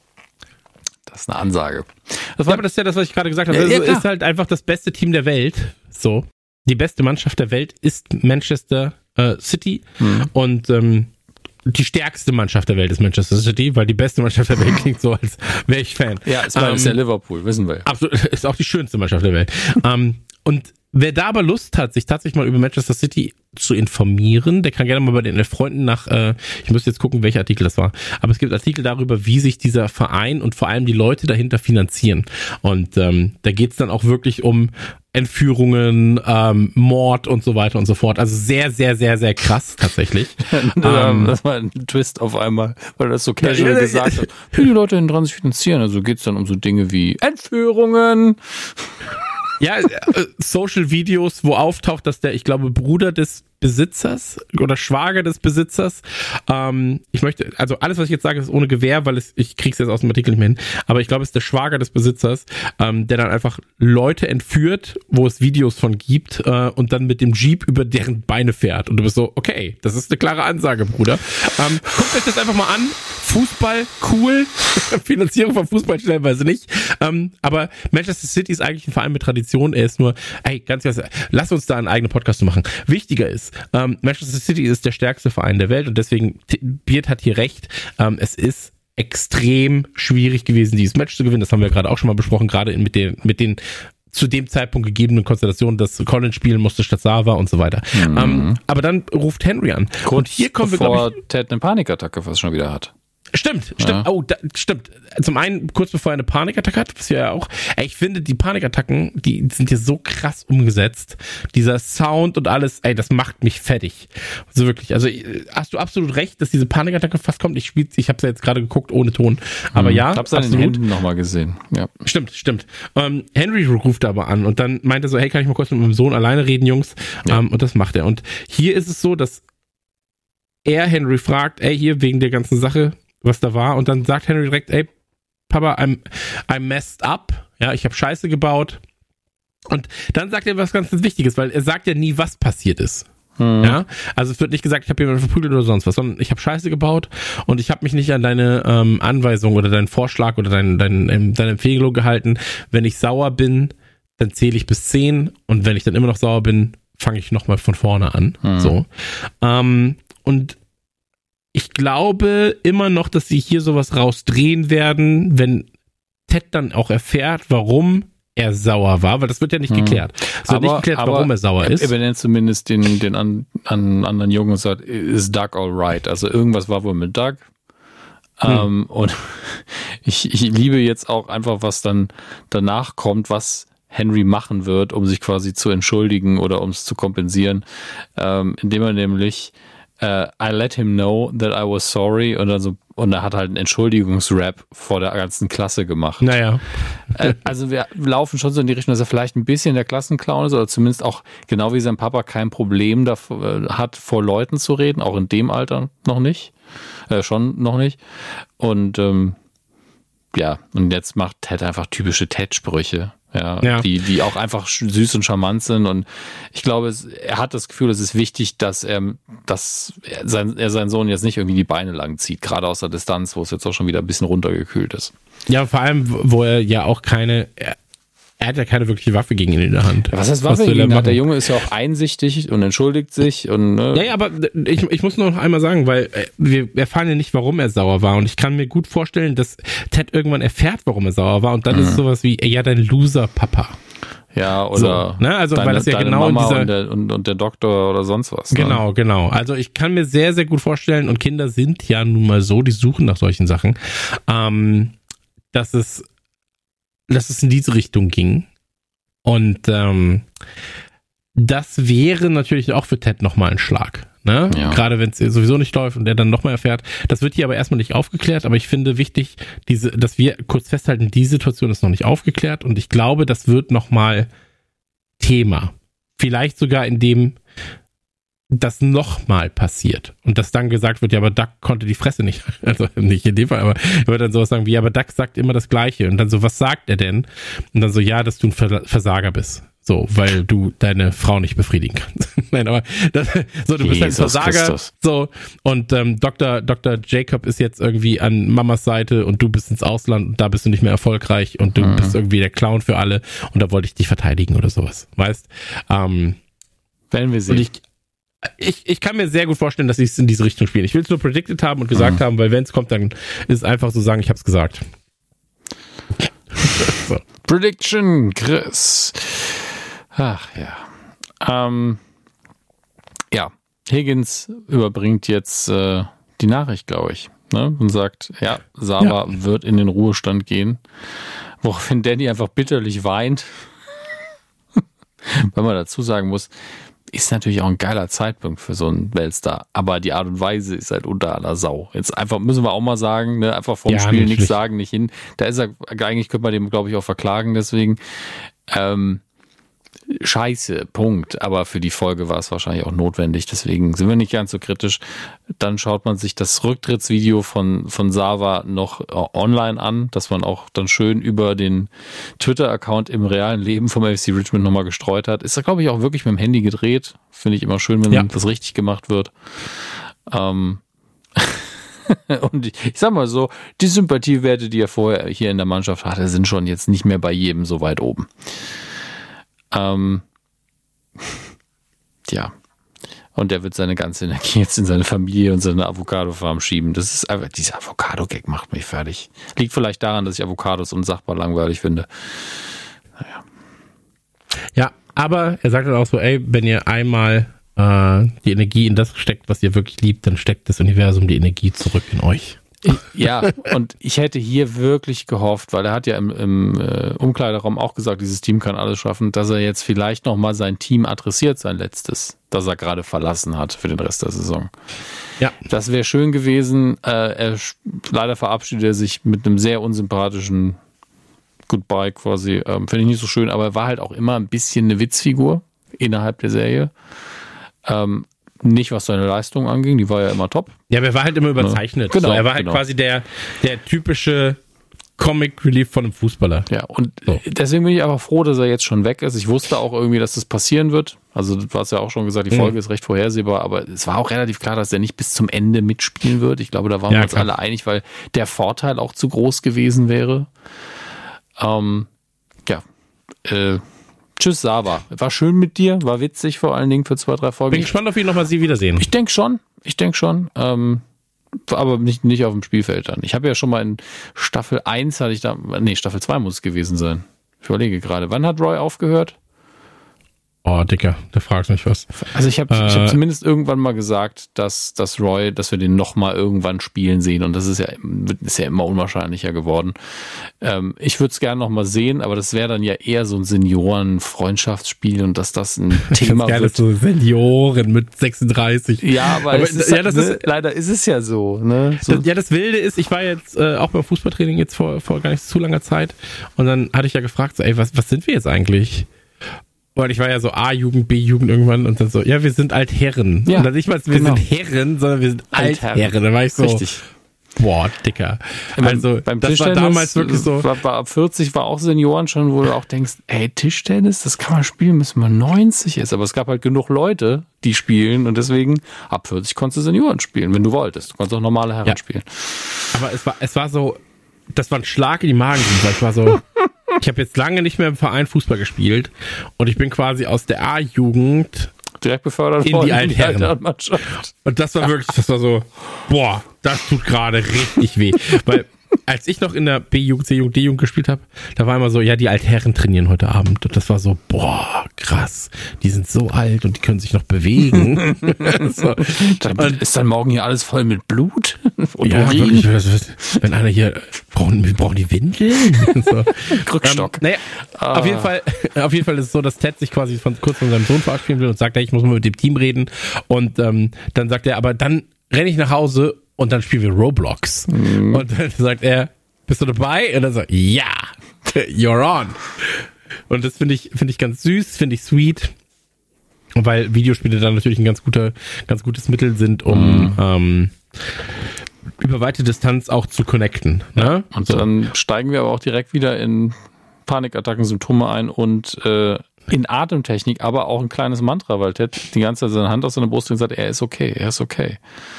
Das ist eine Ansage. Das war, ja, aber das ist ja das, was ich gerade gesagt habe. Ja, also ja, ist halt einfach das beste Team der Welt. So. Die beste Mannschaft der Welt ist Manchester äh, City. Mhm. Und ähm, die stärkste Mannschaft der Welt ist Manchester City, weil die beste Mannschaft der Welt klingt so, als wäre ich Fan. Ja, es war, ähm, ist ja Liverpool, wissen wir. Absolut, ist auch die schönste Mannschaft der Welt. ähm, und wer da aber Lust hat, sich tatsächlich mal über Manchester City zu informieren, der kann gerne mal bei den Freunden nach, äh, ich müsste jetzt gucken, welcher Artikel das war, aber es gibt Artikel darüber, wie sich dieser Verein und vor allem die Leute dahinter finanzieren. Und ähm, da geht's dann auch wirklich um Entführungen, ähm, Mord und so weiter und so fort. Also sehr, sehr, sehr, sehr krass tatsächlich. ähm, das war ein Twist auf einmal, weil das so casual gesagt hat. Wie die Leute hinten dran sich finanzieren. Also geht's dann um so Dinge wie Entführungen. Ja, Social Videos, wo auftaucht, dass der, ich glaube, Bruder des Besitzers oder Schwager des Besitzers, ähm, ich möchte, also alles, was ich jetzt sage, ist ohne Gewehr, weil es, ich krieg's jetzt aus dem Artikel nicht mehr hin, aber ich glaube, es ist der Schwager des Besitzers, ähm, der dann einfach Leute entführt, wo es Videos von gibt, äh, und dann mit dem Jeep über deren Beine fährt. Und du bist so, okay, das ist eine klare Ansage, Bruder. Ähm, guckt euch das einfach mal an. Fußball, cool. Finanzierung von Fußball stellenweise nicht. Ähm, aber Manchester City ist eigentlich ein Verein mit Tradition. Er ist nur, ey, ganz, ganz, lass uns da einen eigenen Podcast zu machen. Wichtiger ist, ähm, Manchester City ist der stärkste Verein der Welt und deswegen, Beard hat hier recht, ähm, es ist extrem schwierig gewesen, dieses Match zu gewinnen. Das haben wir gerade auch schon mal besprochen, gerade mit den, mit den zu dem Zeitpunkt gegebenen Konstellationen, dass Collins spielen musste statt Sava und so weiter. Mhm. Ähm, aber dann ruft Henry an. Kurz und hier kommen wir, glaube ich, Ted eine Panikattacke fast schon wieder hat. Stimmt, stimmt. Ja. Oh, da, stimmt. Zum einen, kurz bevor er eine Panikattacke hat, was ja auch, ey, ich finde, die Panikattacken, die sind hier so krass umgesetzt. Dieser Sound und alles, ey, das macht mich fertig. Also wirklich, also hast du absolut recht, dass diese Panikattacke fast kommt. Ich spiel's, ich hab's ja jetzt gerade geguckt ohne Ton. Aber hm, ja, ich hab's an den Händen nochmal gesehen. Ja. Stimmt, stimmt. Ähm, Henry ruft aber an und dann meint er so, hey, kann ich mal kurz mit meinem Sohn alleine reden, Jungs? Ja. Ähm, und das macht er. Und hier ist es so, dass er Henry fragt, ey, hier wegen der ganzen Sache, was da war, und dann sagt Henry direkt, ey, Papa, I'm, I'm messed up, ja, ich habe Scheiße gebaut, und dann sagt er was ganz, ganz Wichtiges, weil er sagt ja nie, was passiert ist, hm. ja, also es wird nicht gesagt, ich habe jemanden verprügelt oder sonst was, sondern ich habe Scheiße gebaut und ich habe mich nicht an deine ähm, Anweisung oder deinen Vorschlag oder dein, dein, deine Empfehlung gehalten, wenn ich sauer bin, dann zähle ich bis zehn, und wenn ich dann immer noch sauer bin, fange ich nochmal von vorne an, hm. so, ähm, und ich glaube immer noch, dass sie hier sowas rausdrehen werden, wenn Ted dann auch erfährt, warum er sauer war, weil das wird ja nicht hm. geklärt. Es wird nicht geklärt, warum er sauer ist. Er benennt zumindest den, den an, an anderen Jungen und sagt, is Doug alright? Also irgendwas war wohl mit Doug. Hm. Ähm, und ich, ich liebe jetzt auch einfach, was dann danach kommt, was Henry machen wird, um sich quasi zu entschuldigen oder um es zu kompensieren, ähm, indem er nämlich Uh, I let him know that I was sorry, und dann so, und er hat halt einen Entschuldigungsrap vor der ganzen Klasse gemacht. Naja. Uh, also wir laufen schon so in die Richtung, dass er vielleicht ein bisschen der Klassenclown ist, oder zumindest auch, genau wie sein Papa, kein Problem davor, hat, vor Leuten zu reden, auch in dem Alter noch nicht, äh, schon noch nicht. Und ähm, ja, und jetzt macht Ted einfach typische Ted-Sprüche. Ja, ja, die, die auch einfach süß und charmant sind, und ich glaube, es, er hat das Gefühl, es ist wichtig, dass er, dass er, sein, er seinen Sohn jetzt nicht irgendwie die Beine lang zieht, gerade aus der Distanz, wo es jetzt auch schon wieder ein bisschen runtergekühlt ist. Ja, vor allem, wo er ja auch keine, er, er hat ja keine wirkliche Waffe gegen ihn in der Hand. Ja, was heißt Waffe gegen ihn? Der Junge ist ja auch einsichtig und entschuldigt sich und, ne? Ja, ja, aber ich, ich muss noch einmal sagen, weil wir erfahren ja nicht, warum er sauer war, und ich kann mir gut vorstellen, dass Ted irgendwann erfährt, warum er sauer war, und dann mhm. ist es sowas wie, ja, dein Loser-Papa. Ja, oder so, ne? Also, deine, weil das ja deine genau Mama in dieser, und, der, und, und der Doktor oder sonst was. Ne? Genau, genau. Also ich kann mir sehr, sehr gut vorstellen, und Kinder sind ja nun mal so, die suchen nach solchen Sachen, ähm, dass es, dass es in diese Richtung ging. Und ähm, das wäre natürlich auch für Ted nochmal ein Schlag. Ne? Ja. Gerade wenn es sowieso nicht läuft und er dann nochmal erfährt. Das wird hier aber erstmal nicht aufgeklärt, aber ich finde wichtig, diese, dass wir kurz festhalten, die Situation ist noch nicht aufgeklärt, und ich glaube, das wird nochmal Thema. Vielleicht sogar in dem das nochmal passiert und dass dann gesagt wird, ja, aber Doug konnte die Fresse nicht, also nicht in dem Fall, aber er wird dann sowas sagen wie, ja, aber Doug sagt immer das Gleiche, und dann so, was sagt er denn? Und dann so, ja, dass du ein Versager bist. So, weil du deine Frau nicht befriedigen kannst. Nein, aber das, so, du bist ein Versager. Christus. So, und ähm, Doktor Doktor Jacob ist jetzt irgendwie an Mamas Seite, und du bist ins Ausland, und da bist du nicht mehr erfolgreich, und du mhm. bist irgendwie der Clown für alle, und da wollte ich dich verteidigen oder sowas. Weißt? Ähm, Werden wir sehen. Und ich, ich, ich kann mir sehr gut vorstellen, dass sie es in diese Richtung spielen. Ich will es nur predicted haben und gesagt mhm. haben, weil wenn es kommt, dann ist es einfach so sagen, ich habe es gesagt. So. Prediction, Chris. Ach ja. Ähm, ja, Higgins überbringt jetzt äh, die Nachricht, glaube ich, ne? Und sagt, ja, Sava ja. wird in den Ruhestand gehen. Woraufhin Danny einfach bitterlich weint. Weil man dazu sagen muss, ist natürlich auch ein geiler Zeitpunkt für so einen Weltstar. Aber die Art und Weise ist halt unter aller Sau. Jetzt einfach, müssen wir auch mal sagen, ne, einfach vorm ja, Spiel natürlich. nichts sagen, nicht hin. Da ist er, eigentlich könnte man dem, glaube ich, auch verklagen, deswegen. Ähm, Scheiße, Punkt. Aber für die Folge war es wahrscheinlich auch notwendig. Deswegen sind wir nicht ganz so kritisch. Dann schaut man sich das Rücktrittsvideo von, von Sava noch online an, dass man auch dann schön über den Twitter-Account im realen Leben vom F C Richmond nochmal gestreut hat. Ist da, glaube ich, auch wirklich mit dem Handy gedreht. Finde ich immer schön, wenn ja. das richtig gemacht wird. Ähm Und ich sag mal so, die Sympathiewerte, die er vorher hier in der Mannschaft hatte, sind schon jetzt nicht mehr bei jedem so weit oben. Ähm, ja. Und der wird seine ganze Energie jetzt in seine Familie und seine Avocado-Farm schieben. Das ist einfach, dieser Avocado-Gag macht mich fertig. Liegt vielleicht daran, dass ich Avocados unsagbar langweilig finde. Naja. Ja, aber er sagt dann auch so, ey, wenn ihr einmal äh, die Energie in das steckt, was ihr wirklich liebt, dann steckt das Universum die Energie zurück in euch. Ja, und ich hätte hier wirklich gehofft, weil er hat ja im, im äh, Umkleideraum auch gesagt, dieses Team kann alles schaffen, dass er jetzt vielleicht nochmal sein Team adressiert, sein letztes, das er gerade verlassen hat für den Rest der Saison. Ja. Das wäre schön gewesen. Äh, er, leider verabschiedet er sich mit einem sehr unsympathischen Goodbye quasi. Ähm, Finde ich nicht so schön, aber er war halt auch immer ein bisschen eine Witzfigur innerhalb der Serie. Ähm, nicht, was seine Leistung anging, die war ja immer top. Ja, aber er war halt immer überzeichnet. Genau, so, er war halt genau. quasi der, der typische Comic Relief von einem Fußballer. Ja, und so. Deswegen bin ich einfach froh, dass er jetzt schon weg ist. Ich wusste auch irgendwie, dass das passieren wird. Also du hast ja auch schon gesagt, die Folge mhm. ist recht vorhersehbar, aber es war auch relativ klar, dass er nicht bis zum Ende mitspielen wird. Ich glaube, da waren ja, wir uns klar. alle einig, weil der Vorteil auch zu groß gewesen wäre. Ähm, ja, äh, tschüss Sava. War schön mit dir, war witzig vor allen Dingen für zwei, drei Folgen. Bin gespannt, ob wir nochmal sie wiedersehen. Ich denke schon, ich denke schon. Ähm, aber nicht, nicht auf dem Spielfeld dann. Ich habe ja schon mal in Staffel eins hatte ich da, nee, Staffel zwei muss es gewesen sein. Ich überlege gerade, wann hat Roy aufgehört? Oh, Dicker, da fragst du mich was. Also ich habe äh, ich hab zumindest irgendwann mal gesagt, dass, dass Roy, dass wir den nochmal irgendwann spielen sehen und das ist ja, ist ja immer unwahrscheinlicher geworden. Ähm, ich würde es gerne nochmal sehen, aber das wäre dann ja eher so ein Senioren-Freundschaftsspiel und dass das ein Thema geil, wird. So Senioren mit sechsunddreißig. Ja, aber, aber es ist, ja, das ne, ist, leider ist es ja so. Ne? so. Das, ja, das Wilde ist, ich war jetzt äh, auch beim Fußballtraining jetzt vor, vor gar nicht zu langer Zeit und dann hatte ich ja gefragt, so, ey, was, was sind wir jetzt eigentlich? Und ich war ja so A-Jugend, B-Jugend irgendwann und dann so, ja, wir sind Altherren. Ja, und dann nicht mal, wir genau. sind Herren, sondern wir sind Altherren. Altherren. Da war ich so, richtig. Boah, Dicker. Also, beim das war damals wirklich so. War, war ab vierzig war auch Senioren schon, wo du auch denkst, ey, Tischtennis, das kann man spielen, bis man neunzig ist. Aber es gab halt genug Leute, die spielen und deswegen ab vierzig konntest du Senioren spielen, wenn du wolltest. Du konntest auch normale Herren ja. spielen. Aber es war, es war so, das war ein Schlag in die Magen. Weil ich war so, ich habe jetzt lange nicht mehr im Verein Fußball gespielt und ich bin quasi aus der A-Jugend direkt befördert in die Altherren. Und das war wirklich, das war so, boah, das tut gerade richtig weh. Weil als ich noch in der B-Jugend, C-Jugend, D-Jugend gespielt habe, da war immer so, ja, die Altherren trainieren heute Abend. Und das war so, boah, krass, die sind so alt und die können sich noch bewegen. so. Dann ist dann morgen hier alles voll mit Blut und ja, Urin. Wirklich, wenn einer hier, brauchen, wir brauchen die Windeln? so. Krückstock. Ähm, naja, ah. auf jeden Fall, auf jeden Fall ist es so, dass Ted sich quasi von, kurz von seinem Sohn verabschieden will und sagt, hey, ich muss mal mit dem Team reden. Und ähm, dann sagt er, aber dann renne ich nach Hause und dann spielen wir Roblox. Mhm. Und dann sagt er, bist du dabei? Und dann sagt er, ja, you're on. Und das finde ich, finde ich ganz süß, finde ich sweet. Weil Videospiele dann natürlich ein ganz guter, ganz gutes Mittel sind, um mhm. ähm, über weite Distanz auch zu connecten. Ne? Ja, und so. Dann steigen wir aber auch direkt wieder in Panikattacken-Symptome ein und äh, in Atemtechnik, aber auch ein kleines Mantra, weil Ted die ganze Zeit seine Hand aus seiner Brust und sagt, er ist okay, er ist okay.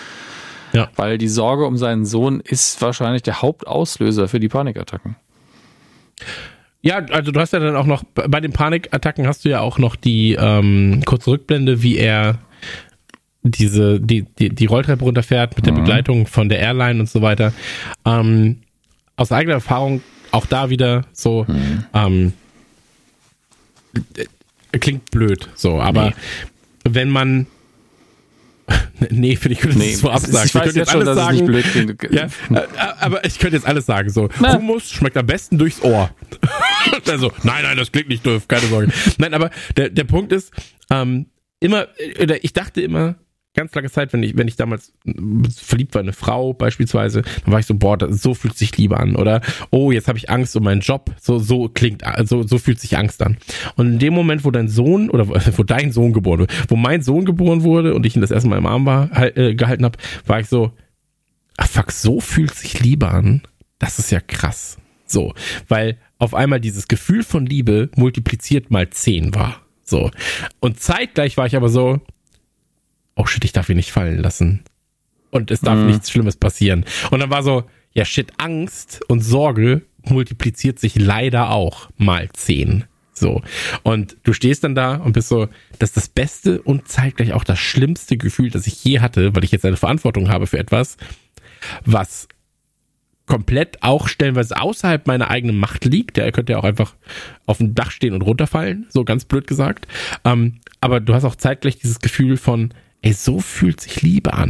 Ja. Weil die Sorge um seinen Sohn ist wahrscheinlich der Hauptauslöser für die Panikattacken. Ja, also du hast ja dann auch noch, bei den Panikattacken hast du ja auch noch die ähm, kurze Rückblende, wie er diese, die, die, die Rolltreppe runterfährt mit der mhm. Begleitung von der Airline und so weiter. Ähm, aus eigener Erfahrung auch da wieder so, mhm. ähm, klingt blöd, so, aber nee. wenn man Nee, finde ich, könnte nee, das vorab ist, sagen. Ich, ich weiß jetzt schon, dass sagen, es nicht blöd klingt. Ja, aber ich könnte jetzt alles sagen. So, Na. Hummus schmeckt am besten durchs Ohr. Also, nein, nein, das klingt nicht doof, keine Sorge. Nein, aber der, der Punkt ist, ähm, immer, oder ich dachte immer, ganz lange Zeit, wenn ich, wenn ich damals verliebt war in eine Frau beispielsweise, dann war ich so, boah, das, so fühlt sich Liebe an. Oder, oh, jetzt habe ich Angst um meinen Job. So, so klingt, so, so fühlt sich Angst an. Und in dem Moment, wo dein Sohn, oder wo dein Sohn geboren wurde, wo mein Sohn geboren wurde und ich ihn das erste Mal im Arm war, äh, gehalten habe, war ich so, ach fuck, so fühlt sich Liebe an. Das ist ja krass. So, weil auf einmal dieses Gefühl von Liebe multipliziert mal zehn war. So. Und zeitgleich war ich aber so, oh shit, ich darf ihn nicht fallen lassen. Und es darf mhm. nichts Schlimmes passieren. Und dann war so, ja shit, Angst und Sorge multipliziert sich leider auch mal zehn. So. Und du stehst dann da und bist so, das ist das beste und zeitgleich auch das schlimmste Gefühl, das ich je hatte, weil ich jetzt eine Verantwortung habe für etwas, was komplett auch stellenweise außerhalb meiner eigenen Macht liegt. Er könnte ja auch einfach auf dem Dach stehen und runterfallen, so ganz blöd gesagt. Ähm, aber du hast auch zeitgleich dieses Gefühl von, ey, so fühlt sich Liebe an.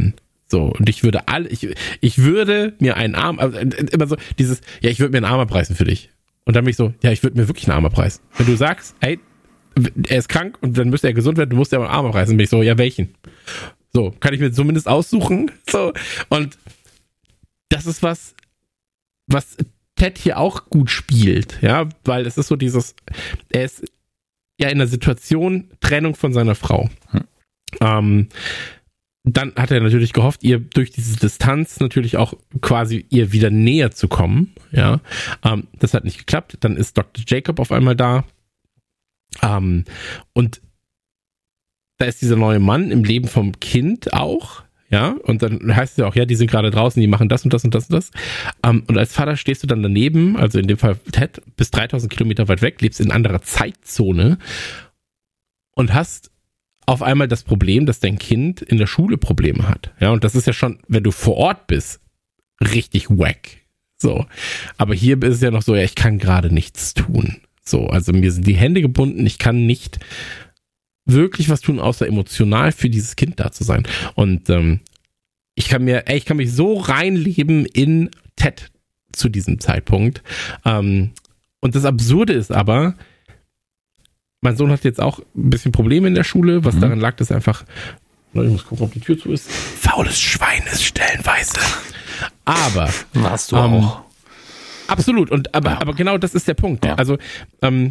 So, und ich würde alle, ich, ich würde mir einen Arm, also immer so dieses, ja, ich würde mir einen Arm abreißen für dich. Und dann bin ich so, ja, ich würde mir wirklich einen Arm abreißen. Wenn du sagst, ey, er ist krank und dann müsste er gesund werden, du musst dir aber einen Arm abreißen, bin ich so, ja, welchen? So, kann ich mir zumindest aussuchen? So, und das ist was, was Ted hier auch gut spielt, ja, weil es ist so dieses, er ist ja in der Situation Trennung von seiner Frau. Hm. Ähm, Dann hat er natürlich gehofft, ihr durch diese Distanz natürlich auch quasi ihr wieder näher zu kommen. Ja, ähm, das hat nicht geklappt. Dann ist Doktor Jacob auf einmal da. Ähm, und da ist dieser neue Mann im Leben vom Kind auch. Ja, und dann heißt es ja auch, ja, die sind gerade draußen, die machen das und das und das und das. Ähm, und als Vater stehst du dann daneben, also in dem Fall Ted, bis dreitausend Kilometer weit weg, lebst in anderer Zeitzone und hast auf einmal das Problem, dass dein Kind in der Schule Probleme hat. Ja, und das ist ja schon, wenn du vor Ort bist, richtig wack. So. Aber hier ist es ja noch so, ja, ich kann gerade nichts tun. So, also mir sind die Hände gebunden, ich kann nicht wirklich was tun, außer emotional für dieses Kind da zu sein. Und ähm, ich kann mir, ey, ich kann mich so reinleben in Ted zu diesem Zeitpunkt. Ähm, und das Absurde ist aber, mein Sohn hat jetzt auch ein bisschen Probleme in der Schule, was mhm. daran lag, dass er einfach, ich muss gucken, ob die Tür zu ist, faules Schwein ist stellenweise. Aber warst du ähm, auch. Absolut. Und aber, ja. aber genau das ist der Punkt. Ja. Also ähm,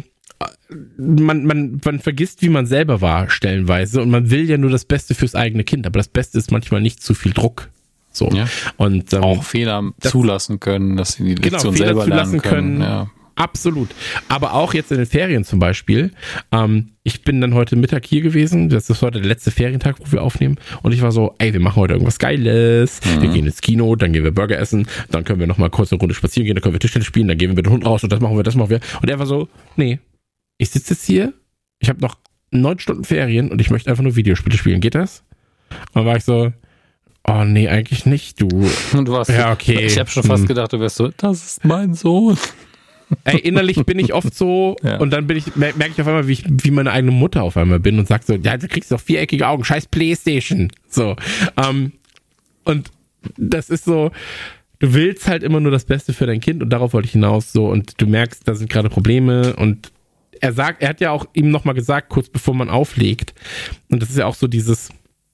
man, man, man vergisst, wie man selber war, stellenweise, und man will ja nur das Beste fürs eigene Kind, aber das Beste ist manchmal nicht zu viel Druck. So. Ja. Und ähm, auch Fehler das, zulassen können, dass sie die Lektion genau, selber Fehler lernen können. können. Ja. Absolut. Aber auch jetzt in den Ferien zum Beispiel. Ähm, ich bin dann heute Mittag hier gewesen. Das ist heute der letzte Ferientag, wo wir aufnehmen. Und ich war so, ey, wir machen heute irgendwas Geiles. Mhm. Wir gehen ins Kino, dann gehen wir Burger essen. Dann können wir nochmal kurz eine Runde spazieren gehen. Dann können wir Tischtennis spielen. Dann gehen wir mit dem Hund raus und das machen wir, das machen wir. Und er war so, nee, ich sitze jetzt hier. Ich habe noch neun Stunden Ferien und ich möchte einfach nur Videospiele spielen. Geht das? Und dann war ich so, oh nee, eigentlich nicht, du. Und du warst, ja, okay. Ich habe schon fast hm. gedacht, du wärst so, das ist mein Sohn. Ey, innerlich bin ich oft so, ja. Und dann bin ich, merke ich auf einmal, wie ich, wie meine eigene Mutter auf einmal bin und sag so, ja, du kriegst doch viereckige Augen, scheiß Playstation. So. Ähm, und das ist so, du willst halt immer nur das Beste für dein Kind und darauf wollte ich hinaus, so, und du merkst, da sind gerade Probleme und er sagt, er hat ja auch ihm nochmal gesagt, kurz bevor man auflegt, und das ist ja auch so dieses,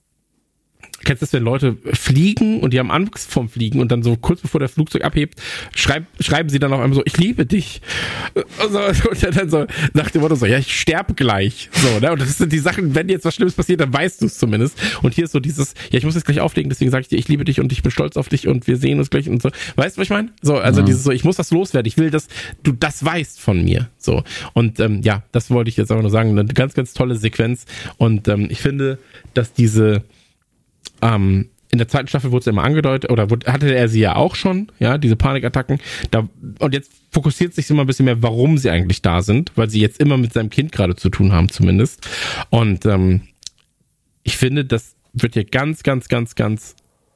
kennst du das, wenn Leute fliegen und die haben Angst vorm Fliegen und dann so kurz bevor der Flugzeug abhebt, schreib, schreiben sie dann auch einmal so, ich liebe dich. Und, so, und dann so nach dem Motto so, ja, ich sterbe gleich. So, ne? Und das sind die Sachen, wenn jetzt was Schlimmes passiert, dann weißt du es zumindest. Und hier ist so dieses, ja, ich muss jetzt gleich auflegen, deswegen sage ich dir, ich liebe dich und ich bin stolz auf dich und wir sehen uns gleich und so. Weißt du, was ich meine? So, also mhm. dieses so, ich muss das loswerden. Ich will, dass du das weißt von mir. So. Und ähm, ja, das wollte ich jetzt einfach nur sagen. Eine ganz, ganz tolle Sequenz. Und ähm, ich finde, dass diese Ähm, in der zweiten Staffel wurde es immer angedeutet, oder wurde, hatte er sie ja auch schon, ja, diese Panikattacken. Da, und jetzt fokussiert sich immer ein bisschen mehr, warum sie eigentlich da sind, weil sie jetzt immer mit seinem Kind gerade zu tun haben, zumindest. Und ähm, ich finde, das wird hier ganz, ganz, ganz, ganz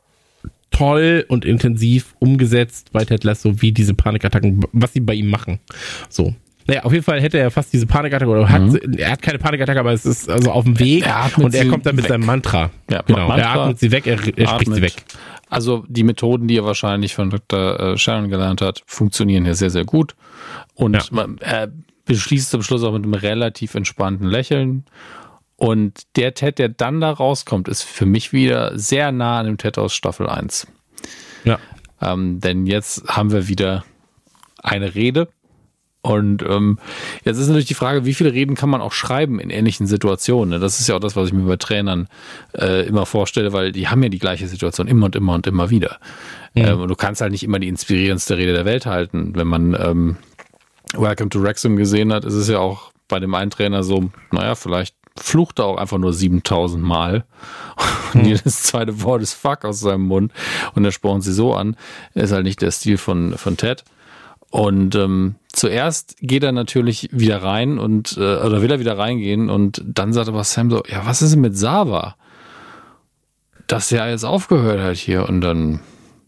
toll und intensiv umgesetzt bei Ted Lasso, wie diese Panikattacken, was sie bei ihm machen. So. Naja, auf jeden Fall hätte er fast diese Panikattacke, oder hat, mhm. er hat keine Panikattacke, aber es ist also auf dem Weg, und er kommt dann mit weg. seinem Mantra. Ja, genau. Mantra, er atmet sie weg, er, er spricht sie weg. Also die Methoden, die er wahrscheinlich von Doktor Shannon gelernt hat, funktionieren hier sehr, sehr gut. Und ja. man, er beschließt zum Schluss auch mit einem relativ entspannten Lächeln. Und der Ted, der dann da rauskommt, ist für mich wieder sehr nah an dem Ted aus Staffel eins. Ja. Ähm, denn jetzt haben wir wieder eine Rede. Und ähm, jetzt ist natürlich die Frage, wie viele Reden kann man auch schreiben in ähnlichen Situationen? Das ist ja auch das, was ich mir bei Trainern äh, immer vorstelle, weil die haben ja die gleiche Situation immer und immer und immer wieder. Mhm. Ähm, und du kannst halt nicht immer die inspirierendste Rede der Welt halten. Wenn man ähm, Welcome to Wrexham gesehen hat, ist es ja auch bei dem einen Trainer so, naja, vielleicht flucht er auch einfach nur siebentausend Mal und mhm. jedes zweite Wort ist Fuck aus seinem Mund und er spornt sie so an. Ist halt nicht der Stil von, von Ted. Und ähm, zuerst geht er natürlich wieder rein und äh, oder will er wieder reingehen und dann sagt aber Sam so, ja, was ist denn mit Sava? Dass er jetzt aufgehört hat hier und dann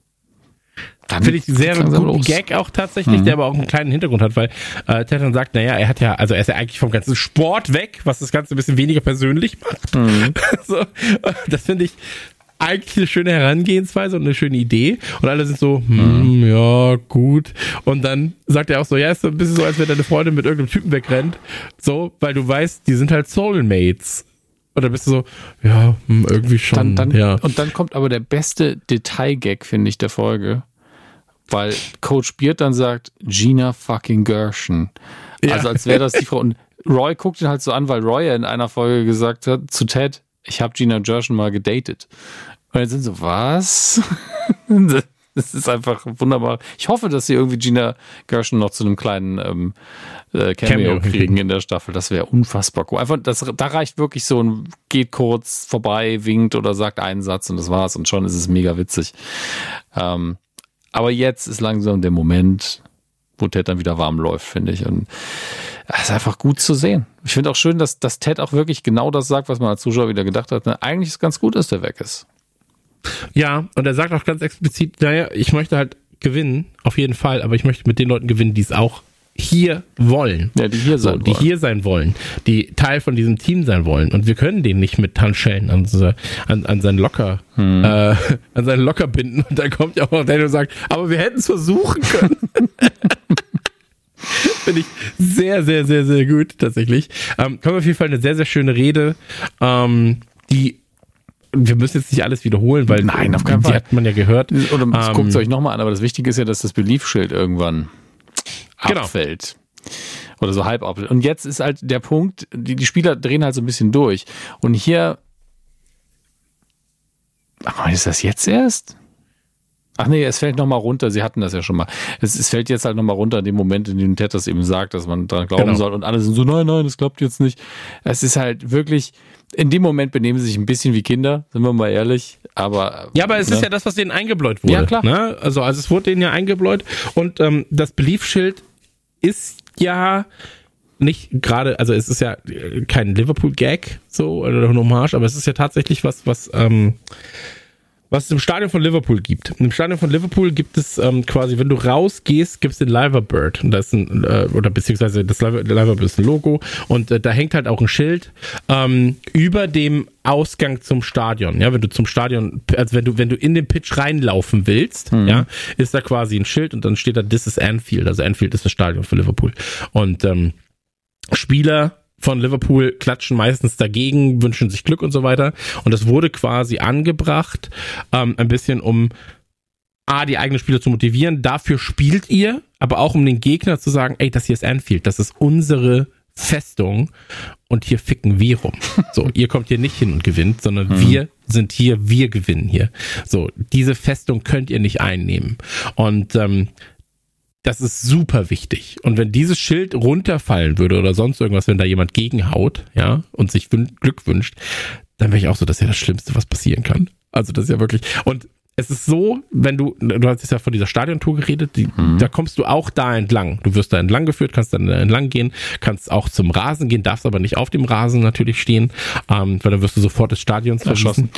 Dann finde ich sehr einen guten los. Gag auch tatsächlich, mhm. der aber auch einen kleinen Hintergrund hat, weil äh, Ted dann sagt, naja, er hat ja, also er ist ja eigentlich vom ganzen Sport weg, was das Ganze ein bisschen weniger persönlich macht. Mhm. So, das finde ich eigentlich eine schöne Herangehensweise und eine schöne Idee. Und alle sind so, hm, ja, gut. Und dann sagt er auch so, ja, ist so ein bisschen so, als wenn deine Freundin mit irgendeinem Typen wegrennt. So, weil du weißt, die sind halt Soulmates. Und dann bist du so, ja, irgendwie schon. Dann, dann, ja. Und dann kommt aber der beste Detailgag, finde ich, der Folge. Weil Coach Beard dann sagt, Gina fucking Gershon. Ja. Also als wäre das die Frau. Und Roy guckt ihn halt so an, weil Roy ja in einer Folge gesagt hat zu Ted, ich habe Gina Gershon mal gedatet. Und dann sind so, was? Das ist einfach wunderbar. Ich hoffe, dass sie irgendwie Gina Gershon noch zu einem kleinen ähm, äh, Cameo, Cameo kriegen in der Staffel. Das wäre unfassbar cool. Einfach, das, da reicht wirklich so ein, geht kurz vorbei, winkt oder sagt einen Satz und das war's. Und schon ist es mega witzig. Ähm, aber jetzt ist langsam der Moment, wo Ted dann wieder warm läuft, finde ich. Und es ist einfach gut zu sehen. Ich finde auch schön, dass, dass Ted auch wirklich genau das sagt, was man als Zuschauer wieder gedacht hat. Ne? Eigentlich ist es ganz gut, dass der weg ist. Ja, und er sagt auch ganz explizit, naja, ich möchte halt gewinnen, auf jeden Fall, aber ich möchte mit den Leuten gewinnen, die es auch hier wollen. Ja, die hier sein so, die wollen. hier sein wollen, die Teil von diesem Team sein wollen. Und wir können den nicht mit Handschellen an, an, an seinen Locker, hm. äh, an seinen Locker binden. Und dann kommt ja auch noch der und sagt, aber wir hätten es versuchen können. Finde ich sehr, sehr, sehr, sehr gut, tatsächlich. Ähm, kommt auf jeden Fall eine sehr, sehr schöne Rede, ähm, die wir müssen jetzt nicht alles wiederholen, weil nein, auf keinen die Fall. hat man ja gehört. Oder ähm, guckt es euch nochmal an, aber das Wichtige ist ja, dass das Belief-Schild irgendwann genau. abfällt. Oder so halb abfällt. Und jetzt ist halt der Punkt, die, die Spieler drehen halt so ein bisschen durch. Und hier ach, ist das jetzt erst? Ach nee, es fällt nochmal runter. Sie hatten das ja schon mal. Es, es fällt jetzt halt nochmal runter in dem Moment, in dem Ted das eben sagt, dass man dran glauben genau. soll. Und alle sind so, nein, nein, das klappt jetzt nicht. Es ist halt wirklich, in dem Moment benehmen sie sich ein bisschen wie Kinder, sind wir mal ehrlich. Aber ja, aber es ne? ist ja das, was denen eingebläut wurde. Ja, klar. Ne? Also, also es wurde denen ja eingebläut. Und ähm, das Belief-Schild ist ja nicht gerade, also es ist ja kein Liverpool-Gag so oder eine Hommage, aber es ist ja tatsächlich was, was ähm, was es im Stadion von Liverpool gibt. Im Stadion von Liverpool gibt es ähm, quasi, wenn du rausgehst, gibt es den Liver Bird. Und da ist ein, äh, oder beziehungsweise das Liver, Liver Bird ist ein Logo. Und äh, da hängt halt auch ein Schild ähm, über dem Ausgang zum Stadion. Ja, wenn du zum Stadion, also wenn du, wenn du in den Pitch reinlaufen willst, mhm. ja, ist da quasi ein Schild und dann steht da, this is Anfield. Also Anfield ist das Stadion für Liverpool. Und ähm, Spieler von Liverpool klatschen meistens dagegen, wünschen sich Glück und so weiter. Und das wurde quasi angebracht, ähm, ein bisschen um A, die eigenen Spieler zu motivieren. Dafür spielt ihr, aber auch um den Gegner zu sagen, ey, das hier ist Anfield, das ist unsere Festung und hier ficken wir rum. So, ihr kommt hier nicht hin und gewinnt, sondern mhm. wir sind hier, wir gewinnen hier. So, diese Festung könnt ihr nicht einnehmen. Und ähm, das ist super wichtig. Und wenn dieses Schild runterfallen würde oder sonst irgendwas, wenn da jemand gegenhaut, ja, und sich wün- Glück wünscht, dann wäre ich auch so, das ist ja das Schlimmste, was passieren kann. Also das ist ja wirklich, und es ist so, wenn du, du hast ja von dieser Stadiontour geredet, die, mhm. da kommst du auch da entlang. Du wirst da entlang geführt, kannst dann entlang gehen, kannst auch zum Rasen gehen, darfst aber nicht auf dem Rasen natürlich stehen, ähm, weil dann wirst du sofort des Stadions verschossen.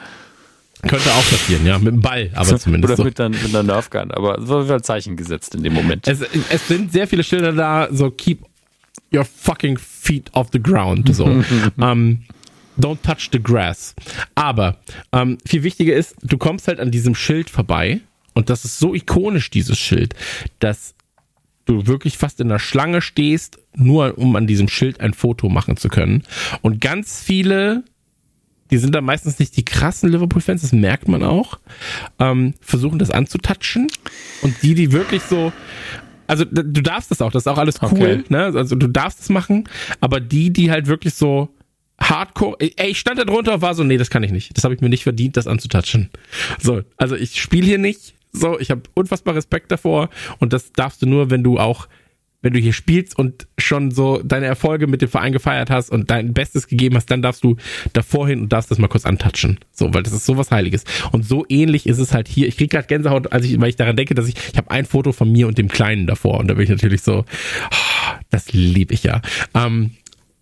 Könnte auch passieren, ja, mit dem Ball, aber zumindest. Oder so. mit, einer, mit einer Nerfgun, aber es wird halt Zeichen gesetzt in dem Moment. Es, es sind sehr viele Schilder da, so keep your fucking feet off the ground, so. um, don't touch the grass. Aber um, viel wichtiger ist, du kommst halt an diesem Schild vorbei und das ist so ikonisch, dieses Schild, dass du wirklich fast in der Schlange stehst, nur um an diesem Schild ein Foto machen zu können. Und ganz viele, die sind dann meistens nicht die krassen Liverpool-Fans, das merkt man auch, ähm, versuchen das anzutatschen. Und die, die wirklich so, also du darfst das auch, das ist auch alles cool, okay. ne? Also du darfst es machen, aber die, die halt wirklich so hardcore, ey, ich stand da drunter und war so, nee, das kann ich nicht. Das habe ich mir nicht verdient, das anzutatschen. So, also ich spiele hier nicht, so, ich habe unfassbar Respekt davor und das darfst du nur, wenn du auch wenn du hier spielst und schon so deine Erfolge mit dem Verein gefeiert hast und dein Bestes gegeben hast, dann darfst du davor hin und darfst das mal kurz antatschen. So, weil das ist sowas Heiliges. Und so ähnlich ist es halt hier. Ich krieg gerade Gänsehaut, als ich, weil ich daran denke, dass ich, ich habe ein Foto von mir und dem Kleinen davor und da bin ich natürlich so, oh, das liebe ich ja. Ähm,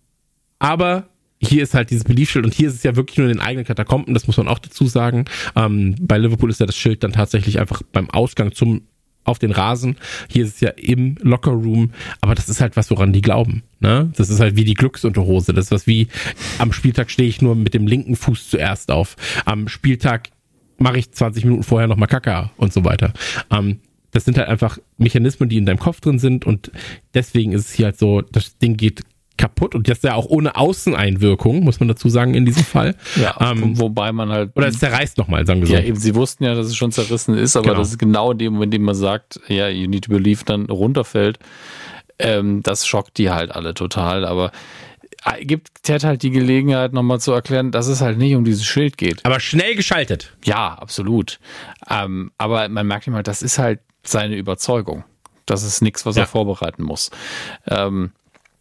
aber hier ist halt dieses Belief-Schild und hier ist es ja wirklich nur in den eigenen Katakomben, das muss man auch dazu sagen. Ähm, bei Liverpool ist ja das Schild dann tatsächlich einfach beim Ausgang zum auf den Rasen. Hier ist es ja im Lockerroom. Aber das ist halt was, woran die glauben. Ne? Das ist halt wie die Glücksunterhose. Das ist was wie, am Spieltag stehe ich nur mit dem linken Fuß zuerst auf. Am Spieltag mache ich zwanzig Minuten vorher nochmal Kaka und so weiter. Ähm, das sind halt einfach Mechanismen, die in deinem Kopf drin sind. Und deswegen ist es hier halt so, das Ding geht kaputt und das ist ja auch ohne Außeneinwirkung, muss man dazu sagen, in diesem Fall. Ja, ähm, wobei man halt... Oder es zerreißt nochmal, sagen wir so. Ja, eben, sie wussten ja, dass es schon zerrissen ist, aber genau. Das ist genau in dem Moment, in dem man sagt, ja, you need to believe, dann runterfällt. Ähm, das schockt die halt alle total, aber gibt Ted halt die Gelegenheit, nochmal zu erklären, dass es halt nicht um dieses Schild geht. Aber schnell geschaltet. Ja, absolut. Ähm, aber man merkt ihm halt, das ist halt seine Überzeugung. Das ist nichts, was ja. er vorbereiten muss. Ähm,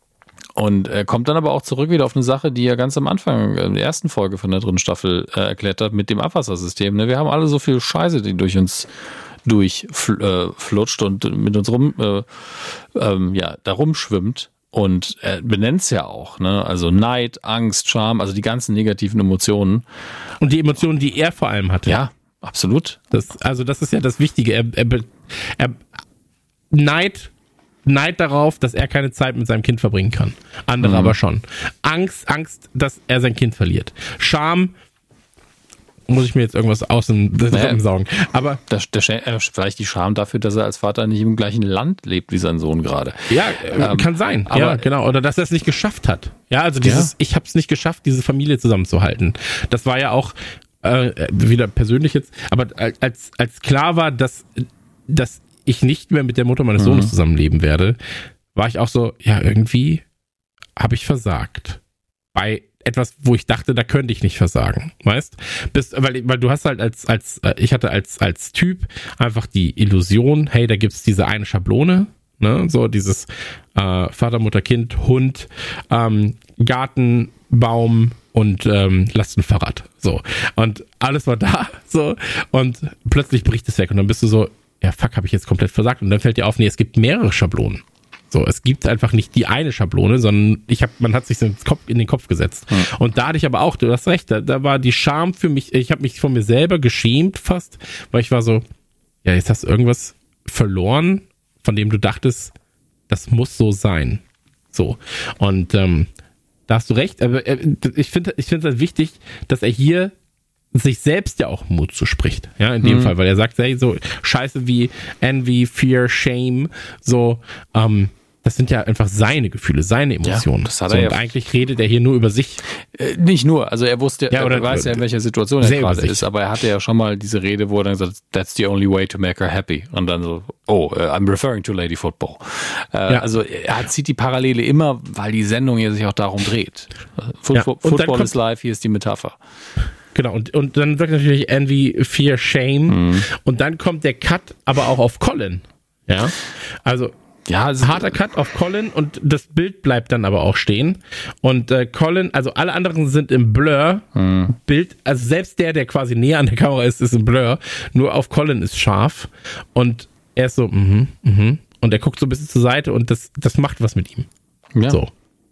Und er kommt dann aber auch zurück wieder auf eine Sache, die er ganz am Anfang in der ersten Folge von der dritten Staffel äh, erklärt hat, mit dem Abwassersystem. Ne? Wir haben alle so viel Scheiße, die durch uns durchflutscht äh, und mit uns rum, äh, ähm, ja, da rumschwimmt. Und er benennt es ja auch, ne? Also Neid, Angst, Scham, also die ganzen negativen Emotionen. Und die Emotionen, die er vor allem hatte. Ja, absolut. Das, also das ist ja das Wichtige. Er, er, er Neid Neid darauf, dass er keine Zeit mit seinem Kind verbringen kann. Andere mhm. aber schon. Angst, Angst, dass er sein Kind verliert. Scham, muss ich mir jetzt irgendwas aus dem naja, saugen. Aber der, der, vielleicht die Scham dafür, dass er als Vater nicht im gleichen Land lebt wie sein Sohn gerade. Ja, ähm, kann sein. Aber, ja, genau. Oder dass er es nicht geschafft hat. Ja, also dieses, ja. ich habe es nicht geschafft, diese Familie zusammenzuhalten. Das war ja auch äh, wieder persönlich jetzt, aber als, als klar war, dass, dass ich nicht mehr mit der Mutter meines Sohnes mhm. zusammenleben werde, war ich auch so, ja, irgendwie habe ich versagt. Bei etwas, wo ich dachte, da könnte ich nicht versagen, weißt? Bist, weil, weil du hast halt als, als, ich hatte als, als Typ einfach die Illusion, hey, da gibt's diese eine Schablone, ne, so dieses äh, Vater, Mutter, Kind, Hund, ähm, Garten, Baum und ähm, Lastenfahrrad, so. Und alles war da, so, und plötzlich bricht es weg und dann bist du so, ja, fuck, habe ich jetzt komplett versagt. Und dann fällt dir auf, nee, es gibt mehrere Schablonen. So, es gibt einfach nicht die eine Schablone, sondern ich hab, man hat sich in den Kopf, in den Kopf gesetzt. Hm. Und da hatte ich aber auch, du hast recht, da, da war die Scham für mich, ich habe mich von mir selber geschämt fast, weil ich war so, ja, jetzt hast du irgendwas verloren, von dem du dachtest, das muss so sein. So. Und ähm, da hast du recht, aber äh, ich finde ich finde es halt wichtig, dass er hier sich selbst ja auch Mut zuspricht, ja, in dem mhm. Fall, weil er sagt, hey, so Scheiße wie Envy, Fear, Shame, so, ähm, das sind ja einfach seine Gefühle, seine Emotionen. Ja, das hat er so, ja. Und eigentlich redet er hier nur über sich. Äh, nicht nur, also er wusste, ja, oder, er weiß ja, in welcher Situation er gerade ist, aber er hatte ja schon mal diese Rede, wo er dann gesagt hat, that's the only way to make her happy. Und dann so, oh, uh, I'm referring to Lady Football. Äh, ja. Also er zieht die Parallele immer, weil die Sendung hier sich auch darum dreht. Football, ja, Football is life, hier ist die Metapher. Genau, und, und dann wirkt natürlich Envy, Fear, Shame. Mhm. Und dann kommt der Cut aber auch auf Colin. Ja. Also, ja, also harter Cut auf Colin und das Bild bleibt dann aber auch stehen. Und äh, Colin, also alle anderen sind im Blur. Mhm. Bild, also selbst der, der quasi näher an der Kamera ist, ist im Blur. Nur auf Colin ist scharf. Und er ist so, mhm, mhm. Und er guckt so ein bisschen zur Seite und das, das macht was mit ihm. Ja. So.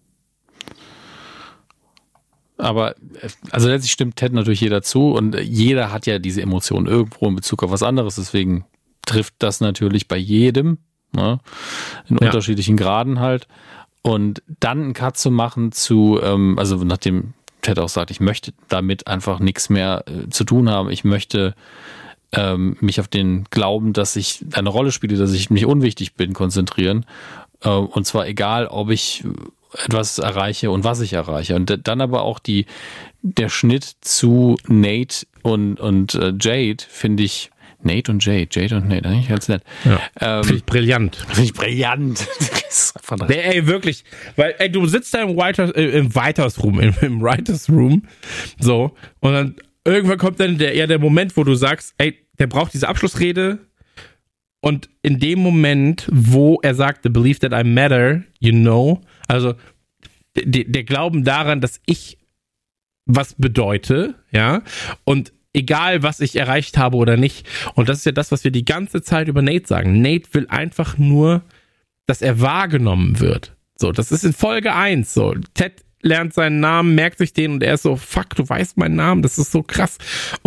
Aber, also letztlich stimmt Ted natürlich jeder zu und jeder hat ja diese Emotionen irgendwo in Bezug auf was anderes, deswegen trifft das natürlich bei jedem, ne? In ja. unterschiedlichen Graden halt. Und dann einen Cut zu machen zu, ähm, also nachdem Ted auch sagt, ich möchte damit einfach nichts mehr äh, zu tun haben, ich möchte ähm, mich auf den Glauben, dass ich eine Rolle spiele, dass ich nicht unwichtig bin, konzentrieren. Äh, und zwar egal, ob ich etwas erreiche und was ich erreiche. Und dann aber auch die, der Schnitt zu Nate und, und äh, Jade finde ich, Nate und Jade, Jade und Nate, eigentlich ganz nett. Ja. Ähm, finde ich brillant. Finde ich brillant. Nee, ey, wirklich. Weil, ey, du sitzt da im Writers, äh, im Writers Room, im, im Writers Room, so, und dann irgendwann kommt dann der, eher der Moment, wo du sagst, ey, der braucht diese Abschlussrede. Und in dem Moment, wo er sagt, the belief that I matter, you know, also der, der Glauben daran, dass ich was bedeute, ja, und egal, was ich erreicht habe oder nicht. Und das ist ja das, was wir die ganze Zeit über Nate sagen. Nate will einfach nur, dass er wahrgenommen wird. So, das ist in Folge eins so. Ted lernt seinen Namen, merkt sich den und er ist so, fuck, du weißt meinen Namen, das ist so krass. Und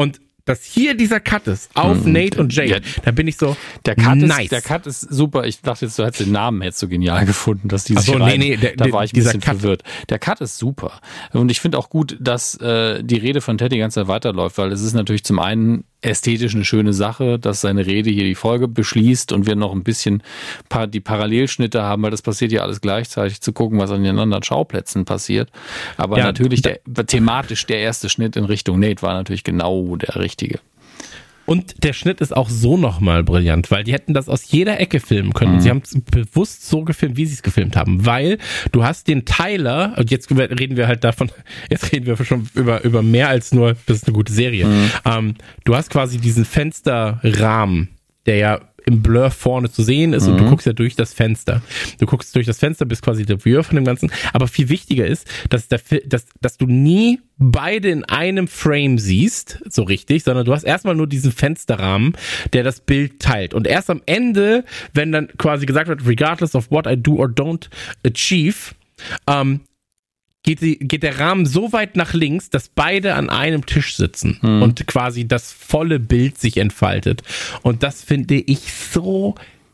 dass hier dieser Cut ist auf hm, Nate und Jade, ja, da bin ich so, der Cut nice. Ist, der Cut ist super. Ich dachte jetzt, du hättest den Namen hättest du genial gefunden, dass die sich so, rein, nee, nee, der, da war ich ein bisschen Cut. verwirrt. Der Cut ist super. Und ich finde auch gut, dass äh, die Rede von Ted die ganze Zeit weiterläuft, weil es ist natürlich zum einen ästhetisch eine schöne Sache, dass seine Rede hier die Folge beschließt und wir noch ein bisschen paar, die Parallelschnitte haben, weil das passiert ja alles gleichzeitig, zu gucken, was an den anderen Schauplätzen passiert. Aber ja, natürlich der, thematisch der erste Schnitt in Richtung Nate war natürlich genau der richtige. Und der Schnitt ist auch so nochmal brillant, weil die hätten das aus jeder Ecke filmen können. Mhm. Sie haben es bewusst so gefilmt, wie sie es gefilmt haben, weil du hast den Tyler, und jetzt reden wir halt davon, jetzt reden wir schon über, über mehr als nur, das ist eine gute Serie. Mhm. Ähm, du hast quasi diesen Fensterrahmen, der ja im Blur vorne zu sehen ist, mhm. und du guckst ja durch das Fenster. Du guckst durch das Fenster, bist quasi der Viewer von dem Ganzen. Aber viel wichtiger ist, dass, der, dass, dass du nie beide in einem Frame siehst, so richtig, sondern du hast erstmal nur diesen Fensterrahmen, der das Bild teilt. Und erst am Ende, wenn dann quasi gesagt wird, regardless of what I do or don't achieve, ähm, Geht, die, geht der Rahmen so weit nach links, dass beide an einem Tisch sitzen hm. und quasi das volle Bild sich entfaltet. Und das finde ich so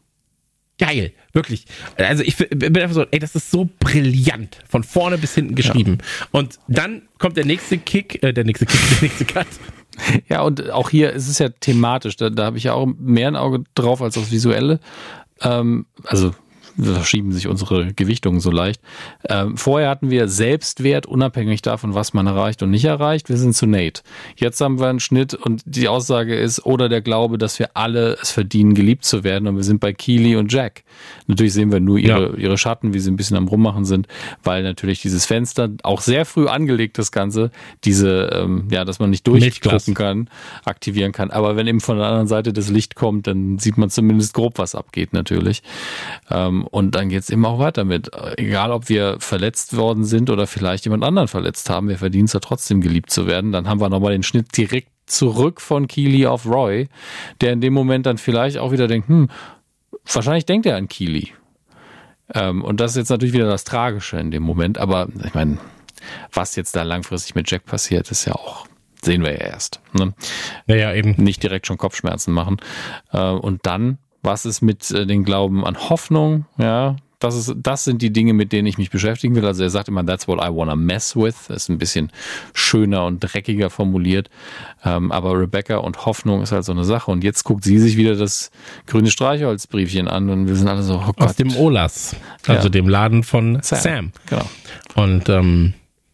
geil. Wirklich. Also ich bin einfach so, ey, das ist so brillant. Von vorne bis hinten geschrieben. Ja. Und dann kommt der nächste Kick, äh, der nächste Kick, der nächste Cut. Ja, und auch hier ist es ja thematisch. Da, da habe ich ja auch mehr ein Auge drauf als das Visuelle. Ähm, also verschieben sich unsere Gewichtungen so leicht. Ähm, vorher hatten wir Selbstwert, unabhängig davon, was man erreicht und nicht erreicht. Wir sind zu Nate. Jetzt haben wir einen Schnitt und die Aussage ist, oder der Glaube, dass wir alle es verdienen, geliebt zu werden, und wir sind bei Keely und Jack. Natürlich sehen wir nur ihre, ja. ihre Schatten, wie sie ein bisschen am Rummachen sind, weil natürlich dieses Fenster, auch sehr früh angelegt, das Ganze, diese, ähm, ja, dass man nicht durchgucken kann, aktivieren kann. Aber wenn eben von der anderen Seite das Licht kommt, dann sieht man zumindest grob, was abgeht natürlich. Ähm, Und dann geht's eben auch weiter mit. Egal, ob wir verletzt worden sind oder vielleicht jemand anderen verletzt haben, wir verdienen es ja trotzdem, geliebt zu werden. Dann haben wir nochmal den Schnitt direkt zurück von Keely auf Roy, der in dem Moment dann vielleicht auch wieder denkt, hm, wahrscheinlich denkt er an Keely. Ähm, und das ist jetzt natürlich wieder das Tragische in dem Moment. Aber ich meine, was jetzt da langfristig mit Jack passiert, ist ja auch, sehen wir ja erst. Ne? Ja, ja, eben. Nicht direkt schon Kopfschmerzen machen. Äh, und dann, was ist mit äh, den Glauben an Hoffnung? Ja, das ist, das sind die Dinge, mit denen ich mich beschäftigen will. Also er sagt immer, that's what I wanna mess with. Das ist ein bisschen schöner und dreckiger formuliert. Ähm, aber Rebecca und Hoffnung ist halt so eine Sache. Und jetzt guckt sie sich wieder das grüne Streichholzbriefchen an und wir sind alle so, oh Gott. Aus dem Olas, also ja. dem Laden von Sam. Sam. Genau. Und ähm,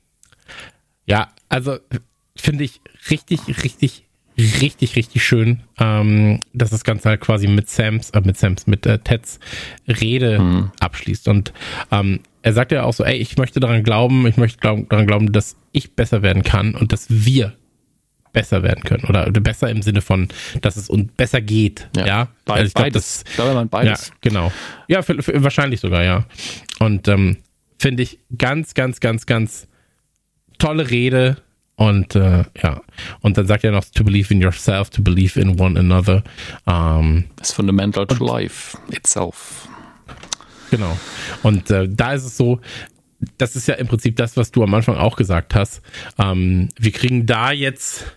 ja, also finde ich richtig, richtig richtig, richtig schön, ähm, dass das Ganze halt quasi mit Sams, äh, mit Sams, mit äh, Teds Rede mhm. abschließt. Und ähm, er sagt ja auch so, ey, ich möchte daran glauben, ich möchte glaub, daran glauben, dass ich besser werden kann und dass wir besser werden können. Oder, oder besser im Sinne von, dass es uns besser geht. Ja, ja? Be- also ich glaub, beides. Das, ich glaube, man beides. Ja, genau. Ja, für, für, wahrscheinlich sogar, ja. Und ähm, finde ich ganz, ganz, ganz, ganz tolle Rede. Und äh, ja, und dann sagt er noch, to believe in yourself, to believe in one another. Um, It's fundamental to life itself. Genau. Und äh, da ist es so, das ist ja im Prinzip das, was du am Anfang auch gesagt hast. Ähm, wir kriegen da jetzt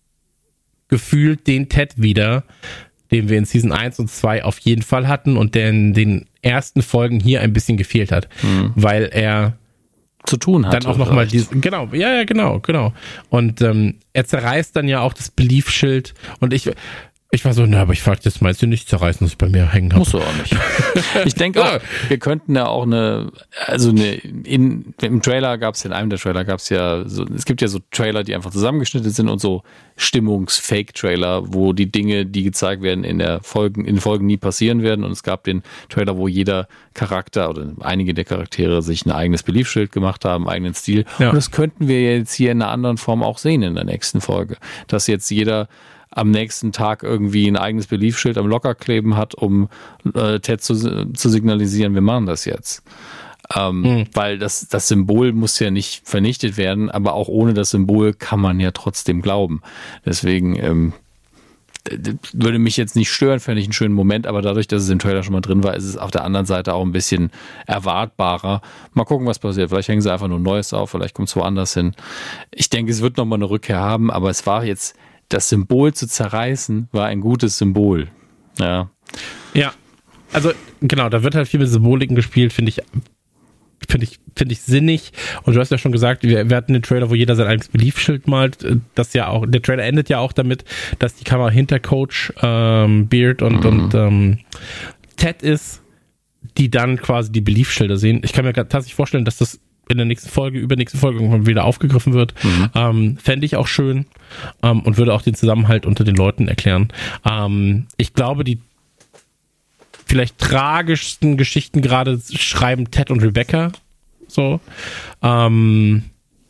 gefühlt den Ted wieder, den wir in Season eins und zwei auf jeden Fall hatten und der in den ersten Folgen hier ein bisschen gefehlt hat, mhm. weil er zu tun hat. Dann auch nochmal diese, genau, ja, ja, genau, genau. Und ähm, er zerreißt dann ja auch das Belief-Schild und ich, ich war so, na, aber ich frag jetzt mal, du nicht zerreißen, was ich bei mir hängen habe. Musst du auch nicht. Ich denke auch, wir könnten ja auch eine, also eine, in, im Trailer gab es, in einem der Trailer gab es ja, so, es gibt ja so Trailer, die einfach zusammengeschnitten sind und so Stimmungs-Fake-Trailer, wo die Dinge, die gezeigt werden, in der Folgen, in Folgen nie passieren werden. Und es gab den Trailer, wo jeder Charakter oder einige der Charaktere sich ein eigenes Beliefschild gemacht haben, einen eigenen Stil. Ja. Und das könnten wir jetzt hier in einer anderen Form auch sehen in der nächsten Folge. Dass jetzt jeder am nächsten Tag irgendwie ein eigenes Beliefschild am Locker kleben hat, um äh, Ted zu, zu signalisieren, wir machen das jetzt. Ähm, mhm. Weil das, das Symbol muss ja nicht vernichtet werden, aber auch ohne das Symbol kann man ja trotzdem glauben. Deswegen ähm, würde mich jetzt nicht stören, fände ich einen schönen Moment, aber dadurch, dass es im Trailer schon mal drin war, ist es auf der anderen Seite auch ein bisschen erwartbarer. Mal gucken, was passiert. Vielleicht hängen sie einfach nur Neues auf, vielleicht kommt es woanders hin. Ich denke, es wird nochmal eine Rückkehr haben, aber es war jetzt das Symbol zu zerreißen, war ein gutes Symbol. Ja. Ja, also genau, da wird halt viel mit Symboliken gespielt, finde ich, finde ich, finde ich sinnig. Und du hast ja schon gesagt, wir, wir hatten den Trailer, wo jeder sein eigenes Beliefschild malt. Das ja auch, der Trailer endet ja auch damit, dass die Kamera hinter Coach ähm, Beard und, mhm. und ähm, Ted ist, die dann quasi die Beliefschilder sehen. Ich kann mir tatsächlich vorstellen, dass das in der nächsten Folge, übernächsten Folge irgendwann wieder aufgegriffen wird. Mhm. Ähm, fände ich auch schön ähm, und würde auch den Zusammenhalt unter den Leuten erklären. Ähm, ich glaube, die vielleicht tragischsten Geschichten gerade schreiben Ted und Rebecca. So. Ähm,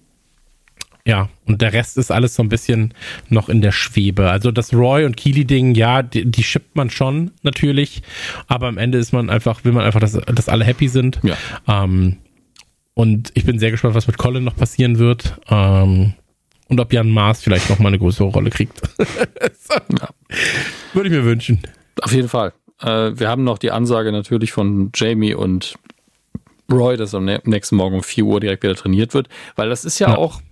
ja, und der Rest ist alles so ein bisschen noch in der Schwebe. Also das Roy und Keely-Ding, ja, die, die shippt man schon natürlich, aber am Ende ist man einfach, will man einfach, dass, dass alle happy sind. Ja. Ähm, und ich bin sehr gespannt, was mit Colin noch passieren wird. Ähm, und ob Jan Maas vielleicht noch mal eine größere Rolle kriegt. So. Ja. Würde ich mir wünschen. Auf jeden Fall. Wir haben noch die Ansage natürlich von Jamie und Roy, dass am nächsten Morgen um vier Uhr direkt wieder trainiert wird, weil das ist ja, ja. auch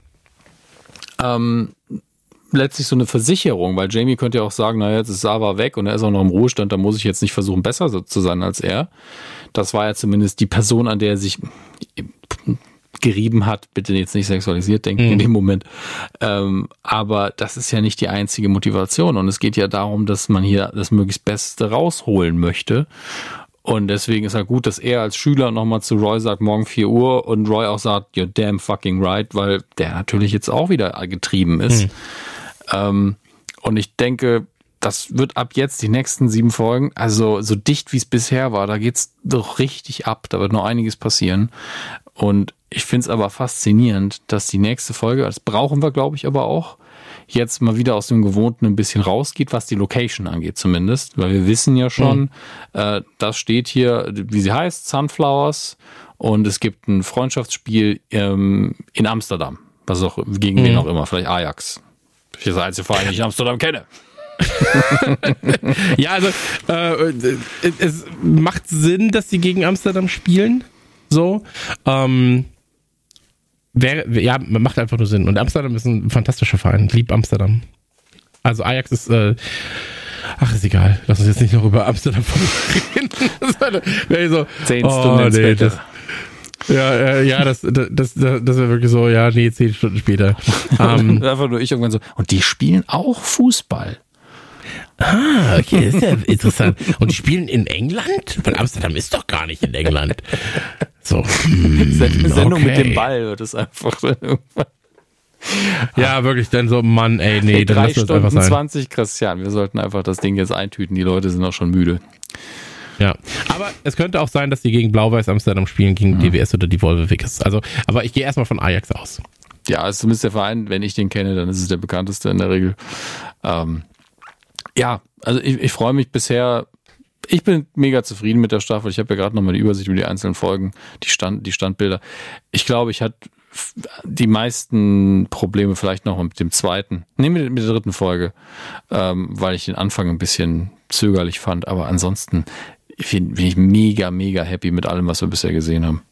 ähm, letztlich so eine Versicherung, weil Jamie könnte ja auch sagen, naja, jetzt ist Sava weg und er ist auch noch im Ruhestand, da muss ich jetzt nicht versuchen, besser zu sein als er. Das war ja zumindest die Person, an der er sich gerieben hat, bitte jetzt nicht sexualisiert denken mhm. in dem Moment. Ähm, aber das ist ja nicht die einzige Motivation und es geht ja darum, dass man hier das möglichst Beste rausholen möchte. Und deswegen ist halt gut, dass er als Schüler nochmal zu Roy sagt, morgen vier Uhr und Roy auch sagt, you're damn fucking right, weil der natürlich jetzt auch wieder getrieben ist. Mhm. Ähm, und ich denke, das wird ab jetzt die nächsten sieben Folgen, also so dicht wie es bisher war, da geht's doch richtig ab, da wird noch einiges passieren. Und ich finde es aber faszinierend, dass die nächste Folge, das brauchen wir, glaube ich, aber auch, jetzt mal wieder aus dem Gewohnten ein bisschen rausgeht, was die Location angeht zumindest. Weil wir wissen ja schon, mhm. äh, das steht hier, wie sie heißt, Sunflowers. Und es gibt ein Freundschaftsspiel ähm, in Amsterdam. Was auch, gegen mhm. wen auch immer, vielleicht Ajax. Das ist der einzige Verein, den ich in Amsterdam kenne. Ja, also äh, es macht Sinn, dass sie gegen Amsterdam spielen. So, ähm, wäre, ja, macht einfach nur Sinn. Und Amsterdam ist ein fantastischer Verein. Lieb Amsterdam. Also Ajax ist, äh, ach, ist egal. Lass uns jetzt nicht noch über Amsterdam reden. Das so, zehn oh, Stunden nee, später. Das, ja, äh, ja, das, das, das, das wäre wirklich so, ja, nee, zehn Stunden später. Um, einfach nur ich irgendwann so, und die spielen auch Fußball. Ah, okay, das ist ja interessant. Und die spielen in England? Weil Amsterdam ist doch gar nicht in England. So. Hm, Sendung okay. mit dem Ball wird es einfach irgendwann. Ja, wirklich, dann so, Mann, ey, nee, hey, dann lass das einfach sein. zwanzig, Christian, wir sollten einfach das Ding jetzt eintüten. Die Leute sind auch schon müde. Ja, aber es könnte auch sein, dass die gegen Blau-Weiß Amsterdam spielen, gegen mhm. D W S oder die Wolvewickes. Also, aber ich gehe erstmal von Ajax aus. Ja, ist zumindest der Verein, wenn ich den kenne, dann ist es der bekannteste in der Regel. Ähm, ja, also ich, ich freue mich bisher, ich bin mega zufrieden mit der Staffel. Ich habe ja gerade nochmal die Übersicht über die einzelnen Folgen, die Stand, die Standbilder. Ich glaube, ich hatte die meisten Probleme vielleicht noch mit dem zweiten, nee, mit, mit der dritten Folge, ähm, weil ich den Anfang ein bisschen zögerlich fand. Aber ansonsten bin, bin ich mega, mega happy mit allem, was wir bisher gesehen haben.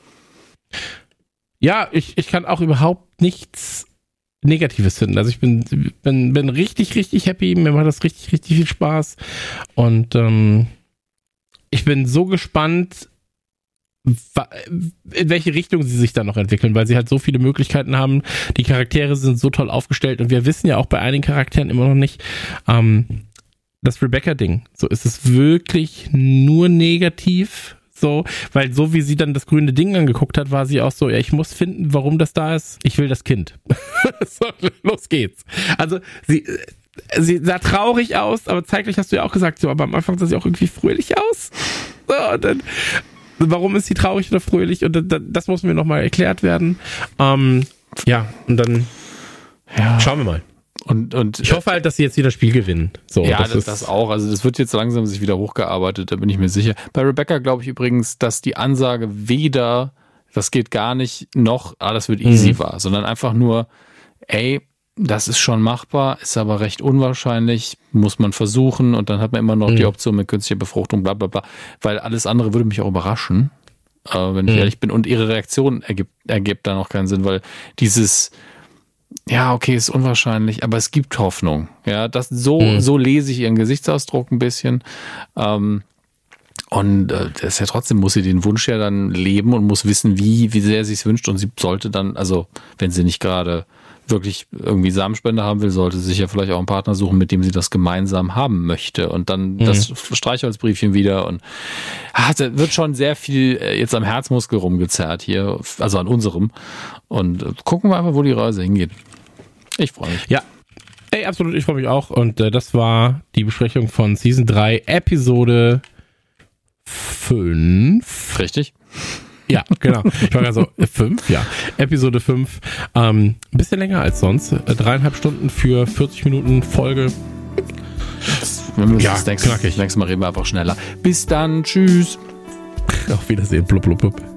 Ja, ich, ich kann auch überhaupt nichts Negatives finden. Also ich bin, bin, bin richtig, richtig happy. Mir macht das richtig, richtig viel Spaß. Und ähm, ich bin so gespannt, in welche Richtung sie sich da noch entwickeln, weil sie halt so viele Möglichkeiten haben. Die Charaktere sind so toll aufgestellt und wir wissen ja auch bei einigen Charakteren immer noch nicht, ähm, das Rebecca-Ding. So ist es wirklich nur negativ. So, weil so wie sie dann das grüne Ding angeguckt hat, war sie auch so, ja, ich muss finden, warum das da ist. Ich will das Kind. So, los geht's. Also sie, sie sah traurig aus, aber zeitgleich hast du ja auch gesagt, so, aber am Anfang sah sie auch irgendwie fröhlich aus. So, und dann, warum ist sie traurig oder fröhlich? Und das, das muss mir nochmal erklärt werden. Ähm, ja, und dann ja. schauen wir mal. Und, und ich hoffe halt, dass sie jetzt wieder das Spiel gewinnen. So, ja, das, das, ist das auch. Also das wird jetzt langsam sich wieder hochgearbeitet, da bin ich mir sicher. Bei Rebecca glaube ich übrigens, dass die Ansage weder, das geht gar nicht, noch, ah, das wird easy mhm. war, sondern einfach nur, ey, das ist schon machbar, ist aber recht unwahrscheinlich, muss man versuchen und dann hat man immer noch mhm. die Option mit künstlicher Befruchtung, bla bla bla, weil alles andere würde mich auch überraschen, äh, wenn ich mhm. ehrlich bin. Und ihre Reaktion ergibt, ergibt da noch keinen Sinn, weil dieses ja, okay, ist unwahrscheinlich, aber es gibt Hoffnung. Ja, das so, mhm. so lese ich ihren Gesichtsausdruck ein bisschen. Ähm, und äh, das ist ja trotzdem, muss sie den Wunsch ja dann leben und muss wissen, wie, wie sehr sie es wünscht. Und sie sollte dann, also wenn sie nicht gerade wirklich irgendwie Samenspende haben will, sollte sie sich ja vielleicht auch einen Partner suchen, mit dem sie das gemeinsam haben möchte. Und dann mhm. das Streichholzbriefchen wieder. Und ach, da wird schon sehr viel jetzt am Herzmuskel rumgezerrt hier, also an unserem. Und äh, gucken wir einfach, wo die Reise hingeht. Ich freue mich. Ja, ey, absolut, ich freue mich auch. Und äh, das war die Besprechung von Season drei, Episode fünf. Richtig? Ja, genau. Ich war gerade so, fünf, ja. Episode fünf. Ähm, ein bisschen länger als sonst. Dreieinhalb Stunden für vierzig Minuten Folge. Ja, das nächste, knackig. Das nächste Mal reden wir einfach schneller. Bis dann. Tschüss. Auf Wiedersehen. Blub, blub, blub.